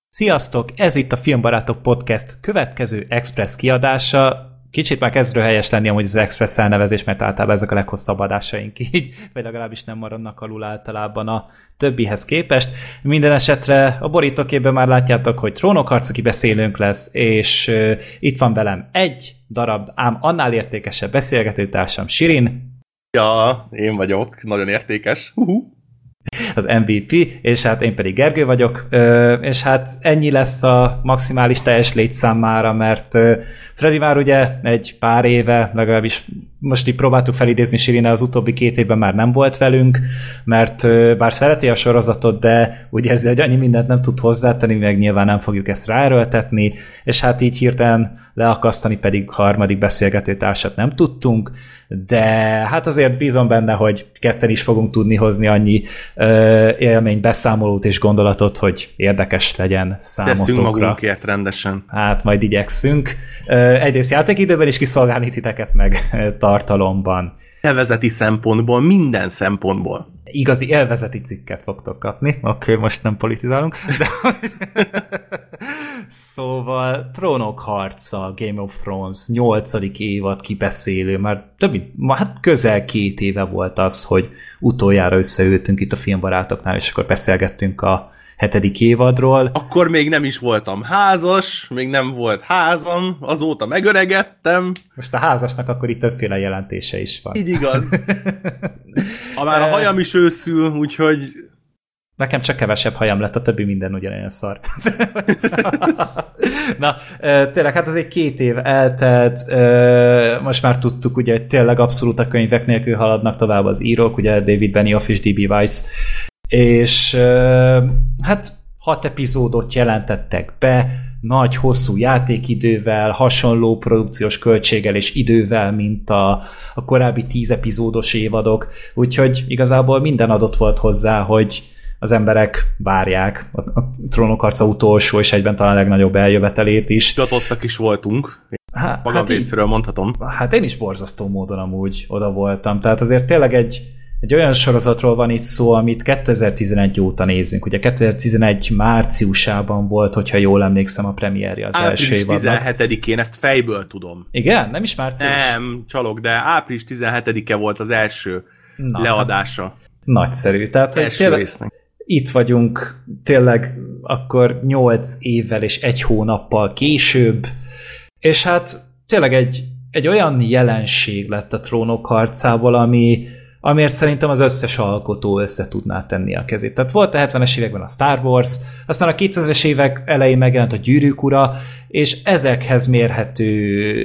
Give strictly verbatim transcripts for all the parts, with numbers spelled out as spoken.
Sziasztok! Ez itt a Filmbarátok Podcast következő Express kiadása. Kicsit már kezd helyes lenni amúgy az Express elnevezés, mert általában ezek a leghosszabb adásaink így, vagy legalábbis nem maradnak alul általában a többihez képest. Minden esetre a borítóképben már látjátok, hogy trónokharca kibeszélőnk lesz, és uh, itt van velem egy darab, ám annál értékesebb beszélgetőtársam, Sirin. Ja, én vagyok, nagyon értékes. Uh-huh. Az em vé pé, és hát én pedig Gergő vagyok, és hát ennyi lesz a maximális teljes létszámára, mert Freddy már ugye egy pár éve, legalábbis most így próbáltuk felidézni Sirine, az utóbbi két évben már nem volt velünk, mert bár szereti a sorozatot, de úgy érzi, hogy annyi mindent nem tud hozzátenni, meg nyilván nem fogjuk ezt ráerőltetni, és hát így hirtelen leakasztani pedig harmadik beszélgetőtársat nem tudtunk, de hát azért bízom benne, hogy ketten is fogunk tudni hozni annyi ö, élmény, beszámolót és gondolatot, hogy érdekes legyen számotokra. Teszünk magunkért rendesen. Hát majd igyekszünk. Ö, egyrészt játékidőben is kiszolgálni titeket, meg tartalomban. Élvezeti szempontból, minden szempontból. Igazi élvezeti cikket fogtok kapni. Oké, okay, most nem politizálunk. De... szóval Trónok harca, Game of Thrones, nyolcadik évad kibeszélő, már több mint, hát közel két éve volt az, hogy utoljára összeültünk itt a Filmbarátoknál, és akkor beszélgettünk a hetedik évadról. Akkor még nem is voltam házas, még nem volt házam, azóta megöregettem. Most a házasnak akkor itt többféle jelentése is van. Így igaz. A már a hajam is őszül, úgyhogy... Nekem csak kevesebb hajam lett, a többi minden ugyanolyan szar. Na, tényleg, hát azért két év eltelt, most már tudtuk, ugye, hogy tényleg abszolút a könyvek nélkül haladnak tovább az írók, ugye David Benioff és dé bé Weiss, és hát hat epizódot jelentettek be, nagy, hosszú játékidővel, hasonló produkciós költséggel és idővel, mint a, a korábbi tíz epizódos évadok, úgyhogy igazából minden adott volt hozzá, hogy az emberek várják a, a Trónok harca utolsó, és egyben talán legnagyobb eljövetelét is. Gatottak is voltunk. Há, Magam hát részéről mondhatom. Hát én is borzasztó módon amúgy oda voltam. Tehát azért tényleg egy, egy olyan sorozatról van itt szó, amit kétezer-tizenegy óta nézünk. Ugye kétezer-tizenegy márciusában volt, hogyha jól emlékszem, a premierje az április első évadnak. tizenhetedikén, ezt fejből tudom. Igen? Nem is március? Nem, csalok, de április tizenhetedike volt az első Na, leadása. Nagyszerű. Tehát, hogy tényleg, itt vagyunk tényleg akkor nyolc évvel és egy hónappal később, és hát tényleg egy, egy olyan jelenség lett a Trónok harcával, ami, amiért szerintem az összes alkotó össze tudná tenni a kezét. Tehát volt a hetvenes években a Star Wars, aztán a kétezres évek elején megjelent a Gyűrűk ura, és ezekhez mérhető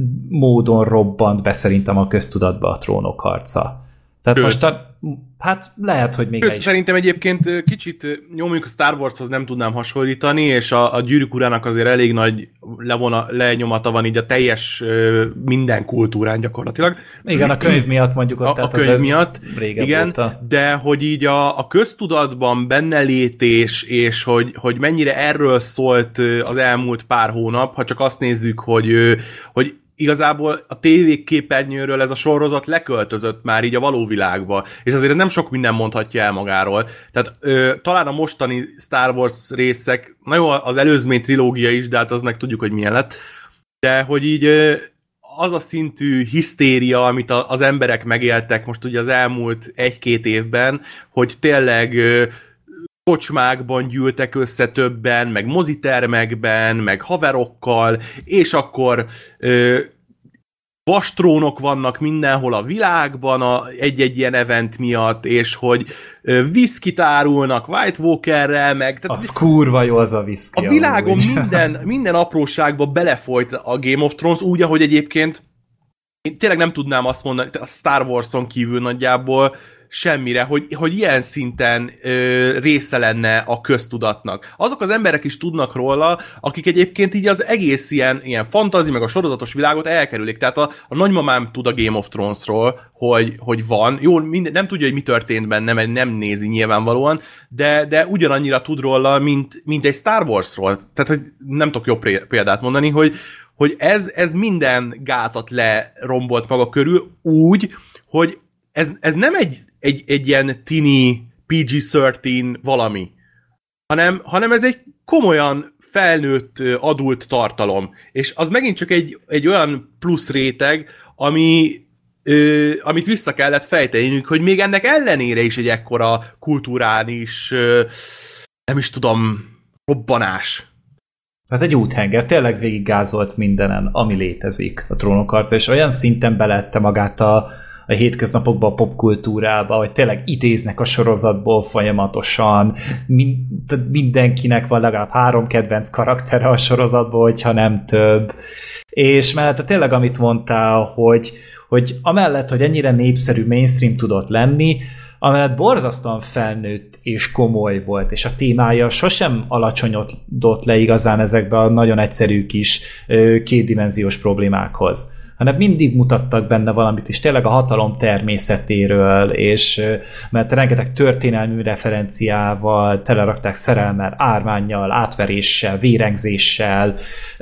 módon robbant be szerintem a köztudatba a Trónok harca. Tehát most a, hát lehet, hogy még Sőt, szerintem egyébként kicsit nyomjuk a Star Warshoz nem tudnám hasonlítani, és a, a Gyűrűk urának azért elég nagy levona, lenyomata van így a teljes minden kultúrán gyakorlatilag. Igen, a könyv miatt mondjuk ott. A, a könyv miatt, igen, óta. De hogy így a, a köztudatban benne létés, és hogy, hogy mennyire erről szólt az elmúlt pár hónap, ha csak azt nézzük, hogy, hogy igazából a tévéképernyőről ez a sorozat leköltözött már így a való világba, és azért ez nem sok minden mondhatja el magáról. Tehát ö, talán a mostani Star Wars részek, na jó, az előzmény trilógia is, de hát az meg tudjuk, hogy milyen lett, de hogy így ö, az a szintű hisztéria, amit a, az emberek megéltek most ugye az elmúlt egy-két évben, hogy tényleg ö, kocsmákban gyűltek össze többen, meg mozitermekben, meg haverokkal, és akkor ö, vastrónok vannak mindenhol a világban a, egy-egy ilyen event miatt, és hogy ö, viszkit árulnak White Walkerrel, meg... Tehát az kurva jó az a viszki. A világon minden, minden apróságba belefolyt a Game of Thrones, úgy, ahogy egyébként én tényleg nem tudnám azt mondani, a Star Warson kívül nagyjából semmire, hogy, hogy ilyen szinten ö, része lenne a köztudatnak. Azok az emberek is tudnak róla, akik egyébként így az egész ilyen, ilyen fantazi, meg a sorozatos világot elkerülik. Tehát a, a nagymamám tud a Game of Thronesról, hogy, hogy van. Jó, minden, nem tudja, hogy mi történt benne, mert nem nézi nyilvánvalóan, de, de ugyanannyira tud róla, mint, mint egy Star Warsról. Tehát, hogy nem tudok jobb példát mondani, hogy, hogy ez, ez minden gátat lerombolt maga körül úgy, hogy Ez, ez nem egy, egy, egy ilyen tini pé gé tizenhárom valami, hanem, hanem ez egy komolyan felnőtt adult tartalom. És az megint csak egy, egy olyan plusz réteg, ami, ö, amit vissza kellett fejtenünk, hogy még ennek ellenére is egy ekkora kulturális, ö, nem is tudom, robbanás. Hát egy úthenger, tényleg végiggázolt mindenen, ami létezik a Trónok harca, és olyan szinten belette magát a, a hétköznapokba, a popkultúrába, hogy tényleg idéznek a sorozatból folyamatosan, mind, mindenkinek van legalább három kedvenc karaktere a sorozatból, hogyha nem több. És mellett tényleg, amit mondtál, hogy, hogy amellett, hogy ennyire népszerű mainstream tudott lenni, amellett borzasztóan felnőtt és komoly volt, és a témája sosem alacsonyodott le igazán ezekbe a nagyon egyszerű kis kétdimenziós problémákhoz, hanem mindig mutattak benne valamit is, tényleg a hatalom természetéről, és mert rengeteg történelmi referenciával telerakták szerelmmel, ármánnyal, átveréssel, vérengzéssel,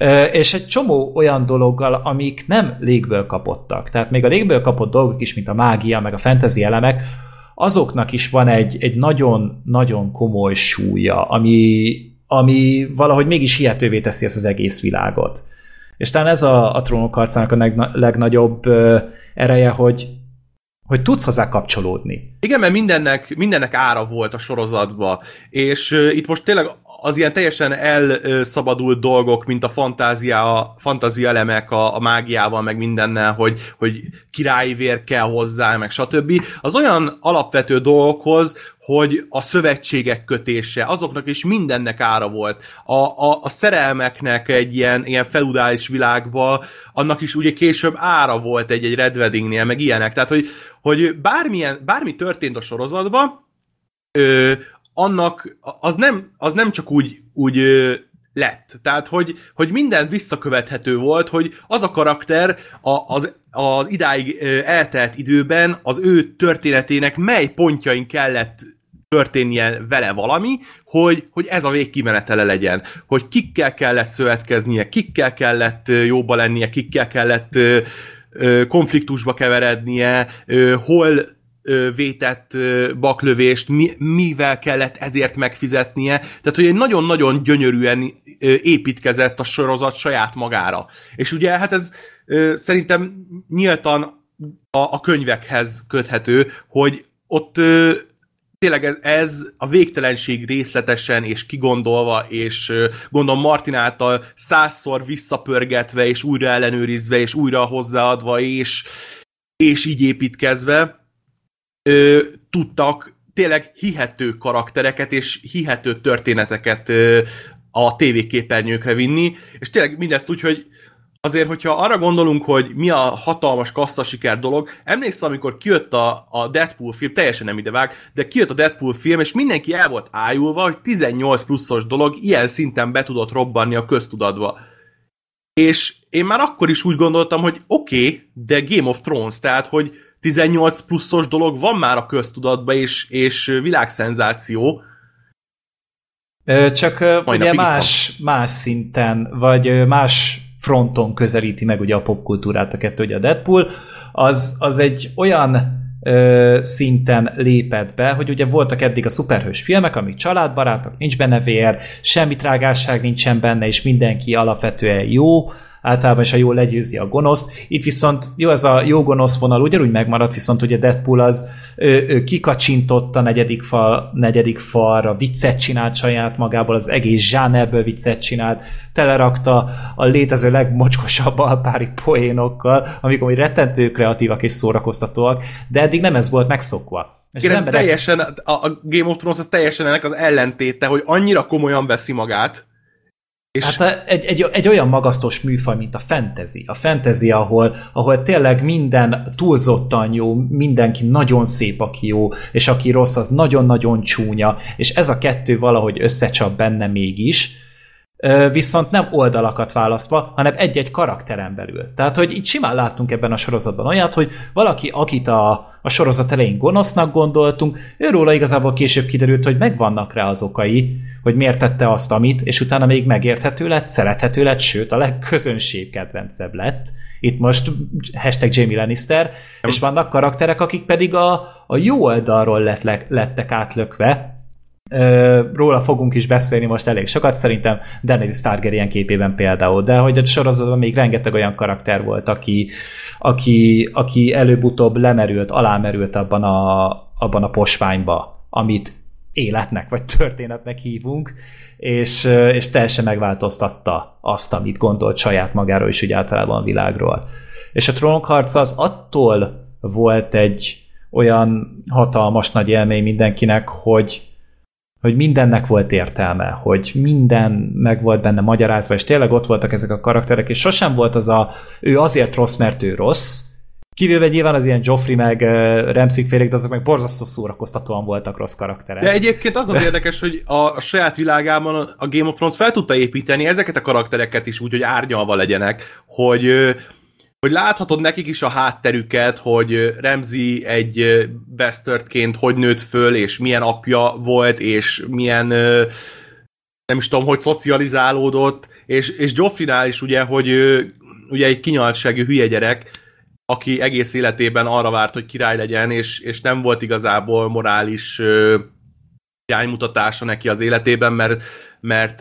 és egy csomó olyan dologgal, amik nem légből kapottak. Tehát még a légből kapott dolgok is, mint a mágia, meg a fantasy elemek, azoknak is van egy, egy nagyon-nagyon komoly súlya, ami, ami valahogy mégis hihetővé teszi ezt az egész világot. És talán ez a, a Trónok harcának a leg, legnagyobb uh, ereje, hogy, hogy tudsz hozzá kapcsolódni. Igen, mert mindennek, mindennek ára volt a sorozatba, és uh, itt most tényleg az ilyen teljesen elszabadult dolgok, mint a fantázia, a fantázia elemek a, a mágiával, meg mindennel, hogy, hogy királyi vér kell hozzá, meg stb. Az olyan alapvető dolgokhoz, hogy a szövetségek kötése, azoknak is mindennek ára volt. A, a, a szerelmeknek egy ilyen, ilyen feudális világban, annak is ugye később ára volt egy-egy Red Weddingnél, meg ilyenek. Tehát, hogy, hogy bármilyen, bármi történt a sorozatban, ö, annak az nem, az nem csak úgy, úgy ö, lett. Tehát, hogy, hogy minden visszakövethető volt, hogy az a karakter a, az, az idáig ö, eltelt időben az ő történetének mely pontjain kellett történnie vele valami, hogy, hogy ez a végkimenetele legyen. Hogy kikkel kellett szövetkeznie, kikkel kellett ö, jóba lennie, kikkel kellett ö, ö, konfliktusba keverednie, ö, hol vétett baklövést, mi, mivel kellett ezért megfizetnie. Tehát, hogy egy nagyon-nagyon gyönyörűen építkezett a sorozat saját magára. És ugye, hát ez szerintem nyíltan a, a könyvekhez köthető, hogy ott tényleg ez, ez a végtelenség részletesen és kigondolva, és gondolom Martin által százszor visszapörgetve, és újra ellenőrizve, és újra hozzáadva, és, és így építkezve, Ö, tudtak tényleg hihető karaktereket és hihető történeteket ö, a tévéképernyőkre vinni, és tényleg mindezt úgy, hogy azért, hogyha arra gondolunk, hogy mi a hatalmas kasszasiker dolog, emlékszem, amikor kijött a, a Deadpool film, teljesen nem idevág, de kijött a Deadpool film, és mindenki el volt ájulva, hogy tizennyolc pluszos dolog ilyen szinten be tudott robbanni a köztudatba. És én már akkor is úgy gondoltam, hogy oké, okay, de Game of Thrones, tehát, hogy tizennyolc pluszos dolog van már a köztudatban, és, és világszenzáció. Csak Majd ugye más, más szinten, vagy más fronton közelíti meg ugye a popkultúrát a kettő, ugye a Deadpool, az, az egy olyan ö, szinten lépett be, hogy ugye voltak eddig a szuperhős filmek, amik családbarátok, nincs benne vér, semmi trágásság nincsen benne, és mindenki alapvetően jó, általában is a jó legyőzi a gonoszt. Itt viszont jó, ez a jó-gonosz vonal ugyanúgy megmaradt, viszont ugye Deadpool az ő, ő kikacsintott a negyedik, fal, negyedik falra, viccet csinált saját magából, az egész zsánerből viccet csinált, telerakta a létező legmocskosabb alpári poénokkal, amikor hogy rettentő kreatívak és szórakoztatóak, de eddig nem ez volt megszokva. És ez emberek... teljesen, a Game of Thrones az teljesen ennek az ellentéte, hogy annyira komolyan veszi magát. És... Hát egy, egy, egy olyan magasztos műfaj, mint a fantasy. A fantasy, ahol, ahol tényleg minden túlzottan jó, mindenki nagyon szép, aki jó, és aki rossz, az nagyon-nagyon csúnya, és ez a kettő valahogy összecsap benne mégis, viszont nem oldalakat választva, hanem egy-egy karakteren belül. Tehát, hogy itt simán láttunk ebben a sorozatban olyat, hogy valaki, akit a, a sorozat elején gonosznak gondoltunk, őróla igazából később kiderült, hogy megvannak rá az okai, hogy miért tette azt, amit, és utána még megérthető lett, szerethető lett, sőt, a legközönségkedvencebb lett. Itt most hashtag Jamie Lannister, nem. És vannak karakterek, akik pedig a, a jó oldalról lett, lettek átlökve, róla fogunk is beszélni most elég sokat, szerintem Daenerys Targaryen képében például, de hogy a sorozatban még rengeteg olyan karakter volt, aki, aki, aki előbb-utóbb lemerült, alámerült abban a, abban a posványba, amit életnek vagy történetnek hívunk, és, és teljesen megváltoztatta azt, amit gondolt saját magáról és úgy általában a világról. És a Trónok harca az attól volt egy olyan hatalmas nagy élmény mindenkinek, hogy hogy mindennek volt értelme, hogy minden meg volt benne magyarázva, és tényleg ott voltak ezek a karakterek, és sosem volt az a, ő azért rossz, mert ő rossz, kivéve nyilván az ilyen Joffrey meg uh, Ramsay félék, de azok meg borzasztó szórakoztatóan voltak rossz karakterek. De egyébként az az érdekes, hogy a, a saját világában a Game of Thrones fel tudta építeni ezeket a karaktereket is úgy, hogy árnyalva legyenek, hogy hogy láthatod nekik is a hátterüket, hogy Ramsay egy bastardként hogy nőtt föl, és milyen apja volt, és milyen nem is tudom, hogy szocializálódott, és, és Joffrey-nál is ugye, hogy ugye egy kinyaltságú hülye gyerek, aki egész életében arra várt, hogy király legyen, és, és nem volt igazából morális iránymutatása neki az életében, mert, mert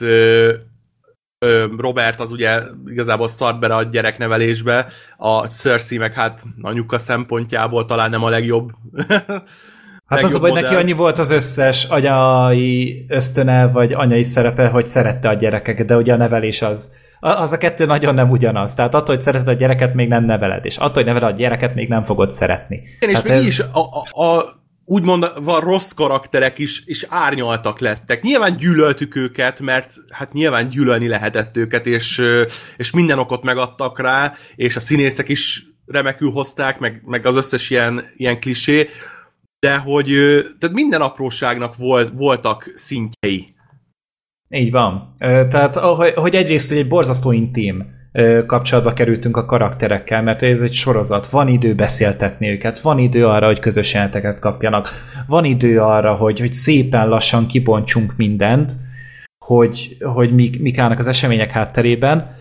Robert az ugye igazából szart bele a gyereknevelésbe, a Cersei meg hát anyuka szempontjából talán nem a legjobb. Hát az, hogy neki annyi volt az összes anyai ösztöne, vagy anyai szerepe, hogy szerette a gyerekeket, de ugye a nevelés az, az a kettő nagyon nem ugyanaz. Tehát attól, hogy szereted a gyereket, még nem neveled, és attól, hogy neveled a gyereket, még nem fogod szeretni. Igen, hát és ez... is a, a, a úgymond van rossz karakterek is, is árnyaltak lettek. Nyilván gyűlöltük őket, mert hát nyilván gyűlölni lehetett őket, és, és minden okot megadtak rá, és a színészek is remekül hozták, meg, meg az összes ilyen, ilyen klisé, de hogy tehát minden apróságnak volt, voltak szintjei. Így van. Tehát, hogy egyrészt hogy egy borzasztó intim kapcsolatba kerültünk a karakterekkel, mert ez egy sorozat, van idő beszéltetni őket, van idő arra, hogy közös jeleneteket kapjanak, van idő arra, hogy, hogy szépen lassan kibontsunk mindent, hogy, hogy mik, mik állnak az események hátterében,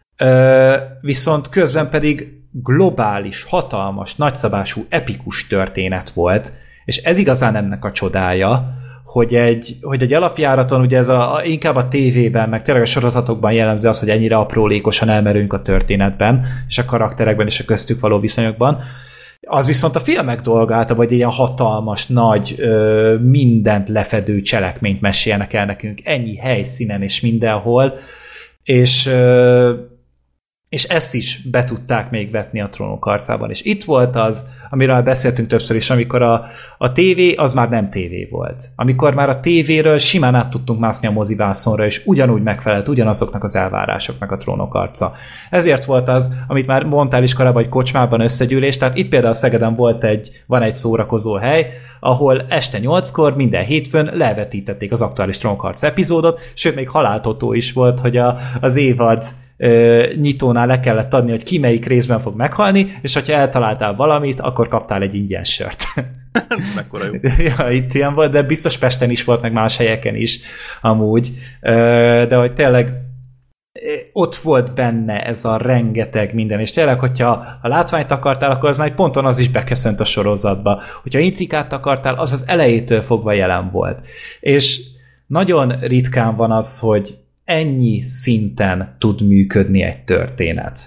viszont közben pedig globális, hatalmas, nagyszabású, epikus történet volt, és ez igazán ennek a csodája, hogy egy, hogy egy alapjáraton, ugye ez a, a, inkább a tévében, meg tényleg a sorozatokban jellemző az, hogy ennyire aprólékosan elmerülünk a történetben, és a karakterekben, és a köztük való viszonyokban. Az viszont a filmek dolga általában, hogy ilyen hatalmas, nagy, ö, mindent lefedő cselekményt meséljenek el nekünk, ennyi helyszínen és mindenhol, és ö, és ezt is be tudták még vetni a Trónok harcában. És itt volt az, amiről beszéltünk többször is, amikor a, a tévé az már nem tévé volt. Amikor már a tévéről simán át tudtunk mászni a mozivászonra, és ugyanúgy megfelelt ugyanazoknak az elvárásoknak a Trónok harca. Ezért volt az, amit már mondtál is korábban, hogy kocsmában összegyűlés, tehát itt például Szegeden volt egy, van egy szórakozó hely, ahol este nyolckor minden hétfőn levetítették az aktuális Trónok harc epizódot, sőt még haláltotó is volt, hogy a, az évad nyitónál le kellett adni, hogy ki melyik részben fog meghalni, és hogyha eltaláltál valamit, akkor kaptál egy ingyen sört. Mekkora jó. Ja, itt ilyen volt, de biztos Pesten is volt, meg más helyeken is amúgy. De hogy tényleg ott volt benne ez a rengeteg minden, és tényleg, hogyha a látványt akartál, akkor az már ponton az is beköszönt a sorozatba. Hogyha intrikát akartál, az az elejétől fogva jelen volt. És nagyon ritkán van az, hogy ennyi szinten tud működni egy történet.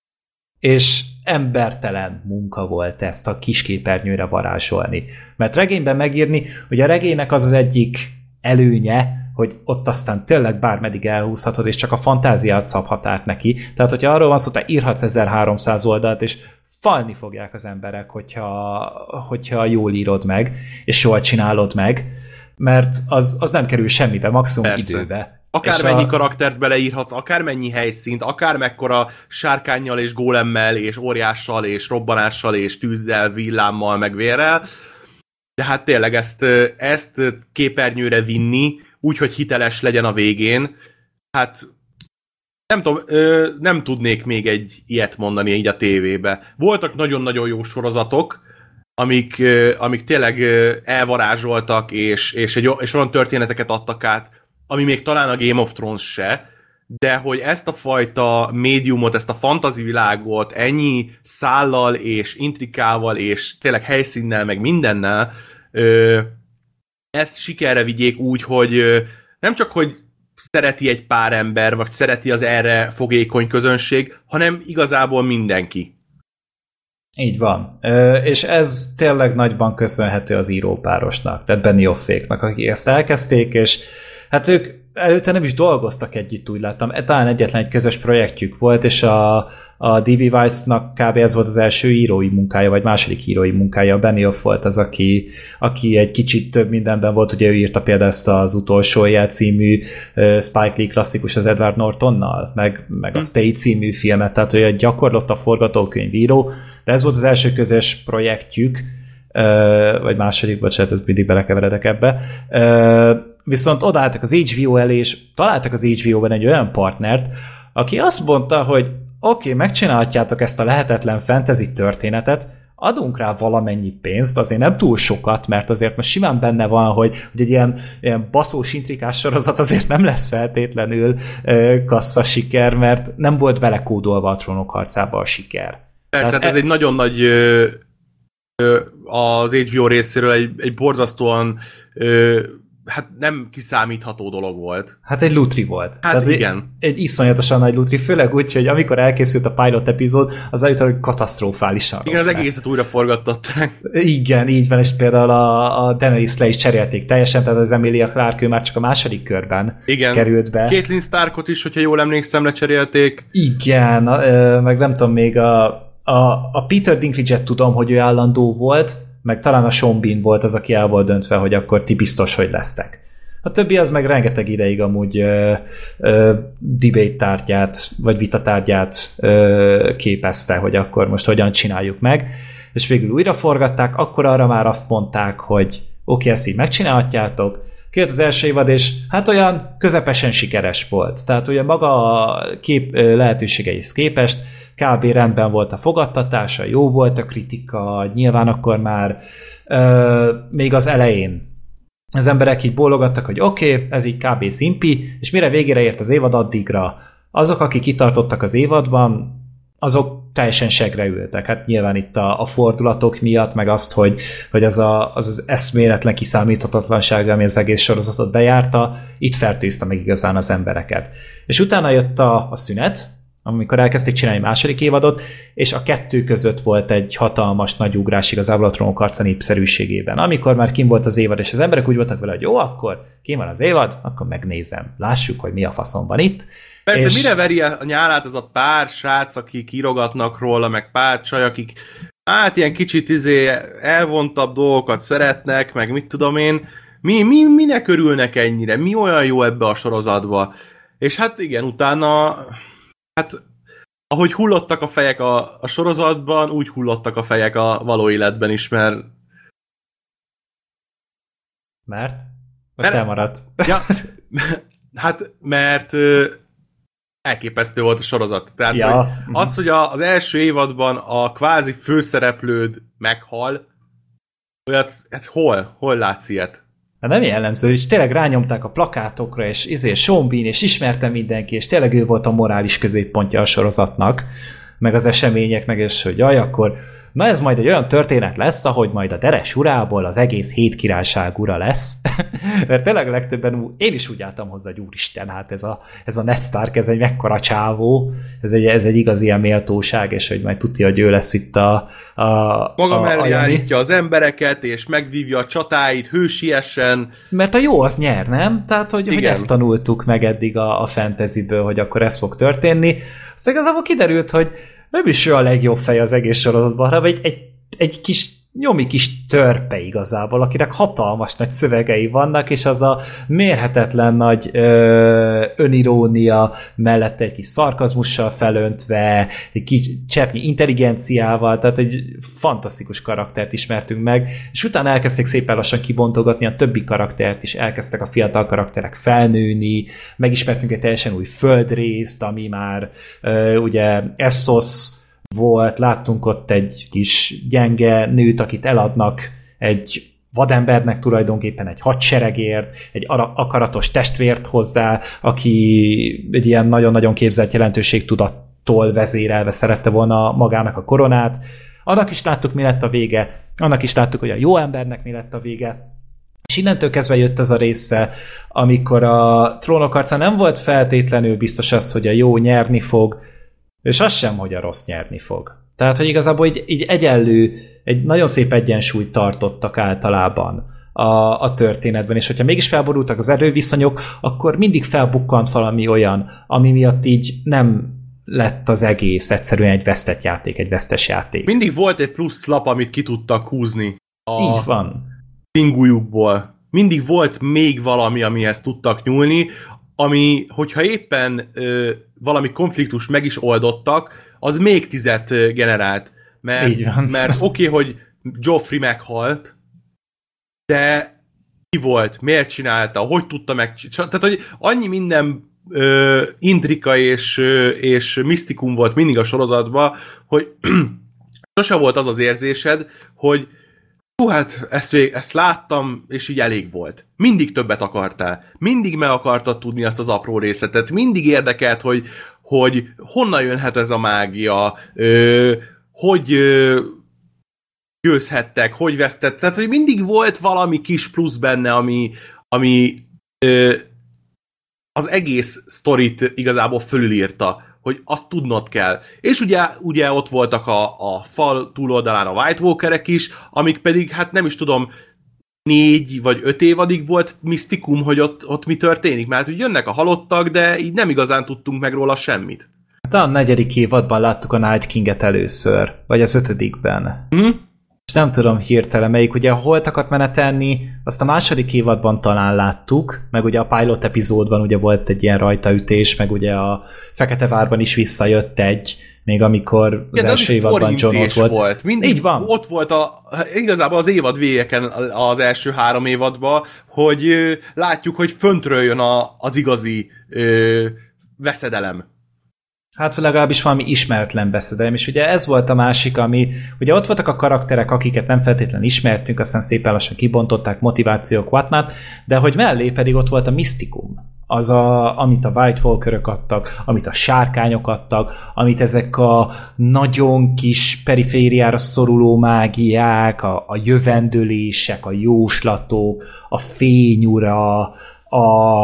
És embertelen munka volt ezt a kisképernyőre varázsolni. Mert regényben megírni, hogy a regénynek az az egyik előnye, hogy ott aztán tényleg bármeddig elhúzhatod, és csak a fantáziát szab határt neki. Tehát, hogyha arról van szó, hogy írhatsz ezerháromszáz oldalt, és falni fogják az emberek, hogyha, hogyha jól írod meg, és jól csinálod meg, mert az, az nem kerül semmibe, maximum Persze. időbe. Akármennyi a... karaktert beleírhatsz, akármennyi helyszínt, akármekkora sárkánnyal és gólemmel, és óriással, és robbanással, és tűzzel, villámmal, meg vérrel. De hát tényleg ezt, ezt képernyőre vinni, úgy, hogy hiteles legyen a végén, hát nem tudom, nem tudnék még egy ilyet mondani így a tévébe. Voltak nagyon-nagyon jó sorozatok, amik, amik tényleg elvarázsoltak, és, és, egy, és olyan történeteket adtak át, ami még talán a Game of Thrones se, de hogy ezt a fajta médiumot, ezt a fantasy világot ennyi szállal és intrikával és tényleg helyszínnel, meg mindennel ö, ezt sikerre vigyék úgy, hogy nem csak, hogy szereti egy pár ember, vagy szereti az erre fogékony közönség, hanem igazából mindenki. Így van. Ö, és ez tényleg nagyban köszönhető az írópárosnak, tehát Beniofféknak, akik ezt elkezdték, és hát ők előtte nem is dolgoztak együtt, úgy láttam. Talán egyetlen egy közös projektjük volt, és a, a dé bé Weiss-nak kb. Ez volt az első írói munkája, vagy második írói munkája. Benioff volt az, aki, aki egy kicsit több mindenben volt, ugye ő írta például ezt az Utolsó éjjel című uh, Spike Lee klasszikus az Edward Nortonnal, meg, meg a Stay című filmet, tehát ő egy gyakorlott a forgatókönyvíró, de ez volt az első közös projektjük, uh, vagy második, bocsánat, ez mindig belekeveredek ebbe, uh, viszont odaálltak az há bé o elé, és találtak az há bé o-ban egy olyan partnert, aki azt mondta, hogy oké, okay, megcsinálhatjátok ezt a lehetetlen fantasy történetet, adunk rá valamennyi pénzt, azért nem túl sokat, mert azért most simán benne van, hogy, hogy egy ilyen, ilyen baszós intrikás sorozat azért nem lesz feltétlenül ö, kassza siker, mert nem volt belekódolva a Trónok harcába a siker. Persze, hát ez e- egy nagyon nagy ö, ö, az há bé o részéről egy, egy borzasztóan ö, hát nem kiszámítható dolog volt. Hát egy lutri volt. Hát tehát igen. Egy, egy iszonyatosan nagy lutri, főleg úgy, hogy amikor elkészült a pilot epizód, az eljutott, hogy katasztrofálisan igen, az egészet újra forgattatták. Igen, így van, és például a, a Daenerys le is cserélték teljesen, tehát az Emilia Clarke ő már csak a második körben igen. került be. Caitlin Starkot is, hogyha jól emlékszem, lecserélték. Igen, meg nem tudom, még a, a, a Peter Dinklage-et tudom, hogy ő állandó volt, meg talán a Sean Bean volt az, aki el volt döntve, hogy akkor ti biztos, hogy lesztek. A többi az meg rengeteg ideig amúgy ö, ö, debate tárgyát, vagy vitatárgyát ö, képezte, hogy akkor most hogyan csináljuk meg, és végül újra forgatták, akkor arra már azt mondták, hogy oké, okay, ezt így megcsinálhatjátok. Kijött az első évad, és hát olyan közepesen sikeres volt. Tehát ugye maga a kép lehetőségeihez képest kb. Rendben volt a fogadtatása, jó volt a kritika, nyilván akkor már ö, még az elején az emberek így bólogattak, hogy oké, okay, ez így kb. Szimpi, és mire végére ért az évad, addigra azok, akik kitartottak az évadban, azok teljesen segre ültek. Hát nyilván itt a, a fordulatok miatt, meg azt, hogy, hogy az, a, az az eszméletlen kiszámíthatatlanság, ami az egész sorozatot bejárta, itt fertőzte meg igazán az embereket. És utána jött a, a szünet, amikor elkezdték csinálni második évadot, és a kettő között volt egy hatalmas nagy ugrás igazából a Trónok harca népszerűségében. Amikor már kim volt az évad, és az emberek úgy voltak vele, hogy jó, akkor kim van az évad, akkor megnézem. Lássuk, hogy mi a faszon van itt. Persze, és... mire veri a nyálát az a pár srác, akik írogatnak róla, meg pár csaj, akik hát ilyen kicsit izé elvontabb dolgokat szeretnek, meg mit tudom én, mi, mi, minek örülnek ennyire? Mi olyan jó ebbe a sorozatba? És hát igen, utána hát ahogy hullottak a fejek a, a sorozatban, úgy hullottak a fejek a való életben is, mert... Mert? Most mert... elmaradt. Ja, hát mert elképesztő volt a sorozat. Tehát ja. hogy az, hogy a, az első évadban a kvázi főszereplőd meghal, olyat, hát hol? Hol látsz ilyet? Hát nem jellemző, és tényleg rányomták a plakátokra, és izé Sean Bean, és ismerte mindenki, és tényleg ő volt a morális középpontja a sorozatnak, meg az eseményeknek, és hogy jaj, akkor na ez majd egy olyan történet lesz, ahogy majd a Deres urából az egész hét királyság ura lesz. Mert tényleg legtöbben, én is úgy álltam hozzá, hogy úristen, hát ez a, ez a Ned Stark, ez egy mekkora csávó, ez egy, ez egy igazi ilyen méltóság, és hogy majd tudja, hogy ő lesz itt a... a Maga a, mellé állítja az embereket, és megvívja a csatáit hősiesen. Mert a jó az nyer, nem? Tehát, hogy, hogy ezt tanultuk meg eddig a, a fantasyből, hogy akkor ez fog történni. Aztán igazából kiderült, hogy nem is ő a legjobb fej az egész sorozatban, hanem egy, egy, egy kis nyomi kis törpe igazából, akinek hatalmas nagy szövegei vannak, és az a mérhetetlen nagy ö, önirónia mellett egy kis szarkazmussal felöntve, egy kis cseppnyi intelligenciával, tehát egy fantasztikus karaktert ismertünk meg, és utána elkezdték szépen lassan kibontogatni a többi karaktert is, elkezdtek a fiatal karakterek felnőni, megismertünk egy teljesen új földrészt, ami már ö, ugye Essos volt, láttunk ott egy kis gyenge nőt, akit eladnak egy vadembernek tulajdonképpen egy hadseregért, egy akaratos testvért hozzá, aki egy ilyen nagyon-nagyon képzelt jelentőségtudattól vezérelve szerette volna magának a koronát. Annak is láttuk, mi lett a vége, annak is láttuk, hogy a jó embernek mi lett a vége, És innentől kezdve jött az a része, amikor a Trónok harca nem volt feltétlenül biztos az, hogy a jó nyerni fog, és az sem, hogy a rossz nyerni fog. Tehát, hogy igazából így, így egyenlő, egy nagyon szép egyensúlyt tartottak általában a, a történetben, és hogyha mégis felborultak az erőviszonyok, akkor mindig felbukkant valami olyan, ami miatt így nem lett az egész egyszerűen egy vesztett játék, egy vesztes játék. Mindig volt egy plusz lap, amit ki tudtak húzni a így van. pingujukból. Mindig volt még valami, amihez tudtak nyúlni, ami, hogyha éppen ö, valami konfliktus meg is oldottak, az még tizet generált. Mert, mert oké, okay, hogy Joffrey meghalt, de ki volt, miért csinálta, hogy tudta megcsinálni. Tehát, hogy annyi minden ö, intrika és, ö, és misztikum volt mindig a sorozatban, hogy sose volt az az érzésed, hogy hú, hát ezt, ezt láttam, és így elég volt. Mindig többet akartál. Mindig meg akartad tudni azt az apró részletet. Mindig érdekelt, hogy, hogy honnan jönhet ez a mágia, ö, hogy ö, győzhettek, hogy vesztett. Tehát, hogy mindig volt valami kis plusz benne, ami, ami ö, az egész sztorit igazából fölülírta, hogy azt tudnod kell. És ugye, ugye ott voltak a, a fal túloldalán a White Walkerek is, amik pedig, hát nem is tudom, négy vagy öt évadig volt misztikum, hogy ott, ott mi történik, mert hogy jönnek a halottak, de így nem igazán tudtunk meg róla semmit. Hát a negyedik évadban láttuk a Night Kinget először, vagy az ötödikben. Hm? És nem tudom hirtelen melyik, ugye a holtakat menetelni, azt a második évadban talán láttuk, meg ugye a pilot epizódban ugye volt egy ilyen rajtaütés, meg ugye a Feketevárban is visszajött egy, még amikor az igen, első az évadban John ott volt. volt. Mindig így van. Ott volt a, igazából az évad végeken az első három évadban, hogy ö, látjuk, hogy föntről jön a, az igazi ö, veszedelem. Hát legalábbis valami ismeretlen veszedelem, és ugye ez volt a másik, ami, ugye ott voltak a karakterek, akiket nem feltétlenül ismertünk, aztán szépen lassan kibontották, motivációk, whatnot, de hogy mellé pedig ott volt a misztikum, az, a, amit a White Walkerök adtak, amit a sárkányok adtak, amit ezek a nagyon kis perifériára szoruló mágiák, a, a jövendőlések, a jóslatok, a fényura, a,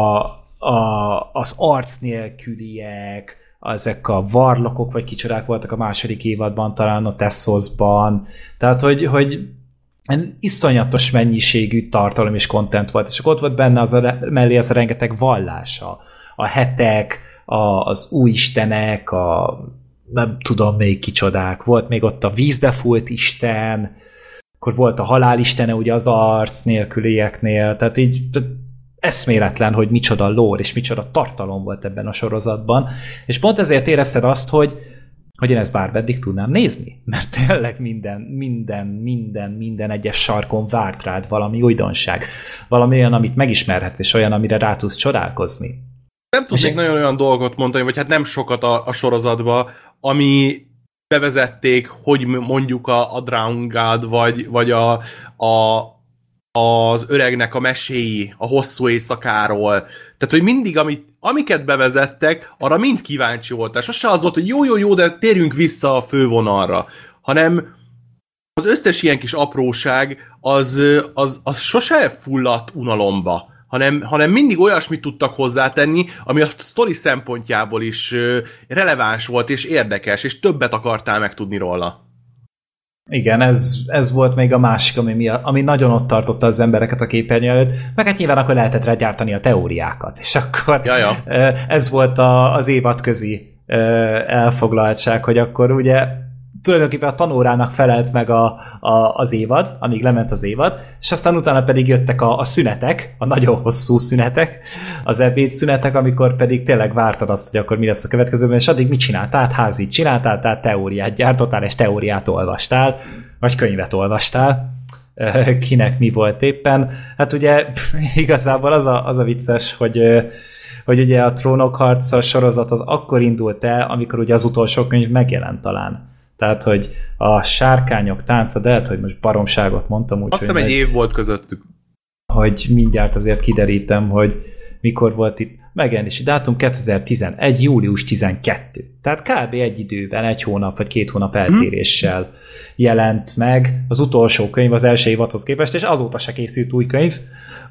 a, az arc nélküliek, ezek a varlokok, vagy kicsodák voltak a második évadban, talán a Tessoszban. Tehát, hogy, hogy iszonyatos mennyiségű tartalom és content volt, és akkor ott volt benne az a, mellé az a rengeteg vallása. A hetek, a, az úristenek, a nem tudom még kicsodák. Volt még ott a vízbe fúlt isten, akkor volt a halálistene, ugye az arc nélkülieknél, tehát így eszméletlen, hogy micsoda lore és micsoda tartalom volt ebben a sorozatban, és pont ezért érezted azt, hogy, hogy én ezt bármeddig tudnám nézni, mert tényleg minden, minden, minden, minden egyes sarkon várt rád valami újdonság, valami olyan, amit megismerhetsz, és olyan, amire rá tudsz csodálkozni. Nem tudnék nagyon olyan dolgot mondani, vagy hát nem sokat a, a sorozatba, ami bevezették, hogy mondjuk a, a Drown God, vagy, vagy a, a az öregnek a meséi, a hosszú éjszakáról. Tehát, hogy mindig, amit, amiket bevezettek, arra mind kíváncsi voltál. Sose az volt, hogy jó, jó, jó, de térjünk vissza a fővonalra. Hanem az összes ilyen kis apróság, az, az, az sose fulladt unalomba. Hanem, hanem mindig olyasmit tudtak hozzátenni, ami a sztori szempontjából is releváns volt, és érdekes, és többet akartál megtudni róla. Igen, ez, ez volt még a másik, ami, mi, ami nagyon ott tartotta az embereket a képernyő előtt, meg hát nyilván akkor lehetett rá gyártani a teóriákat, és akkor Jaja. ez volt a, az évadközi elfoglaltság, hogy akkor ugye tulajdonképpen a tanórának felelt meg a, a, az évad, amíg lement az évad, és aztán utána pedig jöttek a, a szünetek, a nagyon hosszú szünetek, az ebédszünetek, amikor pedig tényleg vártad azt, hogy akkor mi lesz a következőben, és addig mit csináltál? Hát házit csináltál, tehát teóriát gyártottál, és teóriát olvastál, vagy könyvet olvastál, kinek mi volt éppen. Hát ugye igazából az a, az a vicces, hogy hogy ugye a Trónok harca sorozat az akkor indult el, amikor ugye az utolsó könyv megjelent talán. Tehát, hogy a sárkányok tánca, de lehet, hogy most baromságot mondtam. Úgy, azt hiszem egy év volt közöttük. Hogy mindjárt azért kiderítem, hogy mikor volt itt megjelenési dátum, kétezer-tizenegy. július tizenkettő. Tehát kb. Egy időben, egy hónap vagy két hónap eltéréssel jelent meg az utolsó könyv az első évadhoz képest, és azóta se készült új könyv.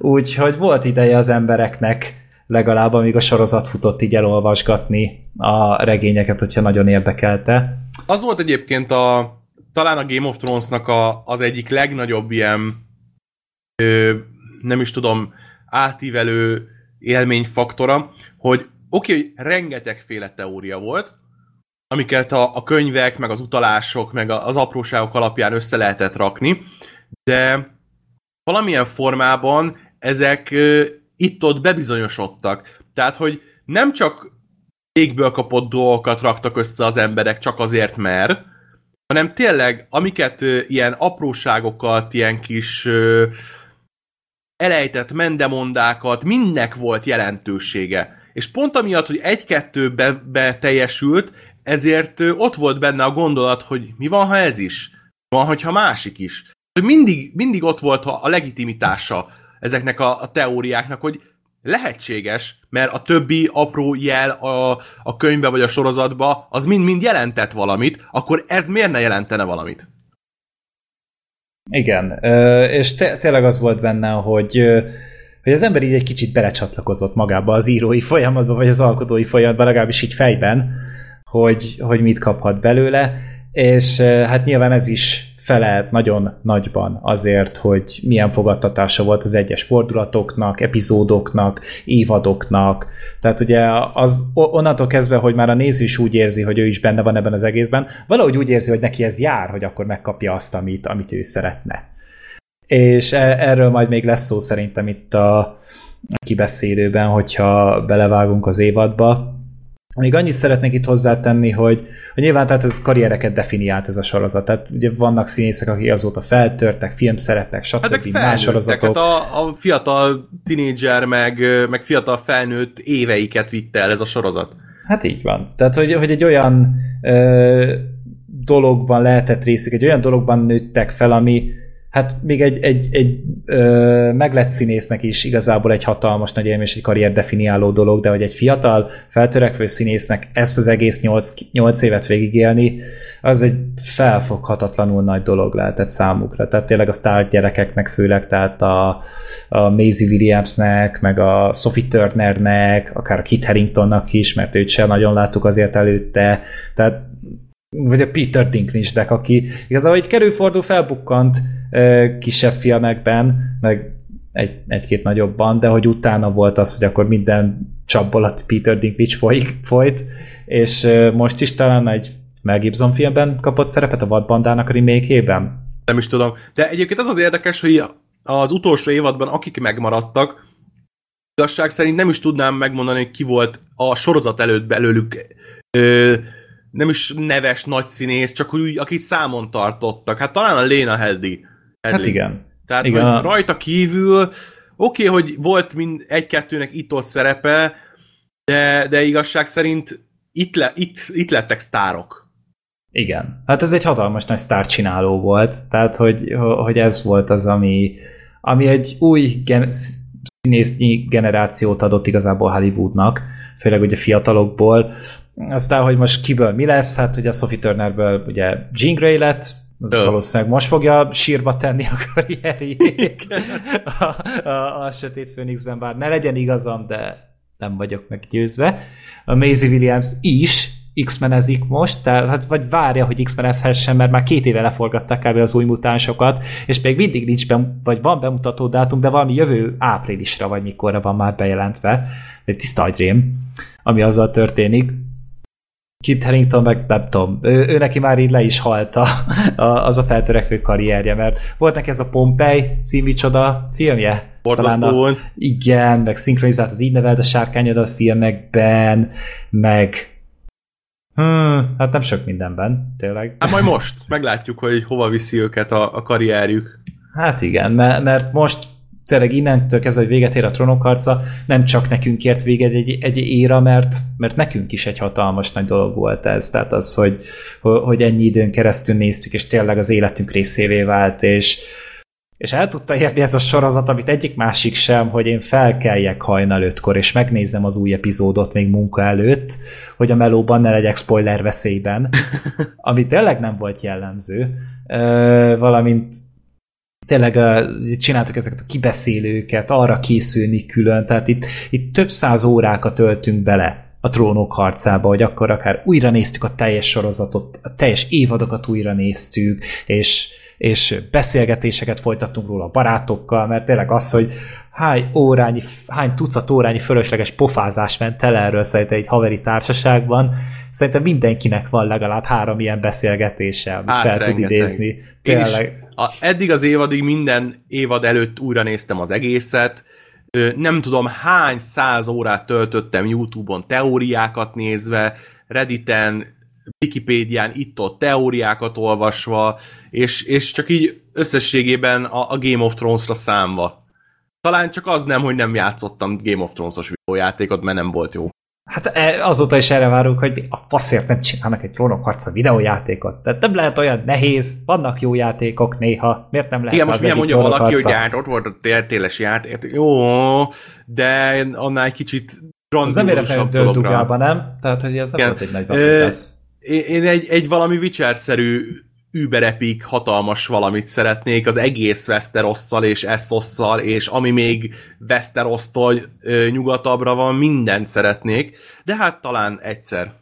úgyhogy volt ideje az embereknek legalább, amíg a sorozat futott, így elolvasgatni a regényeket, hogyha nagyon érdekelte. Az volt egyébként a, talán a Game of Thrones-nak a, az egyik legnagyobb ilyen ö, nem is tudom, átívelő élményfaktora, hogy oké, okay, hogy rengetegféle teória volt, amiket a, a könyvek, meg az utalások, meg az apróságok alapján össze lehetett rakni, de valamilyen formában ezek ö, itt-ott bebizonyosodtak. Tehát, hogy nem csak égből kapott dolgokat raktak össze az emberek csak azért, mert, hanem tényleg, amiket ö, ilyen apróságokat, ilyen kis ö, elejtett mendemondákat, mindnek volt jelentősége. És pont amiatt, hogy egy-kettő be, beteljesült, ezért ö, ott volt benne a gondolat, hogy mi van, ha ez is? Mi van, hogyha másik is? Hogy mindig, mindig ott volt a legitimitása ezeknek a, a teóriáknak, hogy lehetséges, mert a többi apró jel a, a könyvbe vagy a sorozatba, az mind-mind jelentett valamit, akkor ez miért ne jelentene valamit? Igen, és té- tényleg az volt benne, hogy, hogy az ember így egy kicsit belecsatlakozott magába az írói folyamatba, vagy az alkotói folyamatba, legalábbis így fejben, hogy, hogy mit kaphat belőle, és hát nyilván ez is felelt nagyon nagyban azért, hogy milyen fogadtatása volt az egyes fordulatoknak, epizódoknak, évadoknak. Tehát ugye az onnantól kezdve, hogy már a néző is úgy érzi, hogy ő is benne van ebben az egészben, valahogy úgy érzi, hogy neki ez jár, hogy akkor megkapja azt, amit, amit ő szeretne. És erről majd még lesz szó szerintem itt a kibeszélőben, hogyha belevágunk az évadba. Még annyit szeretnék itt hozzátenni, hogy, hogy nyilván tehát ez karriereket definiált ez a sorozat. Tehát ugye vannak színészek, akik azóta feltörtek, filmszerepek, stb. Hát más sorozatok. Hát a, a fiatal tinédzser, meg, meg fiatal felnőtt éveiket vitte el ez a sorozat. Hát így van. Tehát, hogy, hogy egy olyan ö, dologban lehetett részük, egy olyan dologban nőttek fel, ami hát még egy, egy, egy ö, meglett színésznek is igazából egy hatalmas nagy élmény és egy karrier definiáló dolog, de hogy egy fiatal, feltörekvő színésznek ezt az egész nyolc évet végigélni, az egy felfoghatatlanul nagy dolog lehetett számukra. Tehát tényleg a sztár gyerekeknek főleg, tehát a, a Maisie Williamsnek, meg a Sophie Turnernek, akár a Kit Haringtonnak is, mert őt sem nagyon láttuk azért előtte, tehát vagy a Peter Dinklage-nek, aki igazából egy kerülfordul felbukkant uh, kisebb filmekben, meg egy, egy-két nagyobban, de hogy utána volt az, hogy akkor minden csapból a Peter Dinklage folyik, folyt, és uh, most is talán egy Mel Gibson filmben kapott szerepet, a Vadbandának a remake-ében. Nem is tudom. De egyébként az az érdekes, hogy az utolsó évadban akik megmaradtak, igazság szerint nem is tudnám megmondani, hogy ki volt a sorozat előtt belőlük ö, nem is neves nagy színész, csak úgy, akit számon tartottak. Hát talán a Lena Headey. Hát igen. Tehát igen. Hogy rajta kívül oké, okay, hogy volt mind egy-kettőnek itt-ott szerepe, de, de igazság szerint itt, le, itt, itt lettek sztárok. Igen. Hát ez egy hatalmas nagy sztárcsináló volt. Tehát, hogy, hogy ez volt az, ami, ami egy új gen- színésznyi generációt adott igazából Hollywoodnak, főleg ugye fiatalokból. Aztán, hogy most kiből mi lesz, hát ugye a Sophie Turnerből ugye Jean Grey lett, az oh. valószínűleg most fogja sírba tenni a karrierjét a, a, a Sötét Főnixben, bár ne legyen igazam, de nem vagyok meggyőzve. A Maisie Williams is X-menezik most, tehát, hát, vagy várja, hogy X-menezhessen, mert már két éve leforgatták kb. Az új mutánsokat, és még mindig nincs, be, vagy van bemutató dátum, de valami jövő áprilisra, vagy mikorra van már bejelentve. Egy tiszta agyrém, ami azzal történik. Kit Harington meg nem tudom, ő, ő neki már így le is halt a, a, az a feltörekvő karrierje, mert volt neki ez a Pompeii című csoda filmje. Borzasztó volt. Igen, meg szinkronizált az Így neveld a sárkányodat filmekben, meg hmm, hát nem sok mindenben, tényleg. Hát majd most meglátjuk, hogy hova viszi őket a, a karrierjük. Hát igen, mert, mert most tényleg innentől kezdve, hogy véget ér a Trónok harca, nem csak nekünk ért véget egy, egy éra, mert, mert nekünk is egy hatalmas nagy dolog volt ez. Tehát az, hogy, hogy ennyi időn keresztül néztük, és tényleg az életünk részévé vált, és, és el tudta érni ez a sorozat, amit egyik másik sem, hogy én felkeljek hajnal ötkor, és megnézem az új epizódot még munka előtt, hogy a melóban ne legyek spoiler veszélyben, ami tényleg nem volt jellemző, valamint tényleg uh, csináltuk ezeket a kibeszélőket, arra készülni külön, tehát itt, itt több száz órákat töltünk bele a Trónok harcába, hogy akkor akár újra néztük a teljes sorozatot, a teljes évadokat újra néztük, és, és beszélgetéseket folytattunk róla a barátokkal, mert tényleg az, hogy hány órányi, hány tucat órányi fölösleges pofázás ment el erről szerintem egy haveri társaságban, szerintem mindenkinek van legalább három ilyen beszélgetése, amit hát, fel rengeteg. Tud idézni. Tényleg. A, eddig az évadig minden évad előtt újra néztem az egészet, nem tudom hány száz órát töltöttem YouTube-on teóriákat nézve, Redditen, Wikipédián itt-ott teóriákat olvasva, és, és csak így összességében a, a Game of Thrones-ra számva. Talán csak az nem, hogy nem játszottam Game of Thrones-os videójátékot, mert nem volt jó. Hát azóta is erre várunk, hogy a faszért nem csinálnak egy Trónok harca videójátékot. Tehát nem lehet olyan nehéz, vannak jó játékok néha, miért nem lehet? Igen, most milyen mondja valaki, harca? Hogy hát ott volt a tértéles játék. Jó, de annál egy kicsit grandiózusabb dologra. Nem? Tehát, hogy ez nem volt egy nagy basszus. Én egy, egy valami Witcher-szerű Uber Epic hatalmas valamit szeretnék, az egész Westerosszal és Essosszal, és ami még Westerostól nyugatabbra van, mindent szeretnék, de hát talán egyszer.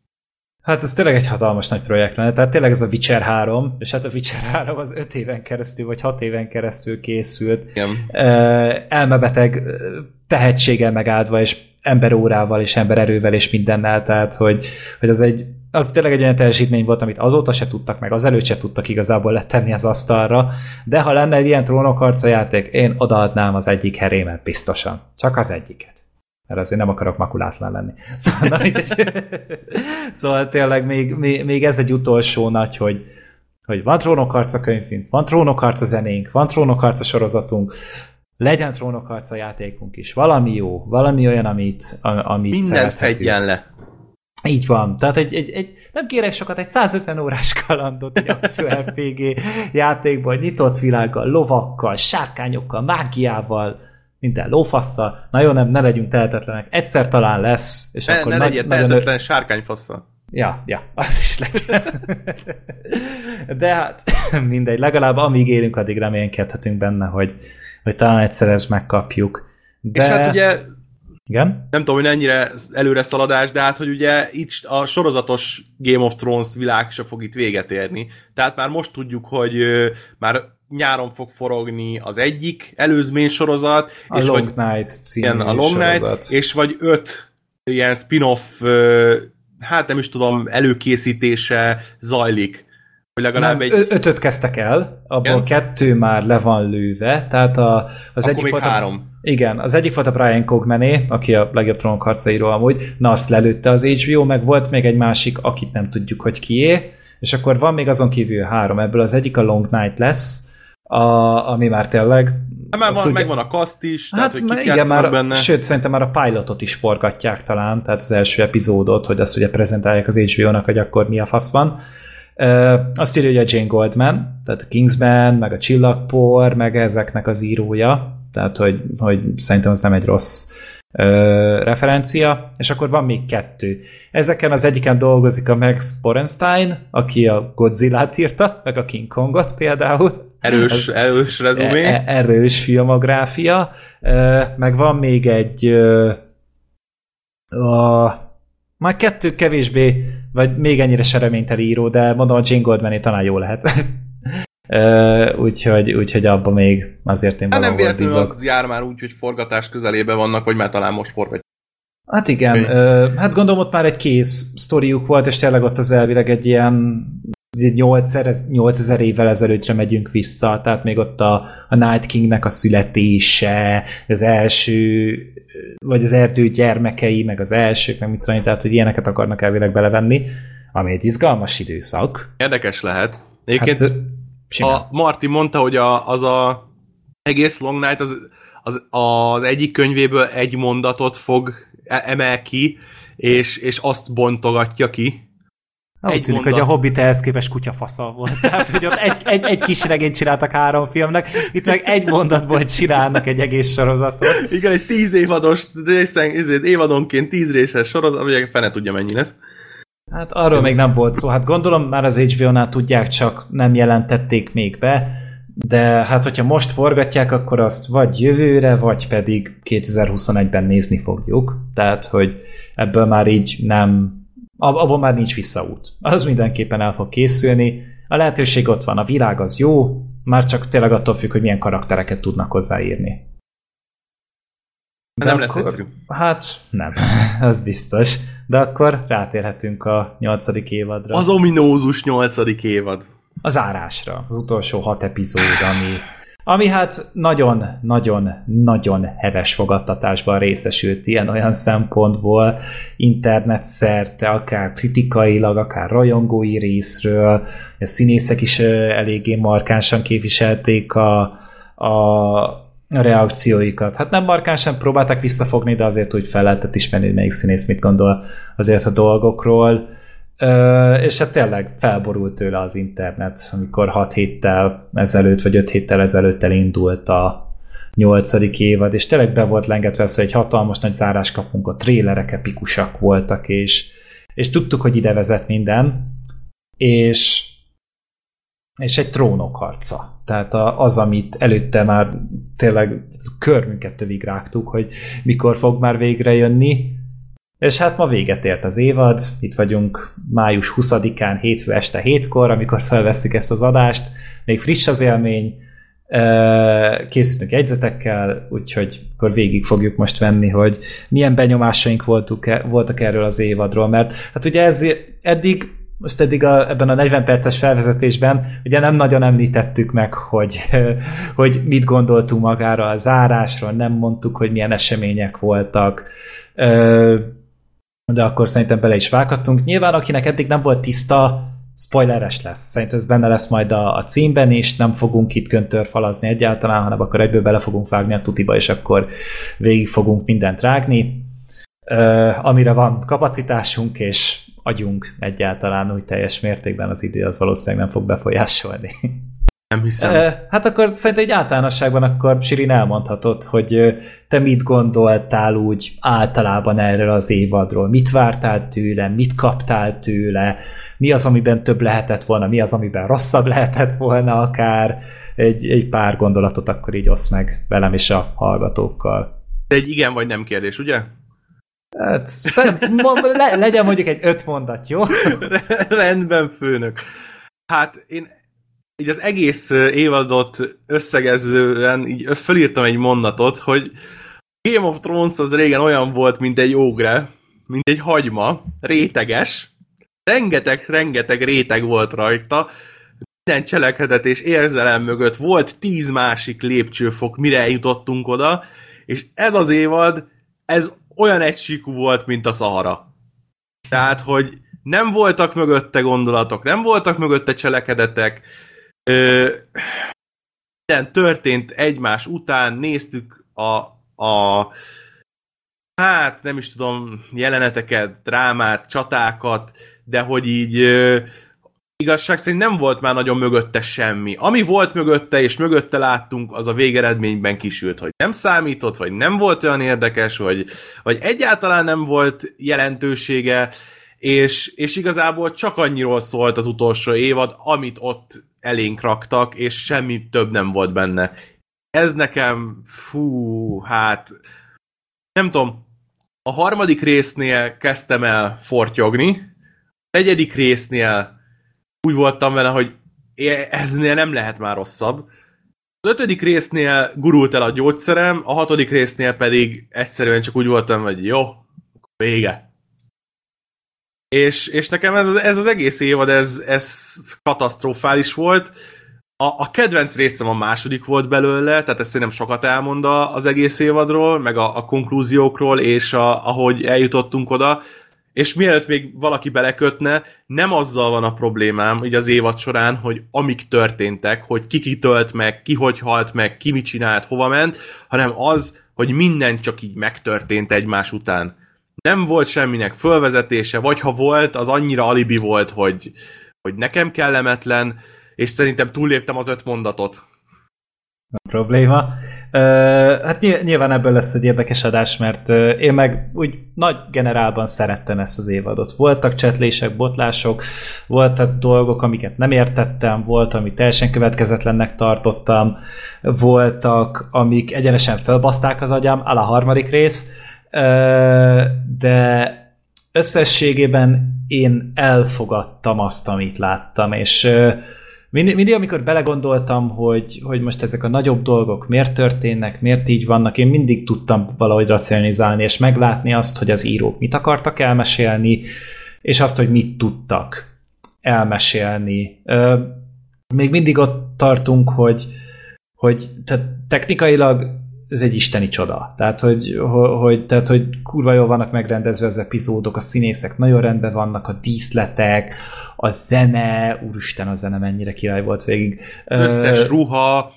Hát ez tényleg egy hatalmas nagy projekt lenne, tehát tényleg ez a Witcher három, és hát a Witcher három az öt éven keresztül, vagy hat éven keresztül készült. Igen. Elmebeteg tehetséggel megáldva, és emberórával, és embererővel, és mindennel, tehát hogy, hogy az egy az tényleg egy olyan teljesítmény volt, amit azóta se tudtak, meg azelőtt se tudtak igazából letenni az asztalra, de ha lenne egy ilyen trónokharca játék, én odaadnám az egyik herémet biztosan. Csak az egyiket. Mert azért nem akarok makulátlan lenni. Szóval, na, szóval tényleg még, még, még ez egy utolsó nagy, hogy, hogy van trónokharca könyvünk, van trónokharca zenénk, van trónokharca sorozatunk, legyen trónokharca játékunk is. Valami jó, valami olyan, amit, amit minden fedjen le. Így van. Tehát egy, egy, egy, nem kérek sokat, egy százötven órás kalandot egy akció er pé gé játékban, nyitott világgal, lovakkal, sárkányokkal, mágiával, minden lófasszal. Na jó, nem, ne legyünk tehetetlenek. Egyszer talán lesz. És ne, akkor ne legyen tehetetlen sárkányfasszal. Ja, ja, az is legyen. De hát mindegy, legalább amíg élünk, addig reménykedhetünk benne, hogy, hogy talán egyszer ezt megkapjuk. De... És hát ugye igen? Nem tudom, hogy ennyire előre szaladás, de hát, hogy ugye itt a sorozatos Game of Thrones világ se fog itt véget érni. Tehát már most tudjuk, hogy már nyáron fog forogni az egyik előzmény sorozat. A és Long vagy, Night című igen, a Long sorozat. Night, és vagy öt ilyen spin-off, hát nem is tudom, előkészítése zajlik. Hogy legalább nem, egy... ötöt kezdtek el, abból igen? kettő már le van lőve, tehát a, az Akkor egyik még volt három. A, igen, az egyik volt a Brian Cogmané, aki a legjobb Trónok harcaíró amúgy, na azt lelőtte az há bé o, meg volt még egy másik, akit nem tudjuk, hogy kié, és akkor van még azon kívül három, ebből az egyik a Long Night lesz, a, ami már tényleg... Hát már van, megvan a cast is, hát tehát hogy kik igen, már, benne. Sőt, szerintem már a pilotot is forgatják talán, tehát az első epizódot, hogy azt ugye prezentálják az há bé o-nak, hogy akkor mi a fasz van. Uh, azt írja, hogy a Jane Goldman, tehát a Kingsman, meg a Csillagpor, meg ezeknek az írója, tehát hogy, hogy szerintem az nem egy rossz uh, referencia, és akkor van még kettő. Ezeken az egyiken dolgozik a Max Borenstein, aki a Godzilla-t írta, meg a King Kongot például. Erős, az, erős rezumé. E- erős filmográfia. Uh, meg van még egy uh, a már kettő kevésbé, vagy még ennyire se reményteli író, de mondom, a Jane Goldmané talán jó lehet. uh, úgyhogy, úgyhogy abban még azért én valahol bízok. Nem véletlenül bízok. Az jár már úgy, hogy forgatás közelében vannak, vagy már talán most forgatják. Hát igen, uh, hát gondolom ott már egy kész sztoriuk volt, és tényleg ott az elvileg egy ilyen nyolcezer évvel ezelőttre megyünk vissza, tehát még ott a, a Night Kingnek a születése, az első, vagy az erdő gyermekei, meg az elsők, meg mit tudom, tehát hogy ilyeneket akarnak elvileg belevenni, ami egy izgalmas időszak. Érdekes lehet. Egyébként hát, a Martin mondta, hogy a, az a egész Long Night az, az, az egyik könyvéből egy mondatot fog emel ki, és, és azt bontogatja ki. Úgy egy tűnik, mondat. Hogy a Hobbit ehhez képest kutyafaszal volt. Tehát, hogy ott egy, egy, egy kis regényt csináltak három filmnek, itt meg egy mondatból csinálnak egy egész sorozatot. Igen, egy tíz évados részen, évadonként tíz részes sorozat, vagy fene tudja mennyi lesz. Hát arról még nem volt szó. Hát gondolom már az há bé o-nál tudják, csak nem jelentették még be. de hát, hogyha most forgatják, akkor azt vagy jövőre, vagy pedig kétezer-huszonegyben nézni fogjuk. Tehát, hogy ebből már így nem, abban már nincs visszaút. Az mindenképpen el fog készülni. A lehetőség ott van, a világ az jó, már csak tényleg attól függ, hogy milyen karaktereket tudnak hozzáírni. De nem akkor, lesz egyszerű. Hát nem, az biztos. De akkor rátérhetünk a nyolcadik évadra. Az ominózus nyolcadik évad. A zárásra, az utolsó hat epizód, ami, ami hát nagyon-nagyon-nagyon heves fogadtatásban részesült ilyen-olyan szempontból, internet szerte, akár kritikailag, akár rajongói részről, a színészek is eléggé markánsan képviselték a, a reakcióikat. Hát nem markánsan próbálták visszafogni, de azért úgy fel lehetett ismerni, hogy melyik színész mit gondol azért a dolgokról. Ö, és hát tényleg felborult tőle az internet, amikor hat héttel ezelőtt, vagy öt héttel ezelőtt elindult a nyolcadik évad, és tényleg be volt lengetve az, hogy egy hatalmas nagy zárás kapunk, a trélerek epikusak voltak, és, és tudtuk, hogy ide vezet minden, és és egy trónok harca. Tehát az, amit előtte már tényleg körmünket tövig rágtuk, hogy mikor fog már végre jönni, és hát ma véget ért az évad, itt vagyunk május huszadikán, hétfő este hétkor, amikor felvesszük ezt az adást, még friss az élmény, készítünk jegyzetekkel, úgyhogy akkor végig fogjuk most venni, hogy milyen benyomásaink voltuk, voltak erről az évadról, mert hát ugye ez eddig most eddig a, ebben a negyven perces felvezetésben ugye nem nagyon említettük meg, hogy, hogy mit gondoltunk magára a zárásról, nem mondtuk, hogy milyen események voltak, de akkor szerintem bele is vághatunk. Nyilván, akinek eddig nem volt tiszta, spoileres lesz. Szerintem ez benne lesz majd a, a címben is, nem fogunk itt göntörfalazni egyáltalán, hanem akkor egyből bele fogunk vágni a tutiba, és akkor végig fogunk mindent rágni. Amire van kapacitásunk, és agyunk egyáltalán úgy teljes mértékben, az idő az valószínűleg nem fog befolyásolni. Nem hiszem. Hát akkor szerintem egy általánosságban akkor Sirin elmondhatod, hogy te mit gondoltál úgy általában erről az évadról, mit vártál tőle, mit kaptál tőle, mi az, amiben több lehetett volna, mi az, amiben rosszabb lehetett volna akár, egy, egy pár gondolatot akkor így oszd meg velem és a hallgatókkal. De egy igen vagy nem kérdés, ugye? Hát, le, legyen mondjuk egy öt mondat, jó? Rendben, főnök. Hát én így az egész évadot összegezően így fölírtam egy mondatot, hogy Game of Thrones az régen olyan volt, mint egy ógre, mint egy hagyma, réteges, rengeteg-rengeteg réteg volt rajta, minden cselekedet és érzelem mögött volt tíz másik lépcsőfok, mire eljutottunk oda, és ez az évad, ez olyan egysíkú volt, mint a Szahara. Tehát, hogy nem voltak mögötte gondolatok, nem voltak mögötte cselekedetek, ö, minden történt egymás után, néztük a, a hát nem is tudom, jeleneteket, drámát, csatákat, de hogy így ö, igazság szerint nem volt már nagyon mögötte semmi. Ami volt mögötte, és mögötte láttunk, az a végeredményben kisült, hogy nem számított, vagy nem volt olyan érdekes, vagy, vagy egyáltalán nem volt jelentősége, és, és igazából csak annyiról szólt az utolsó évad, amit ott elénk raktak, és semmi több nem volt benne. Ez nekem, fú, hát nem tudom, a harmadik résznél kezdtem el fortyogni, a negyedik résznél úgy voltam vele, hogy eznél nem lehet már rosszabb. Az ötödik résznél gurult el a gyógyszerem, a hatodik résznél pedig egyszerűen csak úgy voltam, hogy jó, vége. És, és nekem ez, ez az egész évad, ez, ez katasztrofális volt. A, a kedvenc részem a második volt belőle, tehát ez szerintem sokat elmond az egész évadról, meg a, a konklúziókról, és a, ahogy eljutottunk oda. És mielőtt még valaki belekötne, nem azzal van a problémám így az évad során, hogy amik történtek, hogy ki kitölt meg, ki hogy halt meg, ki mit csinált, hova ment, hanem az, hogy minden csak így megtörtént egymás után. Nem volt semminek fölvezetése, vagy ha volt, az annyira alibi volt, hogy, hogy nekem kellemetlen, és szerintem túlléptem az öt mondatot. probléma. Uh, hát nyilván ebből lesz egy érdekes adás, mert uh, én meg úgy nagy generálban szerettem ezt az évadot. Voltak csetlések, botlások, voltak dolgok, amiket nem értettem, volt, amit teljesen következetlennek tartottam, voltak, amik egyenesen felbaszták az agyam, áll a harmadik rész, uh, de összességében én elfogadtam azt, amit láttam, és uh, Mindig, mindig, amikor belegondoltam, hogy, hogy most ezek a nagyobb dolgok miért történnek, miért így vannak, én mindig tudtam valahogy racionalizálni, és meglátni azt, hogy az írók mit akartak elmesélni, és azt, hogy mit tudtak elmesélni. Még mindig ott tartunk, hogy, hogy tehát technikailag ez egy isteni csoda. Tehát hogy, hogy, tehát, hogy kurva jól vannak megrendezve az epizódok, a színészek nagyon rendben vannak, a díszletek, a zene, úristen, a zene mennyire király volt végig. Az összes ruha,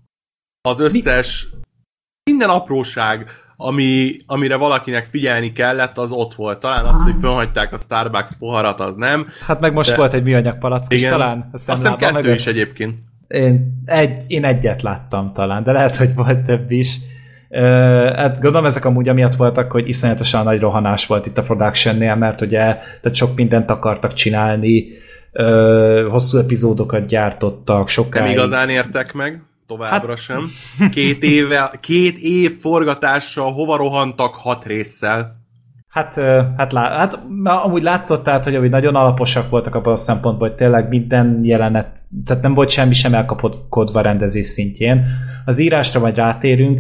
az összes, Mi? minden apróság, ami, amire valakinek figyelni kellett, az ott volt. Talán az, hogy fölhagyták a Starbucks poharat, az nem. Hát meg most de... volt egy műanyag palack is talán. A Azt hiszem kettő meg is egyébként. Én, egy, én egyet láttam talán, de lehet, hogy volt több is. Uh, hát gondolom ezek amúgy amiatt voltak, hogy iszonyatosan nagy rohanás volt itt a productionnél, mert ugye tehát sok mindent akartak csinálni, uh, hosszú epizódokat gyártottak, sokáig. Nem igazán értek meg, továbbra hát... sem. Két, éve, két év forgatással hova rohantak hat résszel? Hát, hát, lá, hát amúgy látszott, tehát, hogy amúgy nagyon alaposak voltak abban a szempontból, hogy tényleg minden jelenet, tehát nem volt semmi sem elkapkodva rendezés szintjén. Az írásra majd rátérünk,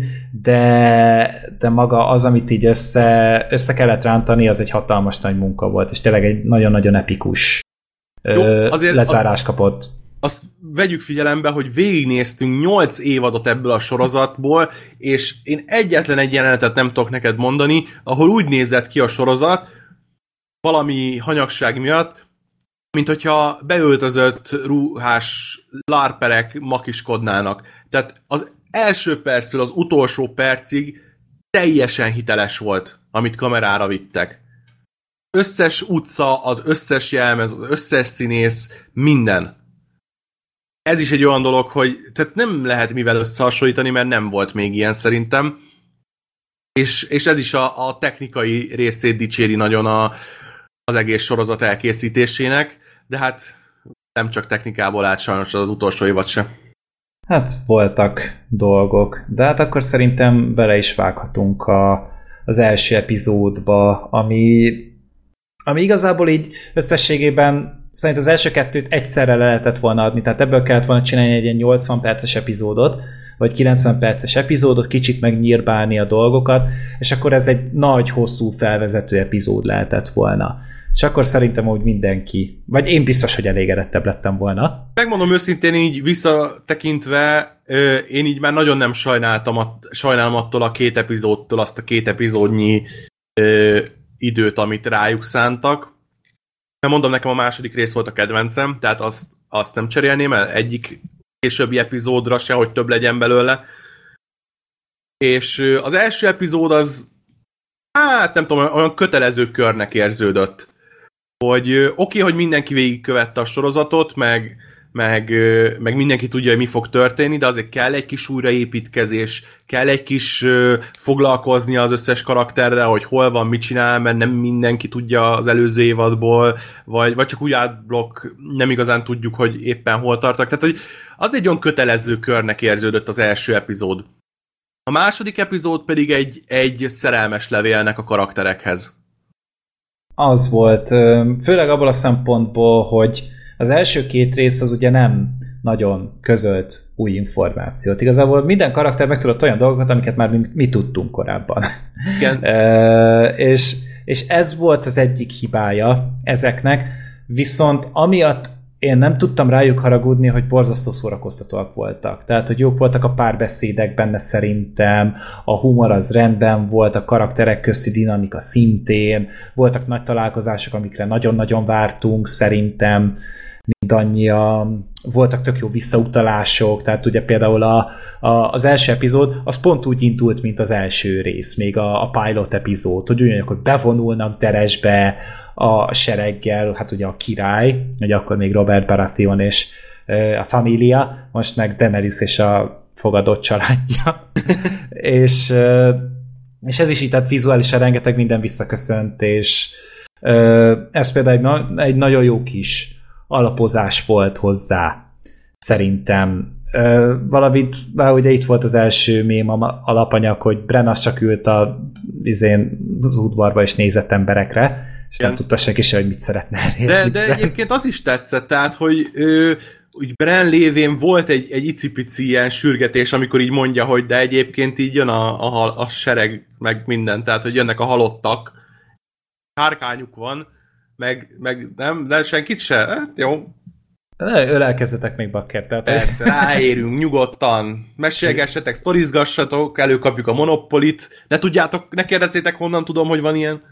de, de maga az, amit így össze, össze kellett rántani, az egy hatalmas nagy munka volt, és tényleg egy nagyon-nagyon epikus Jó, azért lezárást az... kapott. Azt vegyük figyelembe, hogy végignéztünk nyolc évadot ebből a sorozatból, és én egyetlen egy jelenetet nem tudok neked mondani, ahol úgy nézett ki a sorozat, valami hanyagság miatt, mint hogyha beöltözött ruhás lárperek makiskodnának. Tehát az első perctől az utolsó percig teljesen hiteles volt, amit kamerára vittek. Összes utca, az összes jelmez, az összes színész, minden. Ez is egy olyan dolog, hogy tehát nem lehet mivel összehasonlítani, mert nem volt még ilyen szerintem. És, és ez is a, a technikai részét dicséri nagyon a, az egész sorozat elkészítésének, de hát nem csak technikából állt sajnos az utolsó évad se. Hát voltak dolgok, de hát akkor szerintem bele is vághatunk a, az első epizódba, ami, ami igazából így összességében szerint az első kettőt egyszerre le lehetett volna adni, tehát ebből kellett volna csinálni egy ilyen nyolcvan perces epizódot, vagy kilencven perces epizódot, kicsit megnyírbálni a dolgokat, és akkor ez egy nagy, hosszú felvezető epizód lehetett volna. És akkor szerintem úgy mindenki, vagy én biztos, hogy elégedettebb lettem volna. Megmondom őszintén, így visszatekintve, én így már nagyon nem sajnáltam, sajnálom attól a két epizódtól azt a két epizódnyi időt, amit rájuk szántak. Mondom, nekem a második rész volt a kedvencem, tehát azt, azt nem cserélném el egyik későbbi epizódra se, hogy több legyen belőle. És az első epizód az, hát nem tudom, olyan kötelező körnek érződött. Hogy oké, okay, hogy mindenki végigkövette a sorozatot, meg, meg, meg mindenki tudja, hogy mi fog történni, de azért kell egy kis újraépítkezés, kell egy kis foglalkozni az összes karakterrel, hogy hol van, mit csinál, mert nem mindenki tudja az előző évadból, vagy, vagy csak úgy átblokk, nem igazán tudjuk, hogy éppen hol tartak. Tehát hogy az egy olyan kötelező körnek érződött az első epizód. A második epizód pedig egy, egy szerelmes levélnek a karakterekhez. Az volt, főleg abból a szempontból, hogy az első két rész az ugye nem nagyon közölt új információt. Igazából minden karakter megtudott olyan dolgokat, amiket már mi, mi tudtunk korábban. Igen. e, és, és ez volt az egyik hibája ezeknek, viszont amiatt én nem tudtam rájuk haragudni, hogy borzasztó szórakoztatóak voltak. Tehát, hogy jók voltak a párbeszédek benne szerintem, a humor az rendben volt, a karakterek közti dinamika szintén, voltak nagy találkozások, amikre nagyon-nagyon vártunk szerintem, mindannyian, voltak tök jó visszautalások, tehát ugye például a, a, az első epizód, az pont úgy indult, mint az első rész, még a, a pilot epizód, hogy ugyanak, hogy bevonulnak Teresbe a sereggel, hát ugye a király, ugye akkor még Robert Baratheon és a Familia, most meg Daenerys és a fogadott családja. és, és ez is így, tehát vizuálisan rengeteg minden visszaköszönt, és ez például egy, na, egy nagyon jó kis alapozás volt hozzá, szerintem. Valamit, ugye itt volt az első mém alapanyag, hogy Bran az csak ült a, izén, az udvarba és nézett emberekre, és igen. Nem tudta senki se, hogy mit szeretne elérni. De, de egyébként az is tetszett, tehát, hogy ő, úgy Bran lévén volt egy, egy icipici ilyen sürgetés, amikor így mondja, hogy de egyébként így jön a, a, a sereg, meg minden, tehát, hogy jönnek a halottak, hárkányuk van, meg, meg nem, de senkit se, hát jó. Ölelkezzetek még, bakker. Tehát... Persze, ráérünk, nyugodtan, mesélgessetek, sztorizgassatok, előkapjuk a Monopolit, ne tudjátok, ne kérdezzétek, honnan tudom, hogy van ilyen.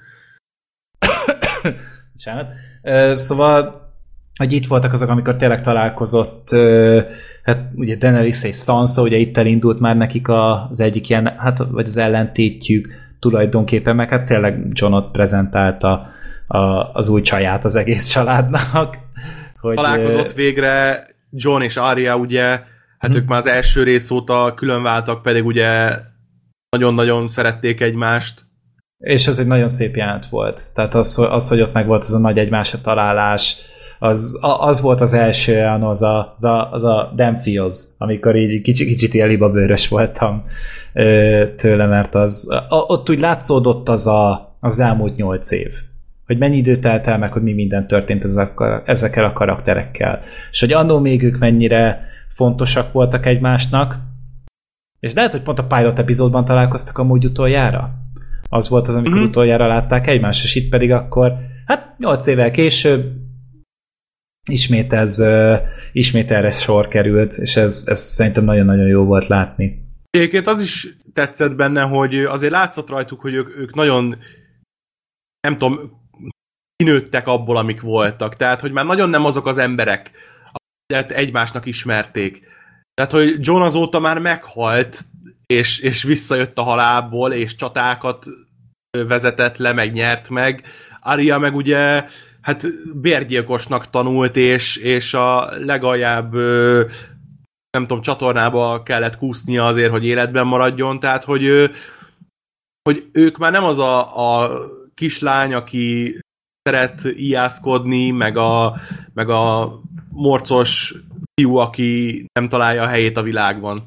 Bocsánat. Szóval, hogy itt voltak azok, amikor tényleg találkozott, hát ugye Daenerys és Sansa, ugye itt elindult már nekik az egyik ilyen, hát vagy az ellentétjük tulajdonképpen, meg hát tényleg Jonot prezentálta a, az új csaját az egész családnak. Hogy, találkozott végre Jon és Arya, ugye, hát hm. ők már az első rész óta különváltak, pedig ugye nagyon-nagyon szerették egymást. És ez egy nagyon szép jelent volt. Tehát az, az hogy ott meg volt az a nagy egymásra találás, az, az volt az első, az a, az a, az a damn feels, amikor így kicsit, kicsit ilyen libabőrös voltam tőle, mert az, ott úgy látszódott az a, az elmúlt nyolc év. Hogy mennyi időt telt el meg, hogy mi minden történt ezekkel a karakterekkel. És hogy annól még ők mennyire fontosak voltak egymásnak, és lehet, hogy pont a pilot epizódban találkoztak amúgy utoljára. Az volt az, amikor mm-hmm. utoljára látták egymást, és itt pedig akkor, hát nyolc évvel később ismét ez, uh, ismét erre sor került, és ez, ez szerintem nagyon-nagyon jó volt látni. Egyébként az is tetszett benne, hogy azért látszott rajtuk, hogy ők, ők nagyon, nem tudom, kinőttek abból, amik voltak. Tehát, hogy már nagyon nem azok az emberek, akiket egymásnak ismerték. Tehát, hogy Jon azóta már meghalt, és, és visszajött a halálból, és csatákat vezetett le, meg nyert meg. Arya meg ugye, hát bérgyilkosnak tanult, és, és a legaljább, nem tudom, csatornába kellett kúsznia azért, hogy életben maradjon. Tehát, hogy, hogy ők már nem az a, a kislány, aki szeret ijászkodni, meg a, meg a morcos fiú, aki nem találja a helyét a világban.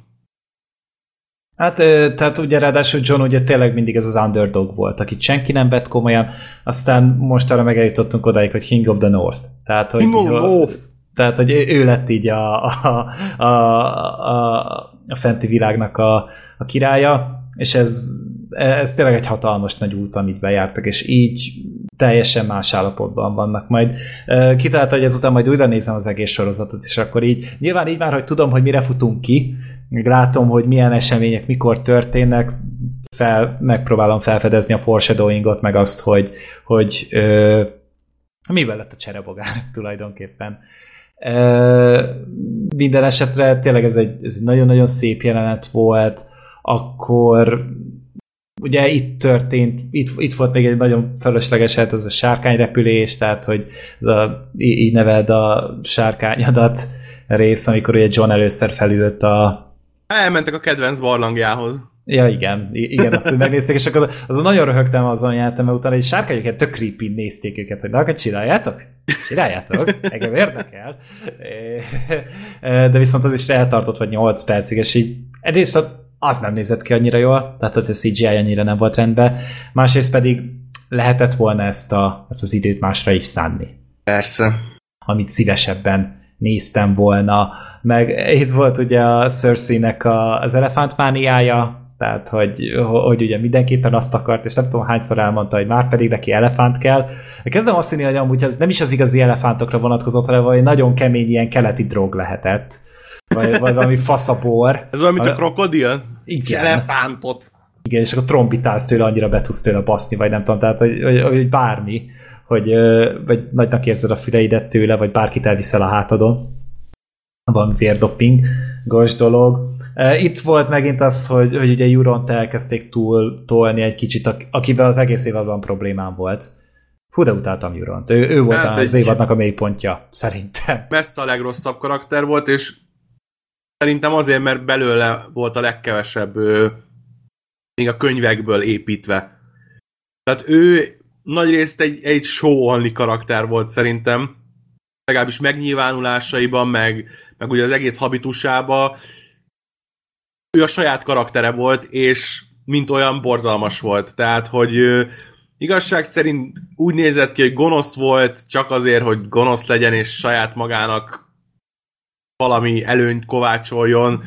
Hát, tehát ugye ráadásul Jon ugye tényleg mindig ez az underdog volt, akit senki nem vett komolyan, aztán most arra meg eljutottunk odáig, hogy King of the North. Tehát, hogy, King of the North! Tehát, hogy ő lett így a, a, a, a, a fenti világnak a, a királya, és ez, ez tényleg egy hatalmas nagy út, amit bejártak, és így teljesen más állapotban vannak. Majd uh, kitalálta, hogy ezután majd újra nézem az egész sorozatot, és akkor így, nyilván így már, hogy tudom, hogy mire futunk ki, meg látom, hogy milyen események mikor történnek, fel, megpróbálom felfedezni a foreshadowingot, meg azt, hogy, hogy uh, mivel lett a cserebogár tulajdonképpen. Uh, minden esetre tényleg ez egy, ez egy nagyon-nagyon szép jelenet volt, akkor ugye itt történt, itt, itt volt még egy nagyon fölösleges, ez a sárkányrepülés, tehát hogy ez a, így neveld a sárkányodat rész, amikor ugye Jon először felült a... Elmentek a kedvenc barlangjához. Ja, igen, igen, azt, hogy megnézték, és akkor azon nagyon röhögtem, azon jártam, mert utána egy sárkányokat tök creepy nézték őket, hogy na, akkor csináljátok? Csináljátok? Engem érdekel. De viszont az is eltartott, vagy nyolc percig, és így egyrészt az nem nézett ki annyira jól, tehát hogy a cé gé í annyira nem volt rendben, másrészt pedig lehetett volna ezt, a, ezt az időt másra is szánni. Persze. Amit szívesebben néztem volna. Meg itt volt ugye a Cersei-nek a, az elefántmániája, tehát hogy, hogy ugye mindenképpen azt akart, és nem tudom hányszor elmondta, hogy már pedig neki elefánt kell. Kezdem azt hinni, hogy amúgy az nem is az igazi elefántokra vonatkozott, hanem vagy nagyon kemény ilyen keleti drog lehetett. Vagy, vagy valami faszabor. Ez olyan, mint a krokodil? Igen. És elefántot. Igen, és akkor trombitálsz tőle, annyira be tudsz tőle baszni, vagy nem tudom, tehát hogy, hogy, hogy bármi, hogy vagy nagynak érzed a füleidet tőle, vagy bárkit elviszel a hátadon. Valami vérdoppingos dolog. Itt volt megint az, hogy, hogy ugye Euront elkezdték túl tolni egy kicsit, akivel az egész évadban problémám volt. Hú, de utáltam Euront. Ő, ő volt hát az évadnak a mélypontja, szerintem. Messze a legrosszabb karakter volt, és Szerintem azért, mert belőle volt a legkevesebb ö, még a könyvekből építve. Tehát ő nagyrészt egy, egy show-only karakter volt szerintem, legalábbis megnyilvánulásaiban, meg, meg ugye az egész habitusában. Ő a saját karaktere volt, és mint olyan borzalmas volt. Tehát, hogy ö, igazság szerint úgy nézett ki, hogy gonosz volt, csak azért, hogy gonosz legyen, és saját magának valami előnyt kovácsoljon,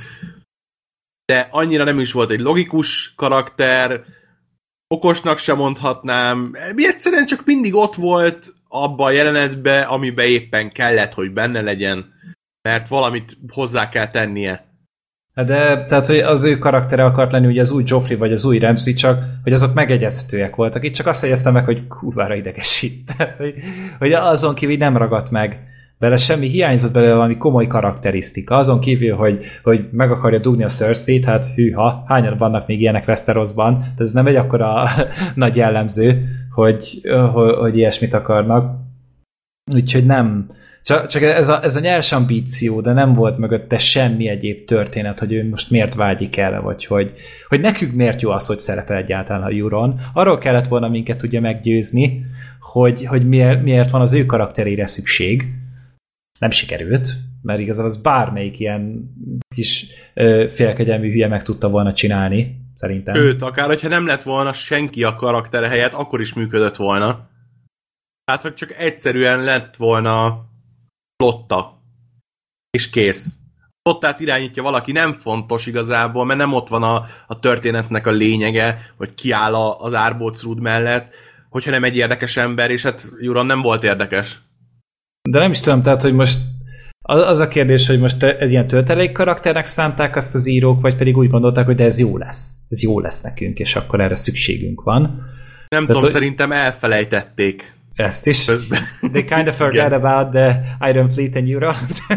de annyira nem is volt egy logikus karakter, okosnak sem mondhatnám, mi egyszerűen csak mindig ott volt abba a jelenetbe, amiben éppen kellett, hogy benne legyen, mert valamit hozzá kell tennie. De tehát, hogy az ő karaktere akart lenni ugye az új Joffrey vagy az új Ramsay, csak hogy azok megegyezhetőek voltak. Itt csak azt jegyeztem meg, hogy kurvára idegesít. hogy, hogy azon kívül nem ragadt meg bele semmi, hiányzott belőle valami komoly karakterisztika. Azon kívül, hogy, hogy meg akarja dugni a Cersei-t, hát hűha, hányan vannak még ilyenek Westerosban, de ez nem egy akkora nagy jellemző, hogy, hogy, hogy ilyesmit akarnak. Úgyhogy nem. Csak, csak ez, a, ez a nyers ambíció, de nem volt mögötte semmi egyéb történet, hogy ő most miért vágyik erre, vagy hogy, hogy nekünk miért jó az, hogy szerepel egyáltalán a Euron. Arról kellett volna minket ugye meggyőzni, hogy, hogy miért, miért van az ő karakterére szükség. Nem sikerült, mert igazából az bármelyik ilyen kis ö, félkegyelmű hülye meg tudta volna csinálni, szerintem. Sőt, akár hogyha nem lett volna senki a karaktere helyett, akkor is működött volna. Tehát, hogy csak egyszerűen lett volna flotta. És kész. Flottát irányítja valaki, nem fontos igazából, mert nem ott van a, a történetnek a lényege, hogy kiáll a, az árbócrúd mellett, hogyha nem egy érdekes ember, és hát Euron nem volt érdekes. De nem is tudom, tehát, hogy most az a kérdés, hogy most egy ilyen töltelék karakternek szánták azt az írók, vagy pedig úgy gondolták, hogy de ez jó lesz. Ez jó lesz nekünk, és akkor erre szükségünk van. Nem tehát, tudom, hogy... szerintem elfelejtették. Ezt is. Közben. They kind of forgot about the Iron Fleet and Euron.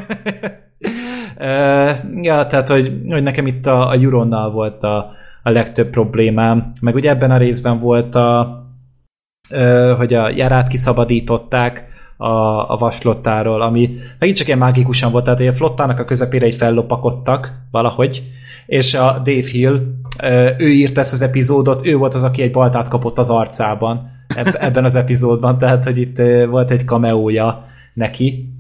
uh, ja, tehát, hogy, hogy nekem itt a, a Euronnal volt a, a legtöbb problémám. Meg ugye ebben a részben volt a uh, hogy a Jarát kiszabadították a, a vasflottáról, ami megint csak ilyen mágikusan volt, tehát a flottának a közepére így fellopakodtak valahogy, és a Dave Hill, uh, ő írt ezt az epizódot, ő volt az, aki egy baltát kapott az arcában ebben az epizódban, tehát, hogy itt volt egy cameója neki.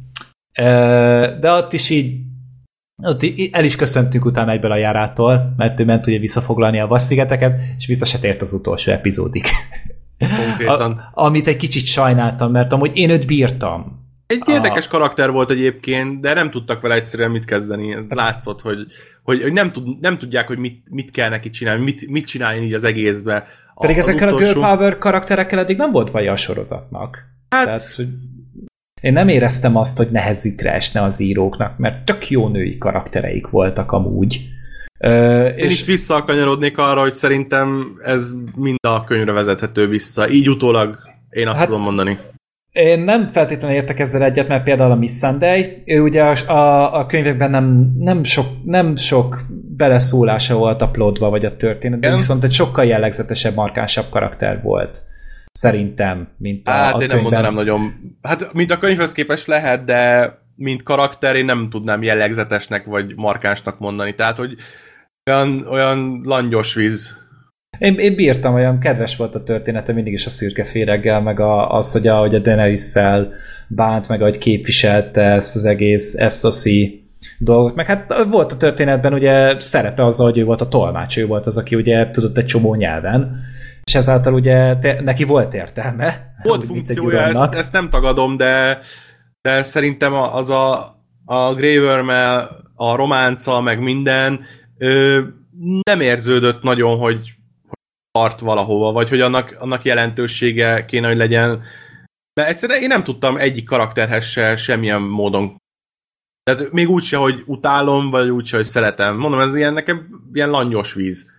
De ott is így ott el is köszöntünk utána egyből a Járától, mert ő ment ugye visszafoglalni a Vasszigeteket, és vissza se tért az utolsó epizódig. Konkrétan. A, amit egy kicsit sajnáltam, mert amúgy én őt bírtam. Egy érdekes a... karakter volt egyébként, de nem tudtak vele egyszerűen mit kezdeni. Látszott, hogy, hogy, hogy nem, tud, nem tudják, hogy mit, mit kell neki csinálni, mit, mit csinálni így az egészbe. Pedig a, ezekkel utolsó... a girl power karakterekkel eddig nem volt baja a sorozatnak. Hát... Tehát, hogy én nem éreztem azt, hogy nehezükre esne az íróknak, mert tök jó női karaktereik voltak amúgy. Ö, Én és... itt visszakanyarodnék arra, hogy szerintem ez mind a könyvre vezethető vissza. Így utólag én azt hát, tudom mondani. Én nem feltétlenül értek ezzel egyet, mert például a Missandei, ő ugye a, a, a könyvekben nem, nem, sok, nem sok beleszólása volt a plotba, vagy a történetben, igen. Viszont egy sokkal jellegzetesebb, markánsabb karakter volt. Szerintem, mint a, hát a én nem mondanám nagyon... Hát, mint a könyvhez képest lehet, de mint karakter én nem tudnám jellegzetesnek, vagy markánsnak mondani. Tehát, hogy olyan, olyan langyos víz. Én, én bírtam, olyan kedves volt a története mindig is a szürke féreggel, meg a, az, hogy a, hogy a Daenerys-szel bánt, meg ahogy képviselte ezt az egész es o cé dolgot, meg hát volt a történetben ugye szerepe azzal, hogy ő volt a tolmács, ő volt az, aki ugye tudott egy csomó nyelven, és ezáltal ugye te, neki volt értelme. Volt funkciója, ezt, ezt nem tagadom, de, de szerintem az a, a Grey Worm-el, a románca, meg minden ö, nem érződött nagyon, hogy tart valahova, vagy hogy annak, annak jelentősége kéne, hogy legyen. Mert egyszerűen én nem tudtam egyik karakterhez se semmilyen módon. Tehát még úgy se, hogy utálom, vagy úgy se, hogy szeretem. Mondom, ez ilyen nekem ilyen langyos víz.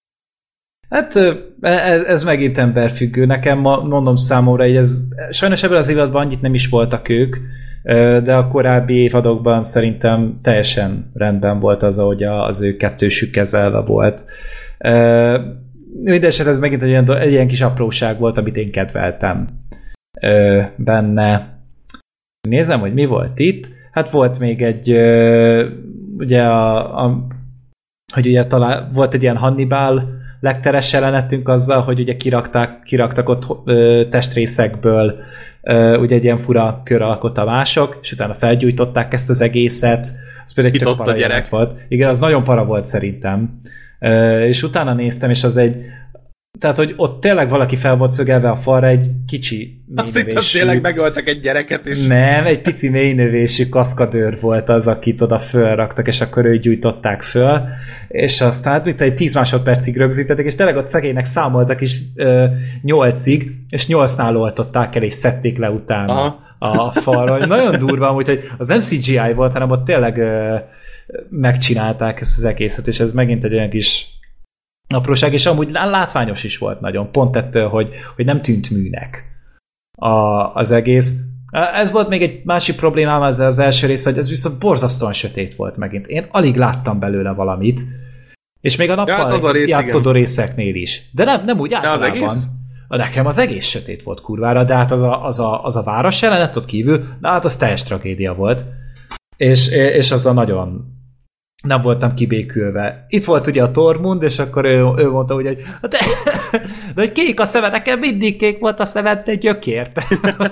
Hát ez, ez megint emberfüggő. Nekem mondom számomra, hogy ez sajnos ebben az évadban annyit nem is voltak ők, de a korábbi évadokban szerintem teljesen rendben volt az, ahogy az ő kettősük kezelve volt. Mindenesetre ez megint egy ilyen, egy ilyen kis apróság volt, amit én kedveltem ö, benne. Nézem, hogy mi volt itt. Hát volt még egy ö, ugye a, a hogy ugye talán volt egy ilyen Hannibal legteres jelenetünk azzal, hogy ugye kirakták, kiraktak ott ö, testrészekből ö, ugye egy ilyen fura köralkotások, és utána felgyújtották ezt az egészet. Az például egy tök para jelenet volt. Igen, az nagyon para volt szerintem. Ö, és utána néztem, és az egy tehát, hogy ott tényleg valaki fel volt szögelve a falra egy kicsi Azt hittem, tényleg megöltek egy gyereket, és... Nem, egy pici mélynövésű kaszkadőr volt az, akit oda fölraktak, és akkor őt gyújtották föl, és aztán mint egy tíz másodpercig rögzítették, és tényleg ott szegénynek számoltak is ö, nyolcig, és nyolcnál oltották el, és szedték le utána Aha. a falra. Nagyon durva, úgyhogy az nem cé gé í volt, hanem ott tényleg ö, megcsinálták ezt az egészet, és ez megint egy olyan kis apróság, és amúgy látványos is volt nagyon, pont ettől, hogy, hogy nem tűnt műnek a, az egész. Ez volt még egy másik problémám ezzel az első rész, hogy ez viszont borzasztóan sötét volt megint. Én alig láttam belőle valamit, és még a nappal ja, hát rész, játszódó igen. részeknél is. De nem, nem úgy általában. Az egész? Nekem az egész sötét volt kurvára, de hát az a, az a, az a város jelenet ott kívül, de hát az teljes tragédia volt. És, és az a nagyon nem voltam kibékülve. Itt volt ugye a Tormund, és akkor ő, ő mondta úgy, hogy de, de hogy kék a szeme, nekem mindig kék volt a szemed, te gyökért.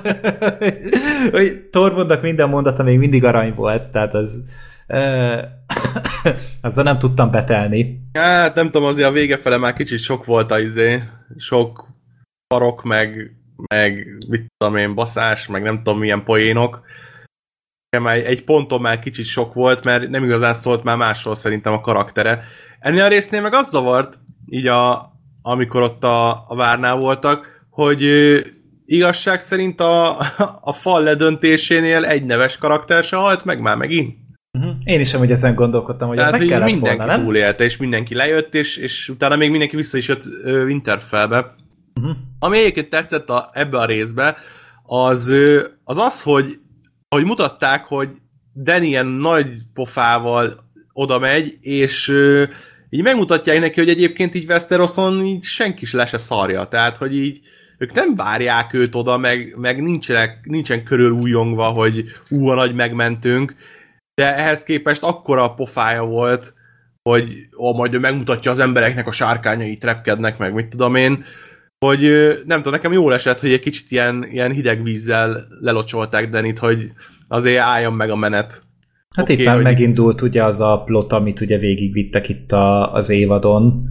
Hogy Tormundnak minden mondata még mindig arany volt, tehát az uh, azzal nem tudtam betelni. Hát nem tudom, azért a vége fele már kicsit sok volt az izé, sok parok, meg, meg mit tudom én, baszás, meg nem tudom milyen poénok. Egy ponton már kicsit sok volt, mert nem igazán szólt már másról szerintem a karaktere. Ennél a résznél meg az zavart, így a, amikor ott a, a várnál voltak, hogy ö, igazság szerint a, a fal ledöntésénél egy neves karakter se halt meg már megint. Uh-huh. Én is amúgy ezen gondolkodtam, hogy tehát, meg hogy kellett mindenki volna, nem? túlélte, és mindenki lejött, és, és utána még mindenki vissza is jött ö, Winterfellbe. Uh-huh. Ami egyébként tetszett a, ebbe a részbe, az, ö, az az, hogy ahogy mutatták, hogy Dany ilyen nagy pofával oda megy, és ö, így megmutatják neki, hogy egyébként így Westeroson így senki is le se szarja. Tehát, hogy így ők nem várják őt oda, meg, meg nincsenek, nincsen körül újongva, hogy ú, a nagy megmentőnk, de ehhez képest akkora pofája volt, hogy ó, majd ő megmutatja az embereknek a sárkányai trepkednek, meg mit tudom én, hogy nem tudom, nekem jól esett, hogy egy kicsit ilyen, ilyen hideg vízzel lelocsolták Danyt, hogy azért álljon meg a menet. Hát okay, itt már megindult ugye az a plot, amit ugye végigvittek itt a, az évadon.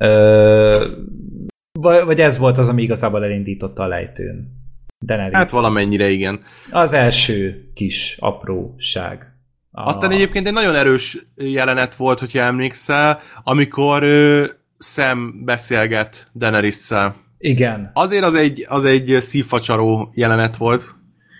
Ö, vagy, vagy ez volt az, ami igazából elindította a lejtőn. Daenerys. Hát valamennyire igen. Az első kis apróság. A... Aztán egyébként egy nagyon erős jelenet volt, hogyha emlékszel, amikor ö, Sam beszélget Daenerys-szel. Igen. Azért az egy, az egy szívfacsaró jelenet volt.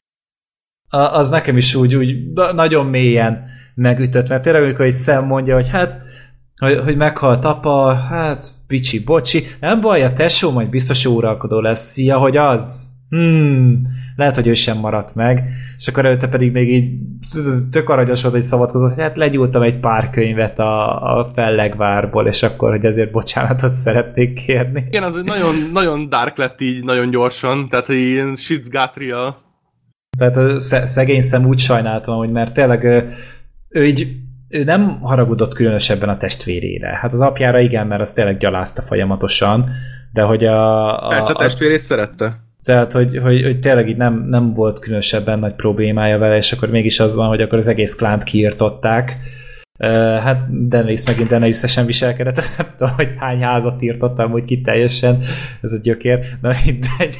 A, az nekem is úgy, úgy nagyon mélyen megütött, mert tényleg, amikor egy Sam mondja, hogy hát, hogy, hogy meghalt apa, hát picsi, bocsi, nem baj, a tesó majd biztos uralkodó lesz, szia, hogy az? Hmm, lehet, hogy ő sem maradt meg, és akkor előtte pedig még így tök aranyos volt, hogy szabadkozott, hogy hát legyúltam egy pár könyvet a, a Fellegvárból, és akkor, hogy ezért bocsánatot szeretnék kérni. Igen, az nagyon, nagyon dark lett így, nagyon gyorsan, tehát ilyen shit's got real. Tehát a szegény Sam úgy sajnáltam, hogy mert tényleg ő, ő így ő nem haragudott különösebben a testvérére. Hát az apjára igen, mert az tényleg gyalázta folyamatosan, de hogy a... a Persze a testvérét szerette. Tehát, hogy, hogy, hogy tényleg így nem, nem volt különösebben nagy problémája vele, és akkor mégis az van, hogy akkor az egész klánt kiirtották. Uh, hát Daenerys megint Daenerys-esen viselkedett, nem tudom, hogy hány házat írtottam, hogy ki teljesen, ez a gyökér, na mindegy.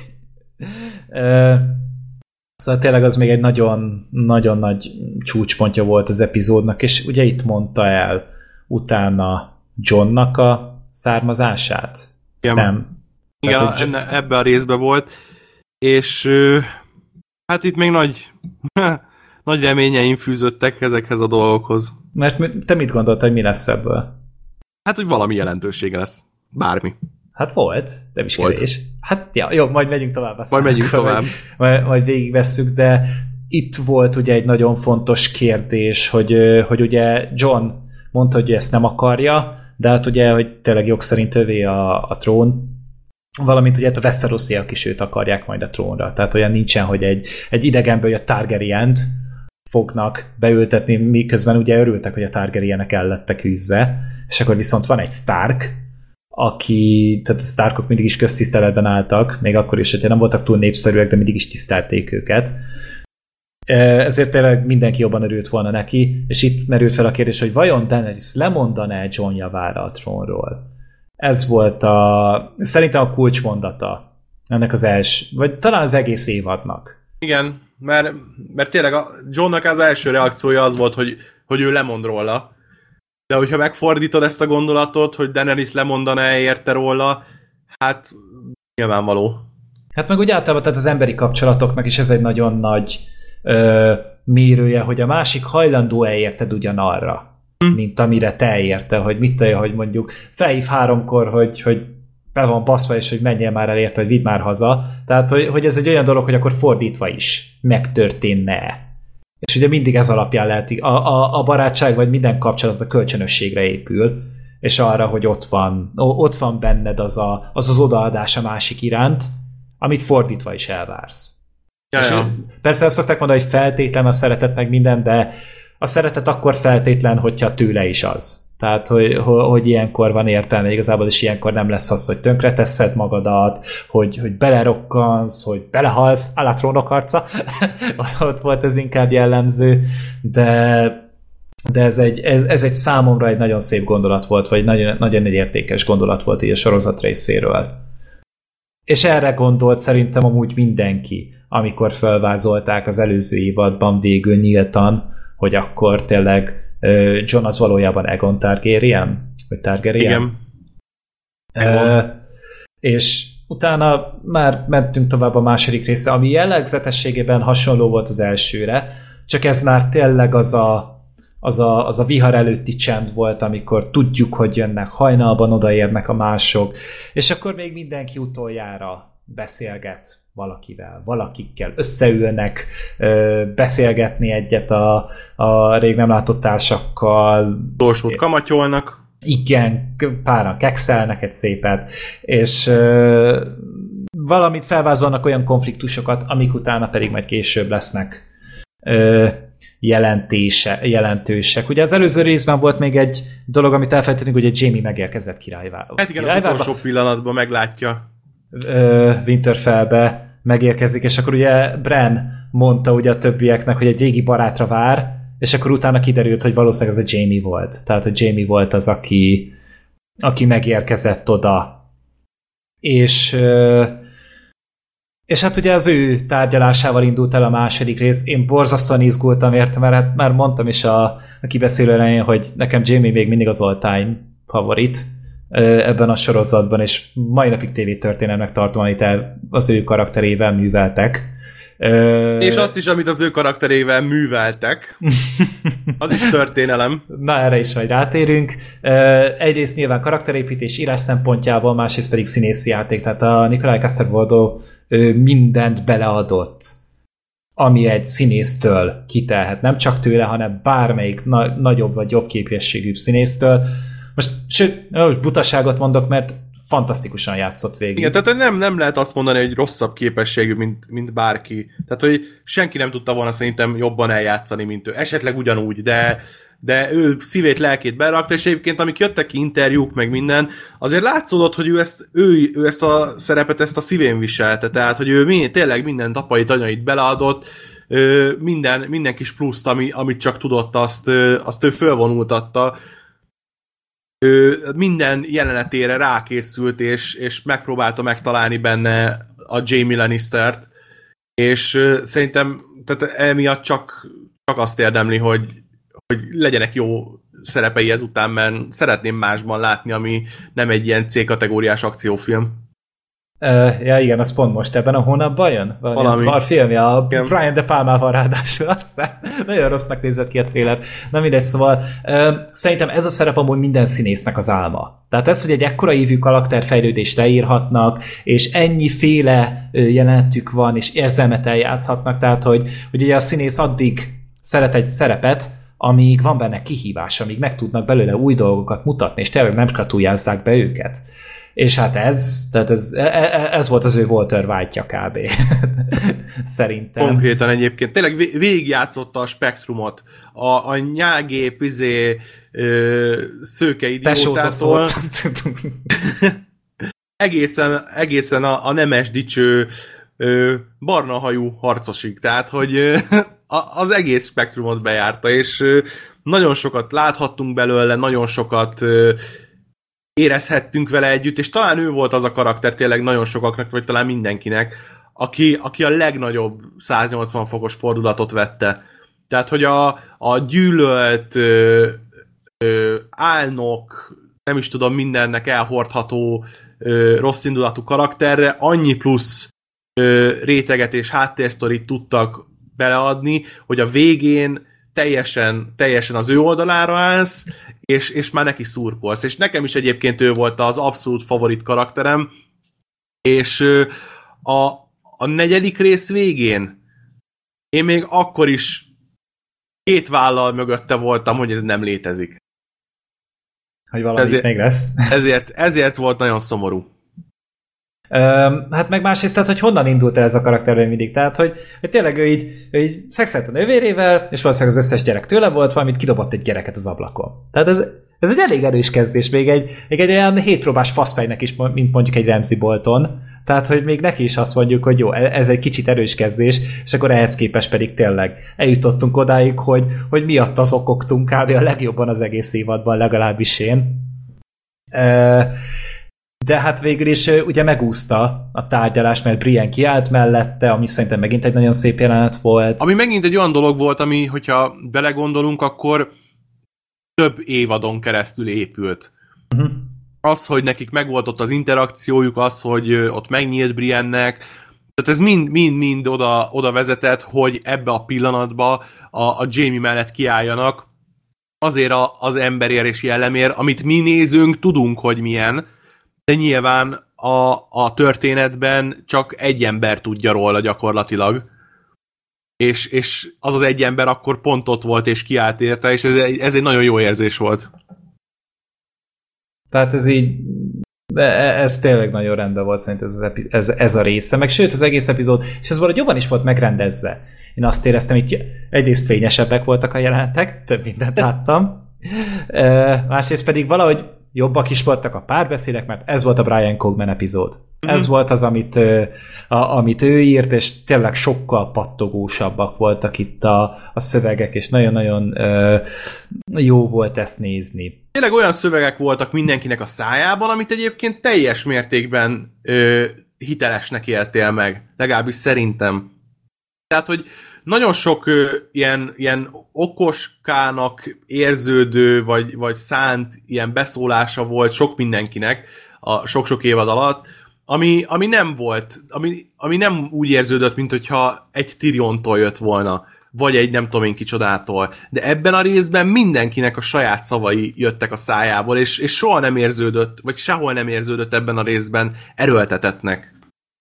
Uh, szóval tényleg az még egy nagyon, nagyon nagy csúcspontja volt az epizódnak, és ugye itt mondta el utána Johnnak a származását. Igen. Sam. Igen, tehát, hogy... ebbe a részbe volt, és hát itt még nagy, nagy reményeim fűzöttek ezekhez a dolgokhoz. Mert te mit gondoltad, hogy mi lesz ebből? Hát, hogy valami jelentősége lesz. Bármi. Hát volt, de is volt. Kevés. Hát ja, jó, majd megyünk tovább. Majd megyünk tovább. Majd, majd végigvesszük, de itt volt ugye egy nagyon fontos kérdés, hogy, hogy ugye John mondta, hogy ezt nem akarja, de hát ugye, hogy tényleg jog szerint övé a, a trón, valamint ugye a Westerosiak is őt akarják majd a trónra. Tehát olyan nincsen, hogy egy, egy idegenből jött Targaryent fognak beültetni, miközben ugye örültek, hogy a Targaryenek el lettek űzve, és akkor viszont van egy Stark, aki, tehát a Starkok mindig is köztiszteletben álltak, még akkor is, hogyha nem voltak túl népszerűek, de mindig is tisztelték őket. Ezért tényleg mindenki jobban örült volna neki, és itt merült fel a kérdés, hogy vajon Daenerys lemondaná Jon javára a trónról? Ez volt a, szerintem a kulcsmondata ennek az első, vagy talán az egész évadnak. Igen, mert, mert tényleg a Jonnak az első reakciója az volt, hogy, hogy ő lemond róla. De hogyha megfordítod ezt a gondolatot, hogy Daenerys lemondaná érte róla, hát nyilvánvaló. Hát meg úgy általában tehát az emberi kapcsolatoknak is ez egy nagyon nagy ö, mérője, hogy a másik hajlandó-e érted ugyanarra, hm. mint amire te érte, hogy mit tudja, hogy mondjuk felhív háromkor, hogy, hogy be van baszva, és hogy menjél már el érte, hogy vidd már haza. Tehát, hogy, hogy ez egy olyan dolog, hogy akkor fordítva is megtörténne. És ugye mindig ez alapján lehet, a, a, a barátság vagy minden kapcsolat a kölcsönösségre épül, és arra, hogy ott van, ott van benned az, a, az az odaadás a másik iránt, amit fordítva is elvársz. Ja, ja. Persze azt szokták mondani, hogy feltétlen a szeretet meg minden, de a szeretet akkor feltétlen, hogyha tőle is az. Tehát, hogy, hogy ilyenkor van értelme igazából, és ilyenkor nem lesz az, hogy tönkreteszed magadat, hogy, hogy belerokkansz, hogy belehalsz, állá trónok arca. Ott volt ez inkább jellemző, de, de ez, egy, ez, ez egy számomra egy nagyon szép gondolat volt, vagy nagyon, nagyon egy értékes gondolat volt így a sorozat részéről. És erre gondolt szerintem amúgy mindenki, amikor felvázolták az előző évadban végül nyíltan, hogy akkor tényleg Jon az valójában Aegon Targaryen? Vagy Targaryen? Igen. Uh, és utána már mentünk tovább a második része, ami jellegzetességében hasonló volt az elsőre, csak ez már tényleg az a, az a, az a vihar előtti csend volt, amikor tudjuk, hogy jönnek hajnalban, odaérnek a mások, és akkor még mindenki utoljára beszélget valakivel, valakikkel összeülnek, beszélgetni egyet a, a rég nem látott társakkal. Torsót kamatyolnak. Igen, páran kekszelnek egy szépet, és ö, valamit felvázolnak olyan konfliktusokat, amik utána pedig majd később lesznek ö, jelentése, jelentősek. Ugye az előző részben volt még egy dolog, amit elfelejtettünk, hogy egy Jaime megérkezett királyvába. Hát igen, királyvába. Az utolsó pillanatban meglátja. Winterfellbe megérkezik, és akkor ugye Bran mondta ugye a többieknek, hogy egy régi barátra vár, és akkor utána kiderült, hogy valószínűleg az a Jaime volt. Tehát, hogy Jaime volt az, aki, aki megérkezett oda. És és hát ugye az ő tárgyalásával indult el a második rész. Én borzasztóan izgultam érte, mert hát már mondtam is a, a kibeszélő elején, hogy nekem Jaime még mindig az all-time favorit ebben a sorozatban, és mai napig tévétörténelmnek tartom, amit el az ő karakterével műveltek. És azt is, amit az ő karakterével műveltek. Az is történelem. Na, erre is majd rátérünk. Egyrészt nyilván karakterépítés írás szempontjából, másrészt pedig színészi játék. Tehát a Nikolaj Coster-Waldau mindent beleadott, ami egy színésztől kitelhet. Nem csak tőle, hanem bármelyik na- nagyobb vagy jobb képességű színésztől. Most, sőt, butaságot mondok, mert fantasztikusan játszott végig. Igen, tehát nem, nem lehet azt mondani, hogy rosszabb képességű, mint, mint bárki. Tehát, hogy senki nem tudta volna szerintem jobban eljátszani, mint ő. Esetleg ugyanúgy, de, de ő szívét, lelkét berakta, és egyébként amik jöttek ki interjúk, meg minden, azért látszódott, hogy ő ezt, ő, ő ezt a szerepet ezt a szívén viselte. Tehát, hogy ő mind, tényleg minden apait, anyait beleadott, minden, minden kis pluszt, ami, amit csak tudott, azt, azt ő fölvonultatta. Ő minden jelenetére rákészült, és, és megpróbálta megtalálni benne a Jaime Lannistert, és uh, szerintem tehát emiatt csak, csak azt érdemli, hogy, hogy legyenek jó szerepei ezután, mert szeretném másban látni, ami nem egy ilyen C-kategóriás akciófilm. Uh, ja igen, az pont most ebben a hónapban jön? Valami, Valami. szar filmje, a igen. Brian De Palmával ráadásul, aztán nagyon rossznak nézett ki a trailer. Na mindegy, szóval uh, szerintem ez a szerep amúgy minden színésznek az álma. Tehát ez, hogy egy ekkora ívű karakterfejlődést leírhatnak, és ennyiféle uh, jelenetük van, és érzelmet eljátszhatnak, tehát hogy, hogy ugye a színész addig szeret egy szerepet, amíg van benne kihívás, amíg meg tudnak belőle új dolgokat mutatni, és tényleg nem skatuljázzák be őket. És hát ez, tehát ez, ez volt az ő Walter White-ja kb. Szerintem. Konkrétan egyébként. Tényleg végigjátszotta a spektrumot. A, a nyágép, izé, ö, szőke idiótától. egészen, egészen a, a nemes, dicső, ö, barna hajú harcosig. Tehát, hogy ö, az egész spektrumot bejárta, és ö, nagyon sokat láthattunk belőle, nagyon sokat ö, érezhettünk vele együtt, és talán ő volt az a karakter tényleg nagyon sokaknak, vagy talán mindenkinek, aki, aki a legnagyobb száznyolcvan fokos fordulatot vette. Tehát, hogy a, a gyűlölt, ö, ö, álnok, nem is tudom, mindennek elhordható ö, rosszindulatú karakterre annyi plusz ö, réteget és háttérsztorit tudtak beleadni, hogy a végén teljesen, teljesen az ő oldalára állsz, és, és már neki szurkolsz. És nekem is egyébként ő volt az abszolút favorit karakterem, és a, a negyedik rész végén én még akkor is két vállal mögötte voltam, hogy ez nem létezik. Hogy valami ezért, még lesz. Ezért, ezért volt nagyon szomorú. Um, hát meg másrészt, tehát, hogy honnan indult el ez a karakter mindig, tehát, hogy, hogy tényleg ő így, ő így szexelt a nővérével, és valószínűleg az összes gyerek tőle volt, valamit kidobott egy gyereket az ablakon. Tehát ez, ez egy elég erős kezdés, még egy, még egy olyan hétpróbás faszfejnek is, mint mondjuk egy Ramsay Bolton, tehát, hogy még neki is azt mondjuk, hogy jó, ez egy kicsit erős kezdés, és akkor ehhez képest pedig tényleg eljutottunk odáig, hogy, hogy miatt az okoktunk kb. A legjobban az egész évadban, legalábbis én. Uh, De hát végül is ugye megúszta a tárgyalást, mert Brienne kiállt mellette, ami szerintem megint egy nagyon szép jelenet volt. Ami megint egy olyan dolog volt, ami, hogyha belegondolunk, akkor több évadon keresztül épült. Uh-huh. Az, hogy nekik megvolt ott az interakciójuk, az, hogy ott megnyílt Briennek, tehát ez mind-mind oda, oda vezetett, hogy ebbe a pillanatba a, a Jaime mellett kiálljanak azért a, az emberér és jellemér, amit mi nézünk, tudunk, hogy milyen, de nyilván a, a történetben csak egy ember tudja róla gyakorlatilag. És, és az az egy ember akkor pont ott volt, és kiállt érte, és ez egy, ez egy nagyon jó érzés volt. Tehát ez így, ez tényleg nagyon rendben volt szerintem ez, az epi, ez, ez a része, meg sőt az egész epizód, és ez valahogy jobban is volt megrendezve. Én azt éreztem, hogy egyrészt fényesebbek voltak a jelenetek, több mindent láttam, másrészt pedig valahogy jobbak is voltak a párbeszédek, mert ez volt a Brian Cogman epizód. Mm-hmm. Ez volt az, amit, a, amit ő írt, és tényleg sokkal pattogósabbak voltak itt a, a szövegek, és nagyon-nagyon uh, jó volt ezt nézni. Tényleg olyan szövegek voltak mindenkinek a szájában, amit egyébként teljes mértékben uh, hitelesnek éltél meg. Legalábbis szerintem. Tehát, hogy nagyon sok uh, ilyen, ilyen okoskának érződő, vagy, vagy szánt ilyen beszólása volt sok mindenkinek a sok-sok évad alatt, ami, ami nem volt, ami, ami nem úgy érződött, mint hogyha egy Tyriontól jött volna, vagy egy nem tudom én kicsodától. De ebben a részben mindenkinek a saját szavai jöttek a szájából, és, és soha nem érződött, vagy sehol nem érződött ebben a részben erőltetetnek.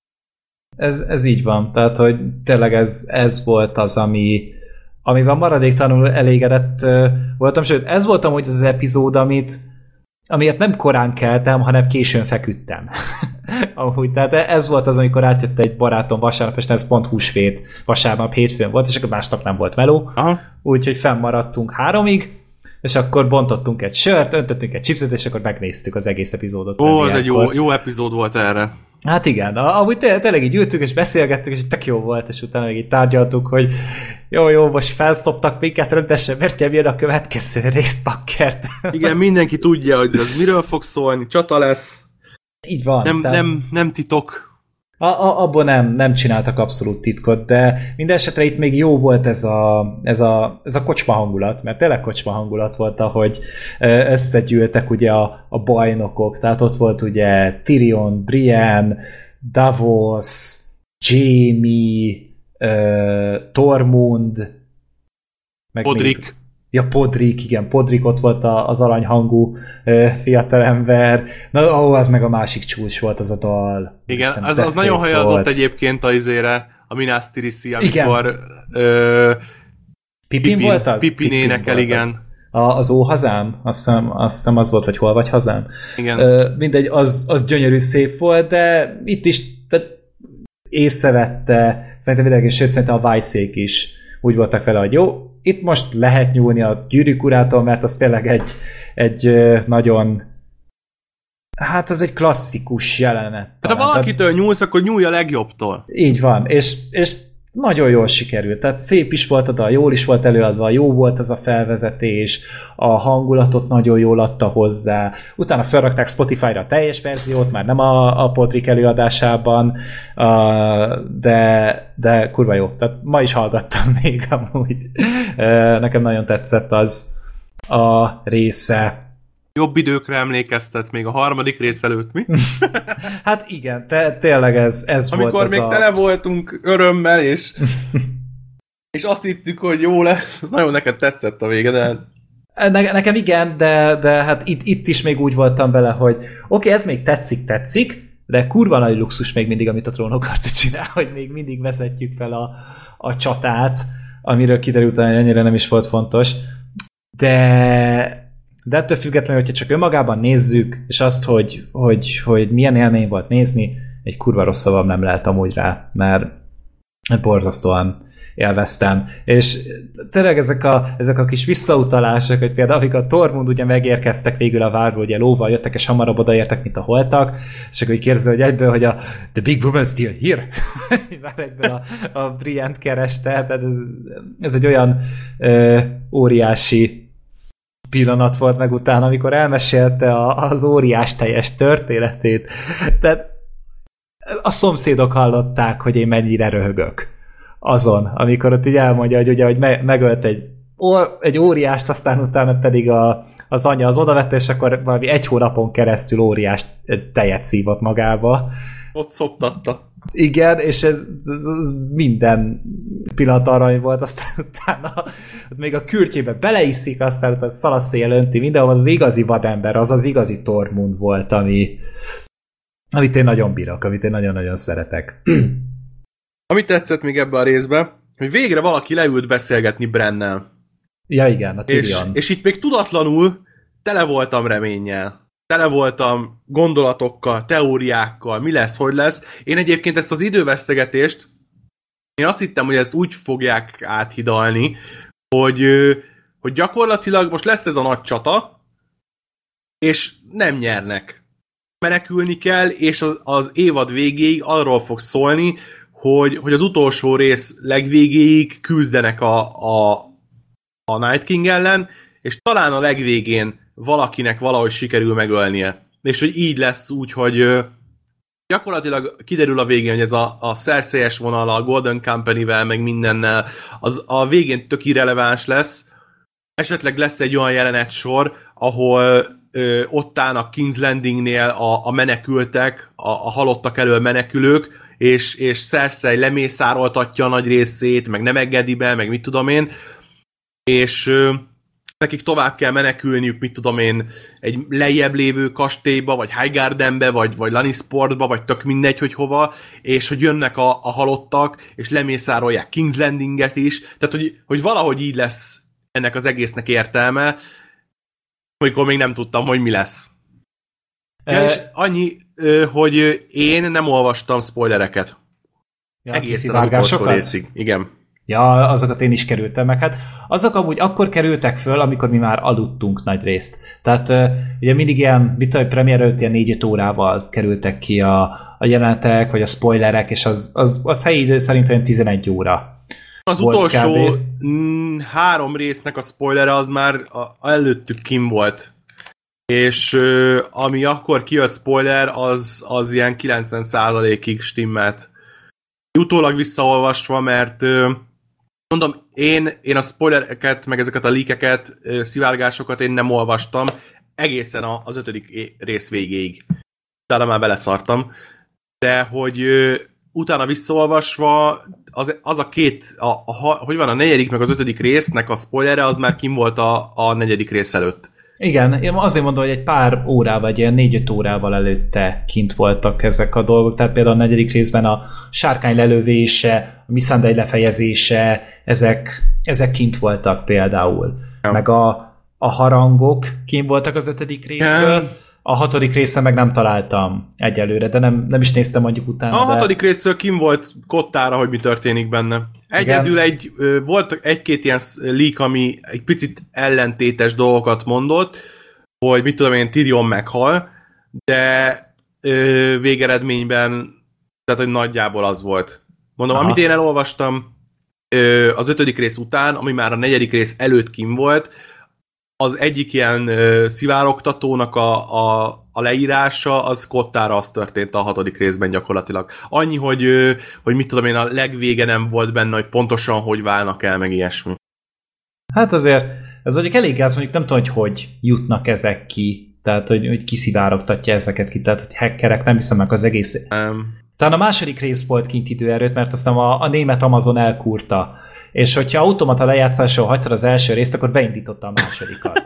Ez, ez így van, tehát hogy tényleg ez, ez volt az, ami, amivel maradéktalanul elégedett uh, voltam, sőt, ez volt amúgy az, az epizód, amit, amiért nem korán keltem, hanem későn feküdtem. Amúgy, tehát ez volt az, amikor átjött egy barátom vasárnap, és ez pont húsvét, vasárnap, hétfőn volt, és akkor másnap nem volt meló, úgyhogy fennmaradtunk háromig, és akkor bontottunk egy sört, öntöttünk egy chipset, és akkor megnéztük az egész epizódot. Ó, ez egy jó, jó epizód volt erre. Hát igen, amúgy tényleg így ültünk, és beszélgettünk, és tök jó volt, és utána még így tárgyaltuk, hogy jó, jó, most felszoptak minket rendesen, mert jön a következő rész, pakkert. Igen, mindenki tudja, hogy ez miről fog szólni, csata lesz. Így van. Nem, tehát... nem, nem titok. A, a, abból nem, nem csináltak abszolút titkot, de minden esetre itt még jó volt ez a, ez a, ez a kocsma hangulat, mert tényleg kocsma hangulat volt, ahogy összegyűltek ugye a, a bajnokok, tehát ott volt ugye Tyrion, Brienne, Davos, Jaime, uh, Tormund, meg Podrick. Még, ja, Podrick, igen, Podrick ott volt az aranyhangú uh, fiatalember. Na, ó, az meg a másik csúcs volt az a dal. Igen, Isten, az, az nagyon hajazott egyébként a izére, a Minas Tirith, amikor Pipin volt az? Pipin énekel, igen. A, az Óhazám? Azt hiszem, azt hiszem az volt, vagy Hol vagy hazám? Igen. Ö, mindegy, az, az gyönyörű szép volt, de itt is tehát észrevette, szerintem mindenki, sőt, szerintem a Vice-ék is úgy voltak vele, hogy jó, itt most lehet nyúlni a Gyűrűk urától, mert az tényleg egy, egy nagyon hát az egy klasszikus jelenet. Tehát ha valakitől nyúlsz, akkor nyúlj a legjobbtól. Így van, és, és nagyon jól sikerült. Tehát szép is volt oda, jól is volt előadva, jó volt az a felvezetés, a hangulatot nagyon jól adta hozzá. Utána felrakták Spotify-ra a teljes verziót, már nem a, a Podrick előadásában, de, de kurva jó. Tehát ma is hallgattam még amúgy. Nekem nagyon tetszett az a része. Jobb időkre emlékeztet még a harmadik rész előtt, mi? Hát igen, te, tényleg ez, ez Amikor volt az még a... tele voltunk örömmel, és, és azt hittük, hogy jó lesz. Nagyon neked tetszett a vége, de... Ne, nekem igen, de, de hát itt, itt is még úgy voltam bele, hogy oké, okay, ez még tetszik-tetszik, de kurva nagy luxus még mindig, amit a Trónokharca csinál, hogy még mindig vezetjük fel a, a csatát, amiről kiderült, hogy ennyire nem is volt fontos. De... De ettől függetlenül, hogyha csak önmagában nézzük, és azt, hogy, hogy, hogy milyen élmény volt nézni, egy kurva rossz szavam nem lehet amúgy rá, mert borzasztóan élveztem. És tényleg ezek a, ezek a kis visszautalások, hogy például amikor a Tormund ugye megérkeztek végül a várba, ugye lóval jöttek, és hamarabb odaértek, mint a holtak, és akkor így kérdezi, hogy egyből, hogy a The Big Woman still here? Már egyből a, a Brienne kereste, tehát ez, ez egy olyan ö, óriási pillanat volt meg utána, amikor elmesélte a, az óriás teljes történetét. Tehát a szomszédok hallották, hogy én mennyire röhögök azon, amikor ott így elmondja, hogy ugye, hogy me, megölt egy, ó, egy óriást, aztán utána pedig a, az anyja az odavette, és akkor valami egy hónapon keresztül óriás tejet szívott magába. Ott szoptatta. Igen, és ez, ez minden pillanat arany volt, aztán utána még a kürtjébe beleiszik, aztán utána szalaszéjjel önti mindenhol, az igazi vadember, az az igazi Tormund volt, ami, amit én nagyon bírok, amit én nagyon-nagyon szeretek. Ami tetszett még ebbe a részbe, hogy végre valaki leült beszélgetni Brennel. Ja igen, a Tyrion. És, és itt még tudatlanul tele voltam reménnyel. Tele voltam gondolatokkal, teóriákkal, mi lesz, hogy lesz. Én egyébként ezt az idővesztegetést, én azt hittem, hogy ezt úgy fogják áthidalni, hogy, hogy gyakorlatilag most lesz ez a nagy csata, és nem nyernek. Menekülni kell, és az, az évad végéig arról fog szólni, hogy, hogy az utolsó rész legvégéig küzdenek a, a, a Night King ellen, és talán a legvégén valakinek valahogy sikerül megölnie. És hogy így lesz úgy, hogy gyakorlatilag kiderül a végén, hogy ez a, a Cersei-es vonal, a Golden Company-vel, meg mindennel, az a végén tök irreleváns lesz. Esetleg lesz egy olyan jelenet sor, ahol ö, ott állnak King's Landingnél a, a menekültek, a, a halottak elől menekülők, és, és Cersei lemészároltatja a nagy részét, meg nem engedi be, meg mit tudom én, és ö, nekik tovább kell menekülniük, mit tudom én, egy lejjebb lévő kastélyba, vagy Highgardenbe, vagy, vagy Lannisportba, vagy tök mindegy, hogy hova, és hogy jönnek a, a halottak, és lemészárolják King's Landinget is, tehát hogy, hogy valahogy így lesz ennek az egésznek értelme, amikor még nem tudtam, hogy mi lesz. E... Ja, és annyi, hogy én nem olvastam spoilereket. Ja, egészen az utolsó részig. Igen. Ja, azokat én is kerültem meg. Hát azok amúgy akkor kerültek föl, amikor mi már aludtunk nagy részt. Tehát uh, ugye mindig ilyen, mit tudom, premier előtt ilyen négy-öt órával kerültek ki a, a jelenetek, vagy a spoilerek, és az, az, az helyi idő szerint olyan tizenegy óra. Az utolsó m, három résznek a spoilere az már a, előttük kim volt. És uh, ami akkor kijött spoiler, az, az ilyen kilencven százalékig stimmelt. Utólag visszaolvasva, mert uh, mondom, én, én a spoilereket, meg ezeket a leakeket, szivárgásokat én nem olvastam egészen az ötödik rész végéig. Utána már beleszartam. De hogy ö, utána visszaolvasva az, az a két, a, a, hogy van a negyedik meg az ötödik résznek a spoilere, az már kim volt a, a negyedik rész előtt. Igen, én azért mondom, hogy egy pár órával, vagy ilyen négy-öt órával előtte kint voltak ezek a dolgok, tehát például a negyedik részben a sárkány lelövése, a Missandei lefejezése, ezek, ezek kint voltak például. Ja. Meg a, a harangok kim voltak az ötödik részről, Yeah. a hatodik része meg nem találtam egyelőre, de nem, nem is néztem mondjuk utána. A de... hatodik részről kim volt kottára, hogy mi történik benne. Egyedül egy, volt egy-két ilyen leak, ami egy picit ellentétes dolgokat mondott, hogy mit tudom én, Tyrion meghal, de ö, végeredményben, tehát hogy nagyjából az volt. Mondom, Aha. amit én elolvastam ö, az ötödik rész után, ami már a negyedik rész előtt kim volt, az egyik ilyen ö, szivárogtatónak a, a, a leírása, az kottára az történt a hatodik részben gyakorlatilag. Annyi, hogy, ö, hogy mit tudom én, a legvége nem volt benne, hogy pontosan hogy válnak el, meg ilyesmi. Hát azért, ez mondjuk elég gáz, mondjuk nem tudom, hogy hogy jutnak ezek ki, tehát hogy, hogy kiszivárogtatja ezeket ki, tehát hogy hackerek, nem hiszem meg az egész. Um, Talán a második rész volt kint időerőt, mert aztán a, a német Amazon elkúrta. És hogyha automata lejátszásról hagytad az első részt, akkor beindította a másodikat.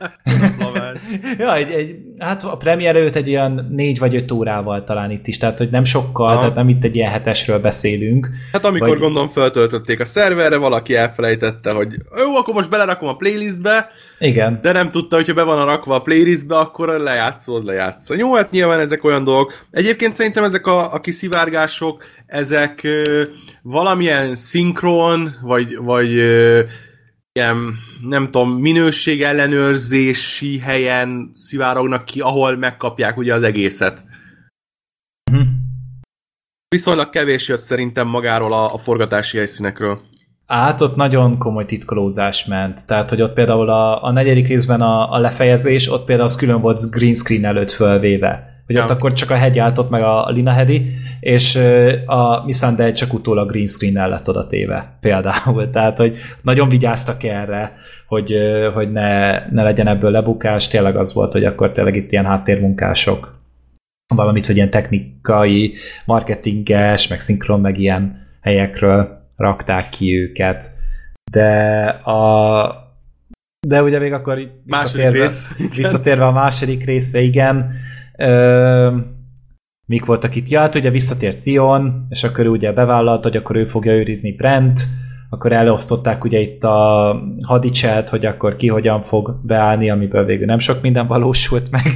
ja, egy, egy, hát a premier előtt egy olyan négy vagy öt órával talán itt is, tehát hogy nem sokkal, Aha. tehát nem itt egy ilyen hetesről beszélünk. Hát amikor vagy... gondolom feltöltötték a szerverre, valaki elfelejtette, hogy jó, akkor most belerakom a playlistbe, igen. De nem tudta, hogyha be van a rakva a playlistbe, akkor a lejátszó az lejátszó. Jó, hát nyilván ezek olyan dolgok. Egyébként szerintem ezek a, a kiszivárgások, ezek ö, valamilyen szinkron, vagy, vagy ö, ilyen, nem tudom, minőség ellenőrzési helyen szivárognak ki, ahol megkapják ugye az egészet. Uh-huh. Viszonylag kevés jött szerintem magáról a, a forgatási helyszínekről. Hát ott nagyon komoly titkolózás ment. Tehát, hogy ott például a, a negyedik részben a, a lefejezés, ott például az külön volt green screen előtt fölvéve. Hogy ja. ott akkor csak a hegy állt ott meg a, a Lina Hedi, és a Missandei csak utólag green screen-nel lett oda téve például. Tehát, hogy nagyon vigyáztak erre, hogy, hogy ne, ne legyen ebből lebukás. Tényleg az volt, hogy akkor tényleg itt ilyen háttérmunkások valamit, hogy ilyen technikai, marketinges, meg szinkron, meg ilyen helyekről rakták ki őket. De a de ugye még akkor így visszatérve, rész, visszatérve a második részre, igen, ö, mik voltak itt? Ja, hát ugye visszatért Theon, és akkor ő ugye bevállalt, hogy akkor ő fogja őrizni Brent, akkor elosztották ugye itt a hadicselt, hogy akkor ki hogyan fog beállni, amiből végül nem sok minden valósult meg.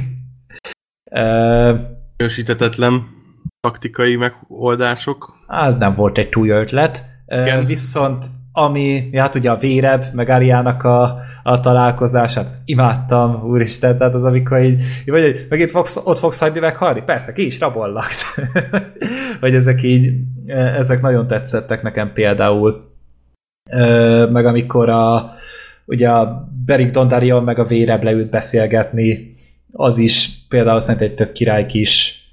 Ősítetetlen taktikai megoldások. Az nem volt egy túl jó ötlet. Igen. Viszont ami, ja, hát ugye a Véreb, meg Ariának a, a találkozását, azt imádtam, úristen, tehát az, amikor így, így vagy, hogy megint fogsz, ott fogsz hagyni meghalni? Persze, ki is rabollak. Vagy ezek így, ezek nagyon tetszettek nekem például. Meg amikor a, ugye a Beric Dondarrion meg a Véreb leült beszélgetni, az is például szerintem egy tök király kis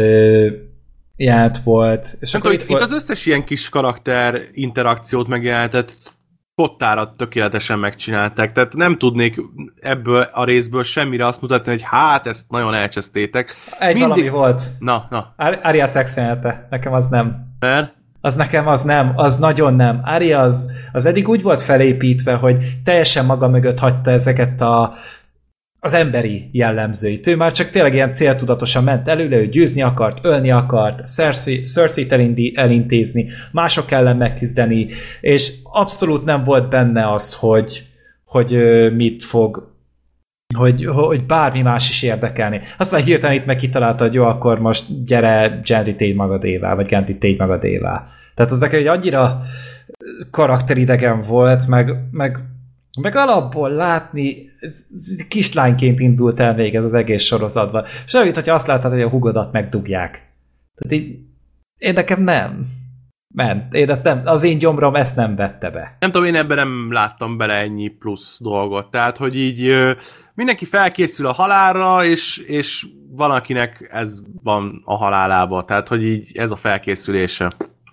jelent volt. És akkor itt, itt volt... az összes ilyen kis karakter interakciót megjelentett kottára tökéletesen megcsinálták, tehát nem tudnék ebből a részből semmire azt mutatni, hogy hát ezt nagyon elcsesztétek. Egy Mindig... valami volt. Na, na. Arya szexelete. Nekem az nem. Mert? Az nekem az nem, az nagyon nem. Arya az, az eddig úgy volt felépítve, hogy teljesen maga mögött hagyta ezeket a az emberi jellemzőit. Ő már csak tényleg ilyen céltudatosan ment előle, ő győzni akart, ölni akart, Cersei-t elintézni, mások ellen megküzdeni, és abszolút nem volt benne az, hogy, hogy mit fog, hogy, hogy bármi más is érdekelni. Aztán hirtelen itt meg kitalálta, hogy jó, akkor most gyere, Gendry, tégy magadévá, vagy Gendry, tégy magadévá. Tehát ezek egy annyira karakteridegen volt, meg, meg meg alapból látni, kislányként indult el még ez az egész sorozatban. És olyan, hogyha azt láttad, hogy a hugodat megdugják. Tehát így, én nekem nem. Ment. Én ezt nem, az én gyomrom ezt nem vette be. Nem tudom, én ebben nem láttam bele ennyi plusz dolgot. Tehát, hogy így mindenki felkészül a halálra, és, és valakinek ez van a halálába. Tehát, hogy így ez a felkészülése.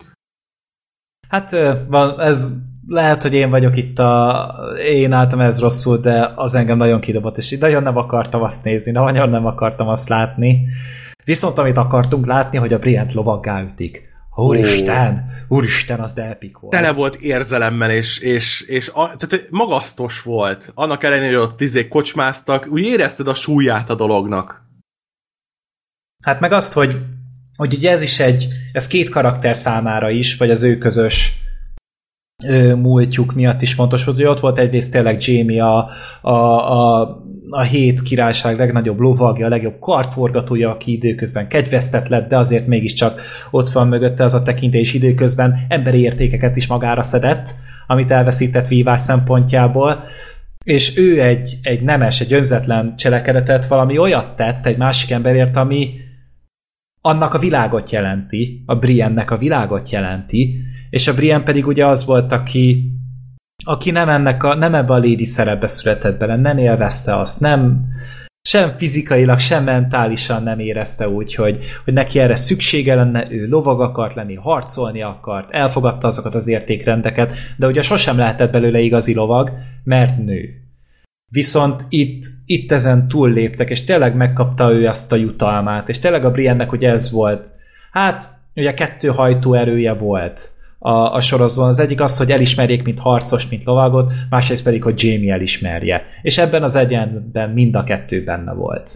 Hát ez lehet, hogy én vagyok itt a... Én álltam ez rosszul, de az engem nagyon kidobott, és nagyon nem akartam azt nézni, nagyon nem akartam azt látni. Viszont amit akartunk látni, hogy a Brienne lovaggá ütik. Úristen! Oh. Úristen, az de epic volt. Tele volt érzelemmel, és, és, és a, tehát magasztos volt. Annak ellenére, hogy ott tizék kocsmáztak, úgy érezted a súlyát a dolognak. Hát meg azt, hogy, hogy ugye ez is egy, ez két karakter számára is, vagy az ő közös múltjuk miatt is fontos volt, hogy ott volt egyrészt tényleg Jaime a, a, a, a hét királyság legnagyobb lovagja, a legjobb kardforgatója, aki időközben kegyvesztett lett, de azért mégiscsak ott van mögötte az a tekintély, és időközben emberi értékeket is magára szedett, amit elveszített vívás szempontjából, és ő egy, egy nemes, egy önzetlen cselekedetet, valami olyat tett egy másik emberért, ami annak a világot jelenti, a Brienne-nek a világot jelenti, és a Brienne pedig ugye az volt, aki, aki nem, ennek a, nem ebbe a lady szerepbe született bele, nem élvezte azt, nem, sem fizikailag, sem mentálisan nem érezte úgy, hogy, hogy neki erre szüksége lenne, ő lovag akart lenni, harcolni akart, elfogadta azokat az értékrendeket, de ugye sosem lehetett belőle igazi lovag, mert nő. Viszont itt, itt ezen túlléptek, és tényleg megkapta ő azt a jutalmát, és tényleg a Brienne-nek ugye ez volt, hát ugye kettő hajtóerője volt a, a sorozón. Az egyik az, hogy elismerjék, mint harcos, mint lovagot, másrészt pedig, hogy Jaime elismerje. És ebben az egyenben mind a kettő benne volt.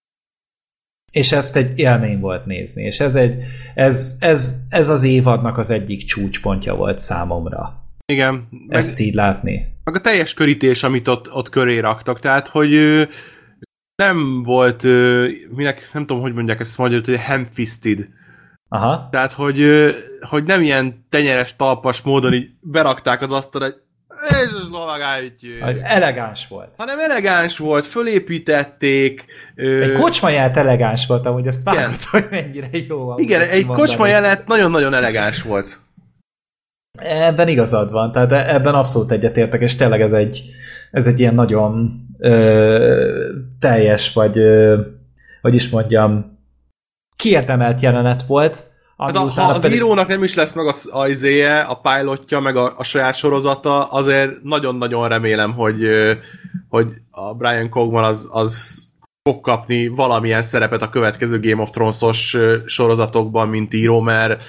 És ezt egy élmény volt nézni, és ez, egy, ez, ez, ez az évadnak az egyik csúcspontja volt számomra. Igen. Ezt meg, így látni. Meg a teljes körítés, amit ott, ott köré raktak, tehát, hogy ö, nem volt, ö, minek, nem tudom, hogy mondják ezt magyarul, hogy ham-fisted. Aha. Tehát, hogy, ö, hogy nem ilyen tenyeres, talpas módon így berakták az asztalra, hogy Jézus lovagállítjük. Elegáns volt. Hanem elegáns volt, fölépítették. Ö... Egy kocsma jelent elegáns volt, amúgy ezt vágott, hogy mennyire jó van. Igen, egy kocsma jelent nagyon-nagyon elegáns volt. Ebben igazad van, tehát ebben abszolút egyetértek, és tényleg ez egy, ez egy ilyen nagyon ö, teljes, vagy ö, hogy is mondjam, kiérdemelt jelenet volt. Hát a, ha az pedig... írónak nem is lesz meg az ajzéje, a pilotja, meg a, a saját sorozata, azért nagyon-nagyon remélem, hogy, hogy a Brian Cogman az, az fog kapni valamilyen szerepet a következő Game of Thrones-os sorozatokban, mint író, mert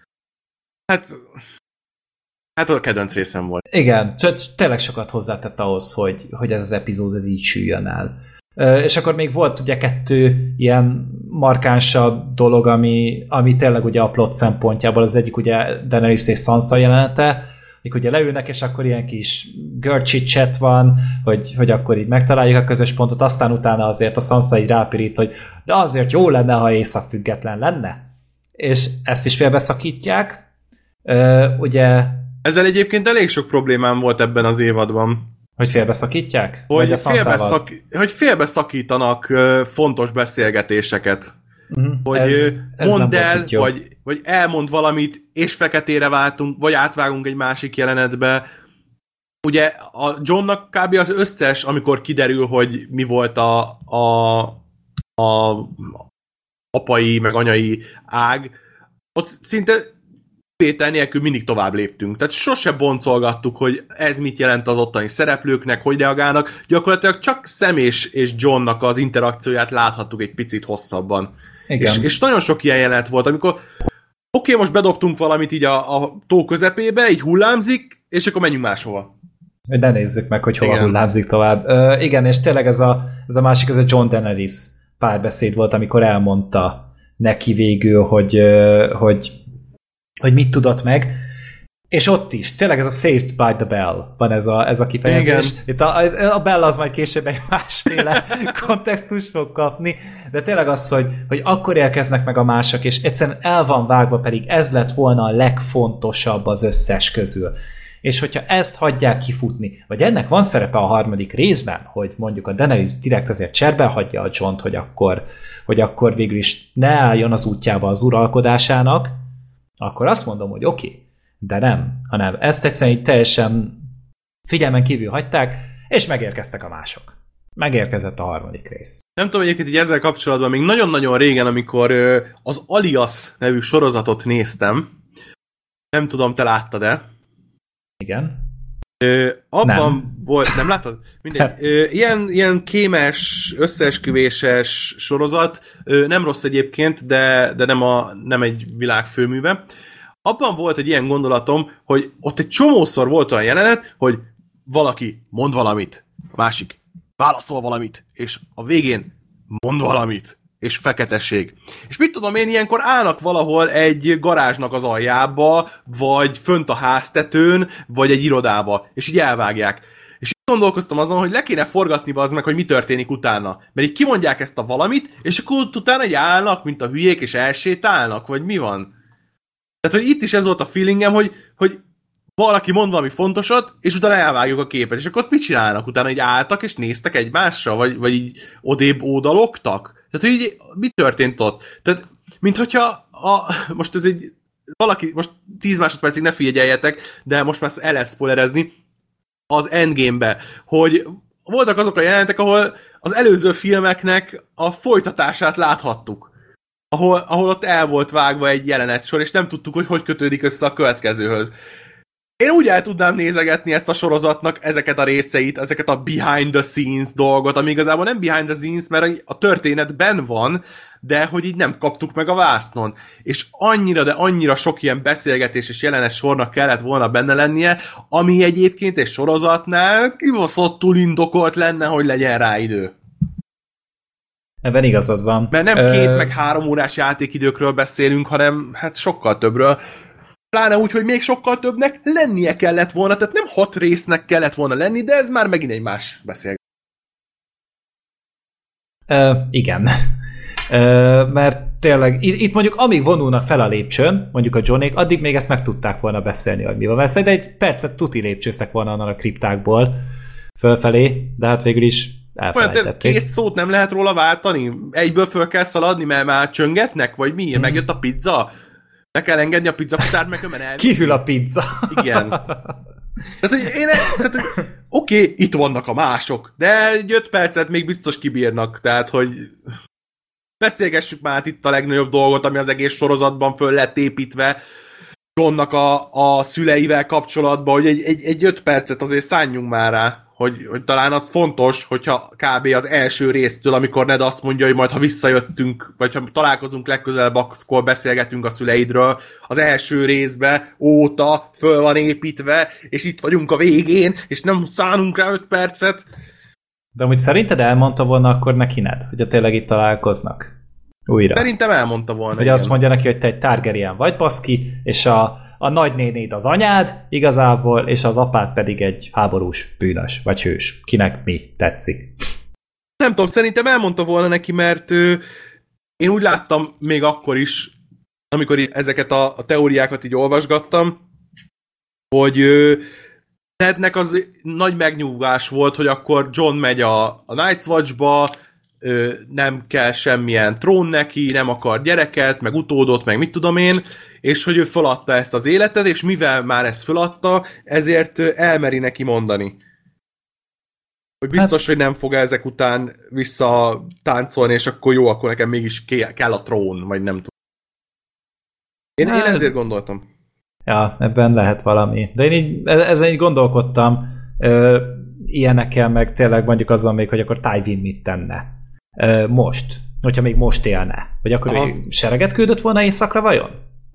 hát Hát a kedvenc részem volt. Igen, tényleg sokat hozzátett ahhoz, hogy, hogy ez az epizód ez így süljön el. És akkor még volt ugye kettő ilyen markánsabb dolog, ami, ami tényleg ugye a plot szempontjából, az egyik ugye Daenerys és Sansa jelenete, amik ugye leülnek, és akkor ilyen kis girl chit-chat van, hogy, hogy akkor így megtaláljuk a közös pontot, aztán utána azért a Sansa így rápirít, hogy de azért jó lenne, ha Észak független lenne. És ezt is félbeszakítják. Ugye ezzel egyébként elég sok problémám volt ebben az évadban. Hogy félbeszakítják? Hogy, félbeszak... hogy félbeszakítanak uh, fontos beszélgetéseket. Uh-huh. Hogy ez, ez mondd el, vagy, vagy elmond valamit, és feketére váltunk, vagy átvágunk egy másik jelenetbe. Ugye a Johnnak kb. Az összes, amikor kiderül, hogy mi volt a, a, a apai, meg anyai ág, ott szinte vétel nélkül mindig tovább léptünk. Tehát sose boncolgattuk, hogy ez mit jelent az ottani szereplőknek, hogy reagálnak. Gyakorlatilag csak Sam és, és Johnnak az interakcióját láthattuk egy picit hosszabban. És, és nagyon sok ilyen jelenet volt, amikor oké, okay, most bedobtunk valamit így a, a tó közepébe, így hullámzik, és akkor menjünk máshova. Hogy ne nézzük meg, hogy hova igen. hullámzik tovább. Uh, igen, és tényleg ez a, ez a másik, ez a John Daenerys párbeszéd volt, amikor elmondta neki végül, hogy, uh, hogy hogy mit tudott meg, és ott is, tényleg ez a saved by the bell van ez a, ez a kifejezés. Igen. Itt a, a bell az majd később egy másféle kontextus fog kapni, de tényleg az, hogy, hogy akkor érkeznek meg a mások, és egyszerűen el van vágva, pedig ez lett volna a legfontosabb az összes közül. És hogyha ezt hagyják kifutni, vagy ennek van szerepe a harmadik részben, hogy mondjuk a Daenerys direkt azért cserben hagyja a Johnt, hogy akkor, hogy akkor végül is ne álljon az útjába az uralkodásának, akkor azt mondom, hogy oké, okay, de nem, hanem ezt egyszerűen így teljesen figyelmen kívül hagyták, és megérkeztek a mások. Megérkezett a harmadik rész. Nem tudom, egyébként így ezzel kapcsolatban még nagyon-nagyon régen, amikor ö, az Alias nevű sorozatot néztem, nem tudom, te láttad-e? Igen. Ö, abban nem. volt, nem láttad? Mindegy. Ö, ilyen, ilyen kémes, összeesküvéses sorozat, ö, nem rossz egyébként, de, de nem, a, nem egy világ főműve. Abban volt egy ilyen gondolatom, hogy ott egy csomószor volt olyan jelenet, hogy valaki mond valamit, a másik válaszol valamit, és a végén mond valamit, és feketeség. És mit tudom én, ilyenkor állnak valahol egy garázsnak az aljába, vagy fönt a háztetőn, vagy egy irodába, és így elvágják. És így gondolkoztam azon, hogy le kéne forgatni az meg, hogy mi történik utána. Mert így kimondják ezt a valamit, és akkor utána egy állnak, mint a hülyék, és elsétálnak, vagy mi van? Tehát, hogy itt is ez volt a feelingem, hogy, hogy valaki mond valami fontosat, és utána elvágjuk a képet. És akkor ott mit csinálnak? Utána így álltak, és néztek egymásra? Vagy, vagy így odébb ódalogtak? Tehát, hogy így mi történt ott? Tehát, mint hogyha a, most ez egy valaki, most tíz másodpercig ne figyeljetek, de most már el lehet spoilerezni, az Endgame-be, hogy voltak azok a jelenetek, ahol az előző filmeknek a folytatását láthattuk. Ahol, ahol ott el volt vágva egy jelenetsor, és nem tudtuk, hogy hogy kötődik össze a következőhöz. Én úgy el tudnám nézegetni ezt a sorozatnak ezeket a részeit, ezeket a behind the scenes dolgot, ami igazából nem behind the scenes, mert a történetben van, de hogy így nem kaptuk meg a vásznon. És annyira, de annyira sok ilyen beszélgetés és jelenet sornak kellett volna benne lennie, ami egyébként egy sorozatnál kibaszottul indokolt lenne, hogy legyen rá idő. Ebben igazad van. Mert nem két, Ö... meg három órás játékidőkről beszélünk, hanem hát sokkal többről. Pláne úgy, hogy még sokkal többnek lennie kellett volna, tehát nem hat résznek kellett volna lenni, de ez már megint egy más beszélgetés. Uh, igen. Uh, mert tényleg, itt mondjuk amíg vonulnak fel a lépcsőn, mondjuk a Johnék, addig még ezt meg tudták volna beszélni, hogy mi van veszek, de egy percet tuti lépcsőztek volna onnan a kriptákból fölfelé, de hát végül is elfelejtették. Két szót nem lehet róla váltani? Egyből föl kell szaladni, mert már csöngetnek? Vagy mi? Hmm. Megjött a pizza? Meg kell engedni a pizzafutárt, meg ömen elviszi. Kihűl a pizza. Igen. Tehát, hogy én... Tehát, hogy oké, okay, itt vannak a mások, de egy öt percet még biztos kibírnak, tehát, hogy beszélgessük már itt a legnagyobb dolgot, ami az egész sorozatban föl lett építve Johnnak a, a szüleivel kapcsolatban, hogy egy, egy, egy öt percet azért szálljunk már rá, hogy, hogy talán az fontos, hogyha kb. Az első résztől, amikor Ned azt mondja, hogy majd ha visszajöttünk, vagy ha találkozunk legközelebb, akkor beszélgetünk a szüleidről, az első részbe óta föl van építve, és itt vagyunk a végén, és nem szánunk rá öt percet. De amúgy szerinted elmondta volna akkor neki Ned, hogyha tényleg itt találkoznak? Újra. Szerintem elmondta volna. Hogy igen. Azt mondja neki, hogy te egy Targaryen vagy, baszki, és a, a nagynénéd az anyád igazából, és az apád pedig egy háborús bűnös, vagy hős. Kinek mi tetszik. Nem tudom, szerintem elmondta volna neki, mert ő, én úgy láttam még akkor is, amikor ezeket a, a teóriákat így olvasgattam, hogy ő, Nednek az nagy megnyugvás volt, hogy akkor John megy a, a Night's Watchba, nem kell semmilyen trón neki, nem akar gyereket, meg utódot, meg mit tudom én, és hogy ő feladta ezt az életet, és mivel már ezt feladta, ezért elmeri neki mondani. Hogy biztos, hát, hogy nem fog ezek után vissza táncolni, és akkor jó, akkor nekem mégis kell a trón, vagy nem tudom. Én, hát, én ezért gondoltam. Ja, ebben lehet valami. De én így, ezen így gondolkodtam, ö, ilyenekkel meg tényleg mondjuk azzal még, hogy akkor Tywin mit tenne. Ö, most. Hogyha még most élne. Vagy akkor ő sereget küldött volna éjszakra vajon?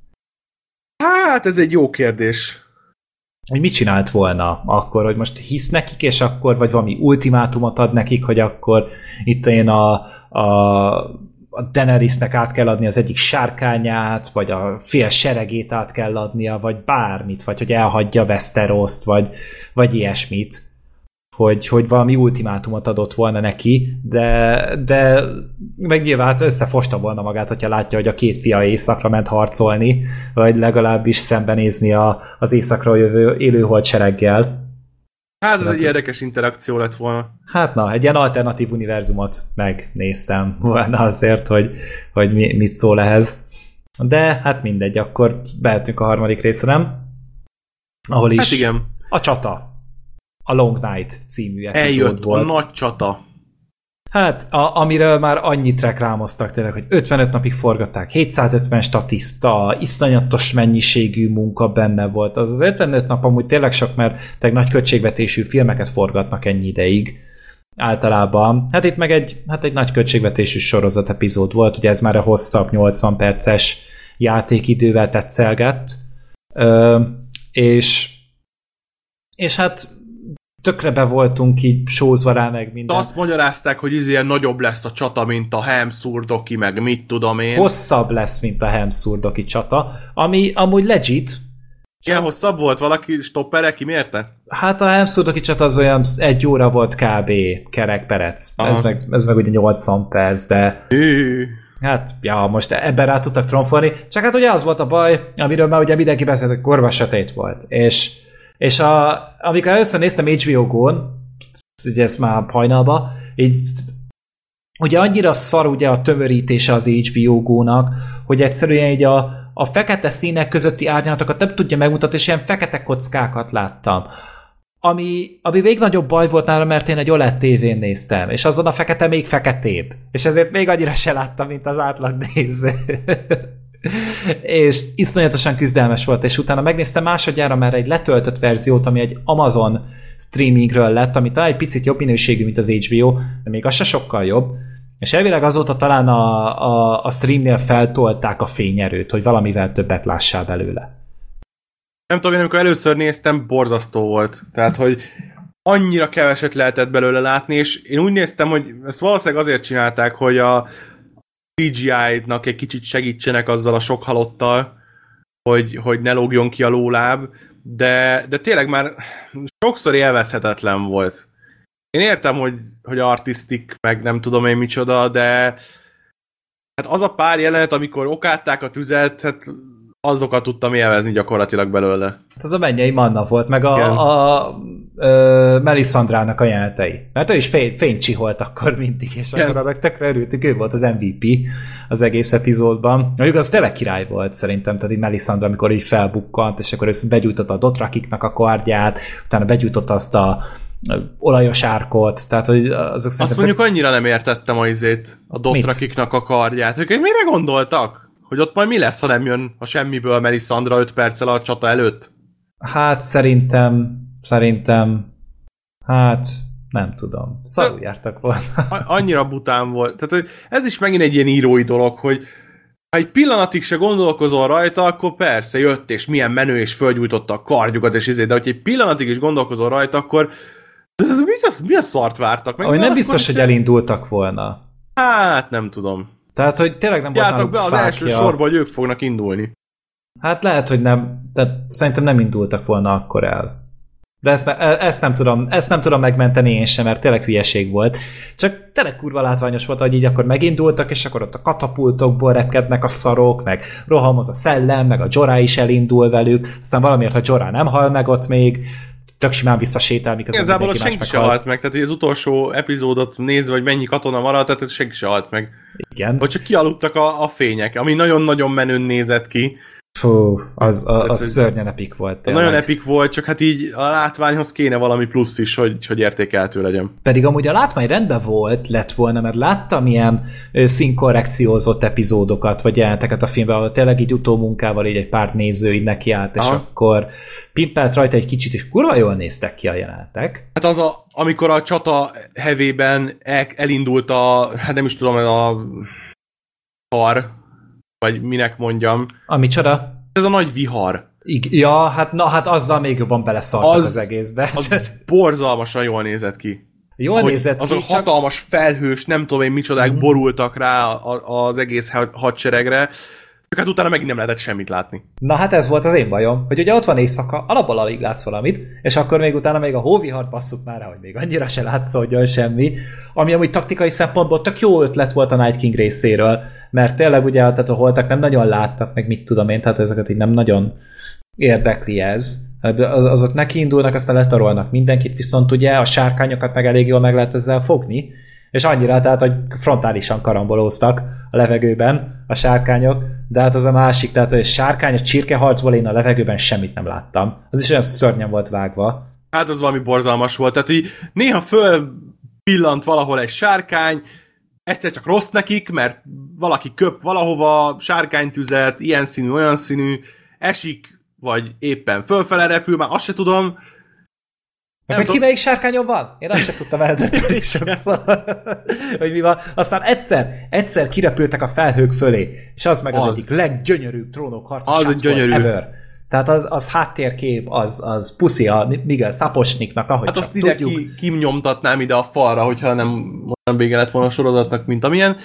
Hát ez egy jó kérdés. Hogy mit csinált volna akkor, hogy most hisz nekik, és akkor, vagy valami ultimátumot ad nekik, hogy akkor itt én a, a, a Daenerysnek át kell adni az egyik sárkányát, vagy a fél seregét át kell adnia, vagy bármit, vagy hogy elhagyja Westeroszt, vagy, vagy ilyesmit. Hogy, hogy valami ultimátumot adott volna neki, de, de meg nyilván hát összefosta volna magát, hogyha látja, hogy a két fia éjszakra ment harcolni, vagy legalábbis szembenézni a, az éjszakra jövő élőhold sereggel. Hát ez egy érdekes interakció lett volna. Hát na, egy ilyen alternatív univerzumot megnéztem volna azért, hogy, hogy mi, mit szól ehhez. De hát mindegy, akkor behetünk a harmadik részre, nem? Ahol is hát igen. A csata. A Long Night című epizód Eljött volt. A nagy csata. Hát, a, amiről már annyit reklámoztak tényleg, hogy ötvenöt napig forgatták, hétszázötven statiszta, iszonyatos mennyiségű munka benne volt. Az az ötvenöt nap amúgy tényleg sok, mert tényleg nagy költségvetésű filmeket forgatnak ennyi ideig. Általában. Hát itt meg egy, hát egy nagy költségvetésű sorozat epizód volt, ugye ez már a hosszabb nyolcvan perces játékidővel tetszelgett. Ö, és és hát tökre be voltunk így sózva rá, meg minden. De azt magyarázták, hogy ez ilyen nagyobb lesz a csata, mint a Helmszurdoki, meg mit tudom én. Hosszabb lesz, mint a Helmszurdoki csata, ami amúgy legit. Ilyen hosszabb volt? Valaki stoppere kimérte? Hát a Helmszurdoki csata az olyan egy óra volt kb. Kerekperec. Ez meg, ez meg ugye nyolcvan perc, de... Hű. Hát, ja, most ebben rá tudtak tromfolni. Csak hát ugye az volt a baj, amiről már ugye mindenki beszélt, hogy korva sötét volt. És, és a, amikor először néztem há bé o Go-n, ugye ez már hajnalba, így ugye annyira szar ugye a tömörítése az há bé o Go-nak, hogy egyszerűen így a, a fekete színek közötti árnyalatokat nem tudja megmutatni, és ilyen fekete kockákat láttam. Ami, ami még nagyobb baj volt nálam, mert én egy o el e dé tévén néztem, és azon a fekete még feketébb. És ezért még annyira se láttam, mint az átlag néző. És iszonyatosan küzdelmes volt, és utána megnéztem másodjára már egy letöltött verziót, ami egy Amazon streamingről lett, ami talán egy picit jobb minőségű, mint az há bé o, de még az se sokkal jobb. És elvileg azóta talán a, a, a streamnél feltolták a fényerőt, hogy valamivel többet lássál belőle. Nem tudom, én amikor először néztem, borzasztó volt. Tehát, hogy annyira keveset lehetett belőle látni, és én úgy néztem, hogy ezt valószínűleg azért csinálták, hogy a cé gé í-nak egy kicsit segítsenek azzal a sok halottal, hogy, hogy ne lógjon ki a lóláb, de, de tényleg már sokszor élvezhetetlen volt. Én értem, hogy, hogy artistik, meg nem tudom én micsoda, de hát az a pár jelenet, amikor okátták a tüzet, hát azokat tudtam élvezni gyakorlatilag belőle. Hát az a mennyei manna volt, meg a, a, a Melisandrának a jelenetei. Mert ő is fény, fénycsiholt akkor mindig, és igen. Akkor meg tökre örültük, ő volt az em vé pé az egész epizódban. Mondjuk az tényleg király volt szerintem, tehát így Melisandra, amikor így felbukkant, és akkor ő begyújtotta a Dothrakiknak a kardját, utána begyújtotta azt a olajos árkot, tehát hogy azok szerintem... Azt mondjuk annyira nem értettem a izét, a Dothrakiknak a kardját. Ők mire gondoltak? Hogy ott majd mi lesz, ha nem jön a semmiből Melisandra öt perccel a csata előtt? Hát szerintem, szerintem, hát nem tudom. Szarul jártak volna. Annyira bután volt. Tehát ez is megint egy ilyen írói dolog, hogy ha egy pillanatig se gondolkozol rajta, akkor persze jött, és milyen menő, és fölgyújtotta a kardjukat, és izé, de hogy egy pillanatig is gondolkozol rajta, akkor mi, mi a szart vártak? Meg Ahogy nem biztos, hogy elindultak volna. Hát nem tudom. Tehát, hogy tényleg nem volt náluk be az fákja. Első sorban, hogy ők fognak indulni. Hát lehet, hogy nem, de szerintem nem indultak volna akkor el. De ezt, ezt, nem tudom, ezt nem tudom megmenteni én sem, mert tényleg hülyeség volt. Csak tényleg kurva látványos volt, hogy így akkor megindultak, és akkor ott a katapultokból repkednek a szarok, meg rohamoz a szellem, meg a Jorah is elindul velük, aztán valamiért a Jorah nem hal meg ott még, tök simán visszasétál, miközben mindenki más senki se halt meg, tehát az utolsó epizódot nézve, hogy mennyi katona maradt, tehát senki se halt meg. Igen. Vagy csak kialudtak a, a fények, ami nagyon-nagyon menőn nézett ki. Fú, az, az, az szörnyen epik volt. Tényleg. Nagyon epik volt, csak hát így a látványhoz kéne valami plusz is, hogy, hogy értékelhető legyen. Pedig amúgy a látvány rendben volt, lett volna, mert láttam ilyen színkorrekciózott epizódokat, vagy jelenteket a filmben, ahol tényleg így utómunkával így egy pár néző így nekiállt, és akkor pimpelt rajta egy kicsit, és kurva jól néztek ki a jelenetek. Hát az a, amikor a csata hevében el, elindult a, hát nem is tudom, ez a kar, vagy minek mondjam. A micsoda? Ez a nagy vihar. I- ja, hát, na, hát azzal még jobban beleszartak az, az egészbe. Az borzalmasan jól nézett ki. Jól hogy nézett az ki, a csak... hatalmas felhős, nem tudom én micsodák mm. borultak rá az egész hadseregre, csak hát utána megint nem lehetett semmit látni. Na hát ez volt az én bajom, hogy ugye ott van éjszaka, alapból alig látsz valamit, és akkor még utána még a hóvihart basszuk már rá, hogy még annyira se látszódjon semmi, ami amúgy taktikai szempontból tök jó ötlet volt a Night King részéről, mert tényleg ugye tehát a holtak nem nagyon láttak, meg mit tudom én, tehát ezeket így nem nagyon érdekli ez. Azok neki indulnak, aztán letarolnak mindenkit, viszont ugye a sárkányokat meg elég jól meg lehet ezzel fogni, és annyira, tehát, hogy frontálisan karambolóztak a levegőben a sárkányok, de hát az a másik, tehát a sárkány, a csirkeharcból én a levegőben semmit nem láttam. Az is olyan szörnyen volt vágva. Hát az valami borzalmas volt, tehát így néha föl pillant valahol egy sárkány, egyszer csak rossz nekik, mert valaki köp valahova sárkánytüzet, ilyen színű, olyan színű, esik, vagy éppen fölfele repül, már azt se tudom. Nem meg ki melyik sárkányon van? Én azt sem tudtam eldönteni sokszor, hogy mi van. Aztán egyszer, egyszer kirepültek a felhők fölé, és az meg az, az egyik leggyönyörűbb trónok harca az egy gyönyörű. ever. Tehát az, az háttérkép, az, az puszi a Miguel Sapochniknak, ahogy hát csak azt ide tudjuk. ki, kimnyomtatnám ide a falra, hogyha nem olyan vége lett volna a sorozatnak, mint amilyen.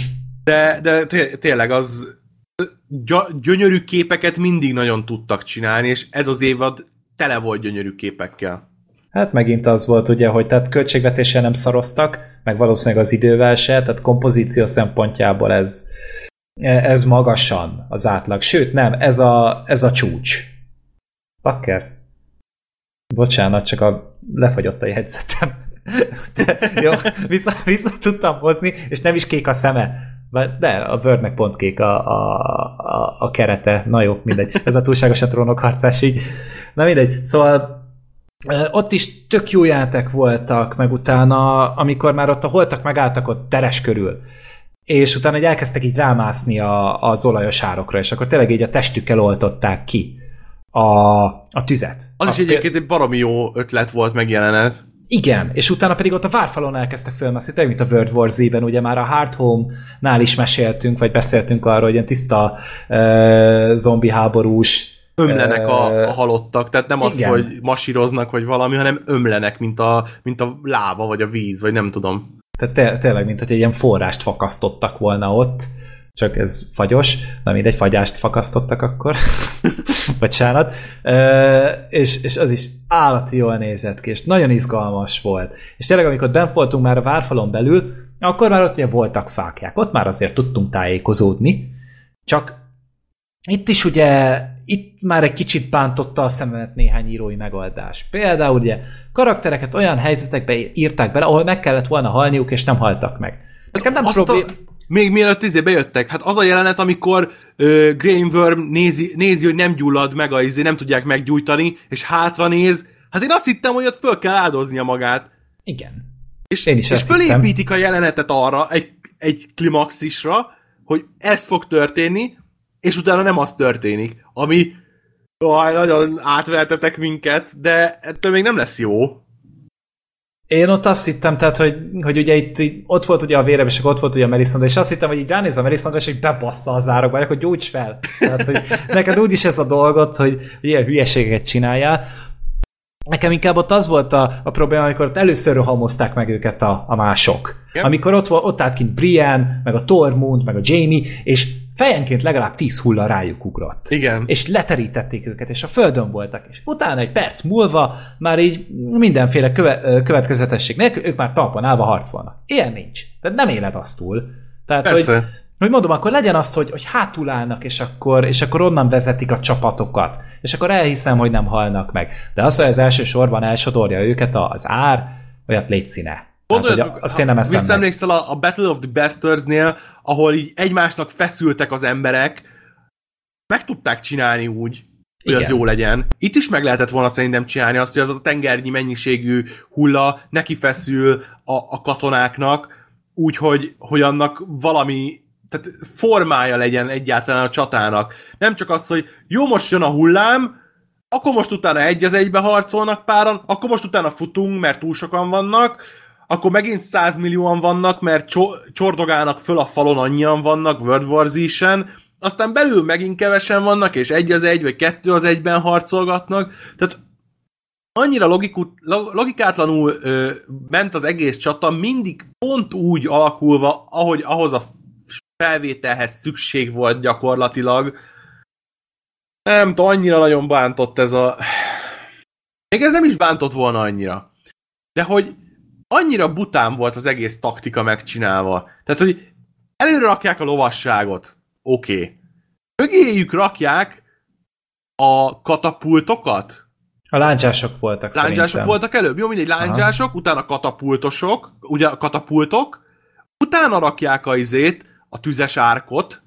De, de té- tényleg az gy- gyönyörű képeket mindig nagyon tudtak csinálni, és ez az évad tele volt gyönyörű képekkel. Hát megint az volt ugye, hogy tehát költségvetéssel nem szaroztak, meg valószínűleg az idővel se, tehát kompozíció szempontjából ez, ez magasan az átlag. Sőt, nem, ez a, ez a csúcs. Pakker? Bocsánat, csak a lefagyott a jegyzetem. De, jó, vissza, vissza tudtam hozni, és nem is kék a szeme. De a Wordnek pont kék a, a, a, a kerete. Na jó, mindegy. Ez a túlságosan trónokharcás így. Na mindegy. Szóval ott is tök jó játék voltak, meg utána, amikor már ott a holtak megálltak ott teres körül, és utána egy elkezdtek így rámászni a, az olajos árokra, és akkor tényleg így a testükkel oltották ki a, a tüzet. Az Azt is egyébként egy baromi jó ötlet volt, megjelenet. Igen, és utána pedig ott a várfalon elkezdtek fölmászni, tényleg, mint a World War Z-ben, ugye már a Hard Home-nál is meséltünk, vagy beszéltünk arról, hogy ilyen tiszta uh, zombi háborús ömlenek a, a halottak, tehát nem az, igen. hogy masíroznak, vagy valami, hanem ömlenek, mint a, mint a láva, vagy a víz, vagy nem tudom. Tehát té- tényleg, mint hogy egy ilyen forrást fakasztottak volna ott, csak ez fagyos, na mindegy, fagyást fakasztottak akkor, bocsánat, e- és, és az is állati jól nézett ki, és nagyon izgalmas volt. És tényleg, amikor bent voltunk már a várfalon belül, akkor már ott ugye voltak fákják, ott már azért tudtunk tájékozódni, csak itt is ugye, itt már egy kicsit bántotta a szememet néhány írói megoldás. Például ugye karaktereket olyan helyzetekbe írták bele, ahol meg kellett volna halniuk, és nem haltak meg. Nekem nem problém... A, még mielőtt izé bejöttek, hát az a jelenet, amikor uh, Graham Worm nézi, nézi, hogy nem gyullad meg, a izé, nem tudják meggyújtani, és hátra néz, hát én azt hittem, hogy ott föl kell áldoznia magát. Igen. És, én is és fölépítik a jelenetet arra, egy, egy klimaxisra, hogy ez fog történni, és utána nem az történik, ami oh, nagyon átvertetek minket, de ettől még nem lesz jó. Én ott azt hittem, tehát, hogy, hogy ugye itt, itt ott volt ugye a vérem, és ott volt ugye a Melisandre, és azt hittem, hogy így ránéz a Melisandre, és hogy bebassza az árokba, hogy gyújts fel. Tehát, hogy neked úgyis ez a dolgot, hogy, hogy ilyen hülyeségeket csináljál. Nekem inkább ott az volt a, a probléma, amikor ott először rohamozták meg őket a, a mások. Igen. Amikor ott, ott állt kint Brienne, meg a Tormund, meg a Jaime, és fejenként legalább tíz hulla rájuk ugrott. Igen. És leterítették őket, és a földön voltak. És utána egy perc múlva már így mindenféle köve, következetesség nélkül, ők már talpon állva harcolnak. Ilyen nincs. Tehát nem éled azt túl. Tehát, persze. Hogy, hogy mondom, akkor legyen azt, hogy, hogy hátul állnak, és akkor, és akkor onnan vezetik a csapatokat. És akkor elhiszem, hogy nem halnak meg. De az, hogy az első sorban elsodorja őket az ár, olyat légy színe. Gondoljatok, azt én nem eszem visszaemlékszel a, a Battle of the Bastardsnél, ahol így egymásnak feszültek az emberek, meg tudták csinálni úgy, hogy igen. Az jó legyen. Itt is meg lehetett volna szerintem csinálni azt, hogy az a tengernyi mennyiségű hulla neki feszül a, a katonáknak, úgy, hogy, hogy annak valami tehát formája legyen egyáltalán a csatának. Nem csak az, hogy jó, most jön a hullám, akkor most utána egy az egybe harcolnak páran, akkor most utána futunk, mert túl sokan vannak, akkor megint százmillióan vannak, mert cso- csordogálnak föl a falon, annyian vannak World War Z-sen, aztán belül megint kevesen vannak, és egy az egy, vagy kettő az egyben harcolgatnak. Tehát annyira logiku- logikátlanul ö, ment az egész csata, mindig pont úgy alakulva, ahogy ahhoz a felvételhez szükség volt gyakorlatilag. Nem tudom, annyira nagyon bántott ez a... Még ez nem is bántott volna annyira. De hogy annyira bután volt az egész taktika megcsinálva. Tehát, hogy előre rakják a lovasságot. Oké. Okay. Mögéjük rakják a katapultokat. A lándzsások voltak Lándzsások szerintem. voltak előbb. Jó, mindegy, lándzsások, aha. Utána katapultosok, ugye katapultok, utána rakják a izét, a tüzes árkot,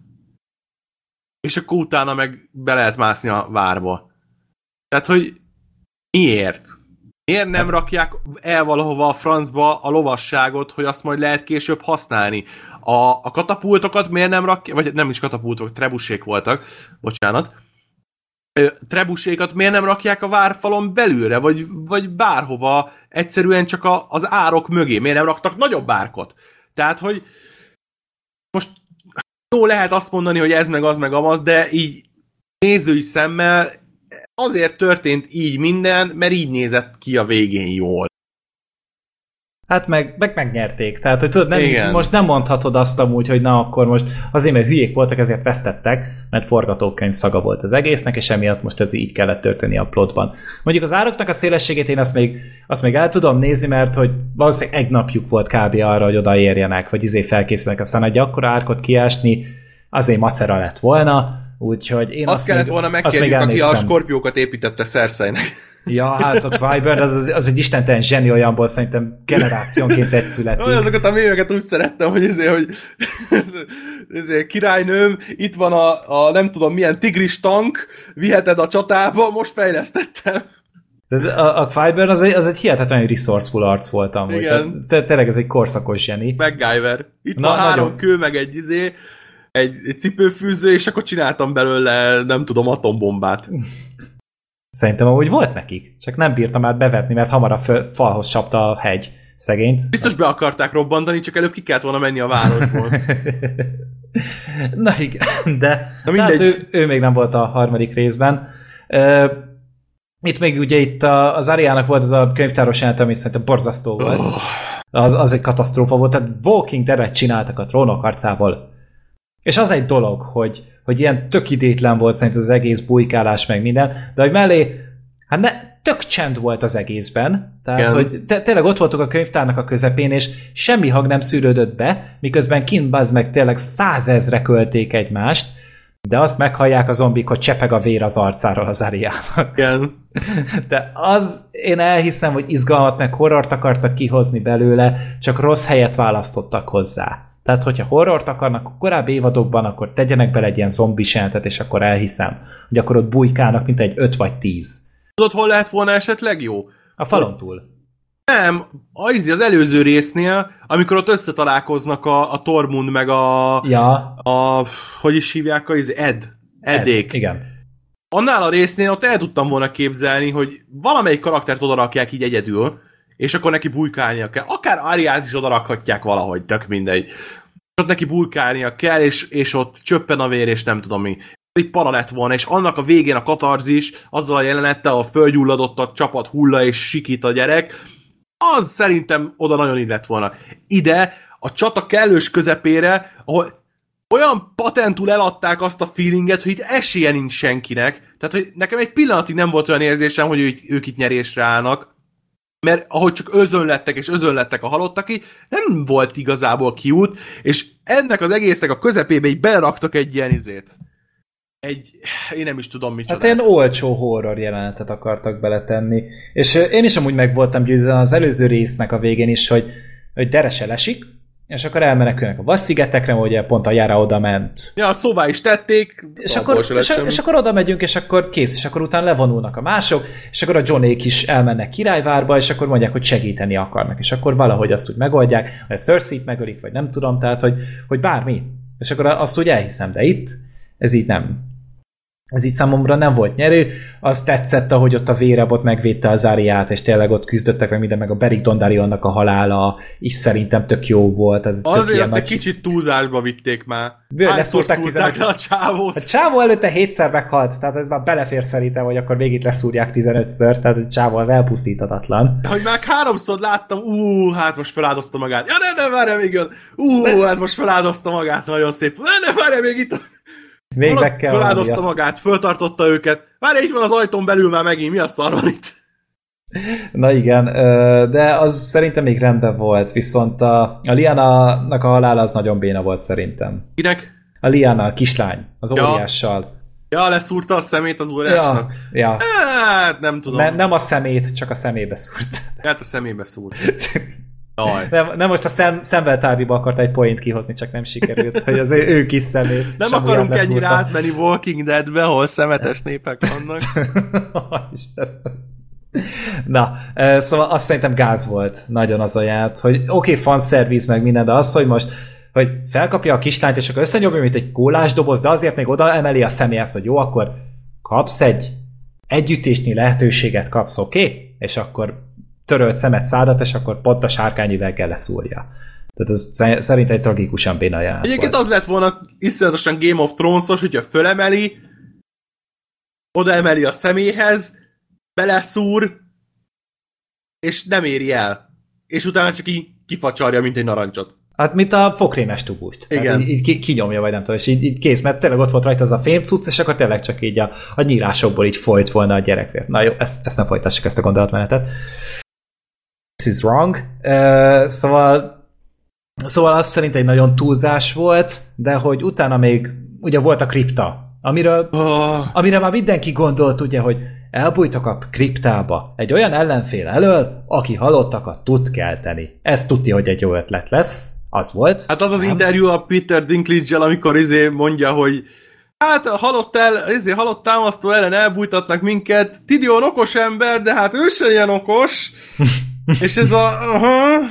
és akkor utána meg be lehet mászni a várba. Tehát, hogy miért? Miért nem rakják el valahova a francba a lovasságot, hogy azt majd lehet később használni? A, a katapultokat miért nem rakják, vagy nem is katapultok, trebusék voltak, bocsánat. Trebusékat miért nem rakják a várfalon belülre, vagy, vagy bárhova, egyszerűen csak a, az árok mögé? Miért nem raktak nagyobb árkot? Tehát, hogy most jó, lehet azt mondani, hogy ez meg az meg amaz, de így nézői szemmel azért történt így minden, mert így nézett ki a végén jól. Hát meg, meg megnyerték. Tehát, hogy tudod, nem, most nem mondhatod azt amúgy, hogy na akkor most azért, mert hülyék voltak, ezért vesztettek, mert forgatókönyv szaga volt az egésznek, és emiatt most ez így kellett történni a plotban. Mondjuk az ároknak a szélességét én azt még, azt még el tudom nézni, mert hogy valószínűleg egy napjuk volt kb. Arra, hogy odaérjenek, vagy izé felkészülnek, aztán egy akkora árkot kiásni, azért macera lett volna, úgyhogy én azt, azt kellett még, volna megkérjük, aki a skorpiókat építette Cerseinek. Ja, hát a Qyburn az, az egy istentelen zseni, olyanból szerintem generációnként egy születik. Azokat a mémeket úgy szerettem, hogy ezért, hogy ezért királynőm, itt van a, a nem tudom milyen tigris tank, viheted a csatába, most fejlesztettem. A, a Qyburn az egy, az egy hihetetlenül resourceful arc volt amúgy. Te, tényleg ez egy korszakos zseni. MacGyver. Itt Na, van három nagyon... kő, meg egy izé, egy, egy cipőfűző, és akkor csináltam belőle, nem tudom, atombombát. Szerintem amúgy volt nekik, csak nem bírtam már bevetni, mert hamar a föl, falhoz csapta a hegy szegényt. Biztos be akarták robbantani, csak előbb ki kellett volna menni a városból. Na igen, de Na hát ő, ő még nem volt a harmadik részben. Uh, itt még ugye itt a, az Ariának volt az a könyvtáros jelent, ami szerintem borzasztó volt. Oh. Az, az egy katasztrófa volt, tehát Walking Dead-et csináltak a Trónok harcából. És az egy dolog, hogy, hogy ilyen tök idétlen volt szerintem az egész bujkálás meg minden, de hogy mellé, hát ne, tök csend volt az egészben, tehát igen. Hogy te, tényleg ott voltunk a könyvtárnak a közepén, és semmi hang nem szűrődött be, miközben kint bazd meg tényleg százezre költék egymást, de azt meghallják a zombik, hogy csepeg a vér az arcáról az Ariának. Igen. De az, én elhiszem, hogy izgalmat meg horrort akartak kihozni belőle, csak rossz helyet választottak hozzá. Tehát, hogyha horrort akarnak a korábbi évadokban, akkor tegyenek bele egy ilyen zombis jelentet, és akkor elhiszem, hogy akkor ott bujkálnak, mint egy öt vagy tíz. Tudod, hol lehet volna esetleg jó? A falon túl. Nem, az, az előző résznél, amikor ott összetalálkoznak a, a Tormund meg a, ja. a hogy is hívják, az Ed. Eddék. Ed, igen. Annál a résznél ott el tudtam volna képzelni, hogy valamelyik karaktert odarakják így egyedül, és akkor neki bujkálnia kell. Akár Ariát is odarakhatják valahogy, tök mindegy. Ott neki bujkálnia kell, és, és ott csöppen a vér, és nem tudom mi. Egy para lett volna, és annak a végén a katarzis, azzal a jelenettel, a földgyulladott a csapat hulla, és sikít a gyerek, az szerintem oda nagyon így lett volna. Ide, a csata kellős közepére, ahol olyan patentul eladták azt a feelinget, hogy itt esélye nincs senkinek. Tehát, hogy nekem egy pillanatig nem volt olyan érzésem, hogy ők, ők itt nyerésre állnak. Mert ahogy csak özönlettek és özönlettek a halottak ki, nem volt igazából kiút, és ennek az egésznek a közepébe így beleraktak egy ilyen izét. Egy, én nem is tudom micsoda. Hát ilyen olcsó horror jelenetet akartak beletenni. És én is amúgy meg voltam győzve az előző résznek a végén is, hogy, hogy Derese lesik, és akkor elmenekülnek a Vasszigetekre, ugye pont a Yara oda ment. Ja, szóvá is tették. És akkor, és, és akkor oda megyünk, és akkor kész, és akkor utána levonulnak a mások, és akkor a Johnék is elmennek Királyvárba, és akkor mondják, hogy segíteni akarnak, és akkor valahogy azt úgy megoldják, vagy a Cersei-t megölik, vagy nem tudom, tehát, hogy, hogy bármi. És akkor azt úgy elhiszem, de itt ez így nem. Ez így számomra nem volt nyerő. Az tetszett, ahogy ott a Vérebot megvédte az Ariát, és tényleg ott küzdöttek meg minden, meg a Beric Dondarrionnak a halála is szerintem tök jó volt. Ez azért azt nagy... egy kicsit túlzásba vitték már. Leszúrták tizenöt a csávót. A csávó előtte hétszer meghalt, tehát ez már belefér szerintem, hogy akkor végig leszúrják tizenötször, tehát a csávó az elpusztíthatatlan. De hogy már háromszor láttam, ú, hát most feláldozta magát. Ja, ne, ne, várja, még jön. Ú, De... hát most feláldozta magát, nagyon szép. Ne, ne, várja, még itt. Még meg kell föláldozta valami. Magát, föltartotta őket. Várj, itt van az ajtón belül már megint, mi a szar van itt? Na igen, de az szerintem még rendben volt, viszont a, a Lyanna-nak a halála az nagyon béna volt szerintem. Kinek? A Lyanna, a kislány, az ja. óriással. Ja, leszúrta a szemét az óriásnak? Ja, ja. Hát, nem tudom. Ne, nem a szemét, csak a szemébe szúrt. Hát a szemébe szúrt. Nem, nem most a szem, szemveltárgyba akart egy point kihozni, csak nem sikerült, hogy az ő kis szemét. Nem akarunk ennyire átmenni Walking Deadbe, ahol szemetes népek vannak. Na, szóval azt szerintem gáz volt nagyon az ajánlat, hogy oké, okay, fanszerviz meg minden, de az, hogy most hogy felkapja a kislányt, és akkor összenyomja, mint egy kólás doboz, de azért még oda emeli a személyhez, hogy jó, akkor kapsz egy együttésnyi lehetőséget kapsz, oké? Okay? És akkor törölt szemet szádat, és akkor pont a sárkányüveggel leszúrja. Tehát ez szerint egy tragikusan béna jelent. Egyébként az lett volna iszonyatosan Game of Thrones-os, hogyha fölemeli, oda emeli a szeméhez, beleszúr, és nem éri el. És utána csak így kifacsarja, mint egy narancsot. Hát, mint a fokrémes tubust. Igen. Így, így ki, kinyomja, vagy nem tudom, és így, így kész, mert tényleg ott volt rajta az a fémcucc, és akkor tényleg csak így a, a nyílásokból így folyt volna a gyerekvér. Na jó, ezt, ezt nem folytassuk, ezt a gondolatmenetet. This is wrong. Uh, szóval szóval az szerint egy nagyon túlzás volt, de hogy utána még ugye volt a kripta, amiről, oh. amire már mindenki gondolt, ugye, hogy elbújtak a kriptába egy olyan ellenfél elől, aki halottakat tud kelteni. Ez tudja, hogy egy jó ötlet lesz. Az volt. Hát az az nem? interjú a Peter Dinklage-el, amikor izé mondja, hogy hát a halott, el, izé, halott támasztó ellen elbújtatnak minket, Tyrion okos ember, de hát ő sem ilyen okos. És ez a aha,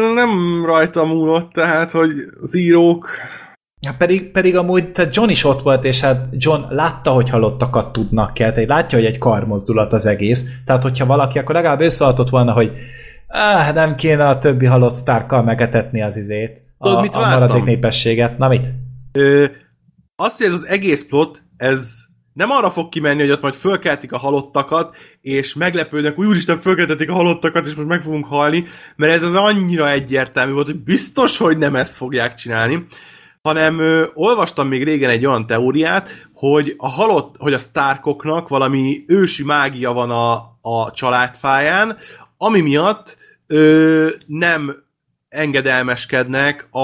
nem rajta múlott, tehát, hogy az írók... Ja, pedig, pedig amúgy tehát John is ott volt, és hát John látta, hogy halottakat tudnak kelteni. Látja, hogy egy karmozdulat az egész. Tehát, hogyha valaki, akkor legalább összeadott volna, hogy ah, nem kéne a többi halott Starkkal megetetni az izét. A, Tudod, mit a maradék népességet. Na mit? Ö, azt, hogy ez az egész plot, ez nem arra fog kimenni, hogy ott majd fölkeltik a halottakat, és meglepődnek, hogy úristen, fölkeltették a halottakat, és most meg fogunk halni, mert ez az annyira egyértelmű volt, hogy biztos, hogy nem ezt fogják csinálni, hanem ö, olvastam még régen egy olyan teóriát, hogy a halott, hogy a Starkoknak valami ősi mágia van a, a családfáján, ami miatt ö, nem engedelmeskednek a,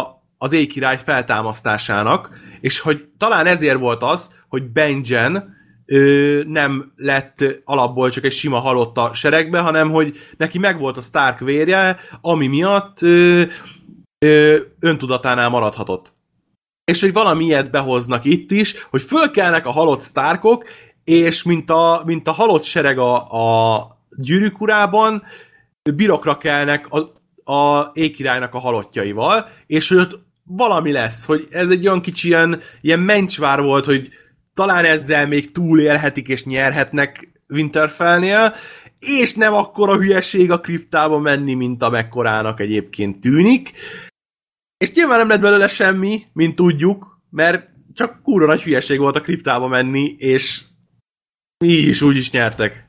az éjkirály feltámasztásának, és hogy talán ezért volt az, hogy Benjen ö, nem lett alapból csak egy sima halott a seregbe, hanem hogy neki megvolt a Stark vérje, ami miatt ö, ö, öntudatánál maradhatott. És hogy valami ilyet behoznak itt is, hogy fölkelnek a halott Starkok, és mint a, mint a halott sereg a, a Gyűrűk urában, birokra kelnek a, a éjkirálynak a halottjaival, és hogy ott valami lesz, hogy ez egy olyan kicsi ilyen, ilyen mencsvár volt, hogy talán ezzel még túlélhetik és nyerhetnek Winterfellnél, és nem akkora hülyeség a kriptába menni, mint amekkorának egyébként tűnik. És nyilván nem lett belőle semmi, mint tudjuk, mert csak kurva nagy hülyeség volt a kriptába menni, és mi is úgy is nyertek.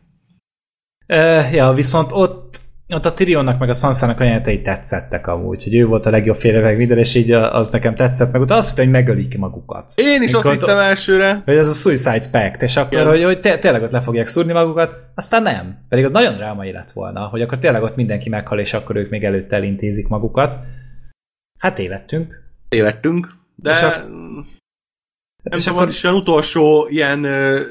Uh, ja, viszont ott, ott a Tyrionnak meg a Sansának a jelenetei tetszettek amúgy, hogy ő volt a legjobb félre meg minden, és így az nekem tetszett, meg utána azt hittem, hogy megölik magukat. Én is azt hittem elsőre. Hogy ez a Suicide Pact, és akkor, igen. hogy, hogy té- tényleg ott le fogják szúrni magukat, aztán nem. Pedig az nagyon drámai lett volna, hogy akkor tényleg ott mindenki meghal, és akkor ők még előtte elintézik magukat. Hát tévedtünk. Tévedtünk, de és a... nem és akkor... az is olyan utolsó ilyen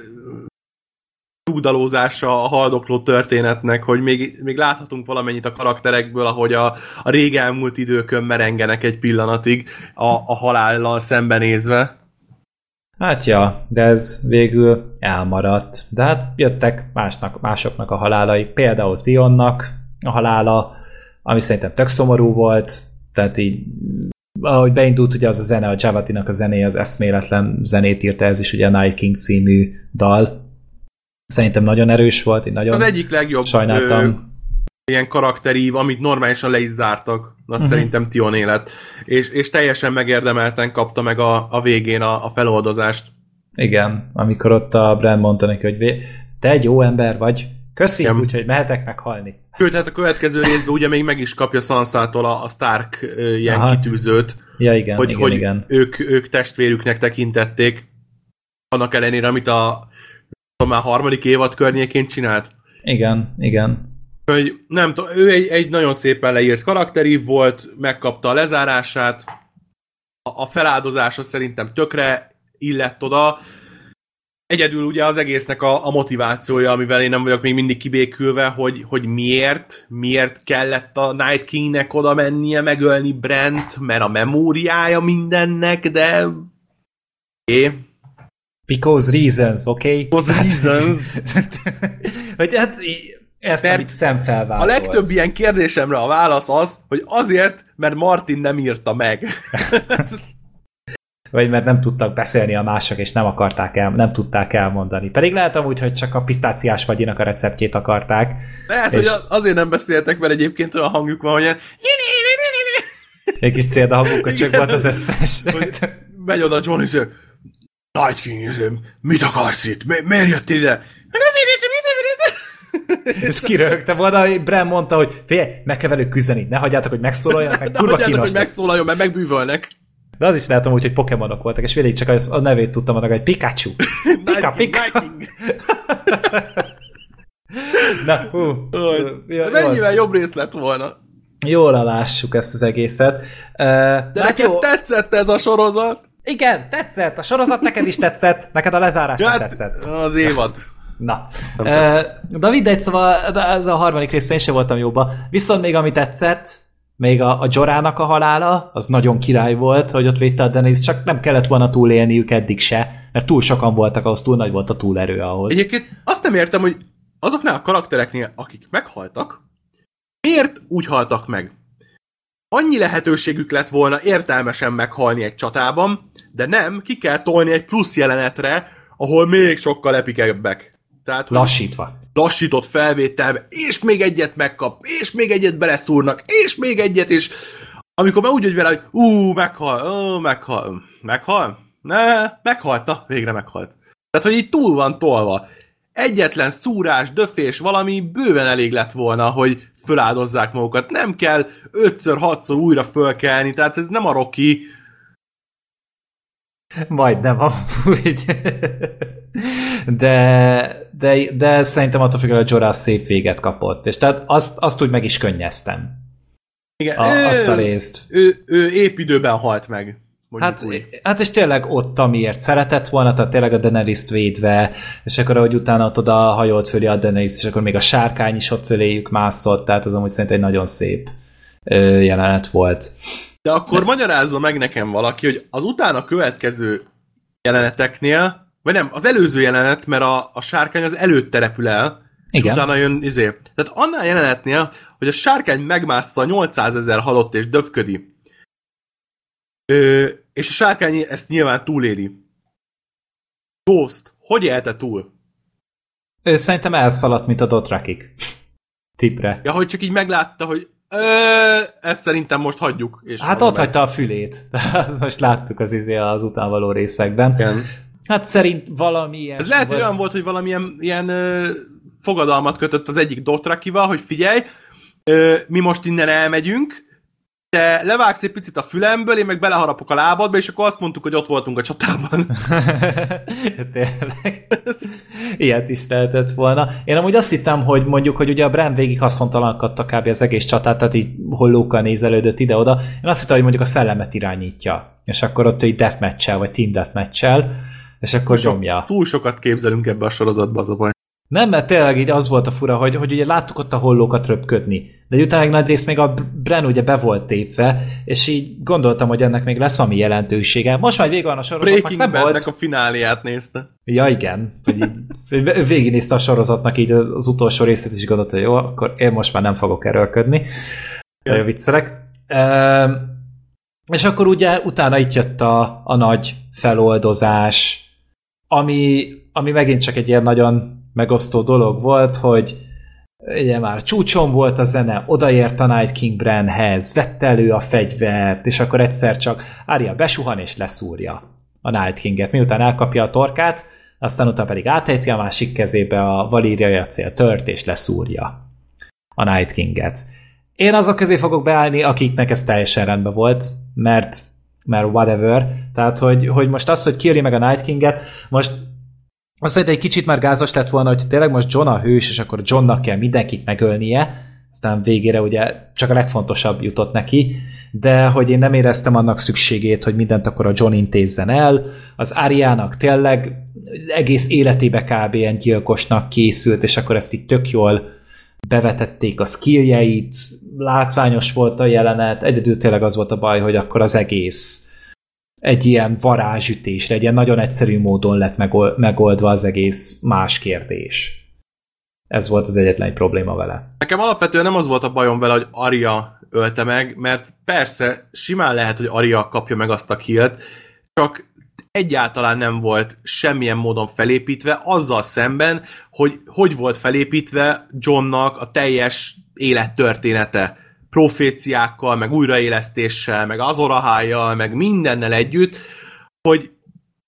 rúgdalózása a haldokló történetnek, hogy még, még láthatunk valamennyit a karakterekből, ahogy a, a rég elmúlt időkön merengenek egy pillanatig a, a halállal szembenézve. Hát ja, de ez végül elmaradt. De hát jöttek másnak, másoknak a halálai, például Tionnak a halála, ami szerintem tök szomorú volt, tehát így ahogy beindult ugye az a zene, a Javatinak a zenéje, az eszméletlen zenét írta, ez is ugye a Night King című dal. Szerintem nagyon erős volt, így nagyon az egyik legjobb sajnáltam. Ö, ilyen karakterív, amit normálisan le is zártak, az uh-huh. szerintem Tion élet. És, és teljesen megérdemelten kapta meg a, a végén a, a feloldozást. Igen, amikor ott a Bran mondta neki, hogy vé- te egy jó ember vagy, köszi, úgyhogy mehetek meghalni. Sőt, hát a következő részben ugye még meg is kapja Sansától a, a Stark uh, ilyen aha. kitűzőt. Ja, igen, hogy, igen, hogy igen. Ők, ők testvérüknek tekintették, annak ellenére, amit a már harmadik évad környékén csinált. Igen, igen. Hogy nem tudom, ő egy, egy nagyon szépen leírt karakterív volt, megkapta a lezárását, a, a feláldozása szerintem tökre illett oda. Egyedül ugye az egésznek a, a motivációja, amivel én nem vagyok még mindig kibékülve, hogy, hogy miért, miért kellett a Night Kingnek oda mennie, megölni Brent, mert a memóriája mindennek, de é. Because reasons, oké? Okay? Because reasons. hogy hát ezt mert szemfelvázolt. A legtöbb ilyen kérdésemre a válasz az, hogy azért, mert Martin nem írta meg. Vagy mert nem tudtak beszélni a mások, és nem akarták el, nem tudták elmondani. Pedig lehet amúgy, hogy csak a pisztáciás vagyinak a receptjét akarták. Lehet, és... hogy azért nem beszéltek, mert egyébként olyan hangjuk van, hogy ilyen... Egy kis célda hanguk, hogy csak volt az összes. Megy oda John, és Night King, mit akarsz itt? Mi, miért jöttél ide? Meg azért jöttem ide, És kiröhögte volna, hogy Bran mondta, hogy figyelj, meg kell velük küzdeni, ne hagyjátok, hogy megszólaljanak, meg kurva kínos. hogy megszólaljon, mert megbűvölnek. De az is látom úgy, hogy Pokémonok voltak, és végig csak a nevét tudtam annak, hogy Pikachu. Pika, Pika. Na, hú. Jó, mennyivel jobb rész lett volna. Jól alássuk ezt az egészet. Uh, De neked jó. Tetszett ez a sorozat? Igen, tetszett. A sorozat neked is tetszett. Neked a lezárás ja, nem tetszett. Az évad. Na. Uh, de mindegy, szóval ez a harmadik része én sem voltam jóba. Viszont még ami tetszett, még a, a Jorahnak a halála, az nagyon király volt, hogy ott védte a Daenerys, csak nem kellett volna túlélniük eddig se, mert túl sokan voltak, ahhoz túl nagy volt a túlerő ahhoz. Egyébként azt nem értem, hogy azoknál a karaktereknél, akik meghaltak, miért úgy haltak meg? Annyi lehetőségük lett volna értelmesen meghalni egy csatában, de nem, ki kell tolni egy plusz jelenetre, ahol még sokkal epikebbek. Tehát, lassítva. Lassított felvételbe, és még egyet megkap, és még egyet beleszúrnak, és még egyet, és amikor már úgy vagy vele, hogy ú, meghal, ó, meghal, meghal? Ne, meghalta, végre meghalt. Tehát, hogy így túl van tolva. Egyetlen szúrás, döfés, valami bőven elég lett volna, hogy föláldozzák magukat. Nem kell ötször, hatszor újra fölkelni, tehát ez nem a Rocky. Majdnem amúgy. de, de, de szerintem attól függően, hogy Jorah szép véget kapott. És tehát azt, azt úgy meg is könnyeztem. Igen, a, ő, azt a részt. Ő, ő épp időben halt meg. Hát, hát és tényleg ott, amiért szeretett volna, tehát tényleg a Daenerys-t védve, és akkor ahogy utána ott oda hajolt fölé a Daenerys, és akkor még a sárkány is ott föléjük mászott, tehát az amúgy szerintem egy nagyon szép ö, jelenet volt. De akkor De... magyarázza meg nekem valaki, hogy az utána következő jeleneteknél, vagy nem, az előző jelenet, mert a, a sárkány az előtte repül el, és igen. Utána jön izé. Tehát annál jelenetnél, hogy a sárkány megmássza a nyolcszázezer halott és döfködi, Ö, és a sárkány ezt nyilván túléli. Ghost, hogy élte túl? Ő szerintem elszaladt, mint a Dothrakik. Tipre. Ja, hogy csak így meglátta, hogy ö, ezt szerintem most hagyjuk. És hát ott meg. Hagyta a fülét. Most láttuk az izé az utánvaló részekben. Igen. Hát szerint valami ilyen... Ez lehet, hogy olyan volt, hogy valamilyen ilyen ö, fogadalmat kötött az egyik Dothrakival, hogy figyelj, ö, mi most innen elmegyünk, te levágsz egy picit a fülemből, én meg beleharapok a lábadba, és akkor azt mondtuk, hogy ott voltunk a csatában. Tényleg. Ilyet is lehetett volna. Én amúgy azt hittem, hogy mondjuk, hogy ugye a Bran végig haszontalankodta kb. Az egész csatát, tehát így hollókkal nézelődött ide-oda. Én azt hittem, hogy mondjuk a szellemet irányítja. És akkor ott így deathmatch-el, vagy team deathmatch-el, és akkor túl nyomja. So, túl sokat képzelünk ebbe a sorozatba, az a baj. Nem, mert tényleg így az volt a fura, hogy, hogy ugye láttuk ott a hollókat röpködni, de utána nagy rész még a Bran ugye be volt tépve, és így gondoltam, hogy ennek még lesz valami jelentősége. Most már végig van a sorozatnak, nem volt. Breaking a fináliát nézte. Ja, igen. Így, végignézte a sorozatnak így az utolsó részét, és gondolta, hogy jó, akkor én most már nem fogok erőlködni. Nagyon viccelek. E, és akkor ugye utána itt jött a, a nagy feloldozás, ami, ami megint csak egy ilyen nagyon megosztó dolog volt, hogy ugye már csúcson volt a zene, odaért a Night King Branhez, vette elő a fegyvert, és akkor egyszer csak Arya besuhan és leszúrja a Night Kinget, miután elkapja a torkát, aztán utána pedig átejti a másik kezébe a valíriai acél tört, és leszúrja a Night Kinget. Én azok közé fogok beállni, akiknek ez teljesen rendben volt, mert, mert whatever, tehát hogy, hogy most az, hogy kiöli meg a Night Kinget, most azt mondja, egy kicsit már gázos lett volna, hogy tényleg most Jon a hős, és akkor Jonnak kell mindenkit megölnie, aztán végére ugye csak a legfontosabb jutott neki, de hogy én nem éreztem annak szükségét, hogy mindent akkor a Jon intézzen el. Az Arya-nak tényleg egész életébe kb. Ilyen gyilkosnak készült, és akkor ezt így tök jól bevetették a skilljeit, látványos volt a jelenet, egyedül tényleg az volt a baj, hogy akkor az egész egy ilyen varázsütésre, egy ilyen nagyon egyszerű módon lett megoldva az egész más kérdés. Ez volt az egyetlen egy probléma vele. Nekem alapvetően nem az volt a bajom vele, hogy Arya ölte meg, mert persze simán lehet, hogy Arya kapja meg azt a killt, csak egyáltalán nem volt semmilyen módon felépítve azzal szemben, hogy hogy volt felépítve Jonnak a teljes élettörténete. Proféciákkal, meg újraélesztéssel, meg Azor Ahai-jal, meg mindennel együtt, hogy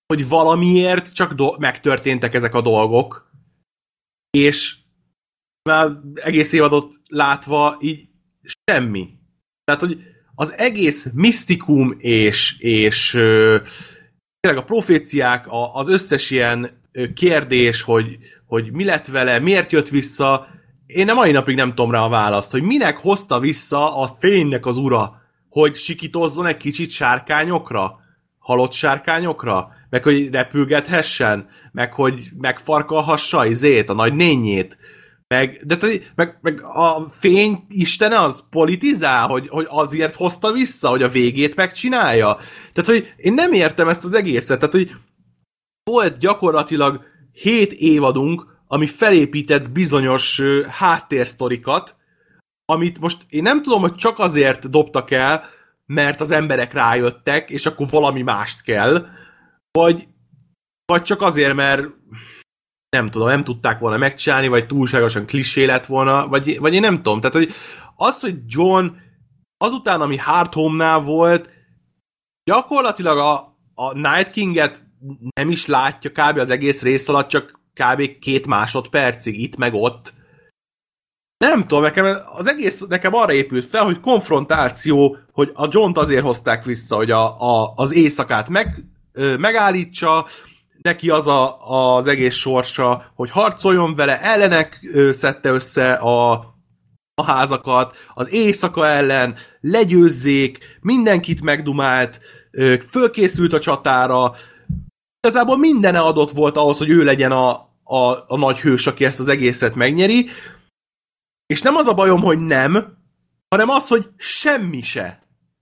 hogy valamiért csak do- megtörténtek ezek a dolgok, és már egész évadot látva így semmi. Tehát, hogy az egész misztikum és, és ö, tényleg a proféciák, a, az összes ilyen ö, kérdés, hogy, hogy mi lett vele, miért jött vissza, én a mai napig nem tudom rá a választ, hogy minek hozta vissza a fénynek az ura, hogy sikítozzon egy kicsit sárkányokra, halott sárkányokra, meg hogy repülgethessen, meg hogy megfarkalhassa izét, a nagy nényét, meg, de, meg, meg a fény istene az politizál, hogy, hogy azért hozta vissza, hogy a végét megcsinálja. Tehát, hogy én nem értem ezt az egészet. Tehát, hogy volt gyakorlatilag hét évadunk, ami felépített bizonyos uh, háttérsztorikat, amit most én nem tudom, hogy csak azért dobtak el, mert az emberek rájöttek, és akkor valami mást kell, vagy, vagy csak azért, mert nem tudom, nem tudták volna megcsinálni, vagy túlságosan klisé lett volna, vagy, vagy én nem tudom. Tehát, hogy az, hogy John azután, ami Hard Home-nál volt, gyakorlatilag a, a Night King-et nem is látja kb. Az egész rész alatt, csak kb. Két másodpercig, itt meg ott. Nem tudom, nekem az egész nekem arra épült fel, hogy konfrontáció, hogy a John-t azért hozták vissza, hogy a, a, az éjszakát meg, ö, megállítsa, neki az a, az egész sorsa, hogy harcoljon vele, ellenek ö, szedte össze a, a házakat, az éjszaka ellen, legyőzzék, mindenkit megdumált, ö, fölkészült a csatára, igazából mindene adott volt ahhoz, hogy ő legyen a, a, a nagy hős, aki ezt az egészet megnyeri, és nem az a bajom, hogy nem, hanem az, hogy semmi se.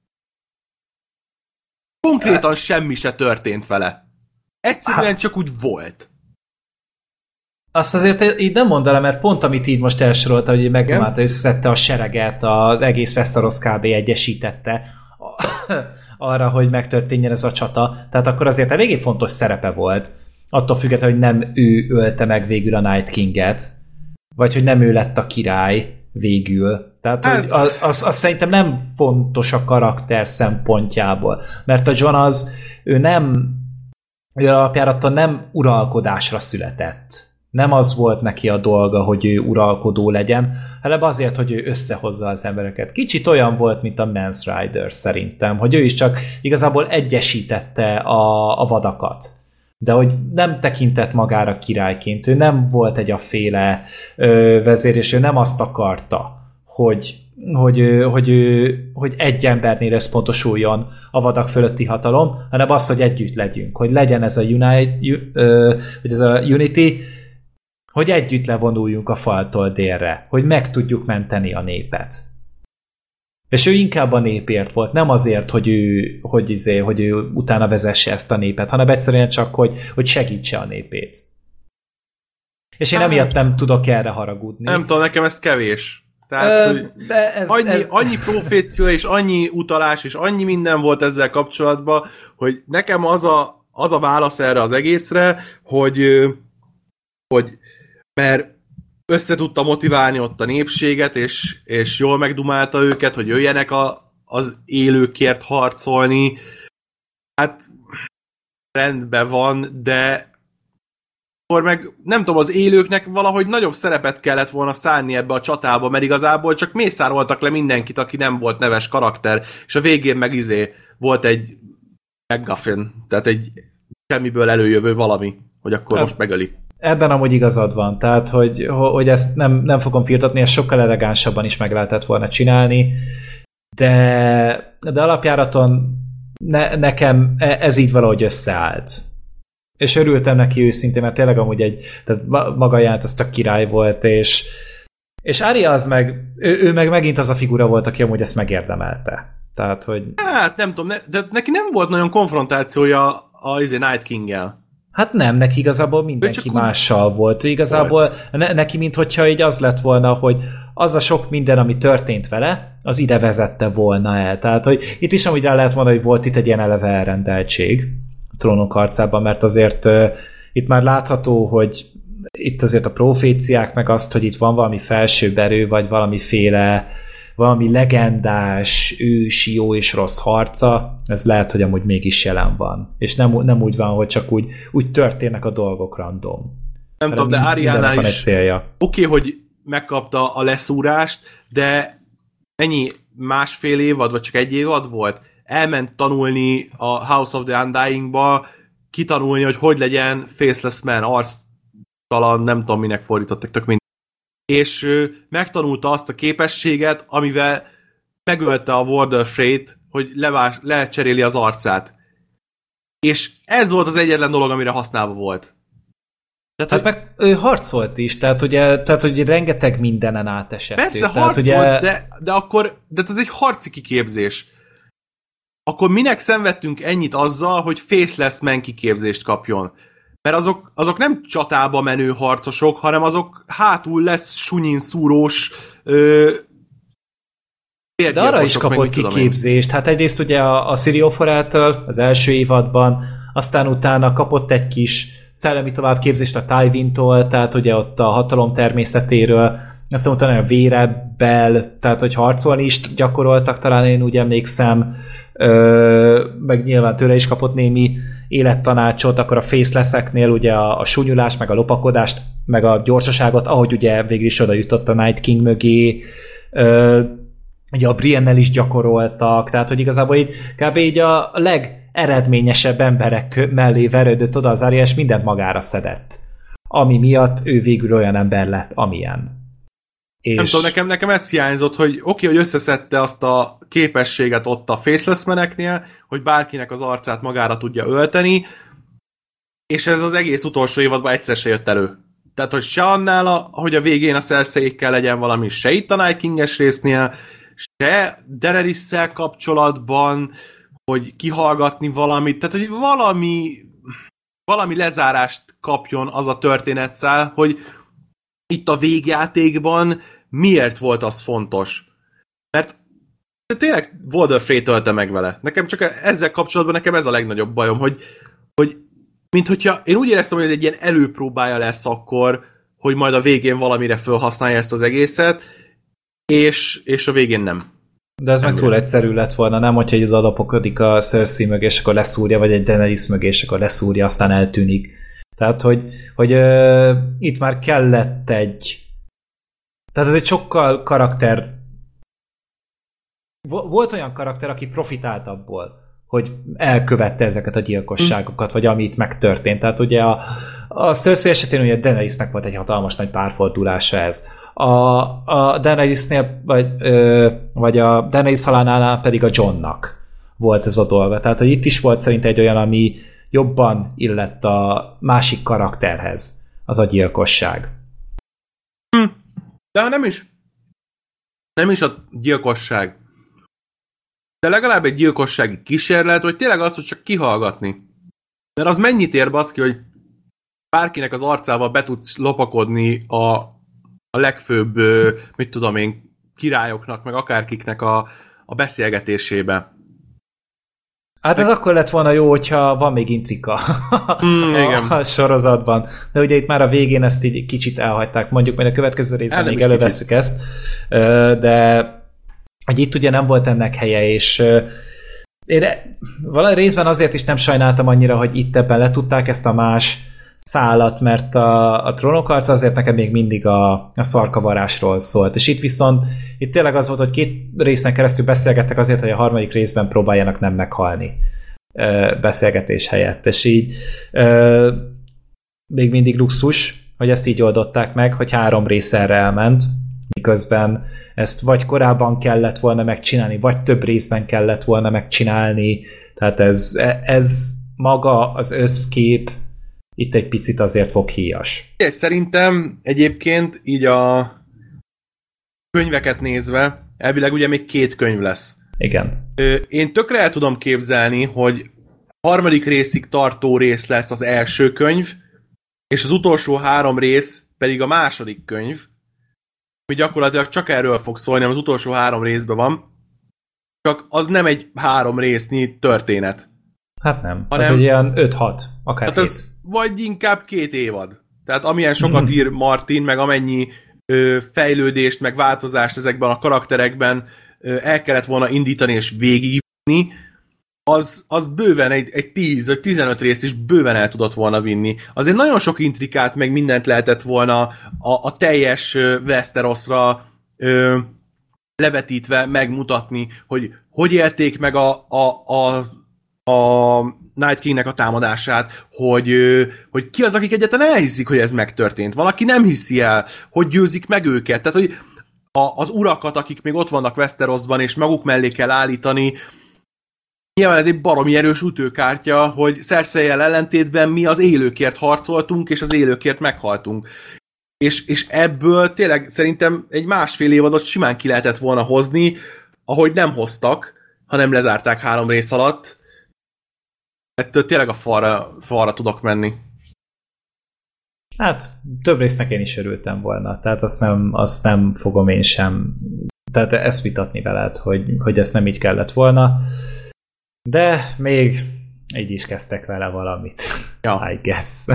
Konkrétan semmi se történt vele. Egyszerűen csak úgy volt. Azt azért így nem mondanám, mert pont amit így most elsorolta, hogy megdumálta, összeszedte a sereget, az egész Westeros kb. Egyesítette arra, hogy megtörténjen ez a csata. Tehát akkor azért eléggé fontos szerepe volt. Attól függetlenül, hogy nem ő ölte meg végül a Night King-et, vagy hogy nem ő lett a király végül. Tehát hát, az, az, az szerintem nem fontos a karakter szempontjából. Mert a John az, ő nem ő alapjáraton nem uralkodásra született. Nem az volt neki a dolga, hogy ő uralkodó legyen, hanem azért, hogy ő összehozza az embereket. Kicsit olyan volt, mint a Mance Rider szerintem, hogy ő is csak igazából egyesítette a, a vadakat. De hogy nem tekintett magára királyként, ő nem volt egy aféle ö, vezér, és ő nem azt akarta, hogy, hogy, hogy, hogy, hogy egy embernél összpontosuljon a vadak fölötti hatalom, hanem az, hogy együtt legyünk, hogy legyen ez a, unite, ö, hogy ez a unity, hogy együtt levonuljunk a faltól délre, hogy meg tudjuk menteni a népet. És ő inkább a népért volt, nem azért, hogy ő, hogy izé, hogy ő utána vezesse ezt a népet, hanem egyszerűen csak, hogy, hogy segítse a népét. És én emiatt nem tudok erre haragudni. Nem tudom, nekem ez kevés. Tehát, Ö, ez, annyi, ez... annyi profécia és annyi utalás és annyi minden volt ezzel kapcsolatban, hogy nekem az a, az a válasz erre az egészre, hogy, hogy mert össze tudta motiválni ott a népséget, és, és jól megdumálta őket, hogy jöjjenek a, az élőkért harcolni. Hát rendben van, de akkor meg nem tudom, az élőknek valahogy nagyobb szerepet kellett volna szánni ebbe a csatába, mert igazából csak mészároltak le mindenkit, aki nem volt neves karakter, és a végén meg izé volt egy McGuffin, tehát egy semmiből előjövő valami, hogy akkor most megöli. Ebben amúgy igazad van, tehát hogy, hogy ezt nem, nem fogom firtatni, ezt sokkal elegánsabban is meg lehetett volna csinálni, de, de alapjáraton ne, nekem ez így valahogy összeállt. És örültem neki őszintén, mert tényleg amúgy egy, tehát maga jelent az tök király volt, és, és Arya az meg, ő, ő meg megint az a figura volt, aki amúgy ezt megérdemelte. Tehát, hogy... Hát nem tudom, ne, de neki nem volt nagyon konfrontációja a izé Night King-gel. Hát nem, neki igazából mindenki mással úgy... volt. Ő igazából ne, neki minthogyha így az lett volna, hogy az a sok minden, ami történt vele, az ide vezette volna el. Tehát, hogy itt is amúgy rá lehet mondani, hogy volt itt egy ilyen eleve elrendeltség a Trónok harcában, mert azért uh, itt már látható, hogy itt azért a proféciák, meg azt, hogy itt van valami felsőbb erő, vagy valamiféle valami legendás, ősi, jó és rossz harca, ez lehet, hogy amúgy mégis jelen van. És nem, nem úgy van, hogy csak úgy, úgy történnek a dolgok random. Nem tudom, de Ariánál is oké, okay, hogy megkapta a leszúrást, de ennyi másfél évad, vagy csak egy évad volt, elment tanulni a House of the Undying-ba, kitanulni, hogy hogy legyen Faceless Man, arctalan, nem tudom, minek fordítottak, tök mind. És ö, megtanulta azt a képességet, amivel megölte a Warder Frey-t, hogy levás, lecseréli az arcát. És ez volt az egyetlen dolog, amire használva volt. Tehát, hát hogy... meg ő harcolt is, tehát ugye, tehát hogy rengeteg mindenen átesett. Persze, tehát, harcolt, ugye... de, de akkor, de ez egy harci kiképzés. Akkor minek szenvedtünk ennyit azzal, hogy Faceless Man kiképzést kapjon? Mert azok, azok nem csatába menő harcosok, hanem azok hátul lesz sunyin szúrós ö, de arra is kapott kiképzést. Hát egyrészt ugye a, a City of Horror-től az első évadban, aztán utána kapott egy kis szellemi továbbképzést a Tywin-tól, tehát ugye ott a hatalom természetéről, aztán utána a vérebbel, tehát hogy harcolni is gyakoroltak, talán én úgy emlékszem, Ö, meg nyilván tőle is kapott némi élettanácsot, akkor a Faceless-eknél ugye a, a súnyulást, meg a lopakodást, meg a gyorsaságot, ahogy ugye végül is oda jutott a Night King mögé, ö, ugye a Brienne-nel is gyakoroltak, tehát hogy igazából így kb. Így a legeredményesebb emberek mellé verődött oda az Arya, és mindent magára szedett. Ami miatt ő végül olyan ember lett, amilyen. És... Nem tudom, nekem, nekem ez hiányzott, hogy oké, okay, hogy összeszedte azt a képességet ott a Faceless meneknél, hogy bárkinek az arcát magára tudja ölteni, és ez az egész utolsó évadban egyszer se jött elő. Tehát, hogy se annál, a, hogy a végén a Cersei-kkel legyen valami, se itt a Night King-es résznél, se Daenerys-szel kapcsolatban, hogy kihallgatni valamit, tehát, hogy valami valami lezárást kapjon az a történetszál, hogy itt a végjátékban miért volt az fontos. Mert tényleg Walder Frey tölte meg vele. Nekem csak ezzel kapcsolatban nekem ez a legnagyobb bajom, hogy, hogy mint hogyha én úgy éreztem, hogy ez egy ilyen előpróbája lesz akkor, hogy majd a végén valamire felhasználja ezt az egészet, és, és a végén nem. De ez nem meg túl egyszerű lett volna, nem, hogyha egy odalapokodik a Cersei mögé, és akkor leszúrja, vagy egy Daenerys mögé, és akkor leszúrja, aztán eltűnik. Tehát, hogy, hogy uh, itt már kellett egy... Tehát ez egy sokkal karakter... Volt olyan karakter, aki profitált abból, hogy elkövette ezeket a gyilkosságokat, vagy ami itt megtörtént. Tehát ugye a, a Cersei esetén ugye Daenerysnek volt egy hatalmas nagy párfordulása ez. A, a Daenerysnél, vagy, ö, vagy a Daenerys halálnál pedig a Johnnak volt ez a dolga. Tehát, hogy itt is volt szerint egy olyan, ami jobban illett a másik karakterhez, az a gyilkosság. Hm. De nem is. Nem is a gyilkosság. De legalább egy gyilkossági kísérlet, vagy tényleg az, hogy csak kihallgatni. Mert az mennyit ér, baszki, hogy bárkinek az arcával be tudsz lopakodni a, a legfőbb, mit tudom én, királyoknak, meg akárkiknek a, a beszélgetésébe. Hát ez akkor lett volna jó, hogyha van még intrika mm, igen. a sorozatban. De ugye itt már a végén ezt így kicsit elhagyták. Mondjuk majd a következő részben még elővesszük ezt. De hogy itt ugye nem volt ennek helye, és én valami részben azért is nem sajnáltam annyira, hogy itt ebben letudták ezt a más szálat, mert a, a Trónok harca azért nekem még mindig a, a szarkavarásról szólt. És itt viszont, itt tényleg az volt, hogy két részen keresztül beszélgettek azért, hogy a harmadik részben próbáljanak nem meghalni ö, beszélgetés helyett. És így ö, még mindig luxus, hogy ezt így oldották meg, hogy három rész erre elment, miközben ezt vagy korábban kellett volna megcsinálni, vagy több részben kellett volna megcsinálni. Tehát ez, ez maga az összkép itt egy picit azért foghíjas. Szerintem egyébként így a könyveket nézve, elvileg ugye még két könyv lesz. Igen. Én tökre el tudom képzelni, hogy a harmadik részig tartó rész lesz az első könyv, és az utolsó három rész pedig a második könyv, ami gyakorlatilag csak erről fog szólni, az utolsó három részben van, csak az nem egy három résznyi történet. Hát nem, hanem, az egy ilyen öt-hat, akár hát az vagy inkább két évad. Tehát amilyen sokat ír Martin, meg amennyi ö, fejlődést, meg változást ezekben a karakterekben ö, el kellett volna indítani és végigvinni, az, az bőven egy, egy tíz vagy tizenöt részt is bőven el tudott volna vinni. Azért nagyon sok intrikát, meg mindent lehetett volna a, a teljes Westerosra ö, levetítve megmutatni, hogy hogy élték meg a, a, a, a Night Kingnek a támadását, hogy, hogy ki az, akik egyáltalán elhiszik, hogy ez megtörtént. Valaki nem hiszi el, hogy győzik meg őket. Tehát, hogy a, az urakat, akik még ott vannak Westerosban, és maguk mellé kell állítani, nyilván ez egy baromi erős ütőkártya, hogy Cersei-jel ellentétben mi az élőkért harcoltunk, és az élőkért meghaltunk. És, és ebből tényleg szerintem egy másfél évadot simán ki lehetett volna hozni, ahogy nem hoztak, hanem lezárták három rész alatt. Ettől tényleg a falra, falra tudok menni. Hát több résznek én is örültem volna, tehát azt nem, azt nem fogom én sem, tehát ezt vitatni veled, hogy, hogy ezt nem így kellett volna. De még így is kezdtek vele valamit. Ja. I guess.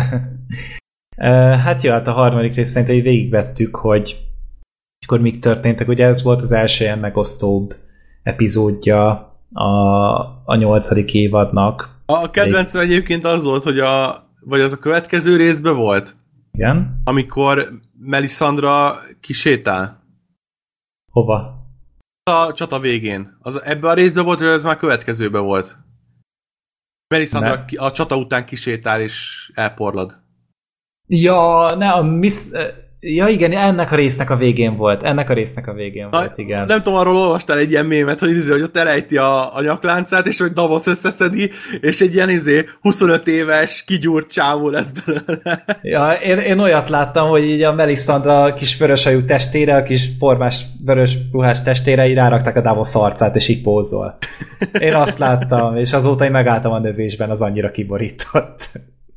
Hát jó, hát a harmadik rész szerint így végigvettük, hogy akkor mik történtek. Ugye ez volt az első ilyen megosztóbb epizódja a, a nyolcadik évadnak. A kedvencem Egy... egyébként az volt, hogy a, vagy az a következő részben volt? Igen. Amikor Melisandre kisétál. Hova? A csata végén. Az ebben a részben volt, vagy ez már következőben volt? Melisandre ne. A csata után kisétál és elporlad. Ja, ne, a miss... Ja igen, ennek a résznek a végén volt. Ennek a résznek a végén Na, volt, igen. Nem tudom, arról olvastál egy ilyen mémet, hogy, izé, hogy ott elejti a, a nyakláncát, és hogy Davos összeszedi, és egy ilyen izé, huszonöt éves, kigyúrt csávó lesz belőle. Ja, én, én olyat láttam, hogy így a Melisandre kis vöröshajú testére, a kis formás vörös ruhás testére így rárakták a Davos arcát, és így pózol. Én azt láttam, és azóta én megálltam a növésben, az annyira kiborított.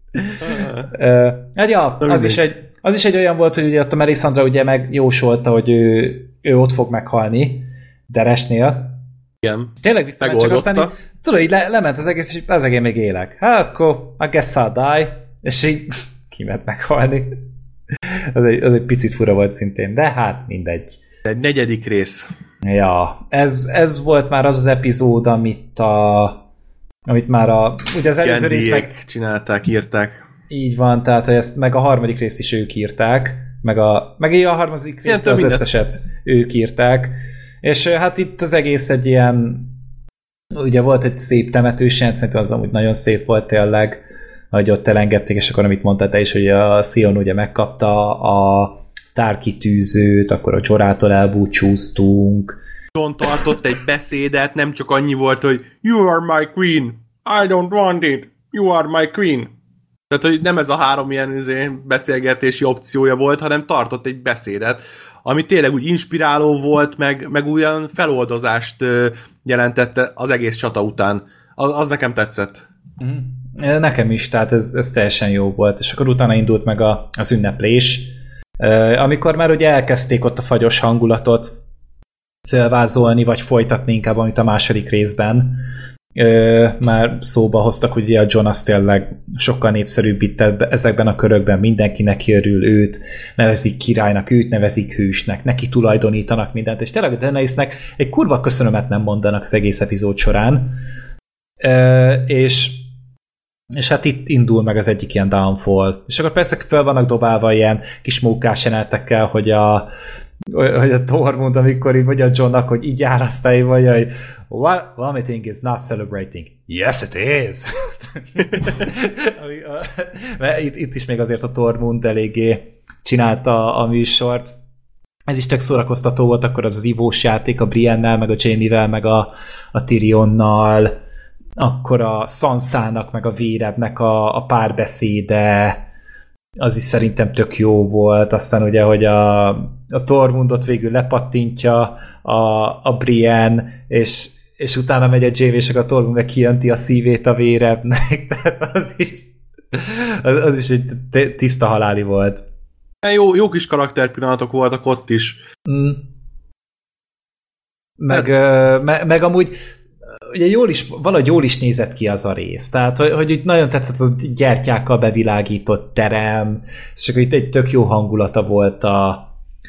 uh, hát ja, az is egy Az is egy olyan volt, hogy ugye ott a Melisandre ugye megjósolta, hogy ő, ő ott fog meghalni Deresnél. Igen. Tényleg visszament, csak aztán így, tudod, így le, lement az egész, és ezek én még élek. Hát akkor I guess I'll die. És így kiment meghalni. Az egy, az egy picit fura volt szintén, de hát mindegy. Egy negyedik rész. Ja, ez, ez volt már az az epizód, amit a amit már a ugye az előző rész meg csinálták, írták. Így van, tehát hogy ezt meg a harmadik részt is ők írták, meg a, meg a harmadik részt az mindet. Összeset ők írták, és hát itt az egész egy ilyen, ugye volt egy szép temetős, szerintem az amúgy nagyon szép volt tényleg, hogy ott elengedték, és akkor amit mondtál te is, hogy a Sion ugye megkapta a Stark kitűzőt, akkor a Jorától elbúcsúztunk. John tartott egy beszédet, nem csak annyi volt, hogy You are my queen, I don't want it, you are my queen. Tehát, hogy nem ez a három ilyen izé, beszélgetési opciója volt, hanem tartott egy beszédet, ami tényleg úgy inspiráló volt, meg, meg olyan feloldozást jelentette az egész csata után. Az, az nekem tetszett. Nekem is, tehát ez, ez teljesen jó volt. És akkor utána indult meg a, az ünneplés, amikor már ugye elkezdték ott a fagyos hangulatot felvázolni, vagy folytatni inkább, amit a második részben. Ö, már szóba hoztak, hogy a Jon az tényleg sokkal népszerűbb itt ezekben a körökben, mindenkinek örül, őt nevezik királynak, őt nevezik hősnek, neki tulajdonítanak mindent, és tényleg a Daenerysnek egy kurva köszönömet nem mondanak az egész epizód során. Ö, és és hát itt indul meg az egyik ilyen downfall. És akkor persze fel vannak dobálva ilyen kis mókás jelenetekkel, hogy a hogy a Tormund, amikor így mondja Johnnak, hogy így áll, aztán így mondja, hogy vomiting is not celebrating. Yes, it is! itt, itt is még azért a Tormund eléggé csinálta a műsort. Ez is tök szórakoztató volt, akkor az az ivós játék a Briennel, meg a Jaime-vel, meg a, a Tyrionnal, akkor a Sansának, meg a Vérebnek a, a párbeszéde, az is szerintem tök jó volt. Aztán ugye, hogy a, a Tormundot végül lepattintja a, a Brienne, és, és utána megy a Jaime, és a Tormund meg kijönti a szívét a Vérebnek. Tehát az is, az, az is egy tiszta haláli volt. Jó, jó kis karakterpillanatok voltak ott is. Mm. Meg, hát. meg, meg amúgy ugye jól is, valahogy jól is nézett ki az a rész. Tehát, hogy, hogy itt nagyon tetszett az gyertyákkal bevilágított terem, és akkor itt egy tök jó hangulata volt a,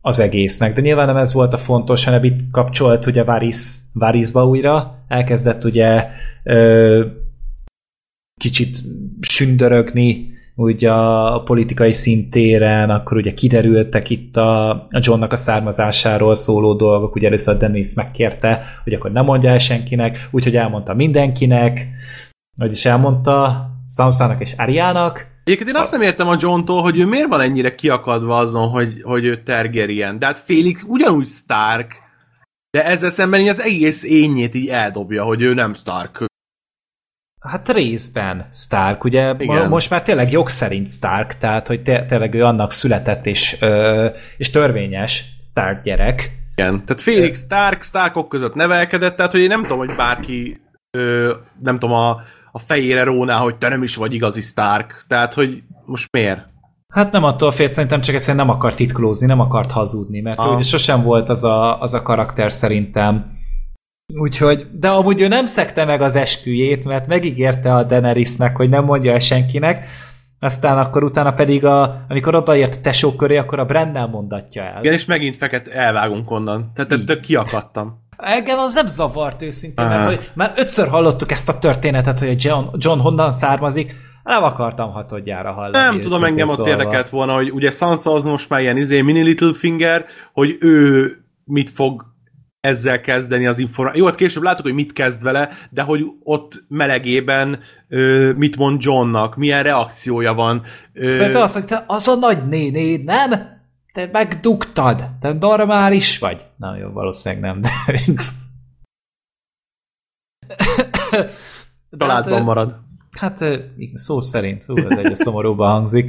az egésznek. De nyilván nem ez volt a fontos, hanem itt kapcsolt ugye Varys, Varysba újra, elkezdett ugye ö, kicsit sündörögni ugye a politikai szintéren, akkor ugye kiderültek itt a, a Johnnak a származásáról szóló dolgok, ugye először Daenerys megkérte, hogy akkor nem mondja el senkinek, úgyhogy elmondta mindenkinek, vagyis elmondta Sansának és Arya-nak. Egyébként én azt nem értem a John-tól, hogy ő miért van ennyire kiakadva azon, hogy, hogy ő Targaryen. De hát félig ugyanúgy Stark, de ezzel szemben így az egész ényét így eldobja, hogy ő nem Stark. Hát részben Stark, ugye Igen. most már tényleg jog szerint Stark, tehát hogy té- tényleg ő annak született és, ö, és törvényes Stark gyerek. Igen, tehát félig Stark, Starkok között nevelkedett, tehát hogy én nem tudom, hogy bárki ö, nem tudom, a, a fejére róná, hogy te nem is vagy igazi Stark, tehát hogy most miért? Hát nem attól félt, szerintem csak egyszerűen nem akart titkolózni, nem akart hazudni, mert ah. ő ugye sosem volt az a, az a karakter szerintem. Úgyhogy, de amúgy ő nem szegte meg az esküjét, mert megígérte a Daenerysnek, hogy nem mondja el senkinek, aztán akkor utána pedig, a, amikor odaért a tesó köré, akkor a Brennel mondatja el. Igen, és megint feket elvágunk onnan. Tehát te kiakadtam. Engem az nem zavart őszintén, mert hogy már ötször hallottuk ezt a történetet, hogy a John, John honnan származik, nem akartam hatodjára hallani. Nem tudom, engem ott érdekelt volna, hogy ugye Sansa az most már ilyen izé, mini Littlefinger, hogy ő mit fog ezzel kezdeni az információ. Jó, hát később láttuk, hogy mit kezd vele, de hogy ott melegében ö, mit mond Johnnak, milyen reakciója van. Ö... Szerintem azt mondja, az a nagy nénéd, nem? Te megdugtad. Te normális vagy. Na jó, valószínűleg nem, de... Családban hát, marad. Hát szó szerint, hú, ez egyre szomorúban hangzik.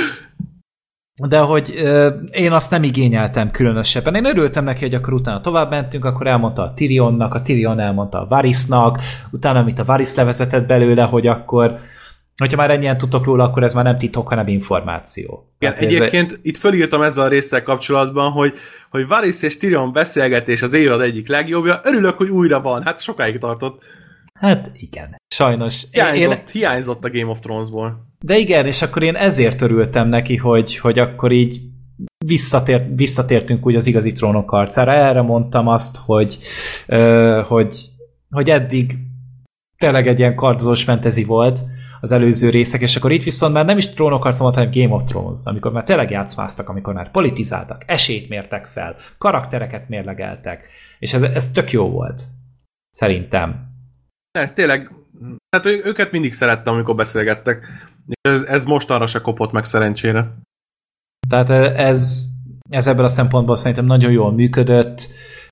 De hogy euh, én azt nem igényeltem különösebben. Én örültem neki, hogy akkor utána tovább mentünk, akkor elmondta a Tyrionnak, a Tyrion elmondta a Varysnak, utána, amit a Varys levezetett belőle, hogy akkor, hogyha már ennyien tudtok róla, akkor ez már nem titok, hanem információ. Igen, hát egyébként ez... itt fölírtam ezzel a résszel kapcsolatban, hogy, hogy Varys és Tyrion beszélgetés az évad egyik legjobbja. Örülök, hogy újra van. Hát sokáig tartott. Hát igen, sajnos. Hiányzott, én... hiányzott a Game of Thronesból. De igen, és akkor én ezért örültem neki, hogy, hogy akkor így visszatért, visszatértünk úgy az igazi trónok harcára. Erre mondtam azt, hogy, uh, hogy, hogy eddig tényleg egy ilyen kardozós fantasy volt az előző részek, és akkor itt viszont már nem is trónok harca volt, hanem Game of Thrones, amikor már tényleg játszmáztak, amikor már politizáltak, esélyt mértek fel, karaktereket mérlegeltek, és ez, ez tök jó volt. Szerintem. Ez tényleg, hát ő, őket mindig szerettem, amikor beszélgettek. Ez, ez mostanra se kopott meg szerencsére. Tehát ez, ez ebből a szempontból szerintem nagyon jól működött.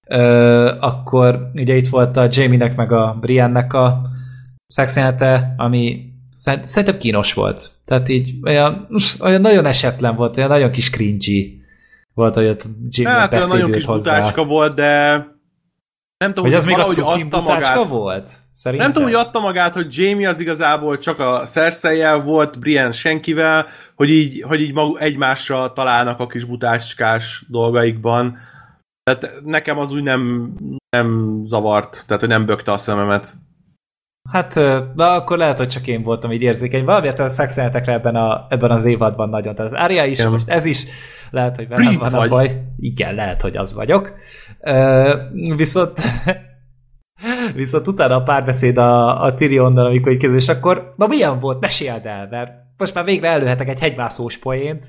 Akkor ugye itt volt a Jamie-nek meg a Brienne-nek a szexjelente, ami szerintem kínos volt. Tehát így olyan, olyan nagyon esetlen volt, olyan nagyon kis cringy volt, hogy ott Jamie hát, beszédült nagyon kis hozzá. Butácska volt, de nem tudom, hogy az még a cukin butácska volt? Szerintem? Nem tudom, hogy adta magát, hogy Jamie az igazából csak a Cersei-jel volt, Brienne senkivel, hogy így, hogy így maguk egymásra találnak a kis butácskás dolgaikban. Tehát nekem az úgy nem, nem zavart, tehát hogy nem bökte a szememet. Hát, de akkor lehet, hogy csak én voltam így érzékeny. Valamiért a szexuáletekre ebben, a, ebben az évadban nagyon. Tehát Arya is, igen. Most ez is, lehet, hogy velem van a baj. Igen, lehet, hogy az vagyok. Uh, viszont viszont utána a párbeszéd a, a Tyrionnal, amikor így kézül, és akkor, na milyen volt? Meséld el, mert most már végre előhetek egy hegymászós poént.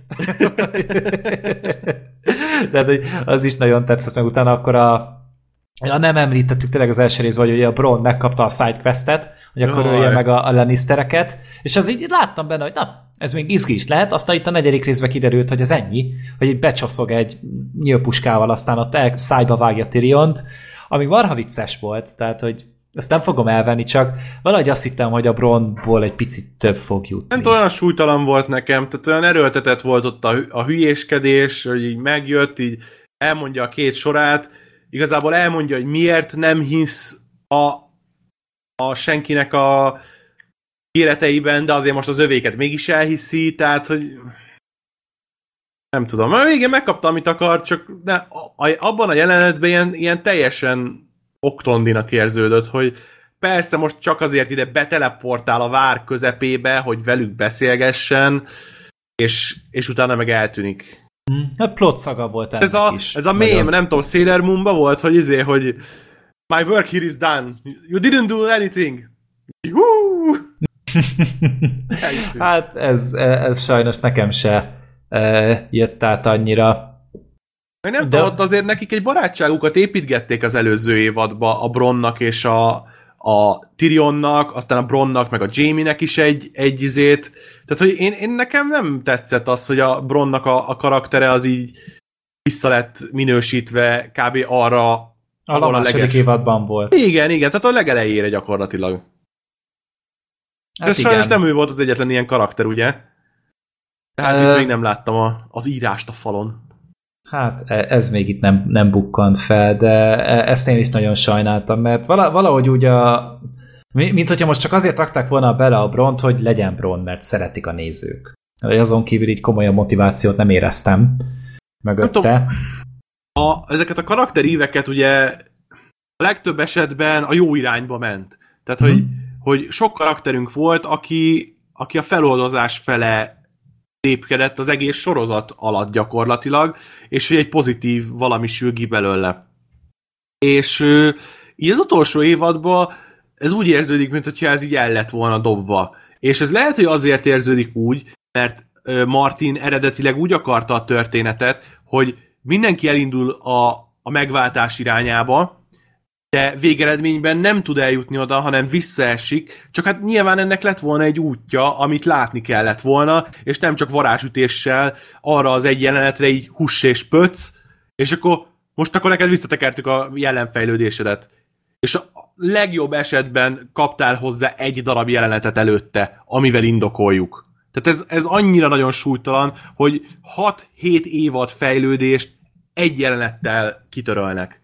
Tehát az is nagyon tetszett, meg utána akkor a Ja, nem említettük tényleg az első részben, hogy ugye a Bronn megkapta a sidequestet, hogy akkor ölje meg a, a Lannistereket, és az így láttam benne, hogy na, ez még izgi is lehet, aztán itt a negyedik részben kiderült, hogy ez ennyi, hogy így becsoszog egy nyílpuskával, aztán ott el, szájba vágja Tyriont, ami marha vicces volt, tehát hogy ezt nem fogom elvenni, csak valahogy azt hittem, hogy a Bronnból egy picit több fog jutni. Nem olyan súlytalan volt nekem, tehát olyan erőltetett volt ott a, a hülyéskedés, hogy így megjött, így elmondja a két sorát, igazából elmondja, hogy miért nem hisz a, a senkinek a híreteiben, de azért most az övéket mégis elhiszi, tehát, hogy nem tudom. A végén megkapta, amit akar, csak de a, a, abban a jelenetben ilyen, ilyen teljesen oktondinak érződött, hogy persze most csak azért ide beteleportál a vár közepébe, hogy velük beszélgessen, és, és utána meg eltűnik. A plot szaga volt ennek ez a, is. Ez a mém, nem tudom, Sailor Moonba volt, hogy izé, hogy my work here is done. You didn't do anything. Woo! Hát ez, ez sajnos nekem se e, jött át annyira. Meg nem De... tudom, ott azért nekik egy barátságukat építgették az előző évadba a Bronnak és a, a Tyrionnak, aztán a Bronnak, meg a Jaime-nek is egy, egy izét. Tehát, hogy én, én nekem nem tetszett az, hogy a Bronnak a, a karaktere az így vissza lett minősítve kb. Arra, a második leges... évadban volt. Igen, igen, tehát a legelejére gyakorlatilag. Hát ez sajnos nem ő volt az egyetlen ilyen karakter, ugye? Tehát uh, itt még nem láttam a, az írást a falon. Hát ez még itt nem, nem bukkant fel, de ezt én is nagyon sajnáltam, mert valahogy úgy a... Mint hogyha most csak azért rakták volna bele a Bront, hogy legyen Bron, mert szeretik a nézők. Azon kívül így komolyan motivációt nem éreztem mögötte. A, ezeket a karakteríveket ugye a legtöbb esetben a jó irányba ment. Tehát, mm-hmm. hogy, hogy sok karakterünk volt, aki, aki a feloldozás fele lépkedett az egész sorozat alatt gyakorlatilag, és hogy egy pozitív valami sül ki belőle. És így az utolsó évadban ez úgy érződik, mintha ez így el lett volna dobva. És ez lehet, hogy azért érződik úgy, mert Martin eredetileg úgy akarta a történetet, hogy mindenki elindul a, a megváltás irányába, de végeredményben nem tud eljutni oda, hanem visszaesik, csak hát nyilván ennek lett volna egy útja, amit látni kellett volna, és nem csak varázsütéssel arra az egy jelenetre így huss és pöc, és akkor most akkor neked visszatekertük a jelenfejlődésedet. És a legjobb esetben kaptál hozzá egy darab jelenetet előtte, amivel indokoljuk. Tehát ez, ez annyira nagyon súlytalan, hogy hat-hét évad fejlődést egy jelenettel kitörölnek.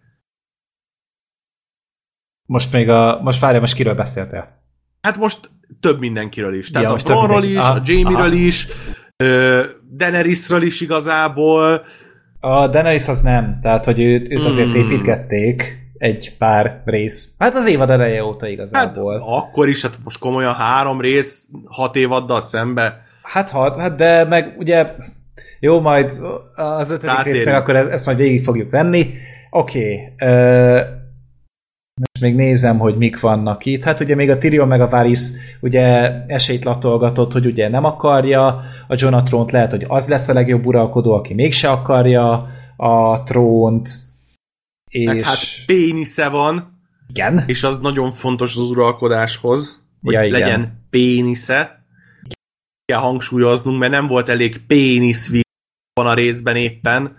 Most még a... Most várja, most kiről beszéltél? Hát most több mindenkiről is. Tehát ja, a Bronról is, aha, a Jaime-ről aha. is, uh, Daenerysről is igazából. A Daenerys az nem. Tehát, hogy őt, őt azért hmm. építgették egy pár rész. Hát az évad eleje óta igazából. Hát akkor is, hát most komolyan három rész, hat évaddal szembe. Hát hat, hát de meg ugye jó, majd az ötödik résznél akkor ezt majd végig fogjuk venni. Oké. Okay. Uh, most még nézem, hogy mik vannak itt. Hát ugye még a Tyrion meg a Varys ugye esélyt latolgatott, hogy ugye nem akarja a Jon a trónt, lehet, hogy az lesz a legjobb uralkodó, aki mégse akarja a trónt. És... Meg hát pénisze van. Igen. És az nagyon fontos az uralkodáshoz, hogy ja, legyen pénisze. Kell hangsúlyoznunk, mert nem volt elég pénisz van a részben éppen.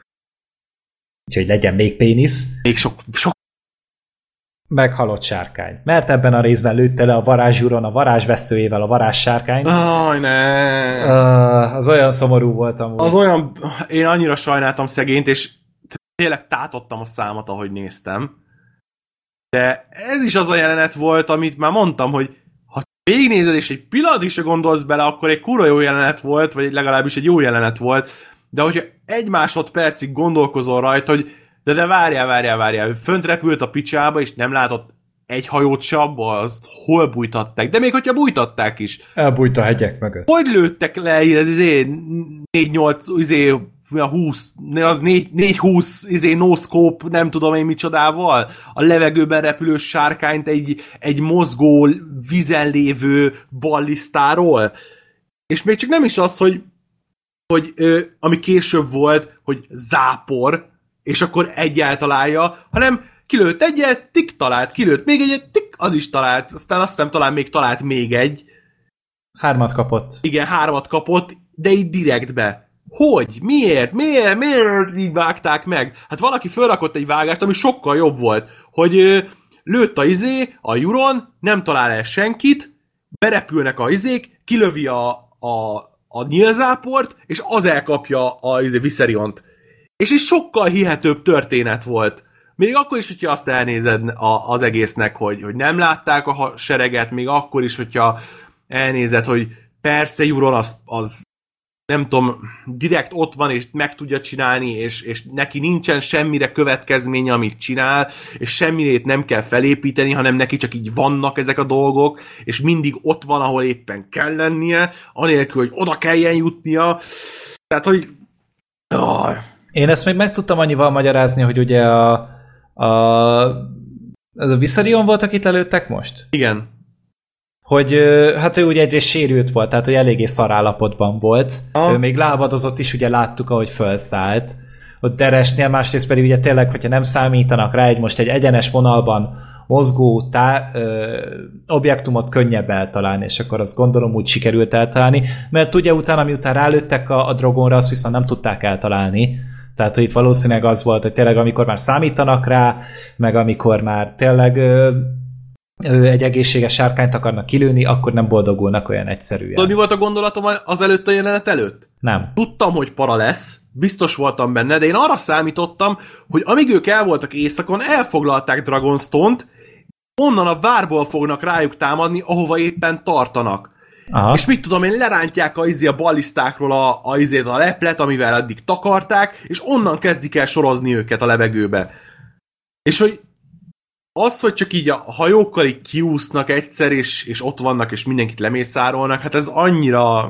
Úgyhogy legyen még pénisz. Még sok, sok meghalott sárkány. Mert ebben a részben lőtte le a varázsúron a varázsveszőjével a varázssárkányt. Aj, ne! Uh, az olyan szomorú volt amúgy. Az olyan... Én annyira sajnáltam szegényt, és tényleg tátottam a számat, ahogy néztem. De ez is az a jelenet volt, amit már mondtam, hogy ha végignézed, és egy pillanatig se gondolsz bele, akkor egy kurva jó jelenet volt, vagy legalábbis egy jó jelenet volt, de hogyha egy másodpercig gondolkozol rajta, hogy de, de várjál, várjál, várjál, fönt repült a picsába, és nem látott egy hajót se abba, azt hol bújtatták. De még hogyha bújtatták is. Elbújt a hegyek mögött. Hogy lőttek le, ez izé négy nyolc, izé húsz, az négy húsz, izé no scope, nem tudom én micsodával, a levegőben repülő sárkányt egy, egy mozgó, vízen lévő ballisztáról. És még csak nem is az, hogy, hogy ö, ami később volt, hogy zápor, és akkor egy eltalálja, hanem kilőtt egyet, tik talált, kilőtt még egyet, tik, az is talált, aztán azt hiszem talán még talált még egy. Hármat kapott. Igen, hármat kapott, de így direktbe. Hogy? Miért? Miért? Miért így vágták meg? Hát valaki felrakott egy vágást, ami sokkal jobb volt, hogy ö, lőtt a izé, a Euron, nem talál el senkit, berepülnek a izék, kilövi a, a, a nyílzáport, és az elkapja a izé, Viseriont. És is sokkal hihetőbb történet volt. Még akkor is, hogyha azt elnézed a, az egésznek, hogy, hogy nem látták a sereget, még akkor is, hogyha elnézed, hogy persze Euron az, az nem tudom, direkt ott van, és meg tudja csinálni, és, és neki nincsen semmire következménye, amit csinál, és semmire nem kell felépíteni, hanem neki csak így vannak ezek a dolgok, és mindig ott van, ahol éppen kell lennie, anélkül, hogy oda kelljen jutnia. Tehát, hogy Oh. Én ezt még meg tudtam annyival magyarázni, hogy ugye a, a ez a Viserion volt, akit lelőttek most? Igen. Hogy hát ő ugye egyrészt sérült volt, tehát hogy eléggé szarállapotban volt. Ah. Ő még lábadozott is, ugye láttuk, ahogy felszállt. Ott Deresnél, másrészt pedig ugye tényleg, hogyha nem számítanak rá, egy most egy egyenes vonalban mozgó tá, ö, objektumot könnyebb eltalálni, és akkor azt gondolom úgy sikerült eltalálni, mert ugye utána, miután rálőttek a, a Drogonra, azt viszont nem tudták eltalálni. Tehát, hogy itt valószínűleg az volt, hogy tényleg amikor már számítanak rá, meg amikor már tényleg ö, ö, egy egészséges sárkányt akarnak kilőni, akkor nem boldogulnak olyan egyszerűen. Tudod, mi volt a gondolatom az előtt a jelenet előtt? Nem. Tudtam, hogy para lesz, biztos voltam benne, de én arra számítottam, hogy amíg ők el voltak éjszakon, elfoglalták Dragonstone-t, onnan a várból fognak rájuk támadni, ahova éppen tartanak. Aha. És mit tudom én, lerántják a, izé, a ballisztákról a, a, izé, a leplet, amivel eddig takarták, és onnan kezdik el sorozni őket a levegőbe. És hogy az, hogy csak így a hajókkal így kiúsznak egyszer, és, és ott vannak, és mindenkit lemészárolnak, hát ez annyira...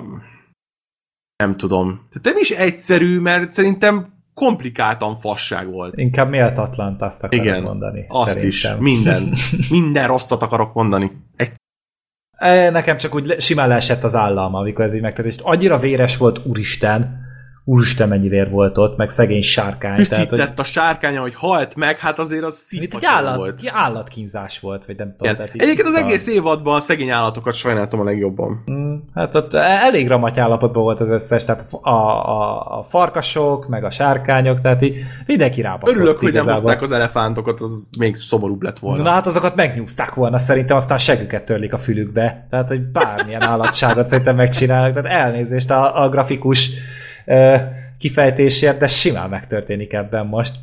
nem tudom. Tehát nem is egyszerű, mert szerintem komplikáltan fasság volt. Inkább méltatlant azt akarok Igen, mondani. azt szerintem. is. Minden. Minden rosszat akarok mondani. Egy... Nekem csak úgy simán leesett az állam, amikor ez így megtört. És annyira véres volt, úristen, úristen mennyi vér volt ott, meg szegény sárkány. Püszített tehát, hogy... a sárkánya, hogy halt meg, hát azért az szívpacsa állat, volt. Egy állatkínzás volt, vagy nem tudom. Egyébként az egész évadban a szegény állatokat sajnáltam a legjobban. Mm, hát ott elég ramaty állapotban volt az összes, tehát a, a, a farkasok, meg a sárkányok, tehát így mindenki rábaszott. Örülök, hogy igazából. nem hozták az elefántokat, az még szomorúbb lett volna. Na hát azokat megnyúzták volna, szerintem aztán següket törlik a fülükbe. Tehát, hogy bármilyen állatságot szerintem megcsinálnak. Tehát elnézést a, a grafikus uh, kifejtésért, de simán megtörténik ebben most.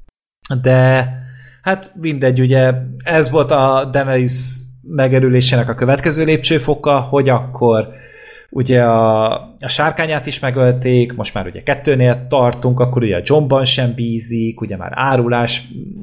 De hát mindegy, ugye ez volt a Daenerys megerülésének a következő lépcsőfoka, hogy akkor ugye a, a sárkányát is megölték, most már ugye kettőnél tartunk, akkor ugye a Jonban sem bízik, ugye már árulás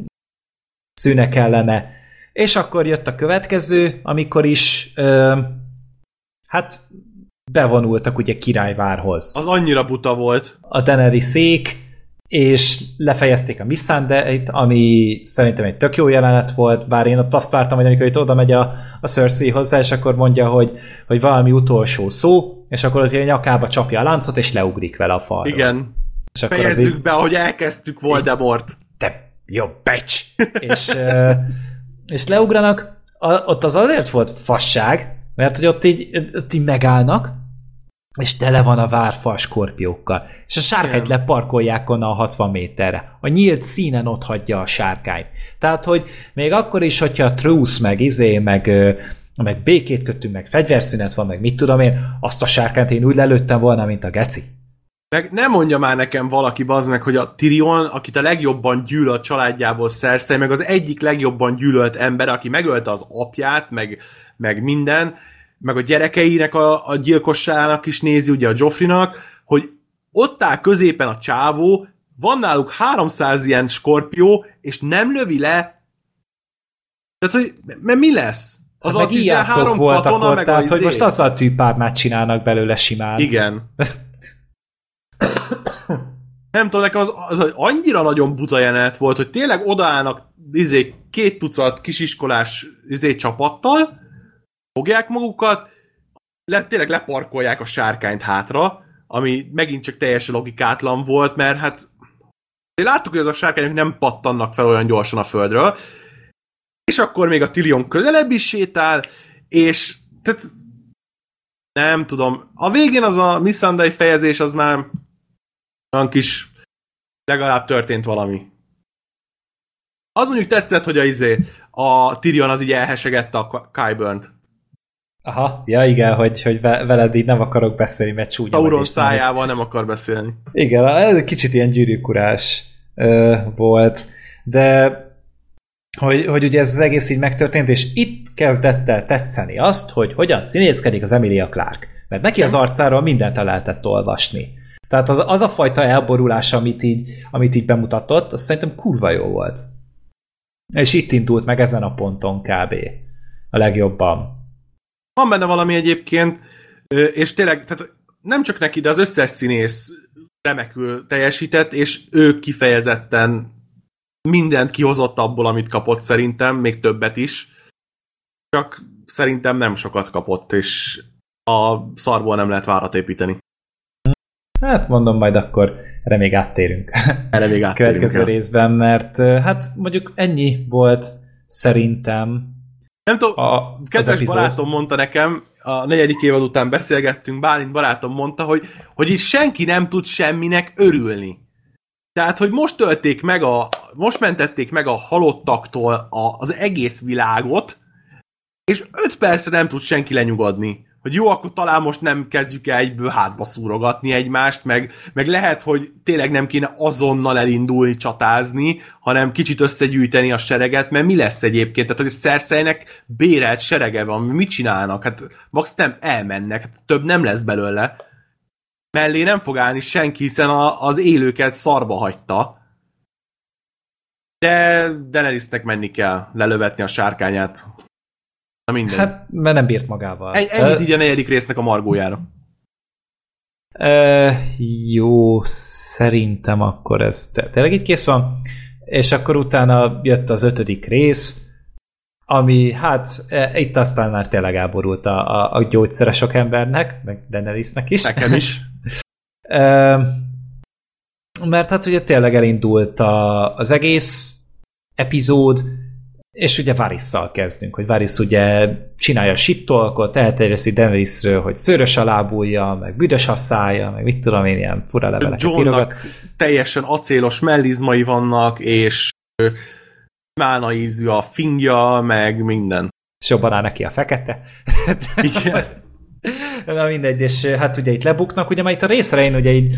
szűne kellene, és akkor jött a következő, amikor is ö, hát bevonultak ugye királyvárhoz. Az annyira buta volt. A Daenerys szék, és lefejezték a Missandei-t, ami szerintem egy tök jó jelenet volt, bár én ott azt vártam, hogy amikor itt oda megy a, a Cersei hozzá, és akkor mondja, hogy, hogy valami utolsó szó, és akkor ott a nyakába csapja a láncot, és leugrik vele a falról. Igen. És akkor fejezzük így... be, ahogy elkezdtük Voldemort. Te jó becs! és, és leugranak, a, ott az azért volt fasság, mert hogy ott így, ott így megállnak, és tele van a várfal skorpiókkal. És a sárkányt Igen. leparkolják onnan a hatvan méterre. A nyílt színen ott hagyja a sárkányt. Tehát, hogy még akkor is, hogyha a truce, meg izé, meg, meg békét kötünk, meg fegyverszünet van, meg mit tudom én, azt a sárkányt én úgy lelőttem volna, mint a geci. Meg nem mondja már nekem valaki, bazd meg, hogy a Tyrion, akit a legjobban gyűlöl a családjából Cersei, meg az egyik legjobban gyűlölt ember, aki megölte az apját, meg, meg minden, meg a gyerekeinek a, a gyilkosságának is nézi, ugye a Joffrinak, hogy ott áll középen a csávó, van náluk háromszáz ilyen skorpió, és nem lövi le. Tehát, hogy mert mi lesz? Az hát a tizenhárom voltak katona, ott, meg tehát, hogy izé... most azzal tűpármát csinálnak belőle simán. Igen. Nem tudom, nekem az, az annyira nagyon buta jelenet volt, hogy tényleg odaállnak izé, két tucat kisiskolás izé, csapattal, fogják magukat, le, tényleg leparkolják a sárkányt hátra, ami megint csak teljesen logikátlan volt, mert hát láttuk, hogy azok a sárkányok nem pattannak fel olyan gyorsan a földről, és akkor még a Tyrion közelebb is sétál, és tehát, nem tudom, a végén az a Missandei fejezés az már olyan kis legalább történt valami. Az mondjuk tetszett, hogy a, izé, a Tyrion az így elhesegette a Qyburnt. Aha, ja igen, hogy, hogy veled így nem akarok beszélni, mert csúnya Sauron vagy szájával nem akar beszélni. Igen, ez kicsit ilyen gyűrűkurás ö, volt, de hogy, hogy ugye ez az egész így megtörtént, és itt kezdett el tetszeni azt, hogy hogyan színészkedik az Emilia Clarke. Mert neki az arcáról mindent el lehetett olvasni. Tehát az, az a fajta elborulás, amit így, amit így bemutatott, az szerintem kurva jó volt. És itt indult meg ezen a ponton kb. A legjobban. Van benne valami egyébként, és tényleg, tehát nem csak neki, de az összes színész remekül teljesített, és ő kifejezetten mindent kihozott abból, amit kapott szerintem, még többet is. Csak szerintem nem sokat kapott, és a szarból nem lehet várat építeni. Hát mondom, majd akkor erre még áttérünk. Erre még áttérünk. Következő ja. részben, mert hát mondjuk ennyi volt szerintem. Nem tudom, a kedves barátom mondta nekem, a negyedik évad után beszélgettünk, Bálint barátom mondta, hogy, hogy itt senki nem tud semminek örülni. Tehát, hogy most tölték meg a, most mentették meg a halottaktól a, az egész világot, és öt percre nem tud senki lenyugodni. Hogy jó, akkor talán most nem kezdjük el egyből hátba szúrogatni egymást, meg, meg lehet, hogy tényleg nem kéne azonnal elindulni, csatázni, hanem kicsit összegyűjteni a sereget, mert mi lesz egyébként? Tehát, hogy Cerseinek bérelt serege van, mit csinálnak? Hát max nem elmennek, hát több nem lesz belőle. Mellé nem fog állni senki, hiszen a, az élőket szarba hagyta. De Daenerysnek menni kell, lelövetni a sárkányát. Na mindegy. Hát, mert nem bírt magával. Egy, ennyit így a negyedik résznek a margójára. Uh, jó, szerintem akkor ez tényleg így kész van. És akkor utána jött az ötödik rész, ami hát e, itt aztán már tényleg elborult a, a, a gyógyszere sok embernek, meg Daenerysnek is. Nekem is. uh, mert hát ugye tényleg elindult a, az egész epizód, és ugye Varys-szal kezdünk, hogy Varys ugye csinálja a shit-talkot, elterjeszi Daenerysről, hogy szőrös a lábúja, meg büdös a szája, meg mit tudom én, ilyen fura leveleket írogat. Teljesen acélos mellizmai vannak, és mána ízű a fingja, meg minden. És jobban áll neki a fekete. Igen. Na mindegy, és hát ugye itt lebuknak, ugye már itt a részrein ugye így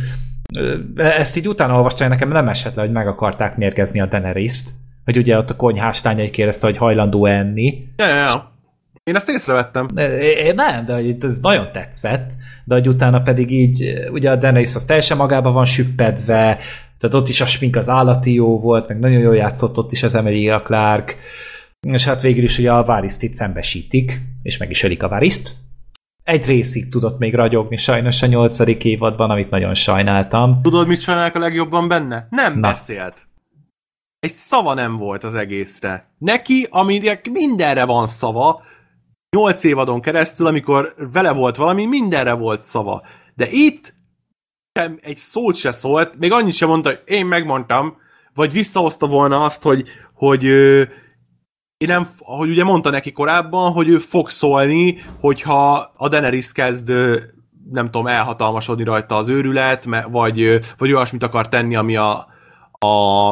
ezt így utána olvastam, nekem nem esett le, hogy meg akarták mérgezni a Daenerys-t, hogy ugye ott a konyhástányai kérdezte, hogy hajlandó enni. Ja, ja, ja. Én ezt észrevettem. Én nem, de hogy ez nagyon tetszett, de hogy utána pedig így, ugye a Daenerys az teljesen magában van süppedve, tehát ott is a smink az állati jó volt, meg nagyon jól játszott ott is az Emilia Clarke, és hát végül is ugye a Varys-t itt szembesítik, és meg is ölik a Varys-t. Egy részig tudott még ragyogni sajnos a nyolcadik évadban, amit nagyon sajnáltam. Tudod, mit sajnálják a legjobban benne? Nem Na. beszélt. Egy szava nem volt az egészre. Neki, aminek mindenre van szava, nyolc évadon keresztül, amikor vele volt valami, mindenre volt szava. De itt sem egy szót se szólt, még annyit sem mondta, hogy én megmondtam, vagy visszahozta volna azt, hogy, hogy ő, én nem, hogy ugye mondta neki korábban, hogy ő fog szólni, hogyha a Daenerys kezd, nem tudom, elhatalmasodni rajta az őrület, vagy, vagy olyasmit akar tenni, ami a, a,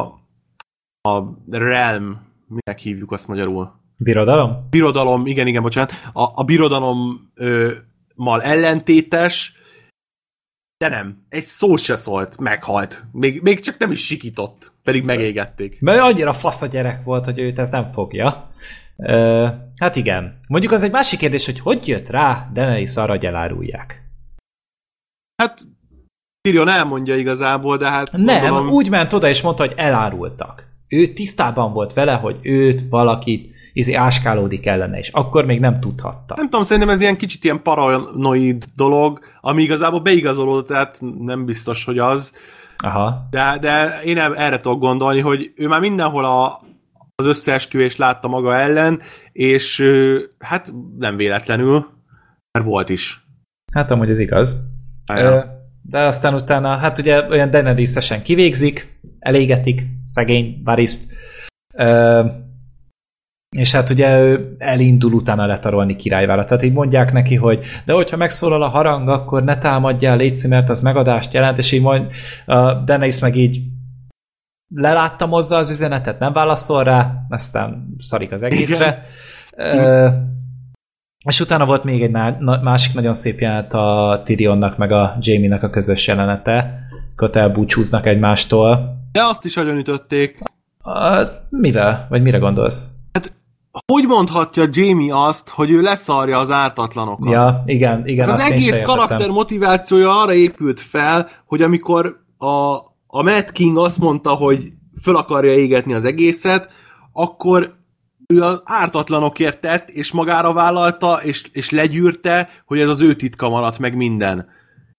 a realm, minek hívjuk azt magyarul? Birodalom? Birodalom, igen, igen, bocsánat. A, a birodalommal ellentétes, de nem. Egy szó se szólt, meghalt. Még, még csak nem is sikított, pedig megégették. Mert annyira fasz a gyerek volt, hogy őt ez nem fogja. Uh, hát igen. Mondjuk az egy másik kérdés, hogy hogy jött rá Daenerys arra, hogy elárulják. Hát Tyrion elmondja igazából, de hát... Nem, gondolom... úgy ment oda és mondta, hogy elárultak. Ő tisztában volt vele, hogy őt valakit izé áskálódik ellene, és akkor még nem tudhatta. Nem tudom, szerintem ez ilyen kicsit ilyen paranoid dolog, ami igazából beigazolódott, tehát nem biztos, hogy az. Aha. De, de én erre tudok gondolni, hogy ő már mindenhol a, az összeesküvést látta maga ellen, és hát nem véletlenül, mert volt is. Hát amúgy ez igaz. Ajá. De aztán utána, hát ugye olyan Daenerys-esen kivégzik, elégetik szegény Varys-t, és hát ugye ő elindul utána letarolni királyvárat. Tehát így mondják neki, hogy de hogyha megszólal a harang, akkor ne támadjál, létszi, mert az megadást jelent, és így majd a Daenerys meg így leláttamozza az üzenetet, nem válaszol rá, aztán szarik az egészre. Uh, és utána volt még egy másik nagyon szép jelenet a Tyrionnak meg a Jaime-nek a közös jelenete, akkor elbúcsúznak egymástól. De azt is agyonütötték. Uh, mivel? Vagy mire gondolsz? Hogy mondhatja Jaime azt, hogy ő leszarja az ártatlanokat? Ja, igen, igen. Hát az egész karakter motivációja arra épült fel, hogy amikor a, a Mad King azt mondta, hogy föl akarja égetni az egészet, akkor ő az ártatlanokért tett, és magára vállalta, és, és legyűrte, hogy ez az ő titka maradt meg minden.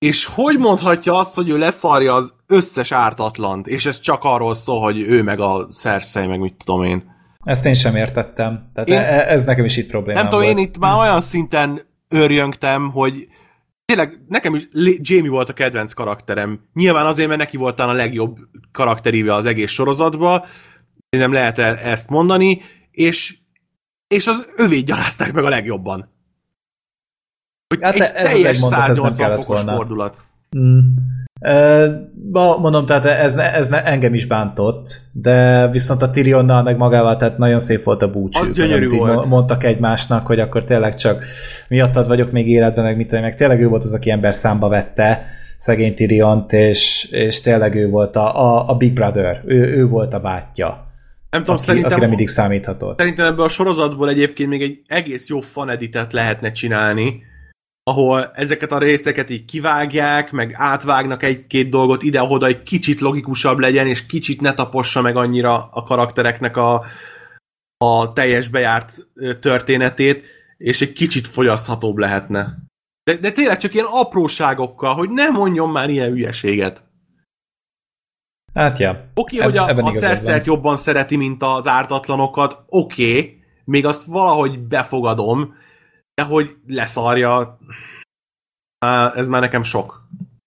És hogy mondhatja azt, hogy ő leszarja az összes ártatlant, és ez csak arról szól, hogy ő meg a Cersei, meg mit tudom én. Ezt én sem értettem. Tehát én, ez nekem is itt problémám Nem tudom, volt. én itt már olyan szinten őrjöngtem, hogy tényleg nekem is Jaime volt a kedvenc karakterem. Nyilván azért, mert neki volt a legjobb karakteríve az egész sorozatban, nem lehet ezt mondani, és, és az övét gyalázták meg a legjobban. Hogy hát egy ez teljes egy mondat, száznyolcvan fokos volna. fordulat. Mm. Uh, mondom, tehát ez, ne, ez ne, engem is bántott, de viszont a Tyrionnal meg magával, tehát nagyon szép volt a búcsú. Az gyönyörű volt. Mondtak egymásnak, hogy akkor tényleg csak miattad vagyok még életben, meg mit tudom, meg tényleg ő volt az, aki ember számba vette szegény Tyriont, és, és tényleg ő volt a, a, a Big Brother, ő, ő volt a bátyja. Nem tudom, aki, szerintem, akire mindig számíthatott. Szerintem ebből a sorozatból egyébként még egy egész jó faneditet lehetne csinálni, ahol ezeket a részeket így kivágják, meg átvágnak egy-két dolgot ide-oda, egy kicsit logikusabb legyen, és kicsit ne tapossa meg annyira a karaktereknek a, a teljes bejárt történetét, és egy kicsit fogyaszthatóbb lehetne. De, de tényleg csak ilyen apróságokkal, hogy ne mondjon már ilyen hülyeséget. Hát ja. Oké, okay, hogy a, a Cersei-t jobban szereti, mint az ártatlanokat, oké, okay, még azt valahogy befogadom, de hogy leszarja, ez már nekem sok.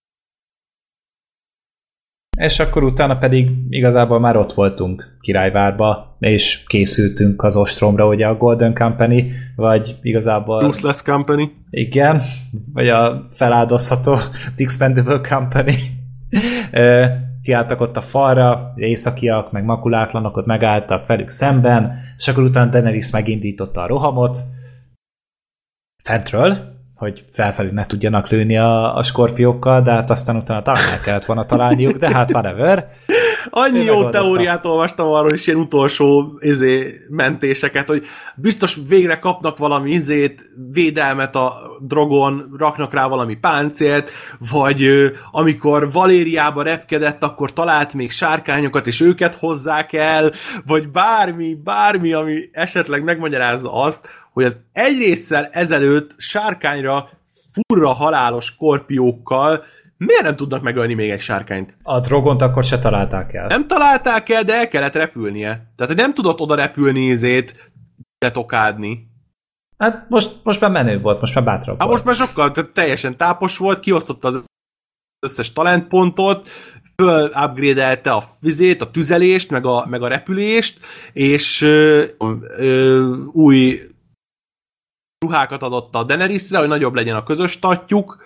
És akkor utána pedig igazából már ott voltunk Királyvárba, és készültünk az ostromra, ugye a Golden Company, vagy igazából... Ruthless Company. Igen, vagy a feláldozható, az Expendable Company. Kiálltak ott a falra, északiak, meg makulátlanok ott megálltak velük szemben, és akkor utána Daenerys megindította a rohamot, fentről, hogy felfelé ne tudjanak lőni a, a skorpiókkal, de hát aztán utána talán el kellett volna találniuk, de hát whatever. Annyi jó teóriát olvastam arról, és ilyen utolsó izé, mentéseket, hogy biztos végre kapnak valami izét, védelmet a drogon, raknak rá valami páncélt, vagy ö, amikor Valériába repkedett, akkor talált még sárkányokat, és őket hozzák el, vagy bármi, bármi, ami esetleg megmagyarázza azt, hogy az egy résszel ezelőtt sárkányra furra halálos skorpiókkal miért nem tudnak megölni még egy sárkányt? A drogont akkor se találták el. Nem találták el, de el kellett repülnie. Tehát, hogy nem tudott oda repülni izét, letokádni. Hát most, most már menő volt, most már bátrabb hát volt. most már sokkal tehát teljesen tápos volt, kiosztotta az összes talentpontot, föl upgrade-elte a vizét, a tüzelést, meg a, meg a repülést, és ö, ö, új ruhákat adott a Daenerysre, hogy nagyobb legyen a közös tatjuk.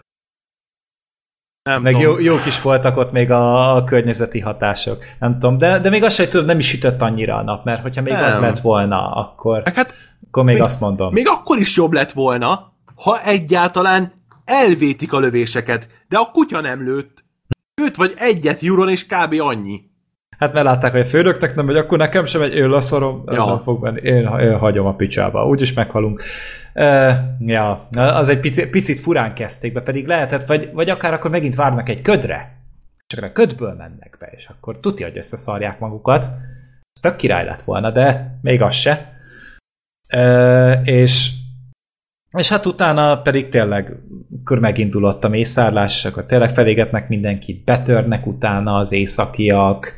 Nem meg tudom. jó, jók is voltak ott még a, a környezeti hatások. Nem tudom, de, de még azt sem tudom, nem is sütött annyira a nap, mert hogyha még nem. az lett volna, akkor, hát, akkor még, még azt mondom. Még akkor is jobb lett volna, ha egyáltalán elvétik a lövéseket, de a kutya nem lőtt. Őt vagy egyet Euron, és kb. Annyi. Hát mert látták, hogy a főnöknek nem megy, akkor nekem sem egy én leszorom, ja. nem fog menni, én, én hagyom a picsába, úgyis meghalunk. Uh, ja, az egy pici, picit furán kezdték be, pedig lehetett, vagy, vagy akár akkor megint várnak egy ködre, csak a ködből mennek be, és akkor tuti, hogy összeszarják magukat. Ez tök király lett volna, de még az se. Uh, és és hát utána pedig tényleg akkor megindulott a mészárlás, akkor tényleg felégetnek mindenkit, betörnek utána az északiak,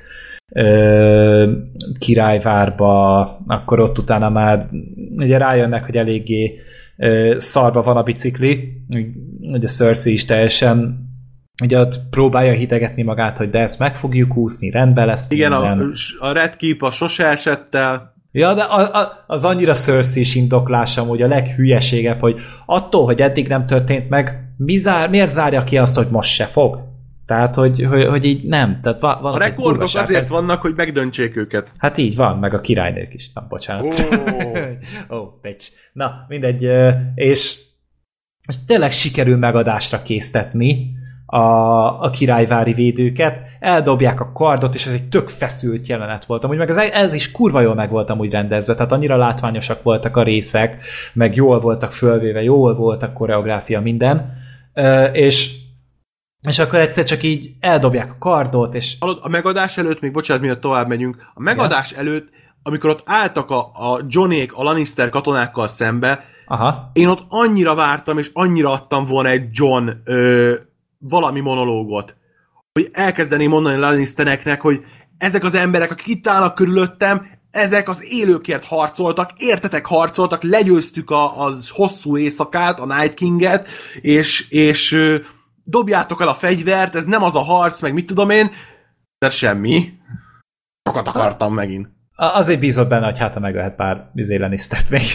ö, Királyvárba, akkor ott utána már ugye rájönnek, hogy eléggé ö, szarba van a bicikli, ugye Cersei is teljesen ugye ott próbálja hidegetni magát, hogy de ezt meg fogjuk úszni, rendben lesz. Igen, a, a Red Keep a sose esett el. Ja, de a, a, az annyira Cersei-s indoklás amúgy a leghülyeségebb, hogy attól, hogy eddig nem történt meg, mi zár, miért zárja ki azt, hogy most se fog? Tehát, hogy, hogy, hogy így nem. Tehát van, a rekordok azért vannak, hogy megdöntsék őket. Hát így van, meg a királynők is. Na, bocsánat. Ó, oh. oh, pecs. Na, mindegy. És tényleg sikerül megadásra késztetni a, a királyvári védőket, eldobják a kardot, és ez egy tök feszült jelenet volt. Amúgy meg ez, ez is kurva jól meg volt amúgy rendezve, tehát annyira látványosak voltak a részek, meg jól voltak fölvéve, jól voltak koreográfia, minden. És És akkor egyszer csak így eldobják a kardot, és... A megadás előtt, még bocsánat, miatt tovább megyünk, a megadás ja. előtt, amikor ott álltak a, a Johnék a Lannister katonákkal szembe, aha. én ott annyira vártam, és annyira adtam volna egy John ö, valami monológot, hogy elkezdené mondani a Lannistereknek, hogy ezek az emberek, akik itt állnak körülöttem, ezek az élőkért harcoltak, értetek harcoltak, legyőztük a, a hosszú éjszakát, a Night Kinget, és, és ö, dobjátok el a fegyvert, ez nem az a harc, meg mit tudom én, de semmi. Sokat akartam megint. Azért bízott benne, hogy hát ha megölhet pár izé Lannistert még.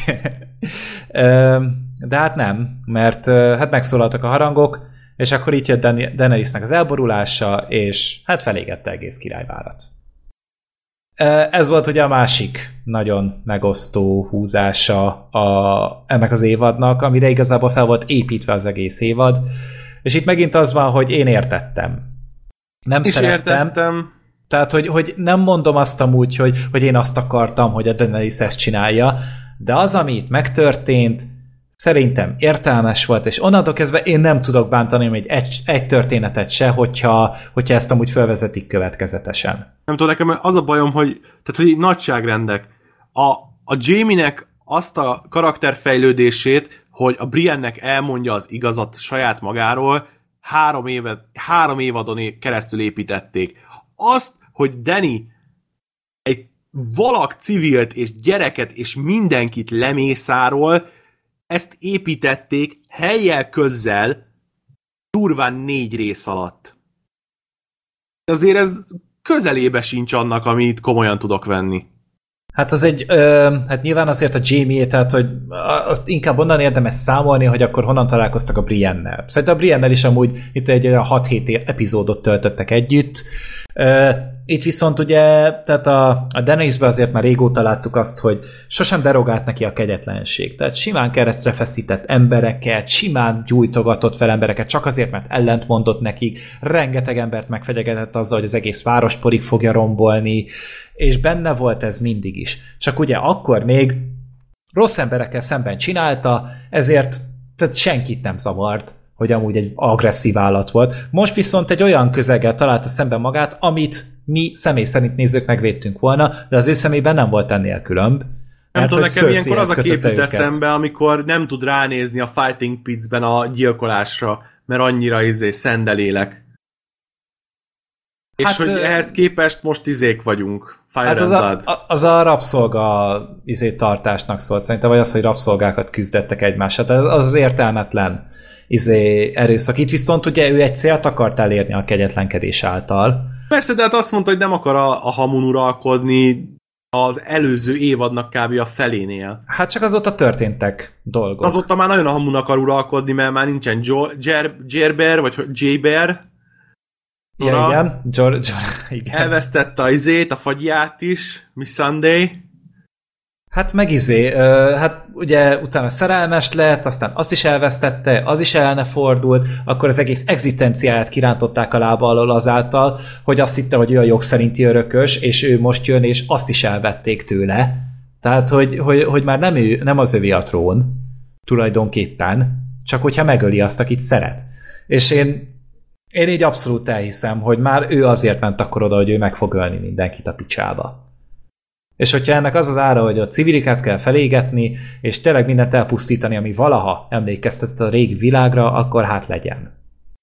De hát nem, mert hát megszólaltak a harangok, és akkor itt jött Daenerysnek az elborulása, és hát felégette egész királyvárat. Ez volt ugye a másik nagyon megosztó húzása a, ennek az évadnak, amire igazából fel volt építve az egész évad, és itt megint az van, hogy én értettem. Nem is szerettem. Értettem. Tehát, hogy, hogy nem mondom azt amúgy, hogy, hogy én azt akartam, hogy a Daenerys ezt csinálja, de az, ami itt megtörtént, szerintem értelmes volt, és onnantól kezdve én nem tudok bántani még egy, egy történetet se, hogyha, hogyha ezt amúgy felvezetik következetesen. Nem tudom, nekem az a bajom, hogy, tehát, hogy nagyságrendek. A, a Jaime-nek azt a karakterfejlődését, hogy a Brienne-nek elmondja az igazat saját magáról, három, évet, három évadon keresztül építették. Azt, hogy Dany egy valak civilt és gyereket és mindenkit lemészárol, ezt építették helyjel közzel durván négy rész alatt. Azért ez közelébe sincs annak, amit komolyan tudok venni. Hát az egy, ö, hát nyilván azért a Jaime, tehát hogy azt inkább onnan érdemes számolni, hogy akkor honnan találkoztak a Brienne-nel. Szerintem a Brienne-nel is amúgy itt egy hat-hét epizódot töltöttek együtt. Ö, itt viszont ugye, tehát a, a Daenerysben azért már régóta láttuk azt, hogy sosem derogált neki a kegyetlenség. Tehát simán keresztre feszített embereket, simán gyújtogatott fel embereket, csak azért, mert ellent mondott nekik, rengeteg embert megfegyegetett azzal, hogy az egész városporig fogja rombolni, és benne volt ez mindig is. Csak ugye akkor még rossz emberekkel szemben csinálta, ezért tehát senkit nem zavart, hogy amúgy egy agresszív állat volt. Most viszont egy olyan közeggel találta szemben magát, amit mi személy szerint nézők megvédtünk volna, de az ő személyben nem volt ennél különb. Nem tudom, nekem ilyenkor az a kép jut eszembe, amikor nem tud ránézni a Fighting Pitsben a gyilkolásra, mert annyira izé szendelélek. És hát, hogy ehhez képest most izék vagyunk. Fire hát az a, az a rabszolga izé tartásnak szólt szerintem, vagy az, hogy rabszolgákat küzdettek egymással. Tehát az az értelmetlen izé erőszak. Itt viszont ugye ő egy célt akart elérni a kegyetlenkedés által. Persze, de hát azt mondta, hogy nem akar a, a hamun uralkodni az előző évadnak kb. A felénél. Hát csak azóta történtek dolgok. Azóta már nagyon a hamun akar uralkodni, mert már nincsen Jerber, vagy J-Bear. Ja, igen. George, igen. Elvesztette a izét, a fagyját is, Miss Sunday. Hát meg izé, hát ugye utána szerelmes lett, aztán azt is elvesztette, az is elne fordult, akkor az egész egzisztenciáját kirántották a lába alól azáltal, hogy azt hitte, hogy ő a jog szerinti örökös, és ő most jön, és azt is elvették tőle. Tehát, hogy, hogy, hogy már nem, ő, nem az övé a trón, tulajdonképpen, csak hogyha megöli azt, akit szeret. És én Én így abszolút elhiszem, hogy már ő azért ment akkor oda, hogy ő meg fog ölni mindenkit a picsába. És hogyha ennek az az ára, hogy a civiliket kell felégetni, és tényleg mindent elpusztítani, ami valaha emlékeztetett a régi világra, akkor hát legyen.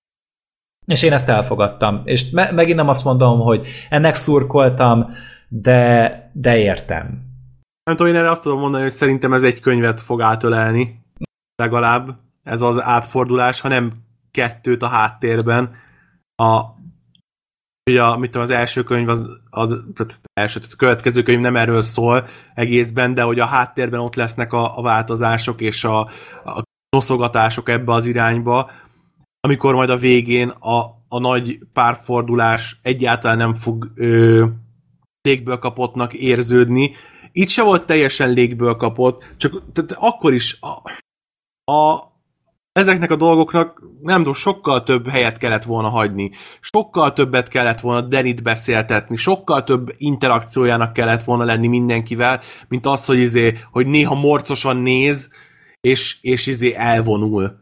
És én ezt elfogadtam. És me- megint nem azt mondom, hogy ennek szurkoltam, de, de értem. Nem tudom, én erre azt tudom mondani, hogy szerintem ez egy könyvet fog átölelni. Legalább ez az átfordulás, ha nem kettőt a háttérben. A, ugye a, mit tudom, az első könyv, az, az első, a következő könyv nem erről szól egészben, de hogy a háttérben ott lesznek a, a változások és a, a noszogatások ebbe az irányba, amikor majd a végén a, a nagy párfordulás egyáltalán nem fog ö, légből kapottnak érződni. Itt se volt teljesen légből kapott, csak tehát akkor is a, a ezeknek a dolgoknak nem tudom, sokkal több helyet kellett volna hagyni. Sokkal többet kellett volna Dannyt beszéltetni, sokkal több interakciójának kellett volna lenni mindenkivel, mint az, hogy, izé, hogy néha morcosan néz, és, és izé elvonul.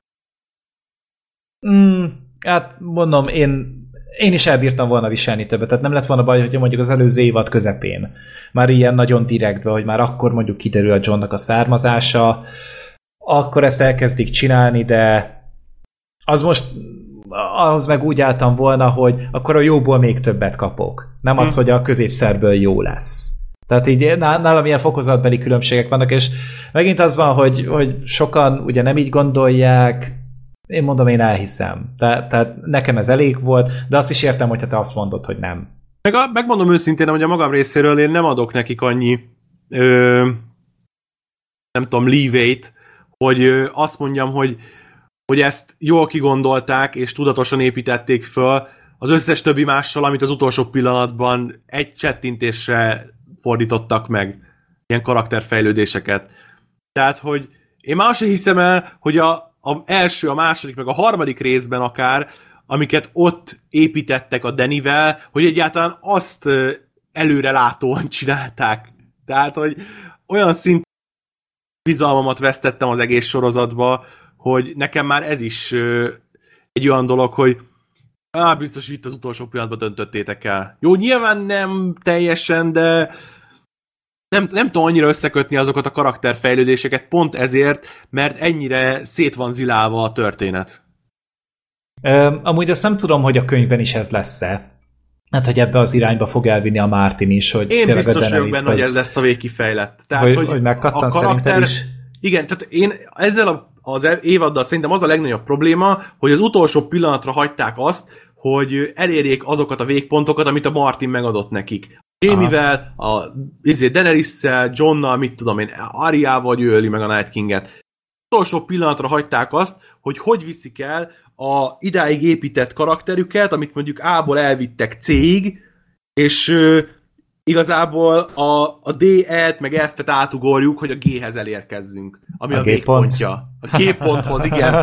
Mm, hát mondom, én, én is elbírtam volna viselni többet, tehát nem lett volna baj, hogy mondjuk az előző évad közepén már ilyen nagyon direktben, hogy már akkor mondjuk kiderül a Johnnak a származása, akkor ezt elkezdik csinálni, de az most ahhoz meg úgy álltam volna, hogy akkor a jóból még többet kapok. Nem az, hogy a középszerből jó lesz. Tehát így nálam ilyen fokozatbeli különbségek vannak, és megint az van, hogy, hogy sokan ugye nem így gondolják, én mondom, én elhiszem. Te, tehát nekem ez elég volt, de azt is értem, hogyha te azt mondod, hogy nem. Meg a, megmondom őszintén, hogy a magam részéről én nem adok nekik annyi ö, nem tudom, leeway-t, hogy ö, azt mondjam, hogy, hogy ezt jól kigondolták, és tudatosan építették föl az összes többi mással, amit az utolsó pillanatban egy csettintésre fordítottak meg, ilyen karakterfejlődéseket. Tehát, hogy én már se hiszem el, hogy a, a első, a második, meg a harmadik részben akár, amiket ott építettek a Dannyvel, hogy egyáltalán azt előrelátóan csinálták. Tehát, hogy olyan szint bizalmamat vesztettem az egész sorozatba, hogy nekem már ez is egy olyan dolog, hogy á, biztos, hogy itt az utolsó pillanatban döntöttétek el. Jó, nyilván nem teljesen, de nem, nem tudom annyira összekötni azokat a karakterfejlődéseket pont ezért, mert ennyire szét van zilálva a történet. Ö, amúgy azt nem tudom, hogy a könyvben is ez lesz-e. Hát, hogy ebbe az irányba fog elvinni a Martin is, hogy én biztos vagyok benne, az... hogy ez lesz a végkifejlett. Tehát, hogy, hogy, hogy megkattan a karakter... is. Igen, tehát én ezzel a, az évaddal szerintem az a legnagyobb probléma, hogy az utolsó pillanatra hagyták azt, hogy elérjék azokat a végpontokat, amit a Martin megadott nekik. Jamie-vel, a Daenerys-szel, Johnnal, mit tudom én, Arya-val öli meg a Night King-et. Utolsó pillanatra hagyták azt, hogy hogy viszik el a idáig épített karakterüket, amit mondjuk A-ból elvittek C-ig, és ö, igazából a, a D-et meg F-et átugorjuk, hogy a G-hez elérkezzünk. Ami a, a végpontja. A G-ponthoz, igen.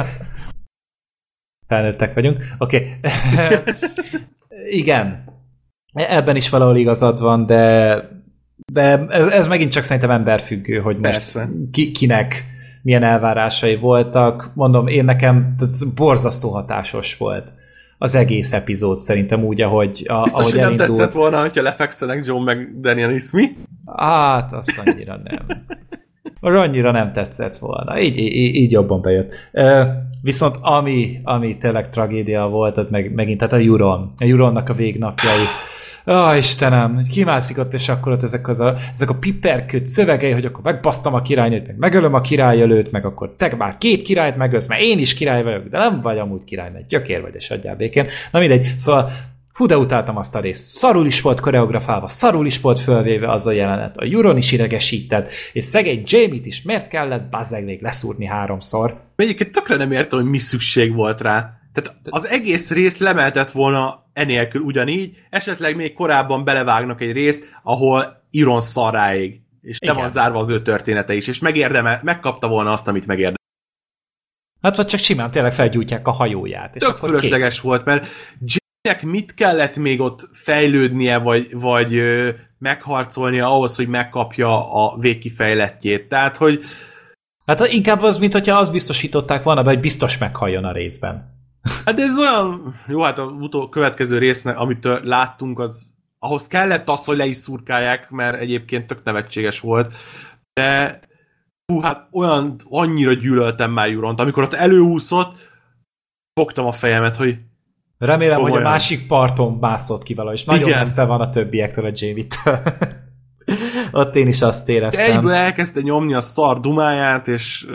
Felnőttek vagyunk. Oké. Okay. Igen. Ebben is valahol igazad van, de, de ez, ez megint csak szerintem emberfüggő, hogy most ki, kinek milyen elvárásai voltak. Mondom, én nekem borzasztó hatásos volt az egész epizód szerintem úgy, ahogy, a, Biztos, ahogy hogy nem elindult. tetszett volna, hogyha lefekszenek John meg Daenerys, mi? Hát, azt annyira nem. Annyira nem tetszett volna. Így, így, így jobban bejött. Viszont ami, ami tényleg tragédia volt, ott meg, megint, tehát a Euron. A Euronnak a végnapjai. Ó, oh, Istenem, kimászik ott, és akkor ott ezek, az a, ezek a piperköt szövegei, hogy akkor megbasztam a királynőt, meg megölöm a királyölőt, meg akkor te már két királyt megölsz, mert én is király vagyok, de nem vagy amúgy király, mert gyökér vagy, és adjál békén. Na mindegy, szóval hú, de utáltam azt a részt. Szarul is volt koreografálva, szarul is volt fölvéve az a jelenet. A Euron is idegesített, és szegény Jaime-t is miért kellett bazzeg még leszúrni háromszor? Egyébként tökre nem értem, hogy mi szükség volt rá. Tehát az egész rész lemeltett volna enélkül ugyanígy, esetleg még korábban belevágnak egy részt, ahol Euron szarráig, és nem van zárva az ő története is, és megérdemel, megkapta volna azt, amit megérdemel. Hát vagy csak simán tényleg felgyújtják a hajóját. És tök fölösleges kész. Volt, mert Jaime-nek mit kellett még ott fejlődnie, vagy, vagy ö, megharcolnia ahhoz, hogy megkapja a végkifejlettjét. Tehát, hogy... Hát inkább az, mint hogyha azt biztosították volna, hogy biztos meghalljon a részben. Hát ez olyan, jó, hát a utol, következő résznek, amit láttunk, az, ahhoz kellett az, hogy le is szurkálják, mert egyébként tök nevetséges volt, de hú, hát olyan, annyira gyűlöltem már Euront, amikor ott előúszott, fogtam a fejemet, hogy remélem, hogy a másik parton mászott ki valahogy, és nagyon igen. Messze van a többiektől a Jamie-től. Ott én is azt éreztem. De egyből elkezdte nyomni a szar dumáját, és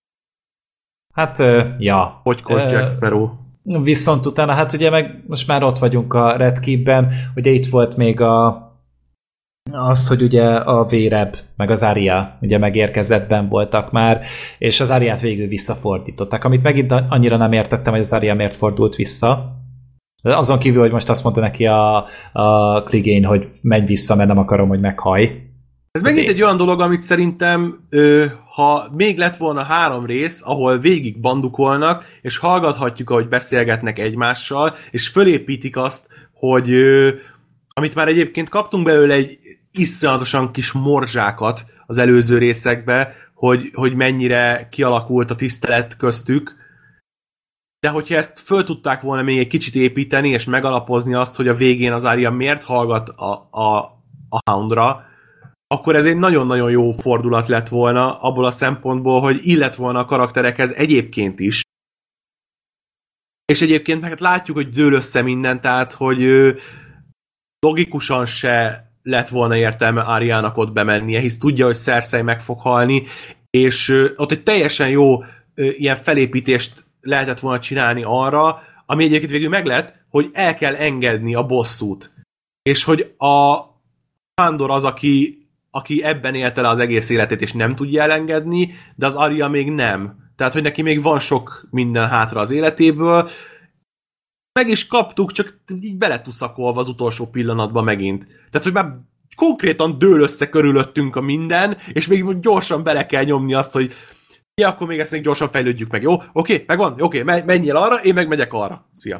hát, uh, ja. Fogykos uh, Jack Sparrow. Viszont utána, hát ugye meg most már ott vagyunk a Red Keep-ben, ugye itt volt még a az, hogy ugye a Véreb, meg az Arya ugye megérkezettben voltak már, és az Aryát végül visszafordították, amit megint annyira nem értettem, hogy az Arya miért fordult vissza. Azon kívül, hogy most azt mondta neki a, a Clegane, hogy menj vissza, mert nem akarom, hogy meghaj. Ez megint egy olyan dolog, amit szerintem, ö, ha még lett volna három rész, ahol végig bandukolnak, és hallgathatjuk, ahogy beszélgetnek egymással, és fölépítik azt, hogy ö, amit már egyébként kaptunk belőle egy iszonyatosan kis morzsákat az előző részekbe, hogy, hogy mennyire kialakult a tisztelet köztük, de hogyha ezt föl tudták volna még egy kicsit építeni, és megalapozni azt, hogy a végén az Arya miért hallgat a, a, a Houndra, akkor ez egy nagyon-nagyon jó fordulat lett volna abból a szempontból, hogy illet volna a karakterekhez egyébként is. És egyébként meg hát látjuk, hogy dől össze minden, tehát, hogy ö, logikusan se lett volna értelme Arya-nak ott bemennie, hisz tudja, hogy Cersei meg fog halni, és ö, ott egy teljesen jó ö, ilyen felépítést lehetett volna csinálni arra, ami egyébként végül meg lett, hogy el kell engedni a bosszút. És hogy a Sándor az, aki, aki ebben élte le az egész életét, és nem tudja elengedni, de az Arya még nem. Tehát, hogy neki még van sok minden hátra az életéből. Meg is kaptuk, csak így beletuszakolva az utolsó pillanatban megint. Tehát, hogy már konkrétan dől össze körülöttünk a minden, és még gyorsan bele kell nyomni azt, hogy ja, akkor még ezt még gyorsan fejlődjük meg, jó? Oké, megvan? Oké, menjél arra, én meg megyek arra. Szia!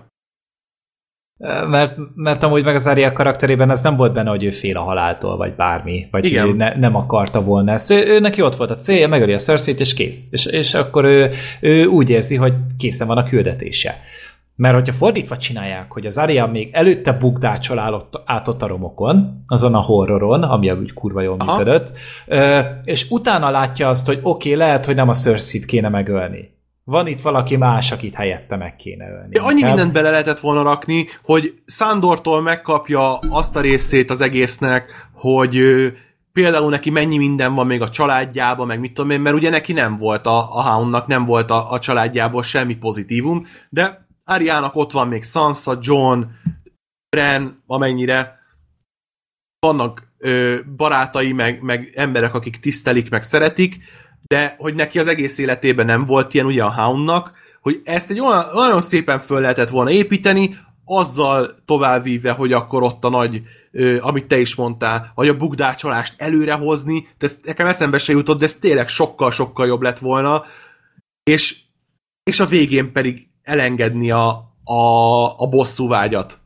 Mert, mert amúgy meg az Arya karakterében ez nem volt benne, hogy ő fél a haláltól, vagy bármi, vagy ő ne, nem akarta volna ezt. Ő, ő neki ott volt a célja, megöli a Cersei-t, és kész. És, és akkor ő, ő úgy érzi, hogy készen van a küldetése. Mert hogyha fordítva csinálják, hogy az Arya még előtte bukdácsol állott, át ott a romokon, azon a horroron, ami úgy kurva jól működött, és utána látja azt, hogy oké, okay, lehet, hogy nem a Cersei-t kéne megölni. Van itt valaki más, akit helyette meg kéne ölni. Ja, annyi mindent bele lehetett volna rakni, hogy Sándortól megkapja azt a részét az egésznek, hogy például neki mennyi minden van még a családjában, meg mit tudom én, mert ugye neki nem volt a, a Houndnak, nem volt a, a családjából semmi pozitívum, de Arya-nak ott van még Sansa, Jon, Bran, amennyire vannak ö, barátai, meg, meg emberek, akik tisztelik, meg szeretik, de hogy neki az egész életében nem volt ilyen ugye a Houndnak, hogy ezt egy olyan, olyan szépen föl lehetett volna építeni, azzal továbbvíve, hogy akkor ott a nagy, ö, amit te is mondtál, hogy a bukdácsolást előrehozni, de ez nekem eszembe se jutott, de ez tényleg sokkal-sokkal jobb lett volna, és, és a végén pedig elengedni a, a, a bosszúvágyat.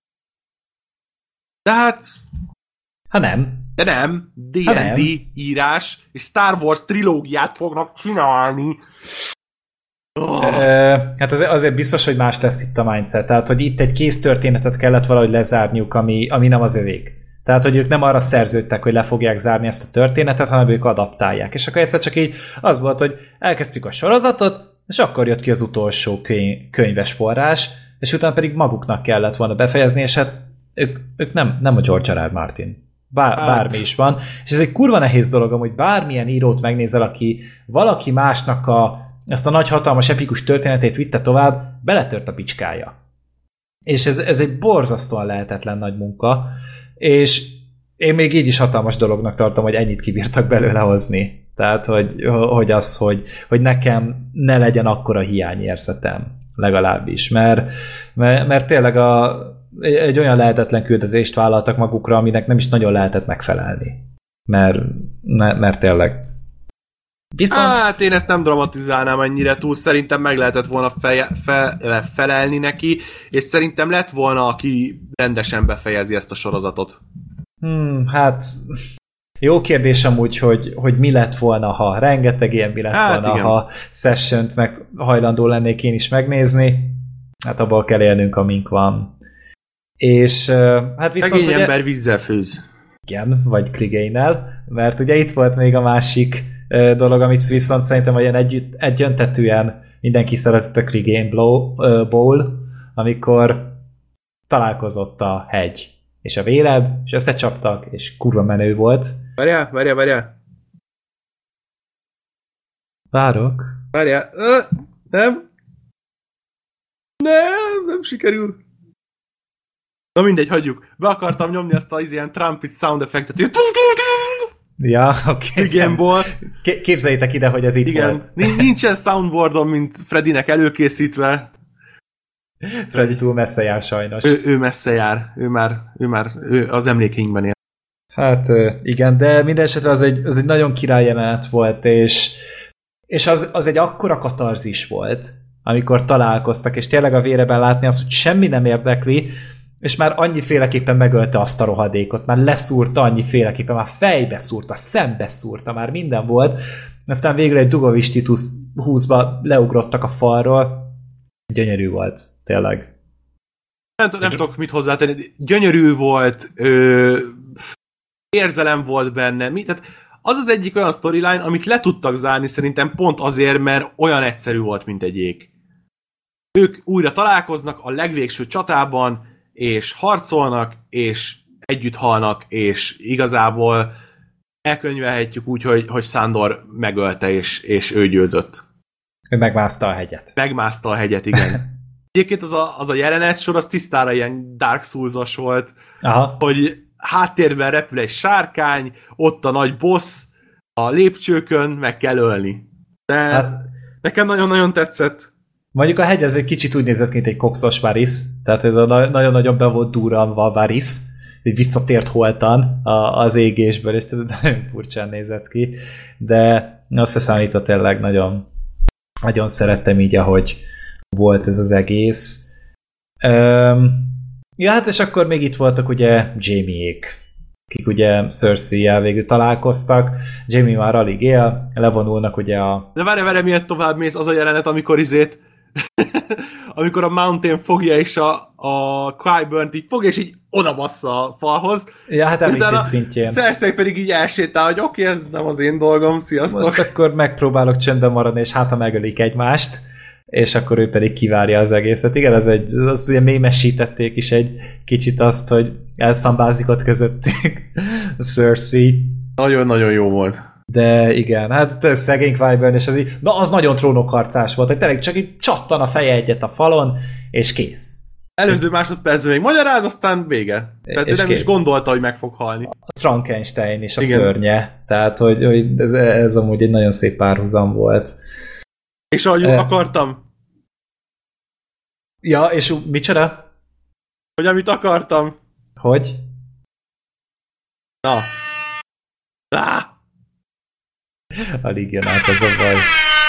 Tehát... Ha nem. De nem, dé end dé írás és Star Wars trilógiát fognak csinálni. Oh. Hát azért biztos, hogy más lesz itt a mindset. Tehát, hogy itt egy kész történetet kellett valahogy lezárniuk, ami, ami nem az övék. Tehát, hogy ők nem arra szerződtek, hogy le fogják zárni ezt a történetet, hanem ők adaptálják. És akkor egyszer csak így az volt, hogy elkezdtük a sorozatot, és akkor jött ki az utolsó könyv, könyves forrás, és utána pedig maguknak kellett volna befejezni, és hát ők, ők nem, nem a George R. R. Martin. Bár, hát. Bármi is van. És ez egy kurva nehéz dolog, amúgy bármilyen írót megnézel, aki valaki másnak a, ezt a nagy hatalmas epikus történetét vitte tovább, beletört a picskája. És ez, ez egy borzasztóan lehetetlen nagy munka, és én még így is hatalmas dolognak tartom, hogy ennyit kibírtak belőle hozni. Tehát, hogy, hogy az, hogy, hogy nekem ne legyen akkora hiányérzetem, legalábbis. Mert, mert, mert tényleg a, egy olyan lehetetlen küldetést vállaltak magukra, aminek nem is nagyon lehetett megfelelni. Mert, mert tényleg. Viszont... Hát én ezt nem dramatizálnám ennyire túl, szerintem meg lehetett volna feje, fe, felelni neki, és szerintem lett volna, aki rendesen befejezi ezt a sorozatot. Hmm, hát jó kérdés amúgy, hogy, hogy mi lett volna, ha rengeteg ilyen mi lett hát volna, igen. Ha sessiont meg hajlandó lennék én is megnézni. Hát abból kell élnünk, amink van. És hát viszont Megény ugye... ember vízzel főz. Igen, vagy Clegane-nel, mert ugye itt volt még a másik dolog, amit viszont szerintem olyan együtt, egyöntetűen mindenki szeretett a Clegane Bowl, amikor találkozott a hegy és a véled, és összecsaptak, és kurva menő volt. Várjál, várjál, várjál. Várok. Várjál. Nem. Nem, nem sikerül. Na mindegy, hagyjuk. Be akartam nyomni azt az ilyen trumpet sound effektet, hogy ja, oké. Okay. Igenból. Képzeljétek ide, hogy ez itt igen. volt. Nincsen soundboardom, mint Freddynek előkészítve. Freddy túl messze jár sajnos. Ő, ő messze jár. Ő már, ő már ő az emlékeinkben él. Hát igen, de minden esetre az egy, az egy nagyon király jelenet volt, és, és az, az egy akkora katarzis volt, amikor találkoztak, és tényleg a véreben látni azt, hogy semmi nem érdekli, és már annyiféleképpen megölte azt a rohadékot, már leszúrta annyiféleképpen, már fejbe szúrta, szembe szúrta, már minden volt. Aztán végre egy dugovistit húzva leugrottak a falról. Gyönyörű volt, tényleg. Nem, nem tudok mit hozzátenni. Gyönyörű volt, ö, érzelem volt benne. Mi? Tehát az az egyik olyan storyline, amit le tudtak zárni szerintem pont azért, mert olyan egyszerű volt, mint egy ég. ők újra találkoznak a legvégső csatában, és harcolnak, és együtt halnak, és igazából elkönyvelhetjük úgy, hogy, hogy Sándor megölte, és, és ő győzött. Ő megmászta a hegyet. Megmászta a hegyet, igen. Egyébként az a, az a jelenet sor, az tisztára ilyen Dark Souls-os volt, aha, hogy háttérben repül egy sárkány, ott a nagy boss, a lépcsőkön meg kell ölni. De hát, nekem nagyon-nagyon tetszett. Mondjuk a hegy ez egy kicsit úgy nézett, mint egy kokszos Varys, tehát ez a nagyon-nagyon be volt durranva Varys, hogy visszatért holtan az égésből, és ez nagyon furcsán nézett ki, de azt számítva tényleg nagyon, nagyon szerettem így, ahogy volt ez az egész. Um, ja, hát és akkor még itt voltak ugye Jaime-ék, akik ugye Cersei-jel végül találkoztak. Jaime már alig él, levonulnak ugye a... De várj, várj, miért tovább mész, az a jelenet, amikor izét amikor a Mountain fogja, és a, a Qyburnt így fogja, és így odabassza a falhoz. Ja, hát említés szintjén. Cersei pedig így elsétál, hogy oké, okay, ez nem az én dolgom, sziasztok. Most akkor megpróbálok csöndben maradni, és hát ha megölik egymást, és akkor ő pedig kivárja az egészet. Igen, az egy, azt ugye mémesítették is egy kicsit azt, hogy elszambázik ott közöttük Cersei. Nagyon-nagyon jó volt. De igen, hát szegény Qyburn, és az így, na az nagyon trónokharcás volt, hogy tényleg csak így csattan a feje egyet a falon, és kész. Előző másodpercben még magyaráz, aztán vége. Tehát és ő nem kész. Is gondolta, hogy meg fog halni. A Frankenstein és a igen. szörnye. Tehát, hogy, hogy ez, ez amúgy egy nagyon szép párhuzam volt. És ahogy e... akartam. Ja, és micsoda? Hogy amit akartam. Hogy? Na. Ah! Alig jön át ez a baj.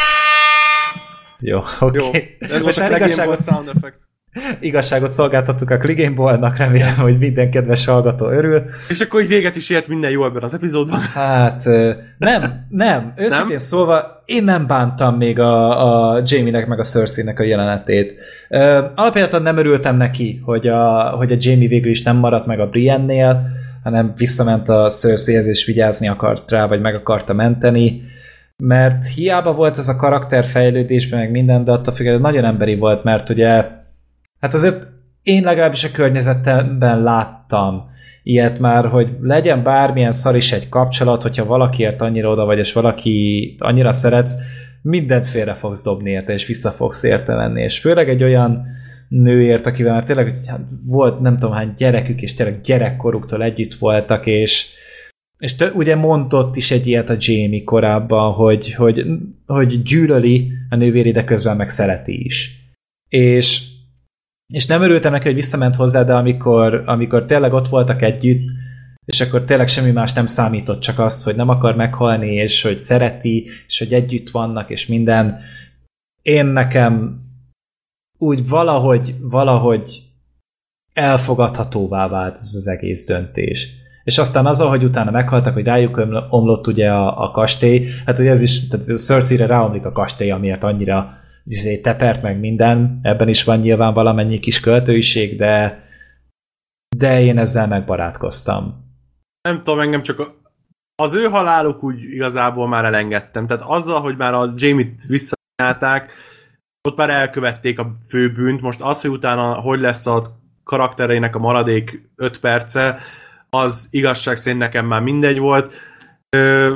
Jó, oké. Okay. Ez most már igazságot, sound effect. Igazságot szolgáltattuk a Cligane-ból-nak, remélem, hogy minden kedves hallgató örül. És akkor így véget is ért minden jó ebben az epizódban. Hát nem, nem. Őszintén nem? Szólva, én nem bántam még a, a Jaime-nek meg a Cersei-nek a jelenetét. Alapjáraton nem örültem neki, hogy a, hogy a Jaime végül is nem maradt meg a Brienne-nél, hanem visszament a Cerseihez és vigyázni akart rá, vagy meg akarta menteni, mert hiába volt ez a karakterfejlődésben, meg minden, de attól függően nagyon emberi volt, mert ugye, hát azért én legalábbis a környezetemben láttam ilyet már, hogy legyen bármilyen szar is egy kapcsolat, hogyha valakiért annyira oda vagy, és valaki annyira szeretsz, mindent félre fogsz dobni érte, és vissza fogsz érte lenni, és főleg egy olyan nőért, akivel már tényleg volt nem tudom hány gyerekük, és tényleg gyerekkoruktól együtt voltak, és, és te, ugye mondott is egy ilyet a Jaime korábban, hogy, hogy, hogy gyűlöli a nővéri, de közben meg szereti is. És, és nem örültem neki, hogy visszament hozzá, de amikor, amikor tényleg ott voltak együtt, és akkor tényleg semmi más nem számított, csak azt, hogy nem akar meghalni, és hogy szereti, és hogy együtt vannak, és minden. Én nekem úgy valahogy, valahogy elfogadhatóvá vált ez az egész döntés. És aztán az, ahogy utána meghaltak, hogy rájuk omlott ugye a, a kastély, hát ugye ez is, tehát Cersei-re ráomlik a kastély, amiért annyira izé, tepert meg minden, ebben is van nyilván valamennyi kis költőiség, de de én ezzel megbarátkoztam. Nem tudom, engem csak a, az ő haláluk úgy igazából már elengedtem. Tehát azzal, hogy már a Jaime-t visszanyálták, ott már elkövették a főbűnt. Most az, hogy utána hogy lesz a karaktereinek a maradék öt perce, az igazság szerint nekem már mindegy volt. Ö,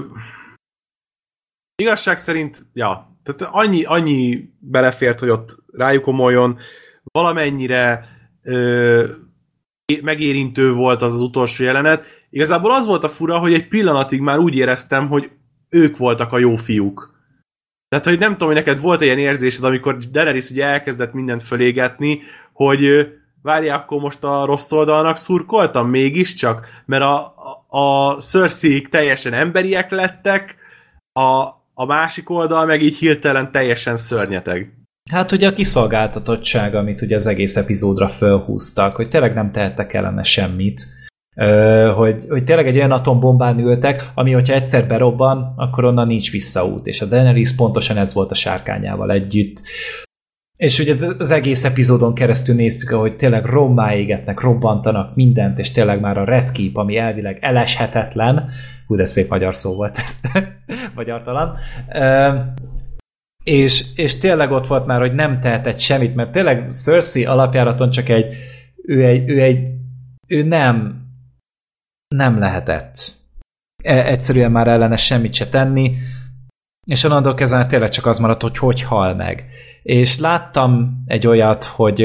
igazság szerint, ja, tehát annyi, annyi belefért, hogy ott rájuk omoljon, valamennyire ö, megérintő volt az az utolsó jelenet. Igazából az volt a fura, hogy egy pillanatig már úgy éreztem, hogy ők voltak a jó fiúk. Tehát, hogy nem tudom, hogy neked volt ilyen érzésed, amikor Daenerys ugye elkezdett mindent fölégetni, hogy várjál, akkor most a rossz oldalnak szurkoltam mégiscsak, mert a, a, a Cersei teljesen emberiek lettek, a, a másik oldal meg így hirtelen teljesen szörnyeteg. Hát ugye a kiszolgáltatottság, amit ugye az egész epizódra fölhúztak, hogy tényleg nem tehettek ellene semmit, Ö, hogy, hogy tényleg egy olyan atombombán ültek, ami hogyha egyszer berobban, akkor onnan nincs visszaút, és a Daenerys pontosan ez volt a sárkányával együtt. És ugye az egész epizódon keresztül néztük, ahogy tényleg rommá égetnek, robbantanak mindent, és tényleg már a Red Keep, ami elvileg eleshetetlen, hú, de szép magyar szó volt ez, magyartalan, és, és tényleg ott volt már, hogy nem tehetett semmit, mert tényleg Cersei alapjáraton csak egy ő egy, ő egy ő nem nem lehetett egyszerűen már ellene semmit se tenni, és onnantól kezdve tényleg csak az maradt, hogy hogy hal meg. És láttam egy olyat, hogy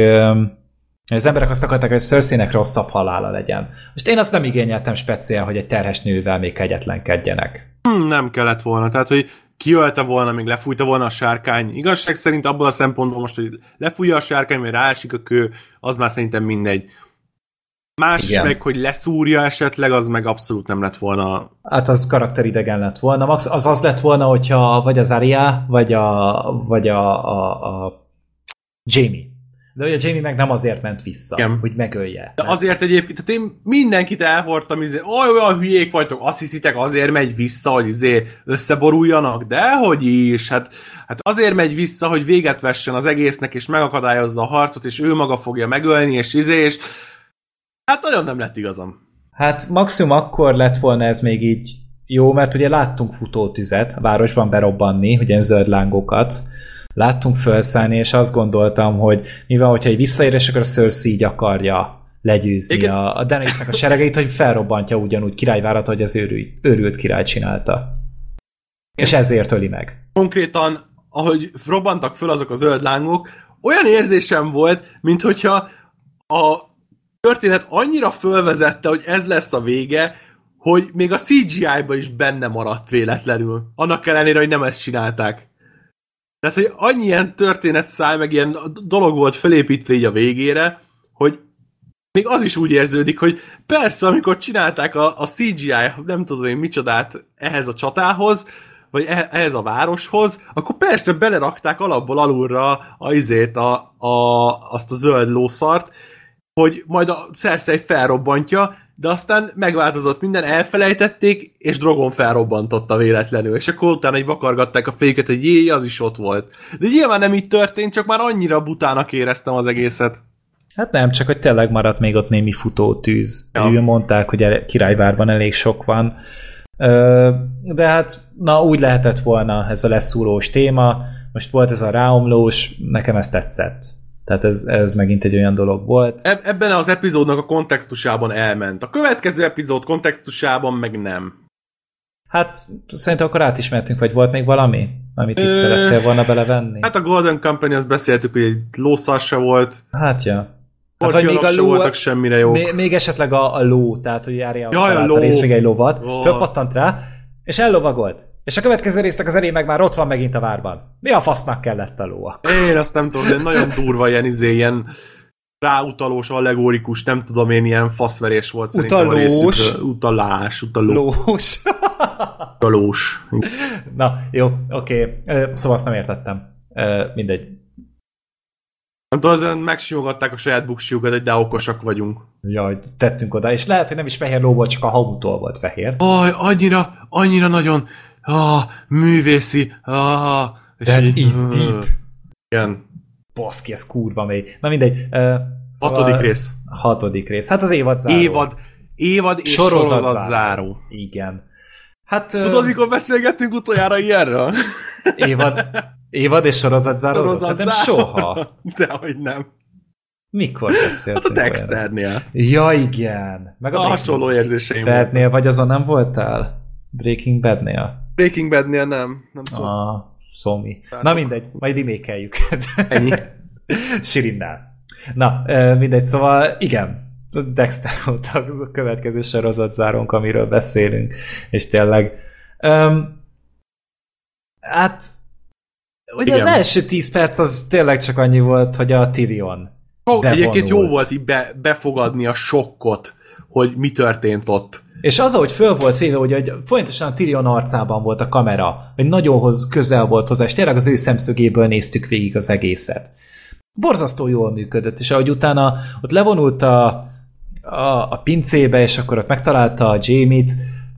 az emberek azt akarták, hogy Cerseinek rosszabb halála legyen. Most én azt nem igényeltem speciál, hogy egy terhes nővel még kegyetlenkedjenek. Hmm, nem kellett volna, tehát, hogy kiölte volna, még lefújta volna a sárkány. Igazság szerint abból a szempontból most, hogy lefújja a sárkány, vagy ráesik a kő, az már szerintem mindegy. Más igen. Meg, hogy leszúrja esetleg, az meg abszolút nem lett volna. Hát az karakteridegen lett volna. Max az az lett volna, hogyha vagy az Arya, vagy a, vagy a, a, a Jaime. De ugye a Jaime meg nem azért ment vissza, igen. Hogy megölje. De azért egyébként, tehát én mindenkit elhordtam, hogy olyan hülyék vagytok, azt hiszitek azért megy vissza, hogy izé összeboruljanak, de hogy is, hát, hát azért megy vissza, hogy véget vessen az egésznek, és megakadályozza a harcot, és ő maga fogja megölni, és izé, és hát nagyon nem lett igazam. Hát maximum akkor lett volna ez még így jó, mert ugye láttunk futótüzet a városban berobbanni, ugye zöld lángokat, láttunk felszállni, és azt gondoltam, hogy mivel, hogyha egy visszaér, és akkor a Cersei így akarja legyőzni igen. a, a Daenerysnek a seregeit, hogy felrobbantja ugyanúgy királyvárat, hogy az őrült, őrült király csinálta. Igen. És ezért öli meg. Konkrétan, ahogy robbantak föl azok a zöld lángok, olyan érzésem volt, mint hogyha a történet annyira fölvezette, hogy ez lesz a vége, hogy még a cé gé í-ba is benne maradt véletlenül. Annak ellenére, hogy nem ezt csinálták. Tehát, hogy annyi ilyen történetszál, meg ilyen dolog volt felépítve így a végére, hogy még az is úgy érződik, hogy persze, amikor csinálták a, a cé gé í, nem tudom én micsodát ehhez a csatához, vagy ehhez a városhoz, akkor persze belerakták alapból alulra a izét, a, a, azt a zöld lószart, hogy majd a Cersei felrobbantja, de aztán megváltozott minden, elfelejtették, és Drogon felrobbantotta véletlenül, és akkor utána így vakargatták a fejüket, hogy jé, az is ott volt. De nyilván nem így történt, csak már annyira butának éreztem az egészet. Hát nem, csak hogy tényleg maradt még ott némi futótűz. Ja. Ő mondták, hogy Királyvárban elég sok van. De hát, na úgy lehetett volna ez a leszúrós téma. Most volt ez a ráomlós, nekem ez tetszett. Tehát ez, ez megint egy olyan dolog volt. Ebben az epizódnak a kontextusában elment. A következő epizód kontextusában meg nem. Hát szerintem akkor átismertünk, vagy volt még valami, amit itt Ö... szerettél volna belevenni? Hát a Golden Company, azt beszéltük, hogy egy lószar se volt. Hát ja. Hát, vagy még a ló, voltak semmire jók. Még, még esetleg a, a ló, tehát hogy járja a rész még egy lovat, oh. Fölpattant rá, és ellovagolt. És a következő résznek az erény meg már ott van megint a várban. Mi a fasznak kellett a ló akkor? Én azt nem tudom, de nagyon durva ilyen izé, ilyen ráutalós, allegórikus, nem tudom én, ilyen faszverés volt szerintem utalós. A részükről. Utalás, utaló. Lós. Utalós. Na, jó, oké. Okay. Szóval azt nem értettem. Mindegy. Nem tudom, azért megsimogatták a saját buksiukat, hogy de okosak vagyunk. Jaj, tettünk oda. És lehet, hogy nem is fehér ló volt, csak a hamutól volt fehér. Aj, annyira, annyira nagyon ah, művészi. Ah, That így, is uh, deep. Igen. Baszki, ez kurva még. Na mindegy. Uh, szóval hatodik rész. Hatodik rész. Hát az évad záró. Évad, évad és sorozat, sorozat záró. Igen. Hát, Tudod, uh, mikor beszélgettünk utoljára ilyenről? Évad, évad és sorozat záró? Szerintem soha. Dehogy nem. Mikor beszéltünk? Hát a Dexternél. Ja, igen. Meg a, a hasonló érzéseim Badnél, vagy azon nem voltál? Breaking Badnél? Breaking Badnél nem. Nem szó. Ah, szómi. Na mindegy, majd remékeljük. Ennyi. Sirinnál. Na, mindegy, szóval igen. Dexter volt a következő sorozatzárónk, amiről beszélünk. És tényleg um, hát ugye igen. Az első tíz perc az tényleg csak annyi volt, hogy a Tyrion oh, egyébként jó volt így be, befogadni a sokkot, hogy mi történt ott. És az, ahogy föl volt félve, hogy, hogy folyamatosan a Tyrion arcában volt a kamera, hogy nagyon hoz, közel volt hozzá, és tényleg az ő szemszögéből néztük végig az egészet. Borzasztó jól működött, és ahogy utána ott levonult a, a, a pincébe, és akkor ott megtalálta a Jaime-t,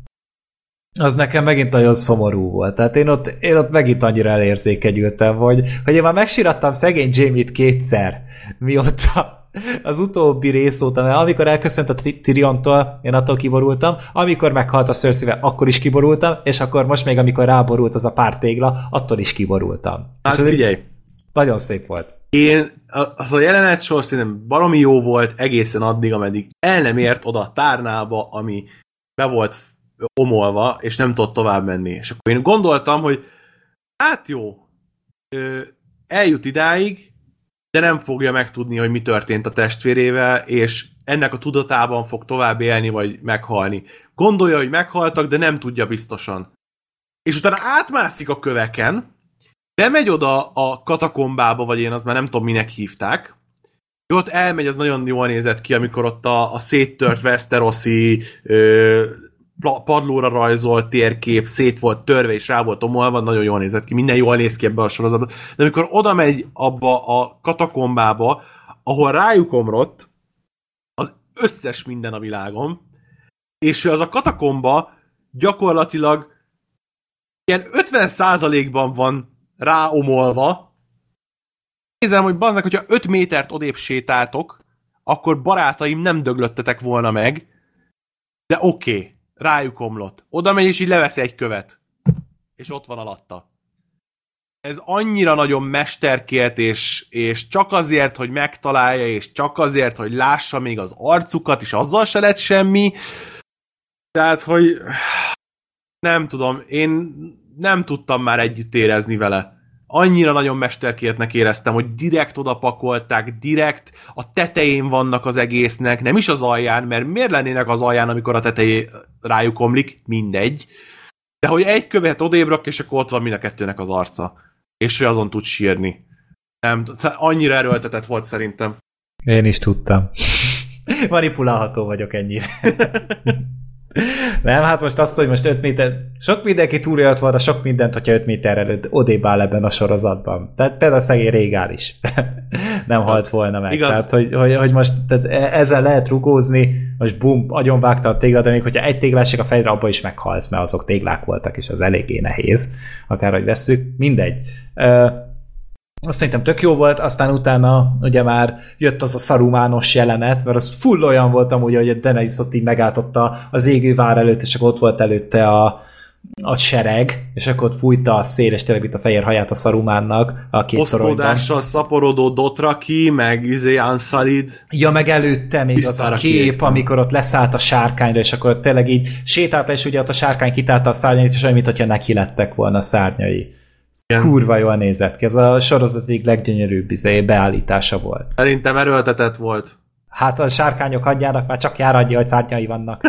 az nekem megint nagyon szomorú volt. Tehát én ott, én ott megint annyira elérzékenyültem, hogy, hogy én már megsírattam szegény Jaime-t kétszer, mióta, az utóbbi rész óta, mert amikor elköszönt a Tyriontól, én attól kiborultam, amikor meghalt a Cersei-vel, akkor is kiborultam, és akkor most még, amikor ráborult az a pár tégla, attól is kiborultam. Hát figyelj! Nagyon szép volt. Én, az a jelenet sor szerintem baromi jó volt egészen addig, ameddig el nem ért oda a tárnába, ami be volt omolva, és nem tudott tovább menni. És akkor én gondoltam, hogy hát jó, eljut idáig, de nem fogja megtudni, hogy mi történt a testvérével, és ennek a tudatában fog tovább élni, vagy meghalni. Gondolja, hogy meghaltak, de nem tudja biztosan. És utána átmászik a köveken, bemegy oda a katakombába, vagy én azt már nem tudom, minek hívták, ott elmegy, az nagyon jól nézett ki, amikor ott a, a széttört Westerosi ö, padlóra rajzolt térkép szét volt törve, és rá volt omolva, nagyon jól nézett ki, minden jól néz ki ebbe a sorozatban. De amikor oda megy abba a katakombába, ahol rájuk omlott az összes minden a világon, és az a katakomba gyakorlatilag ilyen ötven százalékban van ráomolva. Nézem, hogy bazdmeg, hogyha öt métert odébb sétáltok, akkor barátaim nem döglöttetek volna meg, de oké, okay, rájuk omlott. Oda megy, és így levesz egy követ. És ott van alatta. Ez annyira nagyon mesterkélt, és, és csak azért, hogy megtalálja, és csak azért, hogy lássa még az arcukat, és azzal se lett semmi. Tehát, hogy nem tudom, én nem tudtam már együtt érezni vele. Annyira nagyon mesterkéltnek éreztem, hogy direkt oda pakolták, direkt a tetején vannak az egésznek, nem is az alján, mert miért lennének az alján, amikor a tetejé rájuk omlik, mindegy. De hogy egy követ odébb rak, és akkor ott van mind a kettőnek az arca. És hogy azon tud sírni. Nem, annyira erőltetett volt szerintem. Én is tudtam. Manipulálható vagyok ennyire. Nem, hát most azt, hogy most öt méter... Sok mindenki túlélt volna sok mindent, hogyha öt méter előtt odébb áll ebben a sorozatban. Tehát például szegény Régál is nem halt az volna meg. Igaz. Tehát, hogy, hogy, hogy most tehát ezzel lehet rugózni, most bum, agyonvágta a tégla, de még hogyha egy téglásig a fejre, abba is meghalsz, mert azok téglák voltak, és az eléggé nehéz. Akárhogy vesszük, mindegy. Azt szerintem tök jó volt, aztán utána ugye már jött az a szarumános jelenet, mert az full olyan volt amúgy, hogy a Daenerys ott így megáltotta az égő vár előtt, és akkor ott volt előtte a, a sereg, és akkor ott fújta a szél, és tényleg itt a fehér haját a Szarumánnak a két osztódással szaporodó Dothraki, meg izé Unsullied. Ja, meg előtte még az a kép, amikor ott leszállt a sárkányra, és akkor tényleg így sétálta, és ugye ott a sárkány kitálta a szárnyait, és olyan, mintha neki lettek volna a szárnyai. Igen. Kurva jól nézett ki. Ez a sorozat egyik leggyönyörűbb izé, beállítása volt. Szerintem erőltetett volt. Hát a sárkányok adjának, már csak jár adja, hogy szárnyai vannak.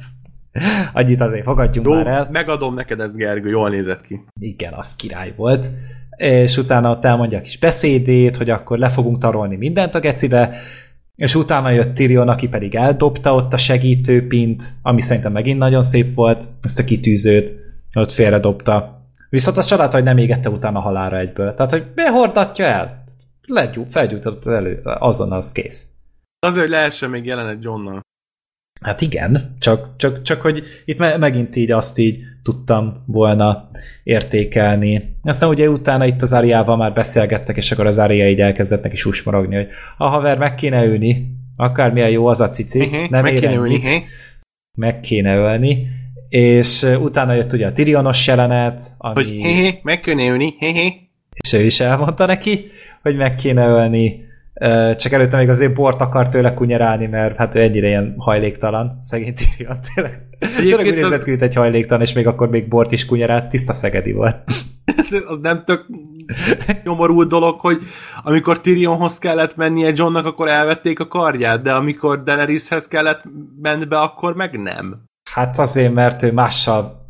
Annyit azért fogadjunk jó, már el. Megadom neked ezt, Gergő, jól nézett ki. Igen, az király volt. És utána ott elmondja a kis beszédét, hogy akkor le fogunk tarolni mindent a gecibe, és utána jött Tyrion, aki pedig eldobta ott a segítőpint, ami szerintem megint nagyon szép volt, ezt a kitűzőt, ott félredobta. Viszont az család, hogy nem égette utána halálra egyből. Tehát, hogy miért hordatja el? Legyú, felgyújtott elő, azon az kész. Azért, hogy lehessen még jelenet Johnnal. Hát igen, csak, csak, csak hogy itt me- megint így azt így tudtam volna értékelni. Aztán ugye utána itt az Áriával már beszélgettek, és akkor az Ária így elkezdett neki susmorogni, hogy a haver meg kéne ülni, akármilyen jó az a cici, uh-huh, nem érem mit, meg kéne ölni. És utána jött ugye a Tyrionos jelenet, ami... Hogy hé-hé, meg kéne ölni, hé-hé. És ő is elmondta neki, hogy meg kéne ölni. Csak előtte még azért bort akar tőle kunyerálni, mert hát ő ennyire ilyen hajléktalan, szegény Tyrion tényleg. Tényleg úgy nézett ki, egy hajléktalan, és még akkor még bort is kunyerált, tiszta szegedi volt. Az nem tök nyomorult dolog, hogy amikor Tyrionhoz kellett mennie Johnnak, akkor elvették a karját, de amikor Daeneryshez kellett menni be, akkor meg nem. Hát azért, mert ő mással...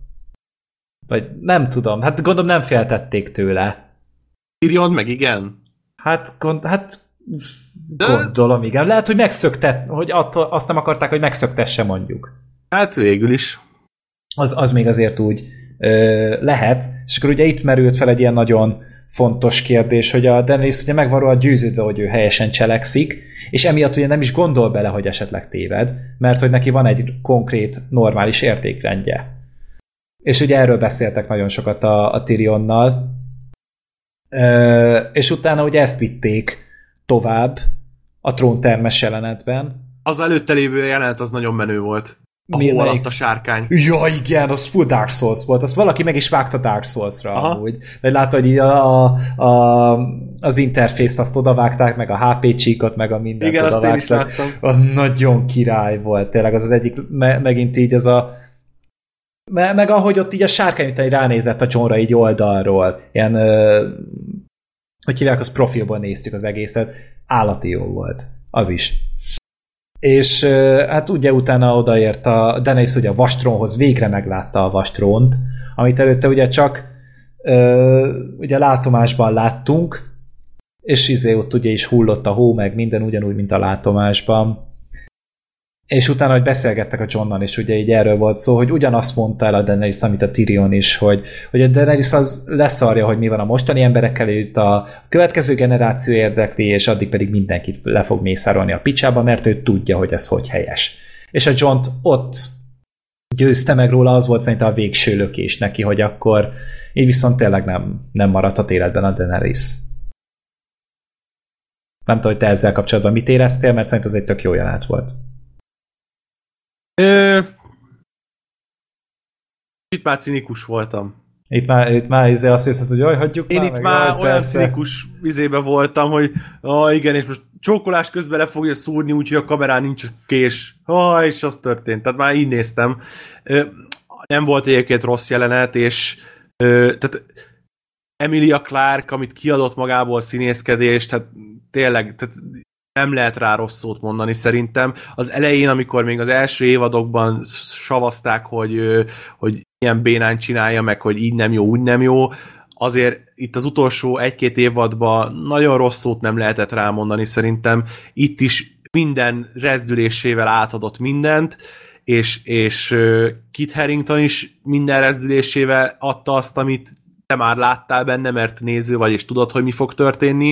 Vagy nem tudom, hát gondolom nem féltették tőle. Tyrion meg igen? Hát, gond, hát De... gondolom igen. Lehet, hogy megszöktet, hogy attól, azt nem akarták, hogy megszöktesse mondjuk. Hát végül is. Az, az még azért úgy ö, lehet. És akkor ugye itt merült fel egy ilyen nagyon fontos kérdés, hogy a Daenerys ugye meg van róla győződve, hogy ő helyesen cselekszik, és emiatt ugye nem is gondol bele, hogy esetleg téved, mert hogy neki van egy konkrét, normális értékrendje. És ugye erről beszéltek nagyon sokat a, a Tyrionnal, Ö, és utána ugye ezt vitték tovább a tróntermes jelenetben. Az előtte lévő jelenet az nagyon menő volt. Ahol alatt a sárkány. Ja, igen, az full Dark Souls volt. Azt valaki meg is vágta Dark Souls-ra Aha. amúgy. De látta, hogy így a, a, a, az interfészt azt odavágták, meg a há pé csíkot, meg a mindent igen, odavágták. azt én is láttam. Az nagyon király volt. Tényleg az az egyik, me, megint így az a me, meg ahogy ott így a sárkány után ránézett a Johnra így oldalról. Ilyen, ö, hogy hívják, az profilból néztük az egészet. Állati jó volt. Az is. És hát ugye utána odaért a Daenerys ugye a vastrónhoz, végre meglátta a vastrónt, amit előtte ugye csak ö, ugye látomásban láttunk, és izé ott ugye is hullott a hó, meg minden ugyanúgy, mint a látomásban. És utána, hogy beszélgettek a Johnnal, és ugye így erről volt szó, hogy ugyanazt mondta el a Daenerys, amit a Tyrion is, hogy, hogy a Daenerys az leszarja, hogy mi van a mostani emberekkel, őt a következő generáció érdekli, és addig pedig mindenkit le fog mészárolni a picsába, mert ő tudja, hogy ez hogy helyes. És a John ott győzte meg róla, az volt szerintem a végső lökés neki, hogy akkor így viszont tényleg nem, nem maradhat életben a Daenerys. Nem tudom, hogy te ezzel kapcsolatban mit éreztél, mert szerintem ez egy tök jó jelenet volt. Ö... Itt már cinikus voltam. Itt már, itt már izé azt hiszed, hogy jaj, hagyjuk Én már, itt meg, már jaj, olyan persze. cinikus izébe voltam, hogy ah, igen, és most csókolás közben le fogja szúrni, úgyhogy a kamerán nincs kés. Ah, és az történt. Tehát már így néztem. Ö, nem volt egyébként rossz jelenet, és ö, tehát Emilia Clarke, amit kiadott magából színészkedést, tehát tényleg tehát nem lehet rá rossz szót mondani szerintem. Az elején, amikor még az első évadokban savazták, hogy, hogy ilyen bénán csinálja, meg hogy így nem jó, úgy nem jó, azért itt az utolsó egy-két évadban nagyon rossz szót nem lehetett rámondani szerintem. Itt is minden rezdülésével átadott mindent, és, és Kit Harington is minden rezdülésével adta azt, amit te már láttál benne, mert néző vagy, és tudod, hogy mi fog történni.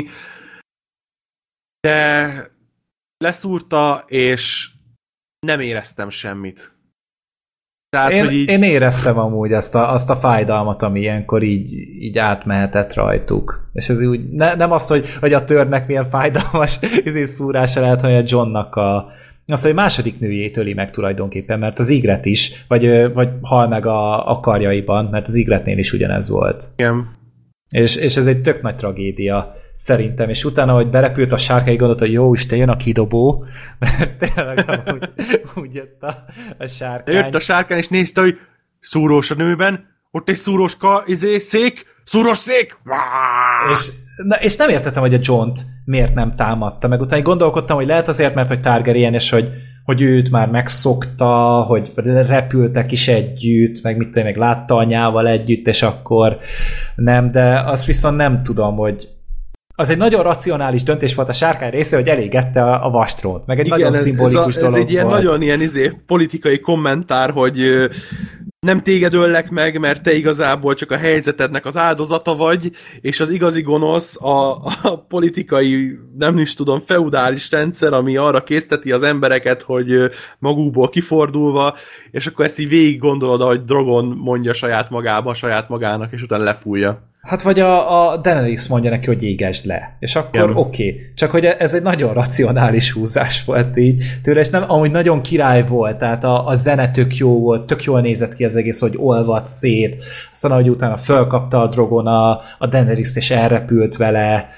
De leszúrta, és nem éreztem semmit. Tehát, én, hogy így... én éreztem amúgy azt a, azt a fájdalmat, ami ilyenkor így, így átmehetett rajtuk. És ez úgy, ne, nem azt, hogy, hogy a törnek milyen fájdalmas izé szúrása lehet, hanem a Johnnak a azt, hogy második nőjét öli meg tulajdonképpen, mert az Ygritte is, vagy, vagy hal meg a, a karjaiban, mert az Ygritte-nél is ugyanez volt. Igen. És, és ez egy tök nagy tragédia szerintem, és utána, hogy berepült a sárkány, gondolta, hogy jó, Isten, jön a kidobó, mert tényleg úgy, úgy jött a, a sárkány. De jött a sárkány, és nézte, hogy szúrós a nőben, ott egy szúrós ka, izé, szék, szúrós szék! És, na, és nem értettem, hogy a Johnt miért nem támadta, meg utána gondolkodtam, hogy lehet azért, mert hogy Targaryen, és hogy, hogy őt már megszokta, hogy repültek is együtt, meg mit tudom, meg látta anyával együtt, és akkor nem, de azt viszont nem tudom, hogy az egy nagyon racionális döntés volt a sárkány része, hogy elégette a, a vastrót, meg egy igen, nagyon ez, szimbolikus ez, a, ez dolog egy ilyen volt. nagyon ilyen izé, politikai kommentár, hogy ö, nem téged öllek meg, mert te igazából csak a helyzetednek az áldozata vagy, és az igazi gonosz a, a politikai, nem is tudom, feudális rendszer, ami arra készteti az embereket, hogy ö, magukból kifordulva, és akkor ezt így végig gondolod, ahogy Drogon mondja saját magába, saját magának, és utána lefújja. Hát vagy a, a Daenerys mondja neki, hogy égesd le. És akkor oké. Okay. Csak hogy ez egy nagyon racionális húzás volt így tőle, és nem, amúgy nagyon király volt, tehát a, a zene tök jó volt, tök jól nézett ki az egész, hogy olvad szét, aztán ahogy utána fölkapta a Drogon a, a Daenerys-t, és elrepült vele.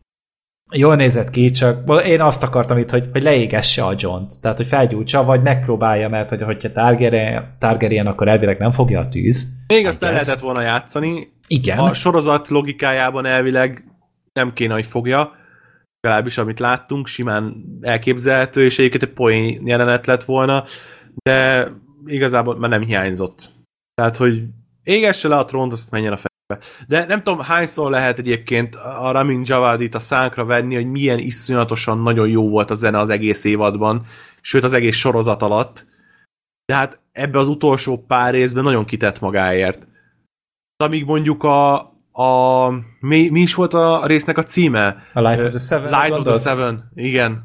Jól nézett ki, csak én azt akartam itt, hogy, hogy leégesse a Johnt. Tehát, hogy felgyújtsa, vagy megpróbálja, mert hogy, hogyha Targaryen, Targaryen, akkor elvileg nem fogja a tűz. Még azt el lehetett volna játszani. Igen. A sorozat logikájában elvileg nem kéne, hogy fogja. Legalábbis, amit láttunk, simán elképzelhető, és egyébként egy poén jelenet lett volna, de igazából már nem hiányzott. Tehát, hogy égesse le a trónt, azt menjen a fejbe. De nem tudom, hányszor lehet egyébként a Ramin Djawadi-t a szánkra venni, hogy milyen iszonyatosan nagyon jó volt a zene az egész évadban, sőt az egész sorozat alatt. De hát ebbe az utolsó pár részben nagyon kitett magáért. Amíg mondjuk a, a mi, mi is volt a résznek a címe? A Light of the Seven. Light of the Seven, igen.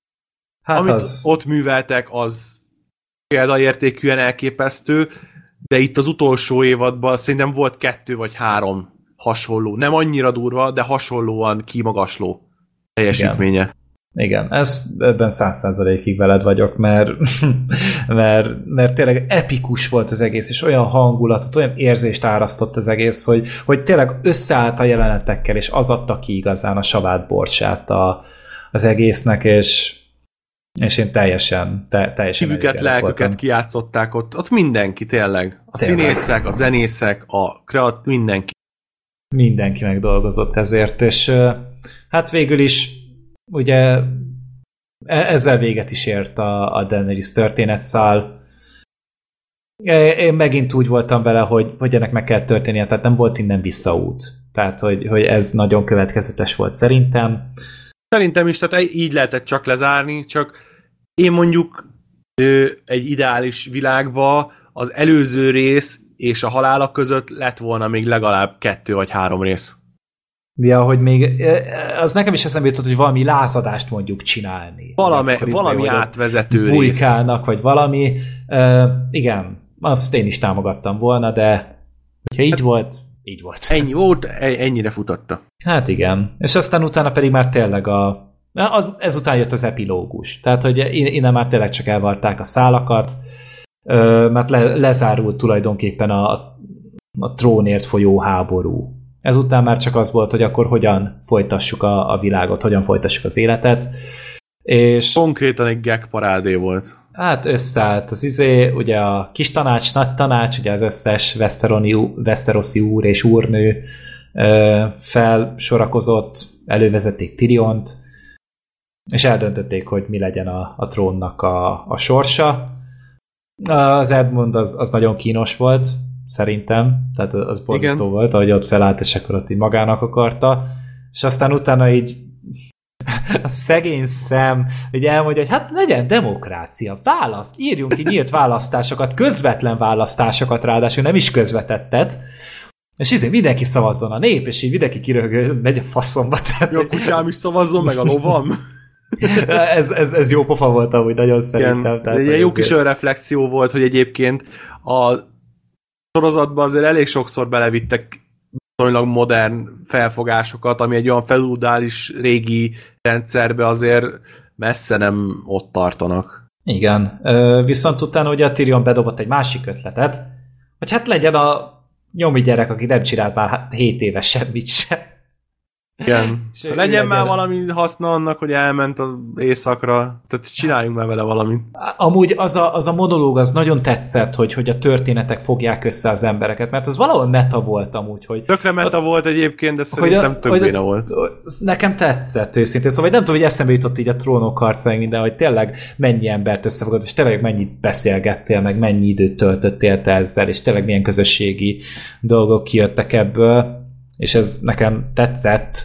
Hát amit az... ott műveltek, az példaértékűen elképesztő, de itt az utolsó évadban szerintem volt kettő vagy három hasonló. Nem annyira durva, de hasonlóan kimagasló teljesítménye. Igen, ez, ebben száz százalékig veled vagyok, mert, mert, mert tényleg epikus volt az egész, és olyan hangulatot, olyan érzést árasztott az egész, hogy, hogy tényleg összeállt a jelenetekkel, és az adta ki igazán a savát borcsát a, az egésznek, és, és én teljesen, te, teljesen Szívüket, lelküket voltam. Kijátszották ott, ott mindenki tényleg. A tényleg. Színészek, a zenészek, a kreat, mindenki. Mindenki megdolgozott ezért, és hát végül is ugye ezzel véget is ért a, a Daenerys történetszál. Én megint úgy voltam vele, hogy, hogy ennek meg kell történnie, tehát nem volt innen visszaút. Tehát, hogy, hogy ez nagyon következetes volt szerintem. Szerintem is, tehát így lehetett csak lezárni, csak én mondjuk egy ideális világba az előző rész és a halálak között lett volna még legalább kettő vagy három rész. Ja, hogy még, az nekem is eszembe jutott, hogy valami lázadást mondjuk csinálni. Valami, valami izé, átvezető rész. Bujkálnak, vagy valami. Uh, igen, azt én is támogattam volna, de hogyha így hát, volt, így volt. Ennyi volt, ennyire futotta. Hát igen. És aztán utána pedig már tényleg a... Az, ezután jött az epilógus. Tehát, hogy innen már tényleg csak elvarták a szálakat, uh, mert le, lezárult tulajdonképpen a, a trónért folyó háború. Ezután már csak az volt, hogy akkor hogyan folytassuk a, a világot, hogyan folytassuk az életet. És konkrétan egy gag parádé volt. Hát összeállt az izé, ugye a kis tanács, nagy tanács, ugye az összes Westeroszi úr és úrnő felsorakozott, elővezették Tyriont, és eldöntötték, hogy mi legyen a, a trónnak a, a sorsa. Az Edmund az, az nagyon kínos volt, szerintem, tehát az borzasztó volt, ahogy ott felállt, és akkor ott így magának akarta, és aztán utána így a szegény szem, hogy elmondja, hogy hát legyen demokrácia, választ, írjunk ki nyílt választásokat, közvetlen választásokat, ráadásul nem is közvetettet, és így mindenki szavazzon, a nép, és így mindenki kiröhög, megy a faszomba. Tehát... Jó, a kutyám is szavazzon, meg a lovam. ez, ez, ez jó pofa volt amúgy, nagyon szerintem. Tehát, egy jó kis reflexió volt, hogy egyébként a sorozatban azért elég sokszor belevittek viszonylag modern felfogásokat, ami egy olyan feludális régi rendszerbe azért messze nem ott tartanak. Igen. Viszont utána ugye a Tyrion bedobott egy másik ötletet, hogy hát legyen a nyomi gyerek, aki nem csinált már hét éves semmit sem. Igen. Legyen, legyen már valami haszna annak, hogy elment az éjszakra, tehát csináljunk már vele valamit. Amúgy az a, az a monológ az nagyon tetszett, hogy, hogy a történetek fogják össze az embereket, mert az valahol meta volt amúgy. Hogy tökre meta a, volt egyébként, de szerintem tök béna volt. Nekem tetszett őszintén, szóval nem tudom, hogy eszembe jutott így a trónok harca, meg minden, hogy tényleg mennyi embert összefogott, és tényleg mennyit beszélgettél, meg mennyi időt töltöttél te ezzel, és tényleg milyen közösségi dolgok kijöttek ebből, és ez nekem tetszett,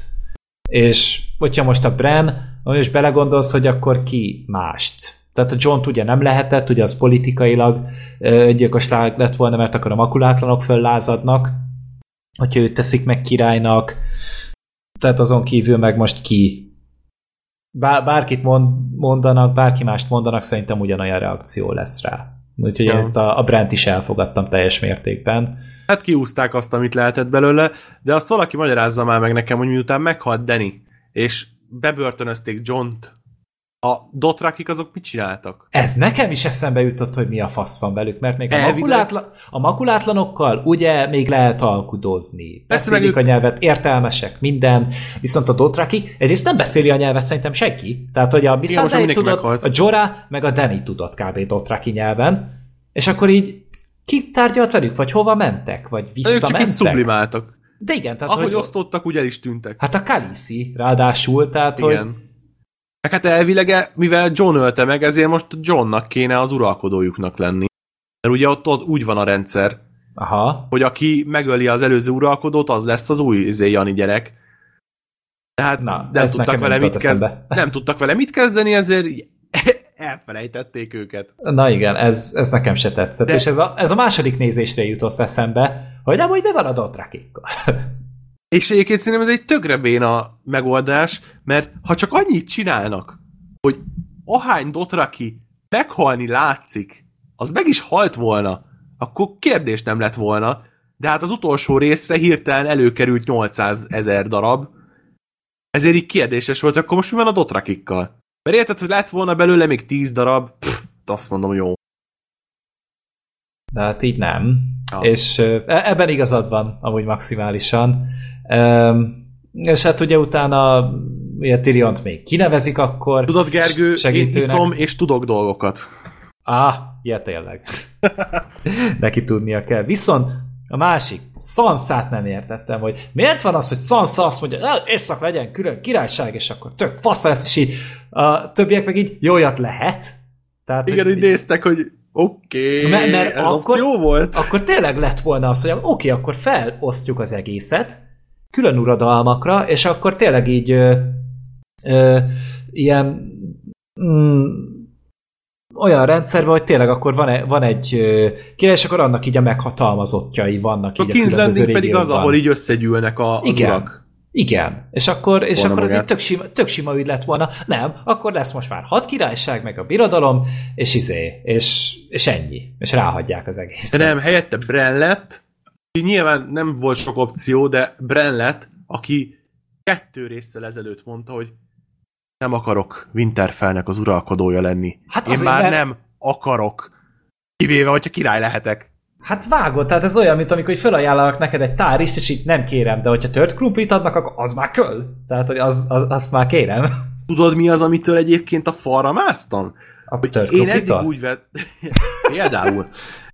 és hogyha most a Bran, is belegondolsz, hogy akkor ki mást. Tehát a John ugye nem lehetett, ugye az politikailag gyilkos lett volna, mert akkor a makulátlanok föllázadnak, hogyha őt teszik meg királynak, tehát azon kívül meg most ki. Bár, bárkit mond, mondanak, bárki mást mondanak, szerintem ugyanolyan reakció lesz rá. Úgyhogy ja. ezt a, a Brant is elfogadtam teljes mértékben. Hát kiúzták azt, amit lehetett belőle, de azt valaki magyarázza már meg nekem, hogy miután meghalt Dany, és bebörtönözték Johnt, a Dothrakik azok mit csináltak? Ez nekem is eszembe jutott, hogy mi a fasz van velük, mert még a, makulátla, a makulátlanokkal ugye még lehet alkudozni. Beszélik a nyelvet, értelmesek, minden, viszont a Dothraki egyrészt nem beszéli a nyelvet szerintem senki. Tehát, hogy a Missandei tudott, meghalt. A Jorah meg a Dany tudott kb. Dothraki nyelven, és akkor így ki tárgyalt velük, vagy hova mentek, vagy visszamentek? Ők csak így sublimáltak. De igen, tehát ahogy hogy osztottak, úgy el is tűntek. Hát a Khaleesi ráadásul, tehát igen. Hogy... Hát elvileg, mivel Jon ölte meg, ezért most Jonnak kéne az uralkodójuknak lenni. Mert ugye ott, ott úgy van a rendszer, aha. hogy aki megöli az előző uralkodót, az lesz az új izé, Jani gyerek. Tehát Na, nem, tudtak vele mit kezd... nem tudtak vele mit kezdeni, ezért elfelejtették őket. Na igen, ez, ez nekem se tetszett. De... És ez a, ez a második nézésre jutott eszembe, hogy nem, hogy mi van a Dothrakikkal. És egyébként szerintem ez egy tökre béna megoldás, mert ha csak annyit csinálnak, hogy ahány Dothraki meghalni látszik, az meg is halt volna, akkor kérdés nem lett volna, de hát az utolsó részre hirtelen előkerült nyolcszázezer darab, ezért így kérdéses volt, akkor most mi van a Dothrakikkal? Mert érted, hogy lett volna belőle még tíz darab, pff, azt mondom, jó. De hát így nem. Ja. És ebben igazad van, amúgy maximálisan. Um, és hát ugye utána ugye Tyriont még kinevezik akkor. Tudod, Gergő, segítőnek. Én iszom, és tudok dolgokat. Ah, ja, tényleg. Neki tudnia kell. Viszont a másik, Sansát nem értettem, hogy miért van az, hogy Sansa azt mondja, észak legyen külön királyság, és akkor tök fasza lesz, és így a többiek meg így jójat lehet. Tehát, igen, hogy néztek, hogy oké, okay, mert, mert ez akkor, opció volt. Akkor tényleg lett volna az, hogy oké, okay, akkor felosztjuk az egészet külön uradalmakra, és akkor tényleg így ö, ö, ilyen mm, olyan rendszerben, hogy tényleg akkor van, e, van egy ö, király, és akkor annak így a meghatalmazottjai vannak. A King's Landing pedig az, ahol így összegyűlnek a, az igen. urak. Igen, és akkor, és akkor az így tök sima, tök sima ügy lett volna. Nem, akkor lesz most már hat királyság, meg a birodalom, és izé, és, és ennyi. És ráhagyják az egészet. De nem, helyette Bran lett, nyilván nem volt sok opció, de Bran lett, aki kettő résszel ezelőtt mondta, hogy nem akarok Winterfellnek az uralkodója lenni. Hát Én már mert... nem akarok. Kivéve, hogyha király lehetek. Hát vágod, tehát ez olyan, mint amikor felajánlanak neked egy tárist, és így nem kérem, de hogyha tört krumplit adnak, akkor az már köl. Tehát, hogy az, az, azt már kérem. Tudod, mi az, amitől egyébként a falra másztam? A tört Én eddig úgy vett... Például.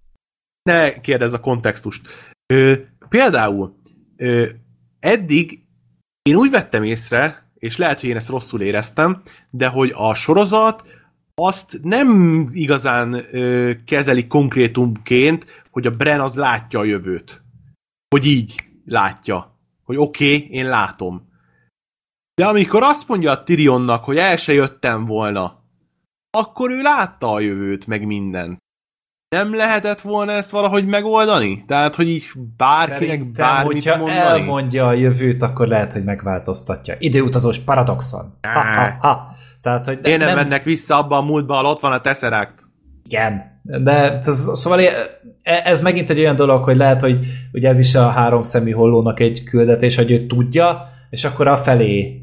Ne kérdezz a kontextust. Ö, például, ö, eddig én úgy vettem észre, és lehet, hogy én ezt rosszul éreztem, de hogy a sorozat azt nem igazán ö, kezeli konkrétumként, hogy a Bran az látja a jövőt. Hogy így látja. Hogy oké, okay, én látom. De amikor azt mondja a Tyrionnak, hogy el se jöttem volna, akkor ő látta a jövőt, meg mindent. Nem lehetett volna ezt valahogy megoldani? Tehát, hogy így bárkinek Szerintem, bármit hogyha mondani? elmondja a jövőt, akkor lehet, hogy megváltoztatja. Időutazós paradoxon. Ha, ha, ha. Tehát, hogy Én nem, nem mennek vissza abba a múltba, ahol ott van a Tesseract. Igen. De szóval ez megint egy olyan dolog, hogy lehet, hogy ugye ez is a háromszemű hollónak egy küldetés, hogy ő tudja, és akkor afelé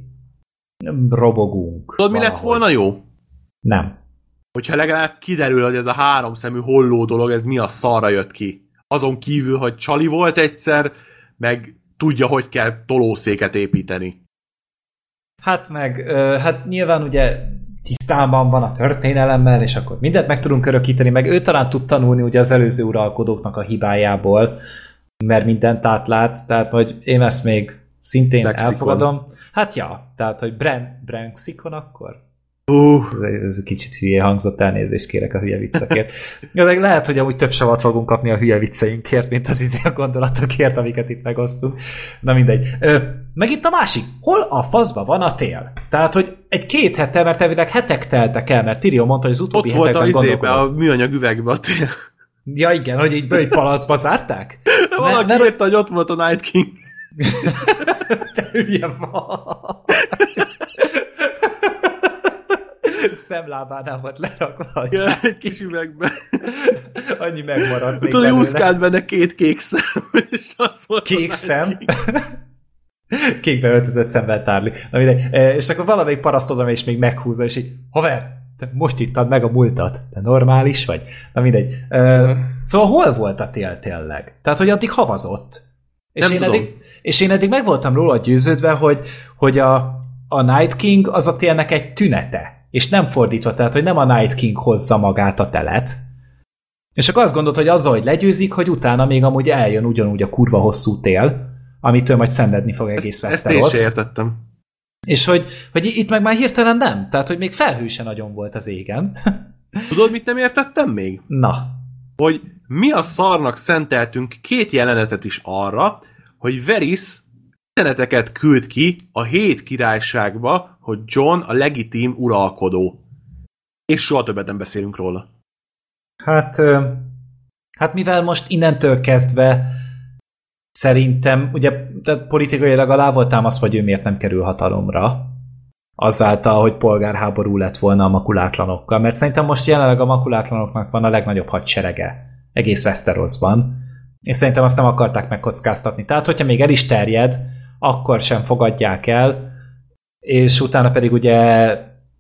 robogunk. Tudod, mi lett volna jó? Nem. Hogyha legalább kiderül, hogy ez a háromszemű holló dolog, ez mi a szarra jött ki. Azon kívül, hogy csali volt egyszer, meg tudja, hogy kell tolószéket építeni. Hát meg, hát nyilván ugye tisztában van a történelemmel, és akkor mindent meg tudunk örökíteni, meg ő talán tud tanulni ugye az előző uralkodóknak a hibájából, mert mindent átlát, tehát hogy én ezt még szintén Lexikon. elfogadom. Hát ja, tehát hogy Bran, Branxikon akkor? Uh. Ez, ez kicsit hülye hangzott, elnézést kérek a hülye viccekért. Lehet, hogy amúgy több savat fogunk kapni a hülye vicceinkért, mint az izé a gondolatokért, amiket itt megosztunk. Na mindegy. Ö, meg itt a másik. Hol a faszba van a tél? Tehát, hogy egy két hete, mert elvileg hetek teltek el, mert Tyrion mondta, hogy az utóbbi ott hetekben gondolkodott. Ott volt a műanyag üvegbe a tél. Ja igen, hogy így bőj palacba zárták? De valaki mert, írta, hogy ott volt a Night King. Te hülye van. Szemlábánál volt lerakva. Ja, egy kis üvegben. Annyi megmaradt még belőle. Úszkált benne két kék szem, és az volt kék szem? Kékbe öltözött szemben tárli. Na mindegy. És akkor valamelyik parasztodom és még meghúzza, és így, haver, te most ittad meg a múltat. Te normális vagy? Na mindegy. Szóval hol volt a tél tényleg? Tehát, hogy addig havazott. És, én eddig, és én eddig meg voltam róla győződve, hogy, hogy a, a Night King az a télnek egy tünete. És nem fordítva, tehát, hogy nem a Night King hozza magát a telet. És akkor azt gondolt, hogy azzal, hogy legyőzik, hogy utána még amúgy eljön ugyanúgy a kurva hosszú tél, amitől majd szenvedni fog egész Westeros. Ezt én sem értettem. És hogy, hogy itt meg már hirtelen nem. Tehát, hogy még felhő se nagyon volt az égen. Tudod, mit nem értettem még? Na. Hogy mi a szarnak szenteltünk két jelenetet is arra, hogy Varys üzeneteket küld ki a hét királyságba, hogy Jon a legitim uralkodó. És soha többet nem beszélünk róla. Hát, hát mivel most innentől kezdve szerintem, ugye tehát politikailag alá volt támasztva, hogy ő miért nem kerül hatalomra, azáltal, hogy polgárháború lett volna a makulátlanokkal, mert szerintem most jelenleg a makulátlanoknak van a legnagyobb hadserege egész Westerosban, és szerintem azt nem akarták megkockáztatni. Tehát, hogyha még el is terjed, akkor sem fogadják el, és utána pedig ugye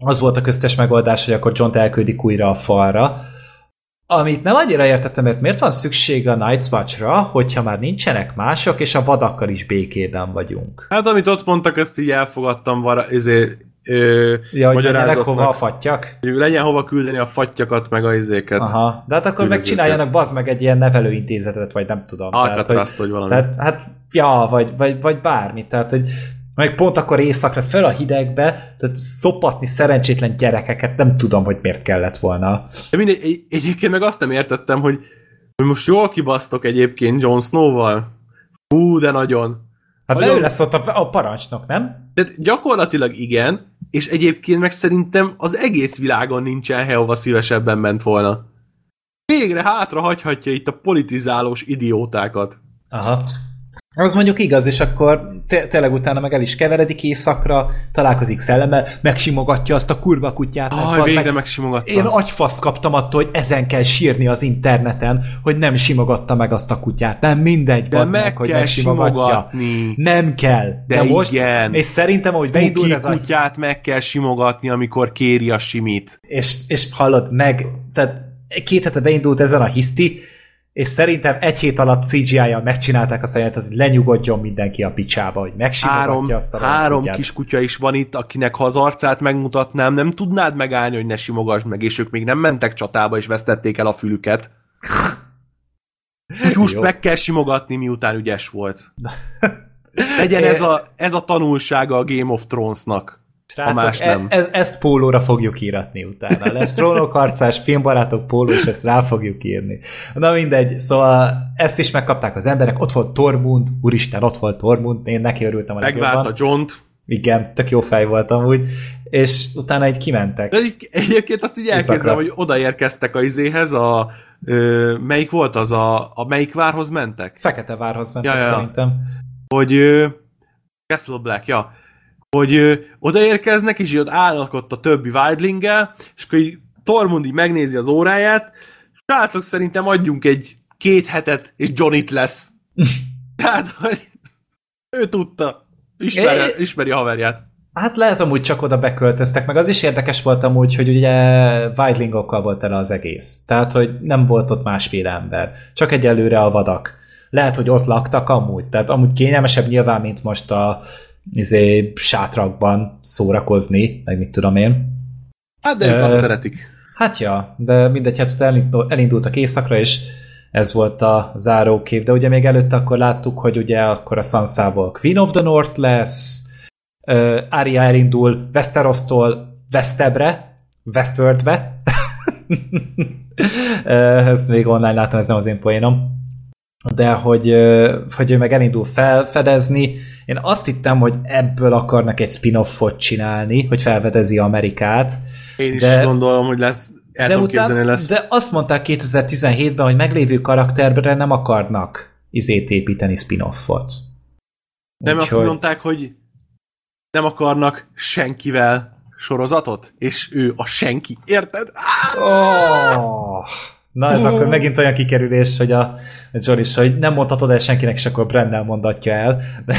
az volt a köztes megoldás, hogy akkor John-t elküldik újra a falra. Amit nem annyira értettem, mert miért van szükség a Night's Watch-ra, hogyha már nincsenek mások, és a vadakkal is békében vagyunk. Hát amit ott mondtak, ezt így elfogadtam vara, ezért ö, ja, hogy legyenek hova a fattyak? Legyen hova küldeni a fattyakat, meg a izéket. Aha, de hát akkor meg csináljanak bazd meg egy ilyen nevelőintézetet, vagy nem tudom. Alcatraszt, hogy valami. Tehát, hát, ja, vagy, vagy, vagy bármit, tehát, hogy meg pont akkor éjszakra fel a hidegbe, tehát szopatni szerencsétlen gyerekeket, nem tudom, hogy miért kellett volna. De mindegy, egy, egyébként meg azt nem értettem, hogy, hogy most jól kibasztok egyébként Jon Snow-val. Fú, de nagyon. Hát nagyon... ő lesz ott a, a parancsnok, nem? De gyakorlatilag igen, és egyébként meg szerintem az egész világon nincsen hely, ahova szívesebben ment volna. Végre hátra hagyhatja itt a politizálós idiótákat. Aha. Az mondjuk igaz, és akkor te- tényleg utána meg el is keveredik éjszakra, találkozik szellemmel, megsimogatja azt a kurva kutyát. Aj, végre meg, megsimogatta. Én agyfaszt kaptam attól, hogy ezen kell sírni az interneten, hogy nem simogatta meg azt a kutyát. Nem mindegy, de bazd meg, meg, hogy kell megsimogatja. Simogatni. Nem kell. De, de most, igen. És szerintem, ahogy beindul Puki ez a... kutyát meg kell simogatni, amikor kéri a simit. És, és hallod, meg, tehát két hete beindult ezen a hiszti, és szerintem egy hét alatt cé gé í-jal megcsinálták azt a jelentet, hogy lenyugodjon mindenki a picsába, hogy megsimogatja három, azt a Három kutyát. kis kutya is van itt, akinek ha az arcát megmutatnám, nem tudnád megállni, hogy ne simogasd meg, és ők még nem mentek csatába, és vesztették el a fülüket. Kutyust meg kell simogatni, miután ügyes volt. Legyen ez a, ez a tanulsága a Game of Thrones-nak. Srácok, más nem. Ez, ezt pólóra fogjuk íratni utána. Lesz trónokharcás, filmbarátok póló, és ezt rá fogjuk írni. Na mindegy, szóval ezt is megkapták az emberek, ott volt Tormund, úristen, ott volt Tormund, én neki örültem a legjobban. Megvált a John-t. Igen, tök jó fej voltam úgy, és utána így kimentek. De így, egyébként azt így elképzelem, hogy odaérkeztek a izéhez, a, ö, melyik volt az, a, a melyik várhoz mentek? Fekete várhoz mentek, ja, ja. szerintem. Hogy ö, Castle Black, ja. Hogy ö, odaérkeznek, és így ott állnak ott a többi wildlinggel, és akkor így Tormund így megnézi az óráját, és srácok, szerintem adjunk egy két hetet, és Jon itt lesz. Tehát, hogy ő tudta. Ismeri, é, ismeri a haverját. Hát lehet amúgy csak oda beköltöztek, meg az is érdekes volt amúgy, hogy ugye wildlingokkal volt el az egész. Tehát, hogy nem volt ott másféle ember. Csak egyelőre a vadak. Lehet, hogy ott laktak amúgy. Tehát amúgy kényelmesebb nyilván, mint most a izé, sátrakban szórakozni, meg mit tudom én. Hát de ők uh, azt szeretik. Hát ja, de mindegy, hát elindultak éjszakra, és ez volt a zárókép, de ugye még előtte akkor láttuk, hogy ugye akkor a Sansából Queen of the North lesz, uh, Arya elindul Westerostól Westebre, Westworldbe. uh, ezt még online láttam, ez nem az én poénom. De hogy, uh, hogy ő meg elindul felfedezni. Én azt hittem, hogy ebből akarnak egy spin-offot csinálni, hogy felfedezi Amerikát. Én is de, gondolom, hogy lesz. El de, tudom után, képzelni, lesz. De azt mondták kétezer-tizenhétben, hogy meglévő karakterbre nem akarnak izét építeni spin-offot. Nem úgy, azt hogy... mondták, hogy nem akarnak senkivel sorozatot? És ő a senki. Érted? Oh. Na ez oh. akkor megint olyan kikerülés, hogy a John is, hogy nem mondhatod el senkinek, és akkor Brandel mondatja el.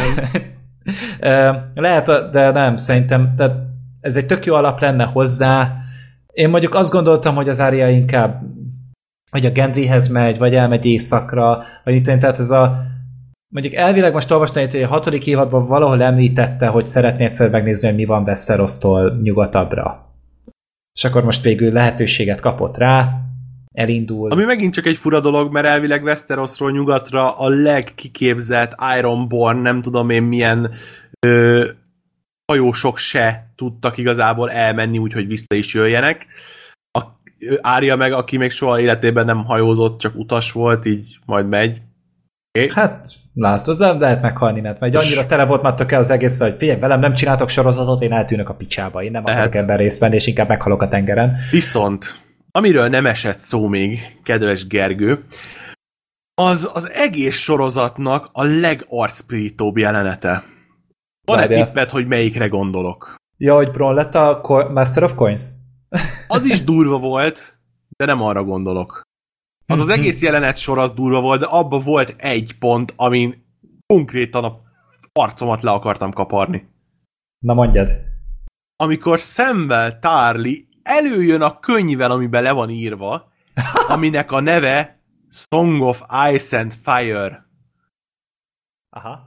De, lehet, de nem, szerintem tehát ez egy tök jó alap lenne hozzá. Én mondjuk azt gondoltam, hogy az Arya inkább hogy a Gendryhez megy, vagy elmegy éjszakra, vagy itt, tehát ez a mondjuk elvileg most olvastam, hogy a hatodik évadban valahol említette, hogy szeretné egyszer megnézni, hogy mi van Westerostól nyugatabbra. És akkor most végül lehetőséget kapott rá, elindul. Ami megint csak egy fura dolog, mert elvileg Westerosról nyugatra a legkiképzett Ironborn, nem tudom én milyen ö, hajósok se tudtak igazából elmenni, úgyhogy vissza is jöjjenek. A Arya meg, aki még soha életében nem hajózott, csak utas volt, így majd megy. Okay. Hát, látod, nem lehet meghalni, mert vagy annyira tele volt már el az egész, hogy figyelj, velem nem csináltok sorozatot, én eltűnök a picsába, én nem lehet. akarok ebben részt venni, és inkább meghalok a tengeren. Viszont, amiről nem esett szó még, kedves Gergő, az az egész sorozatnak a legarcpirítóbb jelenete. Van-e tipped, hogy melyikre gondolok? Ja, hogy Bronn lett a Co- Master of Coins? Az is durva volt, de nem arra gondolok. Az az egész jelenet sor az durva volt, de abban volt egy pont, amin konkrétan a arcomat le akartam kaparni. Na mondjad. amikor Samwell Tarly előjön a könyvvel, amiben le van írva, aminek a neve Song of Ice and Fire. Aha.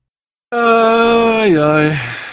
Ajaj.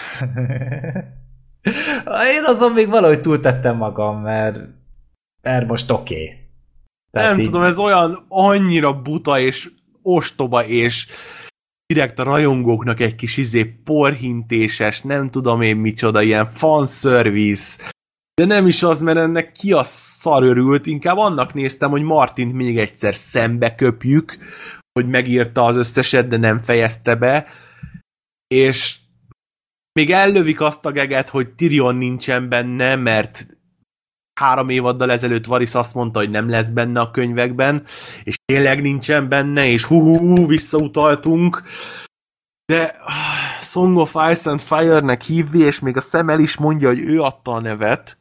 Én azon még valahogy túltettem magam, mert, mert most oké. Okay. Nem így... tudom, ez olyan annyira buta és ostoba, és direkt a rajongóknak egy kis izé porhintéses, nem tudom én micsoda, ilyen fanservice. De nem is az, mert ennek ki a szar örült, inkább annak néztem, hogy Martint még egyszer szembe köpjük, hogy megírta az összeset, de nem fejezte be, és még ellövik azt a geget, hogy Tyrion nincsen benne, mert három évaddal ezelőtt Varys azt mondta, hogy nem lesz benne a könyvekben, és tényleg nincsen benne, és hú, hú visszautaltunk. De Song of Ice and Fire-nek hívni, és még a Samwell is mondja, hogy ő adta a nevet.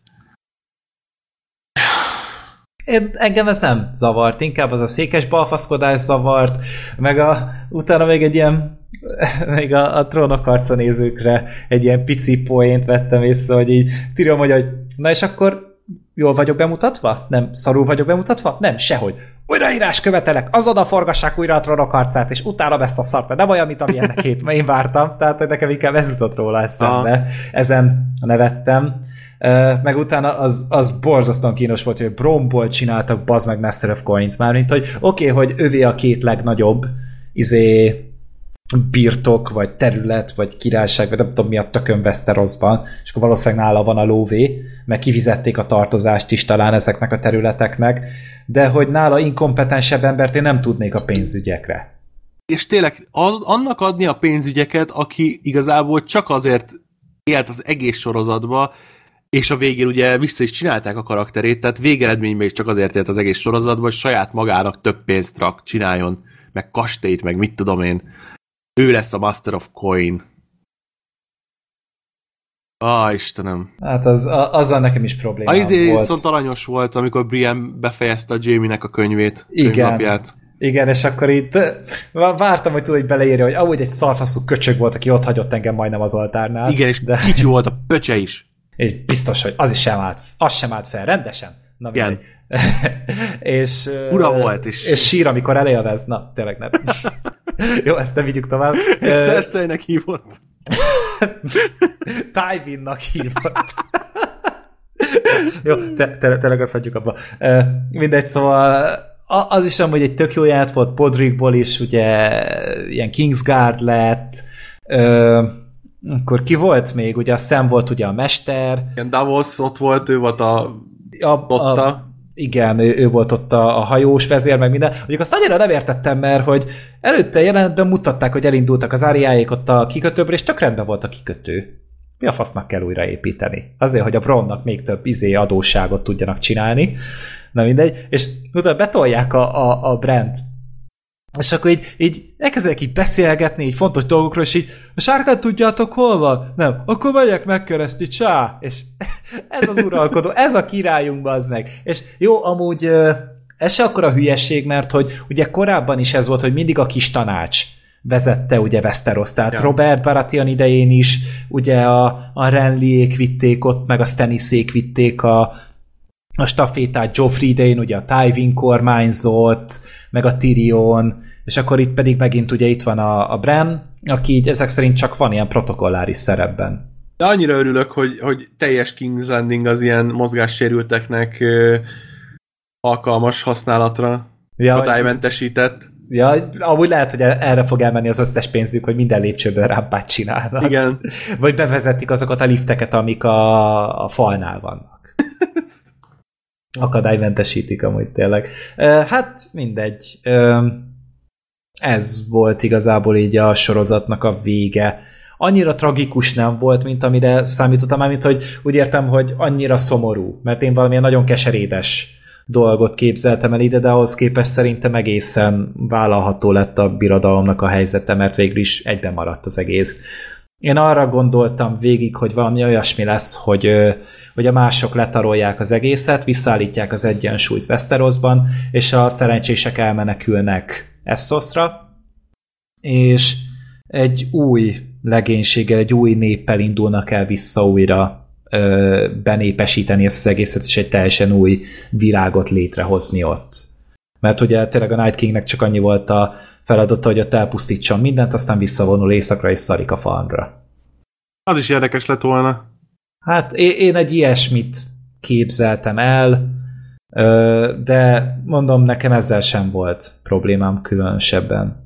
Én, engem ez nem zavart, inkább az a székes balfaszkodás zavart, meg a, utána még egy ilyen még a, a Trónok harca nézőkre egy ilyen pici poént vettem észre, hogy így Tyrion mondja, hogy na és akkor jól vagyok bemutatva? Nem, szarul vagyok bemutatva? Nem, sehogy. Újraírás követelek, azonnal forgassák újra a Trónok harcát, és utána ezt a szart, mert nem olyan, mint amilyennek hét, mert én vártam, tehát hogy nekem inkább ez jutott róla eszembe. Ezen nevettem. Uh, meg utána az, az borzasztóan kínos volt, hogy Bromból csináltak bazd meg Master of Coins, már mint hogy oké, okay, hogy övé a két legnagyobb izé birtok, vagy terület, vagy királyság, vagy nem tudom mi a tökön Westerosban, és akkor valószínűleg nála van a lóvé, meg kifizették a tartozást is talán ezeknek a területeknek, de hogy nála inkompetensebb embert én nem tudnék a pénzügyekre. És tényleg annak adni a pénzügyeket, aki igazából csak azért élt az egész sorozatba, és a végén ugye vissza is csinálták a karakterét, tehát végeredményben is csak azért élt az egész sorozatban, hogy saját magának több pénzt rak, csináljon, meg kastélyt, meg mit tudom én. Ő lesz a Master of Coin. Á, Istenem. Hát az, a, azzal nekem is problémám volt. volt. Viszont aranyos volt, amikor Brienne befejezte a Jamie-nek a könyvét. Igen. Könyvlapját. Igen, és akkor itt vártam, hogy tudod, hogy beleírja, hogy amúgy egy szarfaszú köcsög volt, aki ott hagyott engem majdnem az oltárnál. Igen, és de... kicsi volt a pöcse is. És biztos, hogy az is sem állt, az sem állt fel, rendesen. Na, igen. és, ura volt is. És sír, amikor elélvez. Na, tényleg nem. Jó, ezt nem vigyük tovább. És Cersei-nek hívott. Tywinnak hívott. Jó, te, te, tényleg azt hagyjuk abba. Mindegy, szóval az is amúgy egy tök jó ját volt, Podrickból is, ugye ilyen Kingsguard lett, akkor ki volt még? Ugye a Sam volt ugye a mester. Igen, Davos ott volt, ő volt a, a, a igen, ő, ő volt ott a, a hajós vezér, meg minden. Mondjuk azt annyira nem értettem, mert hogy előtte jelenetben mutatták, hogy elindultak az áriáék ott a kikötőből, és tök rendben volt a kikötő. Mi a fasznak kell újraépíteni? Azért, hogy a Bronnnak még több izé adósságot tudjanak csinálni. Na mindegy. És utána betolják a, a, a Brent. És akkor így, így elkezdenek így beszélgetni, így fontos dolgokról, és így a sárkát tudjátok hol van? Nem. Akkor megyek megkereszti, csá! És ez az uralkodó, ez a királyunk, bazd meg. És jó, amúgy ez se akkora hülyesség, mert hogy ugye korábban is ez volt, hogy mindig a kis tanács vezette ugye Westeros, tehát ja. Robert Baratheon idején is ugye a, a Renlyék vitték ott, meg a Stannisék vitték a, a stafétát, Joffrey idején ugye a Tywin kormányzott, meg a Tyrion, és akkor itt pedig megint ugye itt van a, a Bran, aki így ezek szerint csak van ilyen protokolláris szerepben. De annyira örülök, hogy, hogy teljes King's Landing az ilyen mozgássérülteknek ö, alkalmas használatra, ja, hatálymentesített. Ja, amúgy lehet, hogy erre fog elmenni az összes pénzük, hogy minden lépcsőből rámpát csinálnak. Igen. Vagy bevezetik azokat a lifteket, amik a, a falnál vannak. Akadálymentesítik amúgy tényleg. Hát mindegy. Ez volt igazából így a sorozatnak a vége. Annyira tragikus nem volt, mint amire számítottam, mármint, hogy úgy értem, hogy annyira szomorú, mert én valamilyen nagyon keserédes dolgot képzeltem el ide, de ahhoz képest szerintem egészen vállalható lett a birodalomnak a helyzete, mert végül is egyben maradt az egész. Én arra gondoltam végig, hogy valami olyasmi lesz, hogy, hogy a mások letarolják az egészet, visszaállítják az egyensúlyt Westerosban, és a szerencsések elmenekülnek Essosra, és egy új legénységgel, egy új néppel indulnak el vissza újra ö, benépesíteni ezt az egészet, és egy teljesen új világot létrehozni ott. Mert ugye tényleg a Night Kingnek csak annyi volt a feladata, hogy ott elpusztítson mindent, aztán visszavonul éjszakra és szarik a farmra. Az is érdekes lett volna. Hát én egy ilyesmit képzeltem el, de mondom, nekem ezzel sem volt problémám különösebben.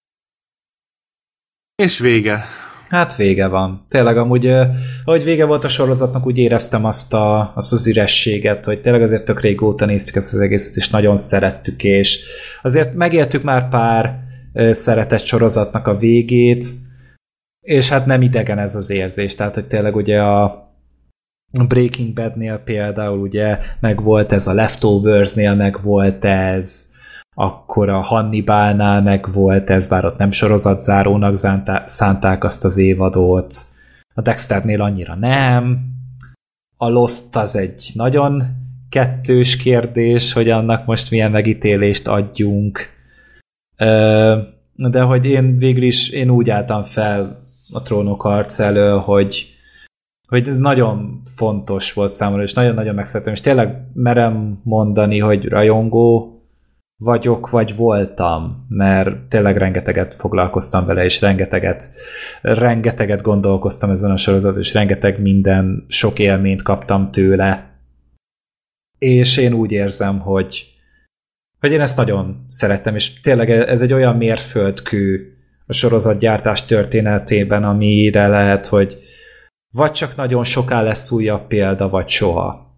És vége. Hát vége van. Tényleg amúgy, ahogy vége volt a sorozatnak, úgy éreztem azt, a, azt az ürességet, hogy tényleg azért tök régóta néztük ezt az egészet, és nagyon szerettük, és azért megéltük már pár szeretett sorozatnak a végét, és hát nem idegen ez az érzés, tehát hogy tényleg ugye a Breaking Badnél például ugye meg volt ez, a Leftoversnél meg volt ez, akkor a Hannibalnál meg volt ez, bár ott nem sorozatzárónak szánták azt az évadot, a Dexternél annyira nem, a Lost az egy nagyon kettős kérdés, hogy annak most milyen megítélést adjunk, de hogy én végül is én úgy álltam fel a Trónok harca elől, hogy hogy ez nagyon fontos volt számomra, és nagyon-nagyon megszerettem, és tényleg merem mondani, hogy rajongó vagyok, vagy voltam, mert tényleg rengeteget foglalkoztam vele, és rengeteget, rengeteget gondolkoztam ezen a sorozaton, és rengeteg minden, sok élményt kaptam tőle. És én úgy érzem, hogy, hogy én ezt nagyon szerettem, és tényleg ez egy olyan mérföldkő a sorozatgyártás történetében, amire lehet, hogy vagy csak nagyon soká lesz újabb példa, vagy soha.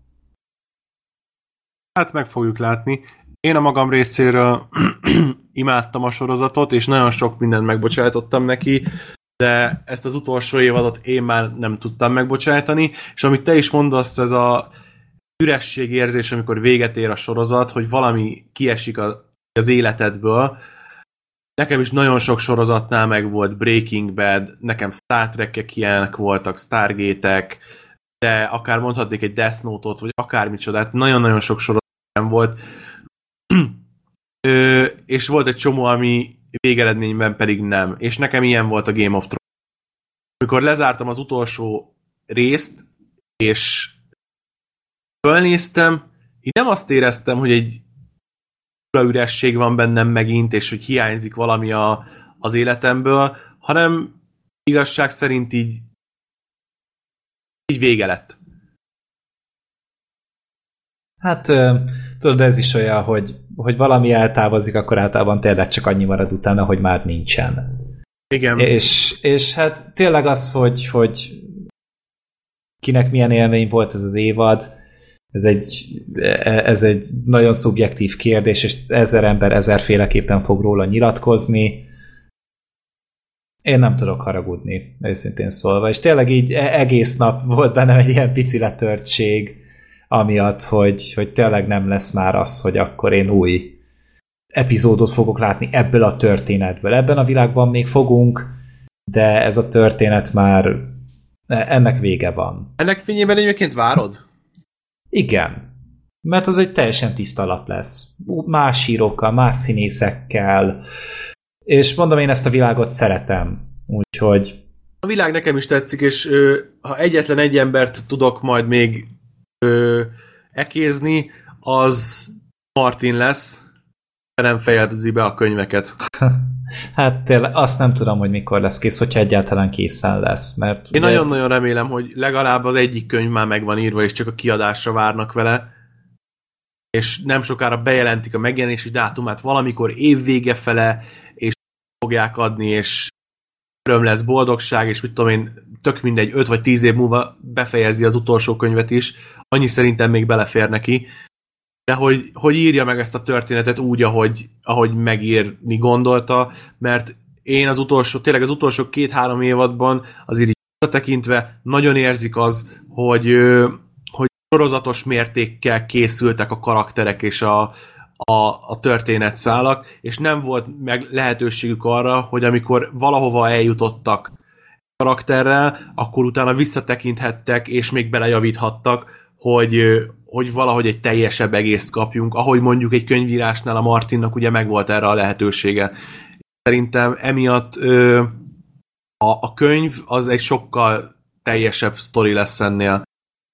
Hát meg fogjuk látni. Én a magam részéről imádtam a sorozatot, és nagyon sok mindent megbocsájtottam neki, de ezt az utolsó évadot én már nem tudtam megbocsájtani, és amit te is mondasz, ez a ürességérzés, amikor véget ér a sorozat, hogy valami kiesik az életedből. Nekem is nagyon sok sorozatnál meg volt Breaking Bad, nekem Star Trek-ek ilyenek voltak, Stargate-ek, de akár mondhatnék egy Death Note-ot, vagy akármicsodát, nagyon-nagyon sok sorozat volt. Ö, és volt egy csomó, ami végeredményben pedig nem. És nekem ilyen volt a Game of Thrones. Amikor lezártam az utolsó részt, és fölnéztem, így nem azt éreztem, hogy egy üresség van bennem megint, és hogy hiányzik valami a, az életemből, hanem igazság szerint így így vége lett. Hát tudod, ez is olyan, hogy, hogy valami eltávozik, akkor általában tényleg csak annyi marad utána, hogy már nincsen. Igen. És, és hát tényleg az, hogy, hogy kinek milyen élmény volt ez az évad, ez egy, ez egy nagyon szubjektív kérdés, és ezer ember ezerféleképpen fog róla nyilatkozni. Én nem tudok haragudni, őszintén szólva. És tényleg így egész nap volt bennem egy ilyen pici letörtség, amiatt, hogy, hogy tényleg nem lesz már az, hogy akkor én új epizódot fogok látni ebből a történetből. Ebben a világban még fogunk, de ez a történet már ennek vége van. Ennek fényében egyébként várod? Igen. Mert az egy teljesen tiszta lap lesz. Más írókkal, más színészekkel. És mondom, én ezt a világot szeretem. Úgyhogy... A világ nekem is tetszik, és ö, ha egyetlen egy embert tudok majd még ö, ekézni, az Martin lesz, de nem fejezi be a könyveket. Hát tényleg azt nem tudom, hogy mikor lesz kész, hogyha egyáltalán készen lesz. Mert én nagyon-nagyon remélem, hogy legalább az egyik könyv már meg van írva, és csak a kiadásra várnak vele, és nem sokára bejelentik a megjelenési dátumát valamikor évvége fele, és fogják adni, és öröm lesz, boldogság, és mit tudom én, tök mindegy, öt vagy tíz év múlva befejezi az utolsó könyvet is, annyi szerintem még belefér neki, de hogy, hogy írja meg ezt a történetet úgy, ahogy, ahogy megírni gondolta, mert én az utolsó, tényleg az utolsó két-három évadban azért így tekintve nagyon érzik az, hogy, hogy sorozatos mértékkel készültek a karakterek és a, a, a történetszálak, és nem volt meg lehetőségük arra, hogy amikor valahova eljutottak karakterrel, akkor utána visszatekinthettek, és még belejavíthattak, hogy, hogy valahogy egy teljesebb egészt kapjunk, ahogy mondjuk egy könyvírásnál a Martinnak ugye megvolt erre a lehetősége. Szerintem emiatt ö, a, a könyv az egy sokkal teljesebb sztori lesz ennél.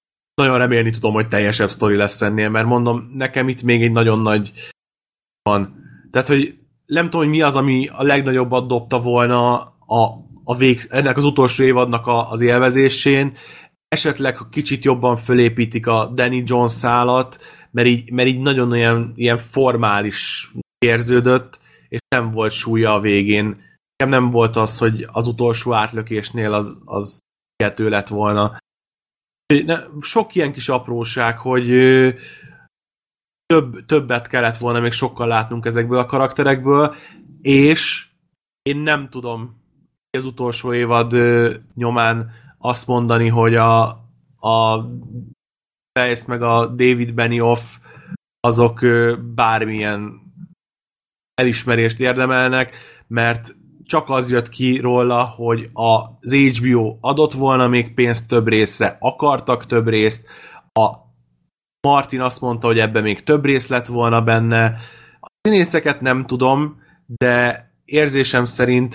nagyon remélni tudom, hogy teljesebb sztori lesz ennél, mert mondom, nekem itt még egy nagyon nagy van. Tehát, hogy nem tudom, hogy mi az, ami a legnagyobbat dobta volna a, a vég, ennek az utolsó évadnak a, az élvezésén. Esetleg, ha kicsit jobban fölépítik a Danny Jones szálat, mert így, mert így nagyon olyan ilyen formális érződött, és nem volt súlya a végén. Nekem nem volt az, hogy az utolsó átlökésnél az, az kettő lett volna. Sok ilyen kis apróság, hogy több, többet kellett volna még sokkal látnunk ezekből a karakterekből, és én nem tudom az utolsó évad nyomán azt mondani, hogy a, a Weiss meg a David Benioff azok bármilyen elismerést érdemelnek, mert csak az jött ki róla, hogy az há bé o adott volna még pénzt több részre, akartak több részt, a Martin azt mondta, hogy ebben még több rész lett volna benne. A színészeket nem tudom, de érzésem szerint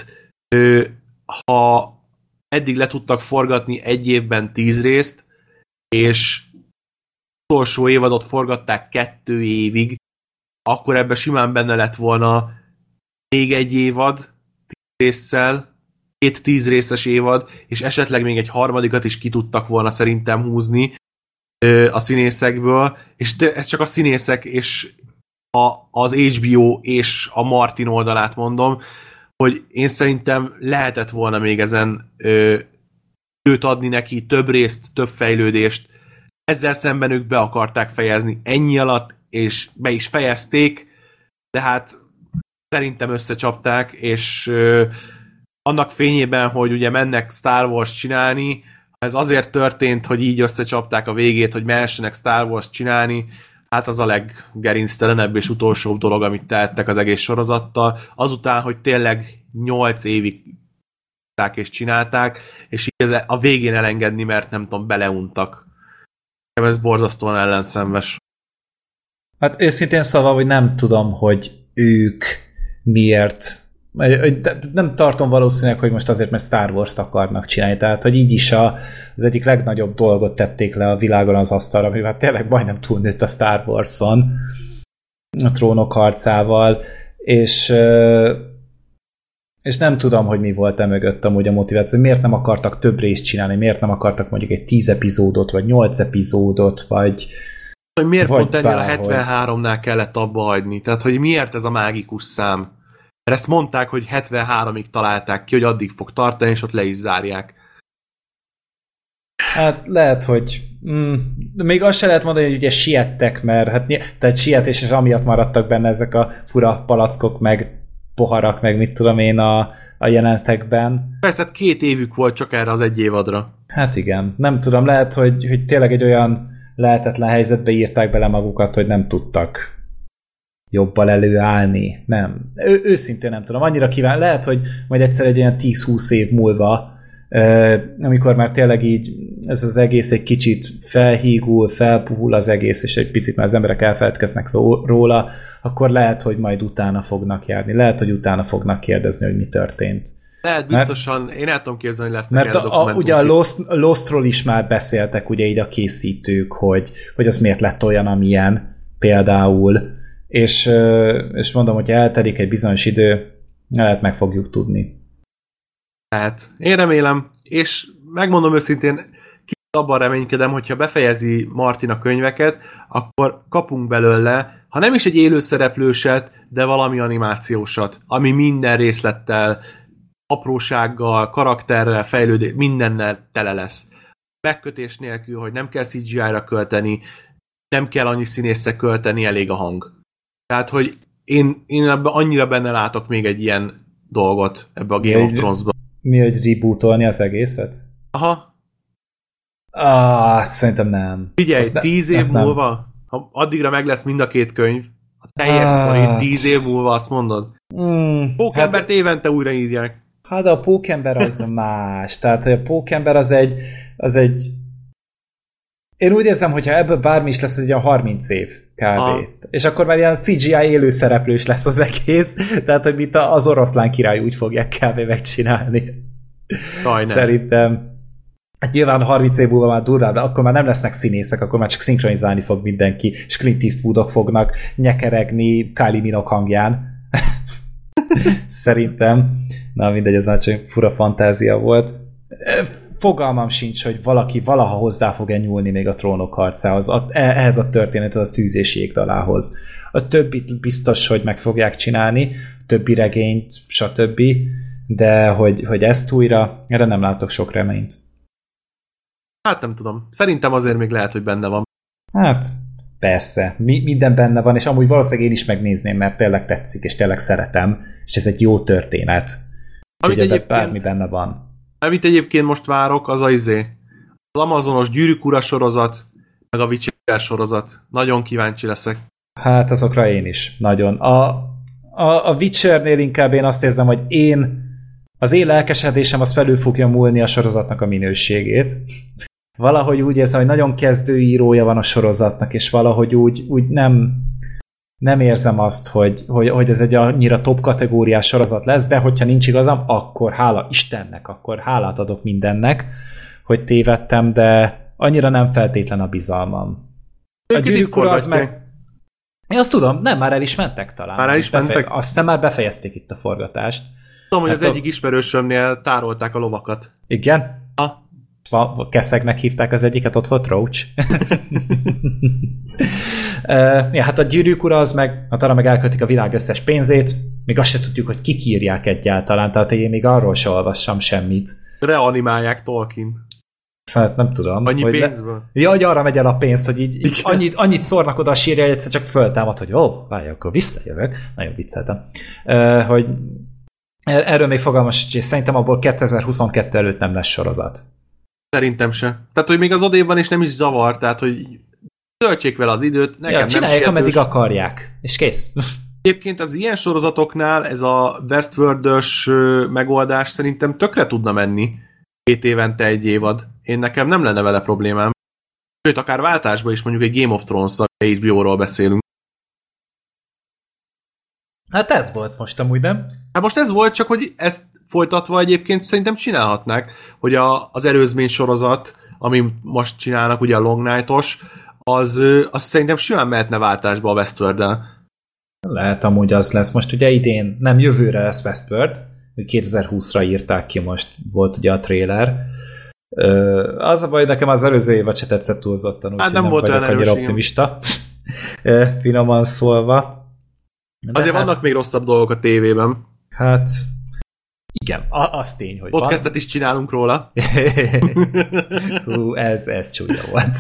ha eddig le tudtak forgatni egy évben tíz részt, és utolsó évadot forgatták kettő évig, akkor ebben simán benne lett volna még egy évad, tíz résszel, két tíz részes évad, és esetleg még egy harmadikat is ki tudtak volna szerintem húzni a színészekből, és de ez csak a színészek és a, az há bé o és a Martin oldalát mondom, hogy én szerintem lehetett volna még ezen ö, őt adni neki, több részt, több fejlődést. Ezzel szemben ők be akarták fejezni ennyi alatt, és be is fejezték, de hát szerintem összecsapták, és ö, annak fényében, hogy ugye mennek Star Wars csinálni, ez azért történt, hogy így összecsapták a végét, hogy mehessenek Star Wars csinálni, hát az a leggerinctelenebb és utolsóbb dolog, amit tehettek az egész sorozattal. Azután, hogy tényleg nyolc évig és csinálták, és így ez a végén elengedni, mert nem tudom, beleuntak. Ez borzasztóan ellenszenves. Hát őszintén szóval, hogy nem tudom, hogy ők miért. Nem tartom valószínűleg, hogy most azért, mert Star Wars-t akarnak csinálni. Tehát, hogy így is a, az egyik legnagyobb dolgot tették le a világon az asztalra, mivel tényleg majdnem túlnőtt a Star Wars-on a Trónok harcával, és és nem tudom, hogy mi volt e mögött amúgy a motiváció, miért nem akartak több részt csinálni, miért nem akartak mondjuk egy tíz epizódot, vagy nyolc epizódot, vagy hogy miért vagy pont ennél a hetvenháromnál kellett abba hagyni? Tehát, hogy miért ez a mágikus szám? Mert ezt mondták, hogy hetvenháromig találták ki, hogy addig fog tartani, és ott le is zárják. Hát lehet, hogy mm, még azt se lehet mondani, hogy ugye siettek, mert hát, tehát sietés, és amiatt maradtak benne ezek a fura palackok, meg poharak, meg mit tudom én a, a jelenetekben. Persze, hát két évük volt csak erre az egy évadra. Hát igen. Nem tudom, lehet, hogy, hogy tényleg egy olyan lehetetlen helyzetbe írták bele magukat, hogy nem tudtak jobban előállni. Nem. Ő, őszintén nem tudom. Annyira kíván. Lehet, hogy majd egyszer egy olyan tíz-húsz év múlva, amikor már tényleg így ez az egész egy kicsit felhígul, felpuhul az egész, és egy picit már az emberek elfeledkeznek róla, akkor lehet, hogy majd utána fognak járni. Lehet, hogy utána fognak kérdezni, hogy mi történt. Lehet, biztosan. Mert, én el tudom képzelni, hogy lesznek mert a, a, ugye a Lost, Lostról is már beszéltek ugye így a készítők, hogy, hogy az miért lett olyan, amilyen például, és, és mondom, hogy eltelik egy bizonyos idő, lehet meg fogjuk tudni. Tehát én remélem, és megmondom őszintén, kicsit abban reménykedem, hogyha befejezi Martin a könyveket, akkor kapunk belőle, ha nem is egy élőszereplőset, de valami animációsat, ami minden részlettel, aprósággal, karakterrel, fejlődés, mindennel tele lesz. Megkötés nélkül, hogy nem kell cé gé í-ra költeni, nem kell annyi színészre költeni, elég a hang. Tehát, hogy én, én ebben annyira benne látok még egy ilyen dolgot ebbe a Game of Thrones-ba. Mi, hogy rebootolni az egészet? Aha. Ah, szerintem nem. Figyelj, azt tíz év múlva, nem. Ha addigra meg lesz mind a két könyv, a teljes ah, sztori, tíz év múlva azt mondod. Mm, Pókembert hát, évente újraírják. Hát a Pókember az más. Tehát, hogy a Pókember az egy, az egy én úgy érzem, hogyha ebből bármi is lesz, egy olyan harminc év kb. Ah. És akkor már ilyen cé gé í élőszereplős lesz az egész, tehát, hogy mint az Oroszlán király úgy fogják kb. Megcsinálni. Sajnál. Szerintem. Hát nyilván harminc év múlva már durvább, de akkor már nem lesznek színészek, akkor már csak szinkronizálni fog mindenki, és Clint Eastwoodok fognak nyekeregni Kylie Minogue hangján. Szerintem. Na mindegy, az már csak fura fantázia volt. Fogalmam sincs, hogy valaki valaha hozzá fog-e nyúlni még a Trónok harcához, a, ehhez a történethez, a Tűz és Jégdalához. A többit biztos, hogy meg fogják csinálni, a többi regényt, stb. De hogy, hogy ezt újra, erre nem látok sok reményt. Hát nem tudom. Szerintem azért még lehet, hogy benne van. Hát, persze. Mi, minden benne van, és amúgy valószínűleg én is megnézném, mert tényleg tetszik, és tényleg szeretem, és ez egy jó történet. Amit egyébként, bármi benne van. Amit egyébként most várok, az a izé. Az Amazonos Gyűrűk Ura sorozat, meg a Witcher sorozat. Nagyon kíváncsi leszek. Hát azokra én is. Nagyon. A, a, a Witchernél inkább én azt érzem, hogy én az én lelkesedésem az felül fogja múlni a sorozatnak a minőségét. Valahogy úgy érzem, hogy nagyon kezdőírója van a sorozatnak, és valahogy úgy, úgy nem, nem érzem azt, hogy, hogy, hogy ez egy annyira top kategóriás sorozat lesz, de hogyha nincs igazam, akkor hála Istennek, akkor hálát adok mindennek, hogy tévedtem, de annyira nem feltétlen a bizalmam. A Gyűrűk Ura az meg... Én azt tudom, nem, már el is mentek talán. Már el is mentek? Befe... Aztán már befejezték itt a forgatást. Tudom, hogy hát az a... egyik ismerősömnél tárolták a lovakat. Igen? Ha. Keszegnek hívták az egyiket, ott volt Roach. uh, ja, hát a Gyűrűk Ura az meg, hát arra meg elköltik a világ összes pénzét, még azt se tudjuk, hogy kik írják egyáltalán, tehát én még arról se olvassam semmit. Reanimálják Tolkien. Hát nem tudom. Annyi pénzből? Le... Ja, hogy arra megy el a pénz, hogy így, így annyit, annyit szórnak oda a sírja, hogy egyszer csak föltámad, hogy ó, várj, akkor visszajövök. Nagyon vicceltem. Uh, hogy erről még fogalmas, és szerintem abból kétezer-huszonkettő előtt nem lesz sorozat. Szerintem se. Tehát, hogy még az odévban is nem is zavar, tehát, hogy töltsék vele az időt, nekem ja, nem csinálják, sietős. Ameddig akarják, és kész. Egyébként az ilyen sorozatoknál ez a Westworld-ös megoldás szerintem tökre tudna menni. Két évente egy évad. Én nekem nem lenne vele problémám. Sőt, akár váltásban is mondjuk egy Game of Thrones-szal há bé ó-ról beszélünk. Hát ez volt most amúgy, nem? Hát most ez volt, csak hogy ezt folytatva egyébként szerintem csinálhatnák, hogy a, az előzmény sorozat, ami most csinálnak, ugye a Long Night-os, az, az szerintem simán mehetne váltásba a Westworld-del. Lehet amúgy az lesz. Most ugye idén, nem jövőre lesz Westworld, kétezer-húszra írták ki, most volt ugye a trailer. Az a baj, nekem az előző évad se tetszett túlzottan, úgyhogy hát nem, nem volt vagyok annyira optimista. Finoman szólva. De azért hát, vannak még rosszabb dolgok a tévében. Hát igen, az tény, hogy podcastet is csinálunk róla. Hú, ez, ez csúnya volt.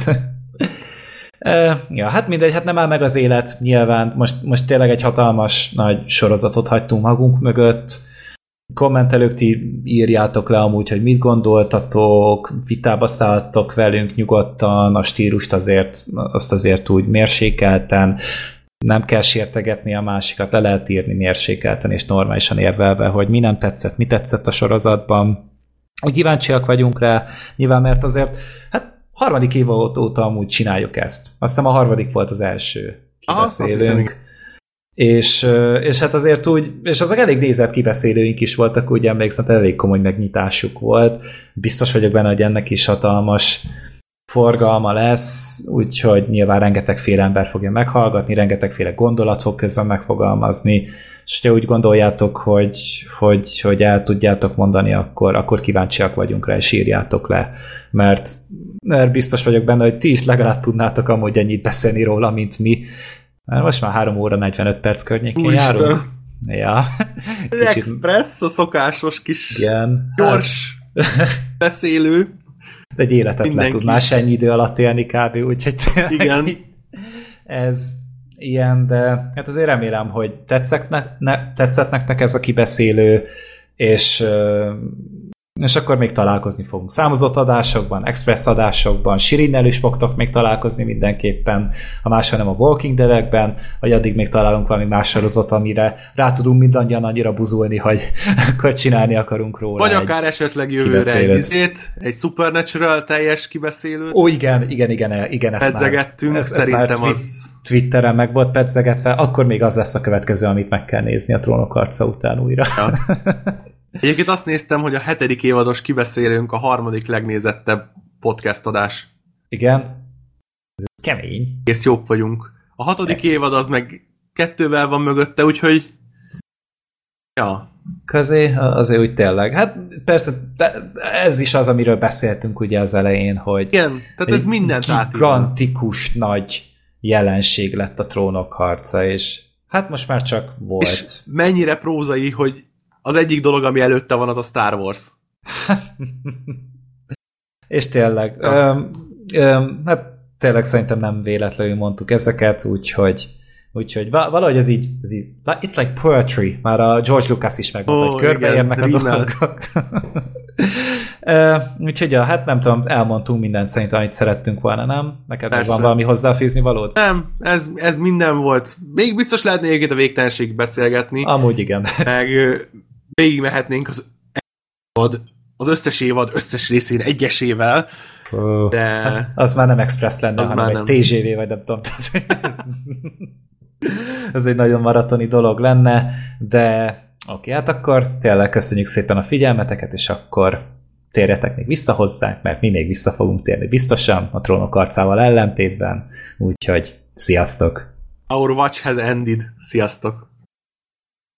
Ja, hát mindegy, hát nem áll meg az élet, nyilván. Most, most tényleg egy hatalmas nagy sorozatot hagytunk magunk mögött. Kommentelők, ti írjátok le amúgy, hogy mit gondoltatok, vitába szálltok velünk nyugodtan, a stílust azért, azt azért úgy mérsékelten, nem kell sértegetni a másikat, le lehet írni mérsékelten és normálisan érvelve, hogy mi nem tetszett, mi tetszett a sorozatban. Úgy kíváncsiak vagyunk rá, nyilván, mert azért, hát harmadik év óta amúgy csináljuk ezt. Azt hiszem a harmadik volt az első kibeszélőnk. És, és hát azért úgy, és azok elég nézett kibeszélőink is voltak, úgy emlékszem, elég komoly megnyitásuk volt. Biztos vagyok benne, hogy ennek is hatalmas forgalma lesz, úgyhogy nyilván rengetegféle ember fogja meghallgatni, rengetegféle gondolat fog közben megfogalmazni, és ha úgy gondoljátok, hogy, hogy, hogy el tudjátok mondani, akkor, akkor kíváncsiak vagyunk rá, és írjátok le, mert, mert biztos vagyok benne, hogy ti is legalább tudnátok amúgy ennyit beszélni róla, mint mi. Mert most már három óra negyvenöt perc környékén járunk. Ja. Kicsit... Express, a szokásos kis igen, gyors hát... beszélő. Egy életet mindenki. Le tudnás ennyi idő alatt élni kb. Úgyhogy igen. Ez ilyen, de hát azért remélem, hogy tetszett, ne, ne, tetszett nektek ez a kibeszélő, és, és akkor még találkozni fogunk számozott adásokban, express adásokban, Sirinnel is fogtok még találkozni mindenképpen, ha máshol nem a Walking Dead-ekben, vagy addig még találunk valami más sorozat, amire rá tudunk mindannyian annyira buzulni, hogy akkor csinálni akarunk róla. Vagy akár esetleg jövőre egy izét, egy Supernatural teljes kibeszélőt. Ó, igen, igen, igen, igen. Ezt pedzegettünk, már, szerintem már az... Twitteren meg volt pedzegetve, akkor még az lesz a következő, amit meg kell nézni a Trónok harca után újra. Ja. Egyébként azt néztem, hogy a hetedik évados kibeszélünk a harmadik legnézettebb podcast adás. Igen. Ez kemény. Kész jók vagyunk. A hatodik e. évad az meg kettővel van mögötte, úgyhogy ja. Közé azért úgy tényleg. Hát persze ez is az, amiről beszéltünk ugye az elején, hogy igen, tehát ez mindent átírva. Gigantikus nagy jelenség lett a Trónok harca, és hát most már csak volt. És mennyire prózai, hogy az egyik dolog, ami előtte van, az a Star Wars. És tényleg, öm, öm, hát tényleg szerintem nem véletlenül mondtuk ezeket, úgyhogy úgyhogy valahogy ez így, ez így, it's like poetry, már a George Lucas is megmondta, oh, hogy körbeérnek a dolgok. Úgyhogy ja, hát nem tudom, elmondtunk mindent szerintem, amit szerettünk volna, nem? Neked meg van valami hozzáfűzni valód? Nem, ez, ez minden volt. Még biztos lehetne egyébként a végtelenség beszélgetni. Amúgy igen. Meg végigmehetnénk az évad, az összes évad összes részén egyesével. Oh, de... Hát az már nem Express lenne, az hanem egy té zé vé, vagy nem tudom. Ez egy nagyon maratoni dolog lenne, de oké, hát akkor tényleg köszönjük szépen a figyelmeteket, és akkor térjetek még vissza hozzánk, mert mi még vissza fogunk térni biztosan a Trónok harcával ellentétben, úgyhogy sziasztok! Our watch has ended. Sziasztok!